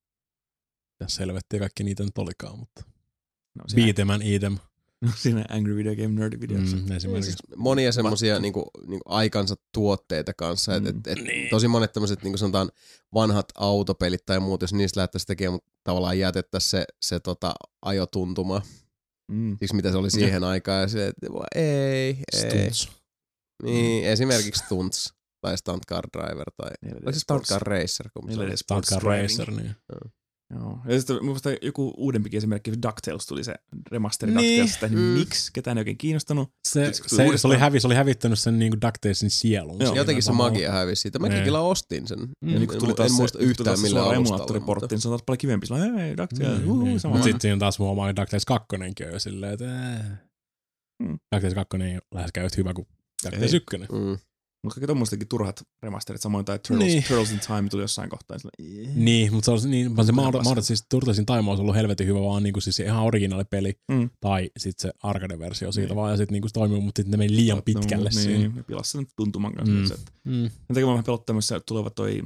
Tässä helvettiä kaikki niitä nyt olikaan, mutta no, siinä, beat 'em and eat 'em. siinä Angry Video Game Nerdy-videossa. Mm, esimerkiksi. Siis monia semmosia niinku, niinku aikansa tuotteita kanssa. Mm. Et, et, et Niin. tosi monet tämmöiset niinku sanotaan vanhat autopelit tai muut, jos niistä lähdettäisiin tekemään, mutta tavallaan jätettäisiin se, se tota, ajotuntuma. Mm. Siksi mitä se oli siihen aikaan. Ja se, että ei, ei. Stunts. Niin, esimerkiksi Stunts tai Stunt Car Driver tai... Neljä D Oliko se Stunt Sports. Car Racer? Kun se Neljä D oli? Sports Stunt Car Driving. Racer, niin. Joo. Ja sitten mun mielestä joku uudempikin esimerkki, DuckTales tuli se remasteri Niin. DuckTalesista, niin Mm. miksi? Ketään ei oikein kiinnostanut. Se, Sitten kun se, tuli se, uudestaan- oli hävi, se oli hävittänyt sen niin DuckTalesin sielun. Joo. siinä Jotenkin se samalla. magia hävisi siitä. Mäkin Niin. kyllä ostin sen. Mm. Ja En, nyt kun tuli en taas se, muista tuli yhtään taas se millään suora alustalla. emulaattoriportti, niin se on taas paljon kivempi. Sillä on, hei, DuckTales, Mm, uhu, mm. sama. Mutta sitten siinä taas huomaa, DuckTales kaksi on jo silleen, että äh. Mm. DuckTales kaksi ei ole läheskään yhtä hyvä kuin DuckTales Ei. yksi. Mm. Mutta kaikki tommoistakin turhat remasterit, samoin tai Turtles, Niin. Turtles in Time tuli jossain kohtaa. Sillä, Niin, mutta se on niin, vaan se Ihan Maud, paska. Maud, siis Turtlesin Time olisi ollut helvetin hyvä vaan niinku siis se ihan originaali peli Mm. tai sitten se arcade-versio siitä Niin. vaan ja sitten niinku se toimii, mutta sitten ne meni liian pitkälle no, siinä. Niin, ne pilasi sen tuntuman kanssa. Mm. Mm. Että, Mm. sen takia mä vähän pelottaa myös se tuleva toi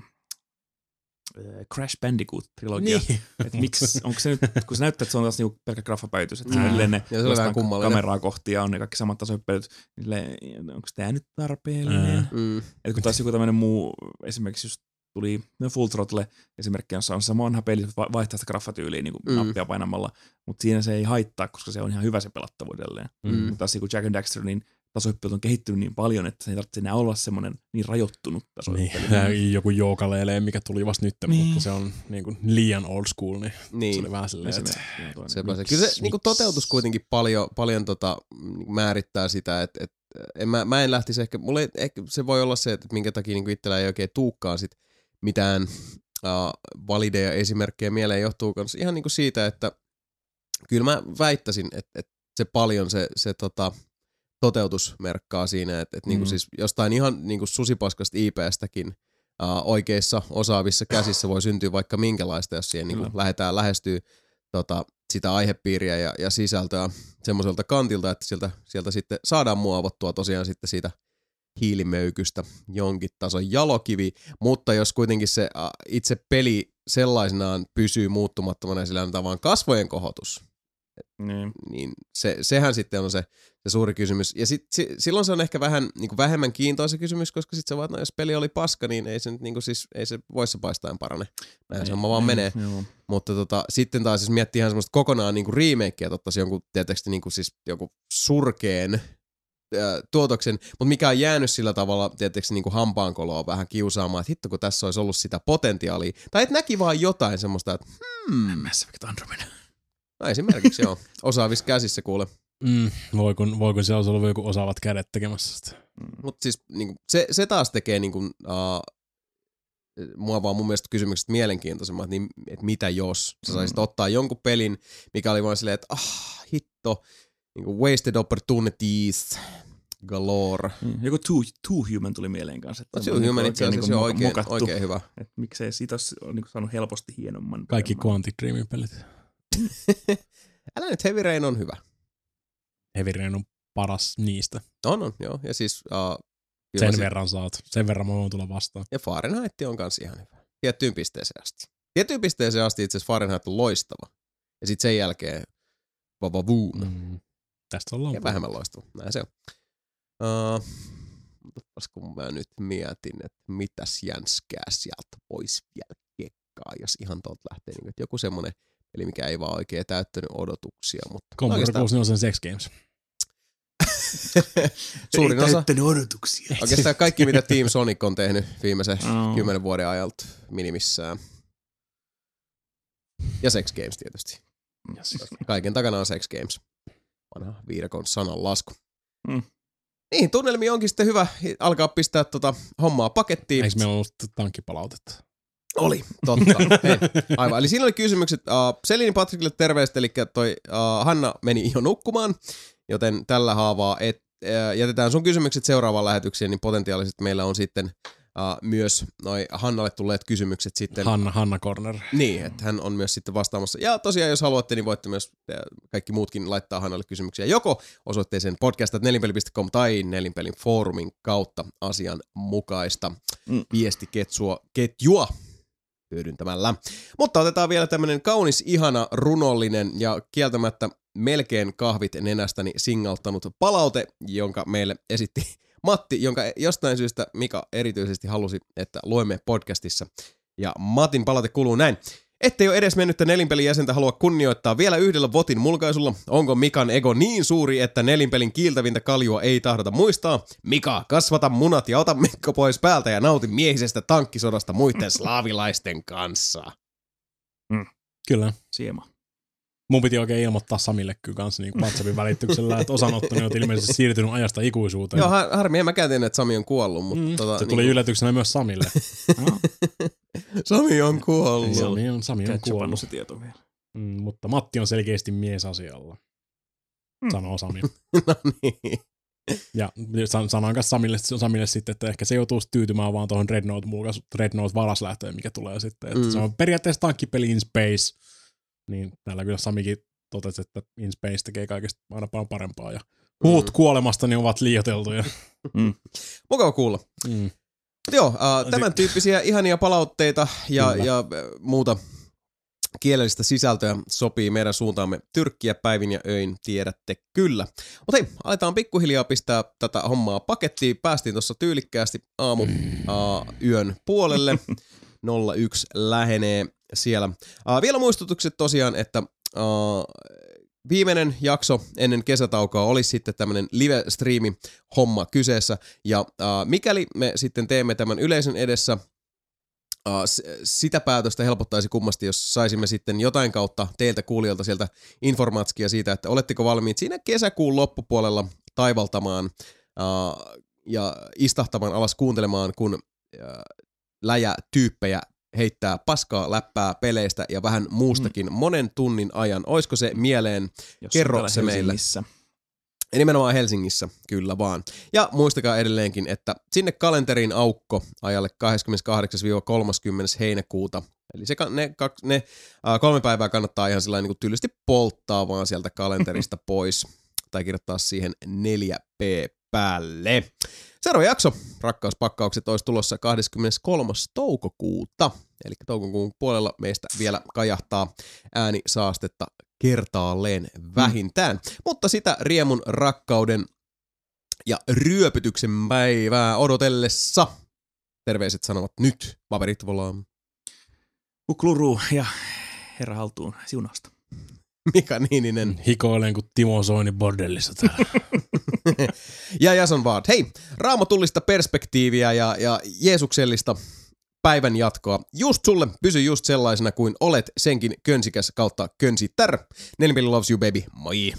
äh, Crash Bandicoot-trilogia. Niin. Että miksi, onko se nyt, kun se näyttää, että se on taas niinku pelkkä graffapäytys, että se Mm. on edelleen ne Ja se oli lastaan vähän kummallinen. kameraa kohti ja on ne kaikki samat tasoipelit, niin silleen, onko tämä nyt tarpeellinen? Ää. Mm. Et kun taas joku tämmöinen muu, esimerkiksi just tuli no Full Throttle esimerkki, jossa on sama vanha peli, va- vaihtaa sitä graffatyyliä niin Mm. mm. nappia painamalla, mutta siinä se ei haittaa, koska se on ihan hyvä se pelattavuudelleen. Mm. Mm. Mutta taas kun Jack and Daxter, niin tasoippelut on kehittynyt niin paljon, että se ei tarvitse enää olla semmoinen niin rajoittunut tasoippeli. Niin. Ja joku joukaleele, mikä tuli vasta nyt, Niin. mutta se on niinku liian old school, niin, Niin. se oli vähän silleen, että Esimerkiksi, joo, toinen. Sepä se. Miksi? Kyllä se niinku Miksi? toteutus kuitenkin paljon, paljon tota, niinku määrittää sitä, että et, en mä, mä en lähtisi ehkä, mulle ei- ehkä se voi olla se, että minkä takia niinku itsellä ei oikein tuukkaan sit mitään uh, valideja esimerkkejä mieleen johtuu kans ihan niinku siitä, että kyllä mä väittäisin, että, että se paljon se, se tota, toteutus merkkaa siinä, että, että niinku Mm. siis jostain ihan niinku susipaskasta I P:stäkin uh, oikeissa osaavissa käsissä voi syntyä vaikka minkälaista, jos siihen niinku Kyllä. lähdetään lähestyä tota, sitä aihepiiriä ja, ja sisältöä semmoiselta kantilta, että sieltä, sieltä sitten saadaan muovottua tosiaan sitten siitä hiilimöykystä jonkin tason jalokivi, mutta jos kuitenkin se äh, itse peli sellaisenaan pysyy muuttumattomana ja sillä annetaan vaan kasvojen kohotus, Niin. Niin se, sehän sitten on se, se suuri kysymys. Ja sit, si, silloin se on ehkä vähän niin kuin vähemmän kiintoisa kysymys, koska sitten se vaan, että jos peli oli paska, niin ei se, niin kuin siis, ei se voissa paistaen parane. Näin se homma vaan menee. Joo. Mutta tota, sitten taas jos miettii ihan semmoista kokonaan niin kuin remakea, että ottaisi jonkun, tietysti niin kuin siis jonkun surkeen tuotoksen, mutta mikä on jäänyt sillä tavalla tietysti niin kuin hampaankoloa vähän kiusaamaan, että hitto kun tässä olisi ollut sitä potentiaalia. Tai et näki vaan jotain semmoista, että hmm. Mass Effect Andromeda. No esimerkiksi joo. Osaavissa käsissä kuule. Mm, voi, kun, voi kun siellä olisi ollut joku osaavat kädet tekemässä sitä. Mutta siis niinku, se, se taas tekee niinku, uh, mua vaan mun mielestä kysymykset mielenkiintoisemmat, että niin, et mitä jos sä saisit mm. ottaa jonkun pelin, mikä oli vaan silleen, että ah, hitto, niinku wasted opportunities galore. Mm. Joku Two, Two Human tuli mieleen kanssa. No, Two Human itse asiassa on oikein, oikein hyvä. Et miksei siitä olisi niinku saanut helposti hienomman. Kaikki Quantic Dreamin pelit. Älä nyt, Heavy Rain on hyvä. Heavy Rain on paras niistä. On, on, joo. Ja siis... Uh, sen se... verran saat. Sen verran mä voin tulla vastaan. Ja Fahrenheit on kans ihan hyvä. Tiettyyn pisteeseen asti. Tiettyyn pisteeseen asti itse asiassa Fahrenheit on loistava. Ja sit sen jälkeen vavavuun. Mm. Tästä ollaan. Ja vähemmän loistava. Näin se on. Uh, mutta kun mä nyt mietin, että mitäs jänskää sieltä voisi vielä kekkaa, jos ihan tuolta lähtee. Niin, että joku semmonen eli mikä ei vaan oikein täyttänyt odotuksia. Mutta Commodore kuusikymmentäneljä Sex Games. Suurin osa. Täyttänyt odotuksia. Oikeastaan kaikki, mitä Team Sonic on tehnyt viimeisen oh. kymmenen vuoden ajalta minimissään. Ja Sex Games tietysti. Yes. Kaiken takana on Sex Games. Vanha viidakon sananlasku. Mm. Niin, tunnelmi onkin sitten hyvä alkaa pistää tota hommaa pakettiin. Eikö meillä ollut tankkipalautetta? Oli, totta. Hei, aivan. Eli siinä oli kysymykset. Uh, Selini Patrikille terveistä, eli toi uh, Hanna meni jo nukkumaan, joten tällä haavaa, että uh, jätetään sun kysymykset seuraavaan lähetykseen, niin potentiaalisesti meillä on sitten uh, myös noi Hannalle tulleet kysymykset sitten. Hanna, Hanna Corner. Niin, että hän on myös sitten vastaamassa. Ja tosiaan, jos haluatte, niin voitte myös kaikki muutkin laittaa Hannalle kysymyksiä joko osoitteeseen podcast piste nelinpeli piste com tai Nelinpelin foorumin kautta asianmukaista mm. viestiketjua ketjua hyödyntämällä. Mutta otetaan vielä tämmönen kaunis, ihana, runollinen ja kieltämättä melkein kahvit nenästäni singaltanut palaute, jonka meille esitti Matti, jonka jostain syystä Mika erityisesti halusi, että luemme podcastissa. Ja Matin palaute kuuluu näin. Ettei ole edes mennyttä Nelinpelin jäsentä halua kunnioittaa vielä yhdellä votin mulkaisulla. Onko Mikan ego niin suuri, että Nelinpelin kiiltävintä kaljua ei tahdota muistaa? Mika, kasvata munat ja ota Mikko pois päältä ja nauti miehisestä tankkisodasta muiden slaavilaisten kanssa. Mm. Kyllä. Siema. Mun piti oikein ilmoittaa Samille kyllä kanssa niin WhatsAppin välityksellä, että osanottajat on ilmeisesti siirtynyt ajasta ikuisuuteen. Joo, har- harmi, en mäkään tiennyt, että Sami on kuollut. Mutta mm. tota, se niin tuli kuin... yllätyksenä myös Samille. Sami on kuollut. Sami on, Sami on kuollut. Se tieto vielä. Mm, mutta Matti on selkeästi mies asialla, mm. sanoo Sami. No niin. Ja sanoin kanssa Samille, Samille sitten, että ehkä se joutuu tyytymään vaan tuohon Red Note, Red Note varaslähtöön, mikä tulee sitten. Että mm. Se on periaatteessa tankkipeli in space. Niin täällä kyllä Samikin totesi, että in space tekee kaikesta aina paljon parempaa. Ja huut mm. kuolemasta niin ovat liioiteltuja. Mm. Mukava kuulla. Mm. Joo, uh, tämän tyyppisiä ihania palautteita ja, ja muuta kielellistä sisältöä sopii meidän suuntaamme tyrkkiä päivin ja öin, tiedätte kyllä. Mutta hei, aletaan pikkuhiljaa pistää tätä hommaa pakettiin. Päästiin tuossa tyylikkäästi aamu uh, yön puolelle. nolla yksi lähenee siellä. Uh, vielä muistutukset tosiaan, että uh, viimeinen jakso ennen kesätaukoa olisi sitten tämmönen live-striimi homma kyseessä. Ja uh, mikäli me sitten teemme tämän yleisön edessä, uh, s- sitä päätöstä helpottaisi kummasti, jos saisimme sitten jotain kautta teiltä kuulijoilta sieltä informaatskia siitä, että oletteko valmiit siinä kesäkuun loppupuolella taivaltamaan uh, ja istahtamaan alas kuuntelemaan, kun uh, läjätyyppejä heittää paskaa läppää peleistä ja vähän muustakin mm. monen tunnin ajan. Oisko se mieleen? Jos kerro se meille. Ja nimenomaan Helsingissä, kyllä vaan. Ja muistakaa edelleenkin, että sinne kalenteriin aukko ajalle kahdeskymmeneskahdeksas kolmaskymmenes heinäkuuta. Eli se, ne, ne äh, kolme päivää kannattaa ihan sellainen niin kuin tyylisesti polttaa vaan sieltä kalenterista pois. Tai kirjoittaa siihen neljä p päälle. Seuraava jakso, rakkauspakkaukset, olisi tulossa kahdeskymmeneskolmas toukokuuta. Eli toukokuun puolella meistä vielä kajahtaa äänisaastetta kertaalleen vähintään. Mm. Mutta sitä riemun, rakkauden ja ryöpytyksen päivää odotellessa. Terveiset sanovat nyt, paperit volaan. Kukluru ja herra haltuun siunausta. Mika Niininen. Hikoilen kuin Timo Soini bordellissa täällä. Ja Jason Ward. Hei, raamatullista perspektiiviä ja, ja jeesuksellista päivän jatkoa. Just sulle, pysy just sellaisena kuin olet, senkin könsikäs kautta könsitär. Nelipeli loves you baby, moi.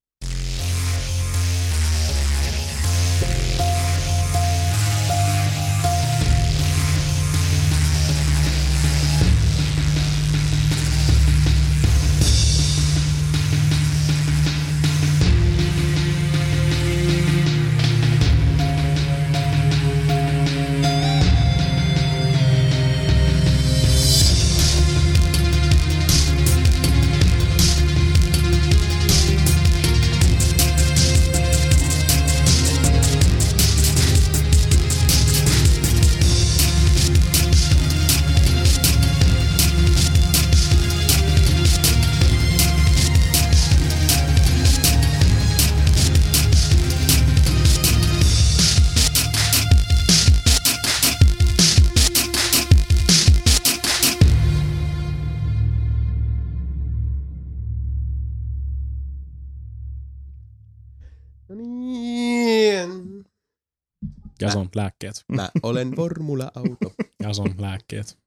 No niin. Jason lääkkeet. Mä olen formula-auto. Jason lääkkeet.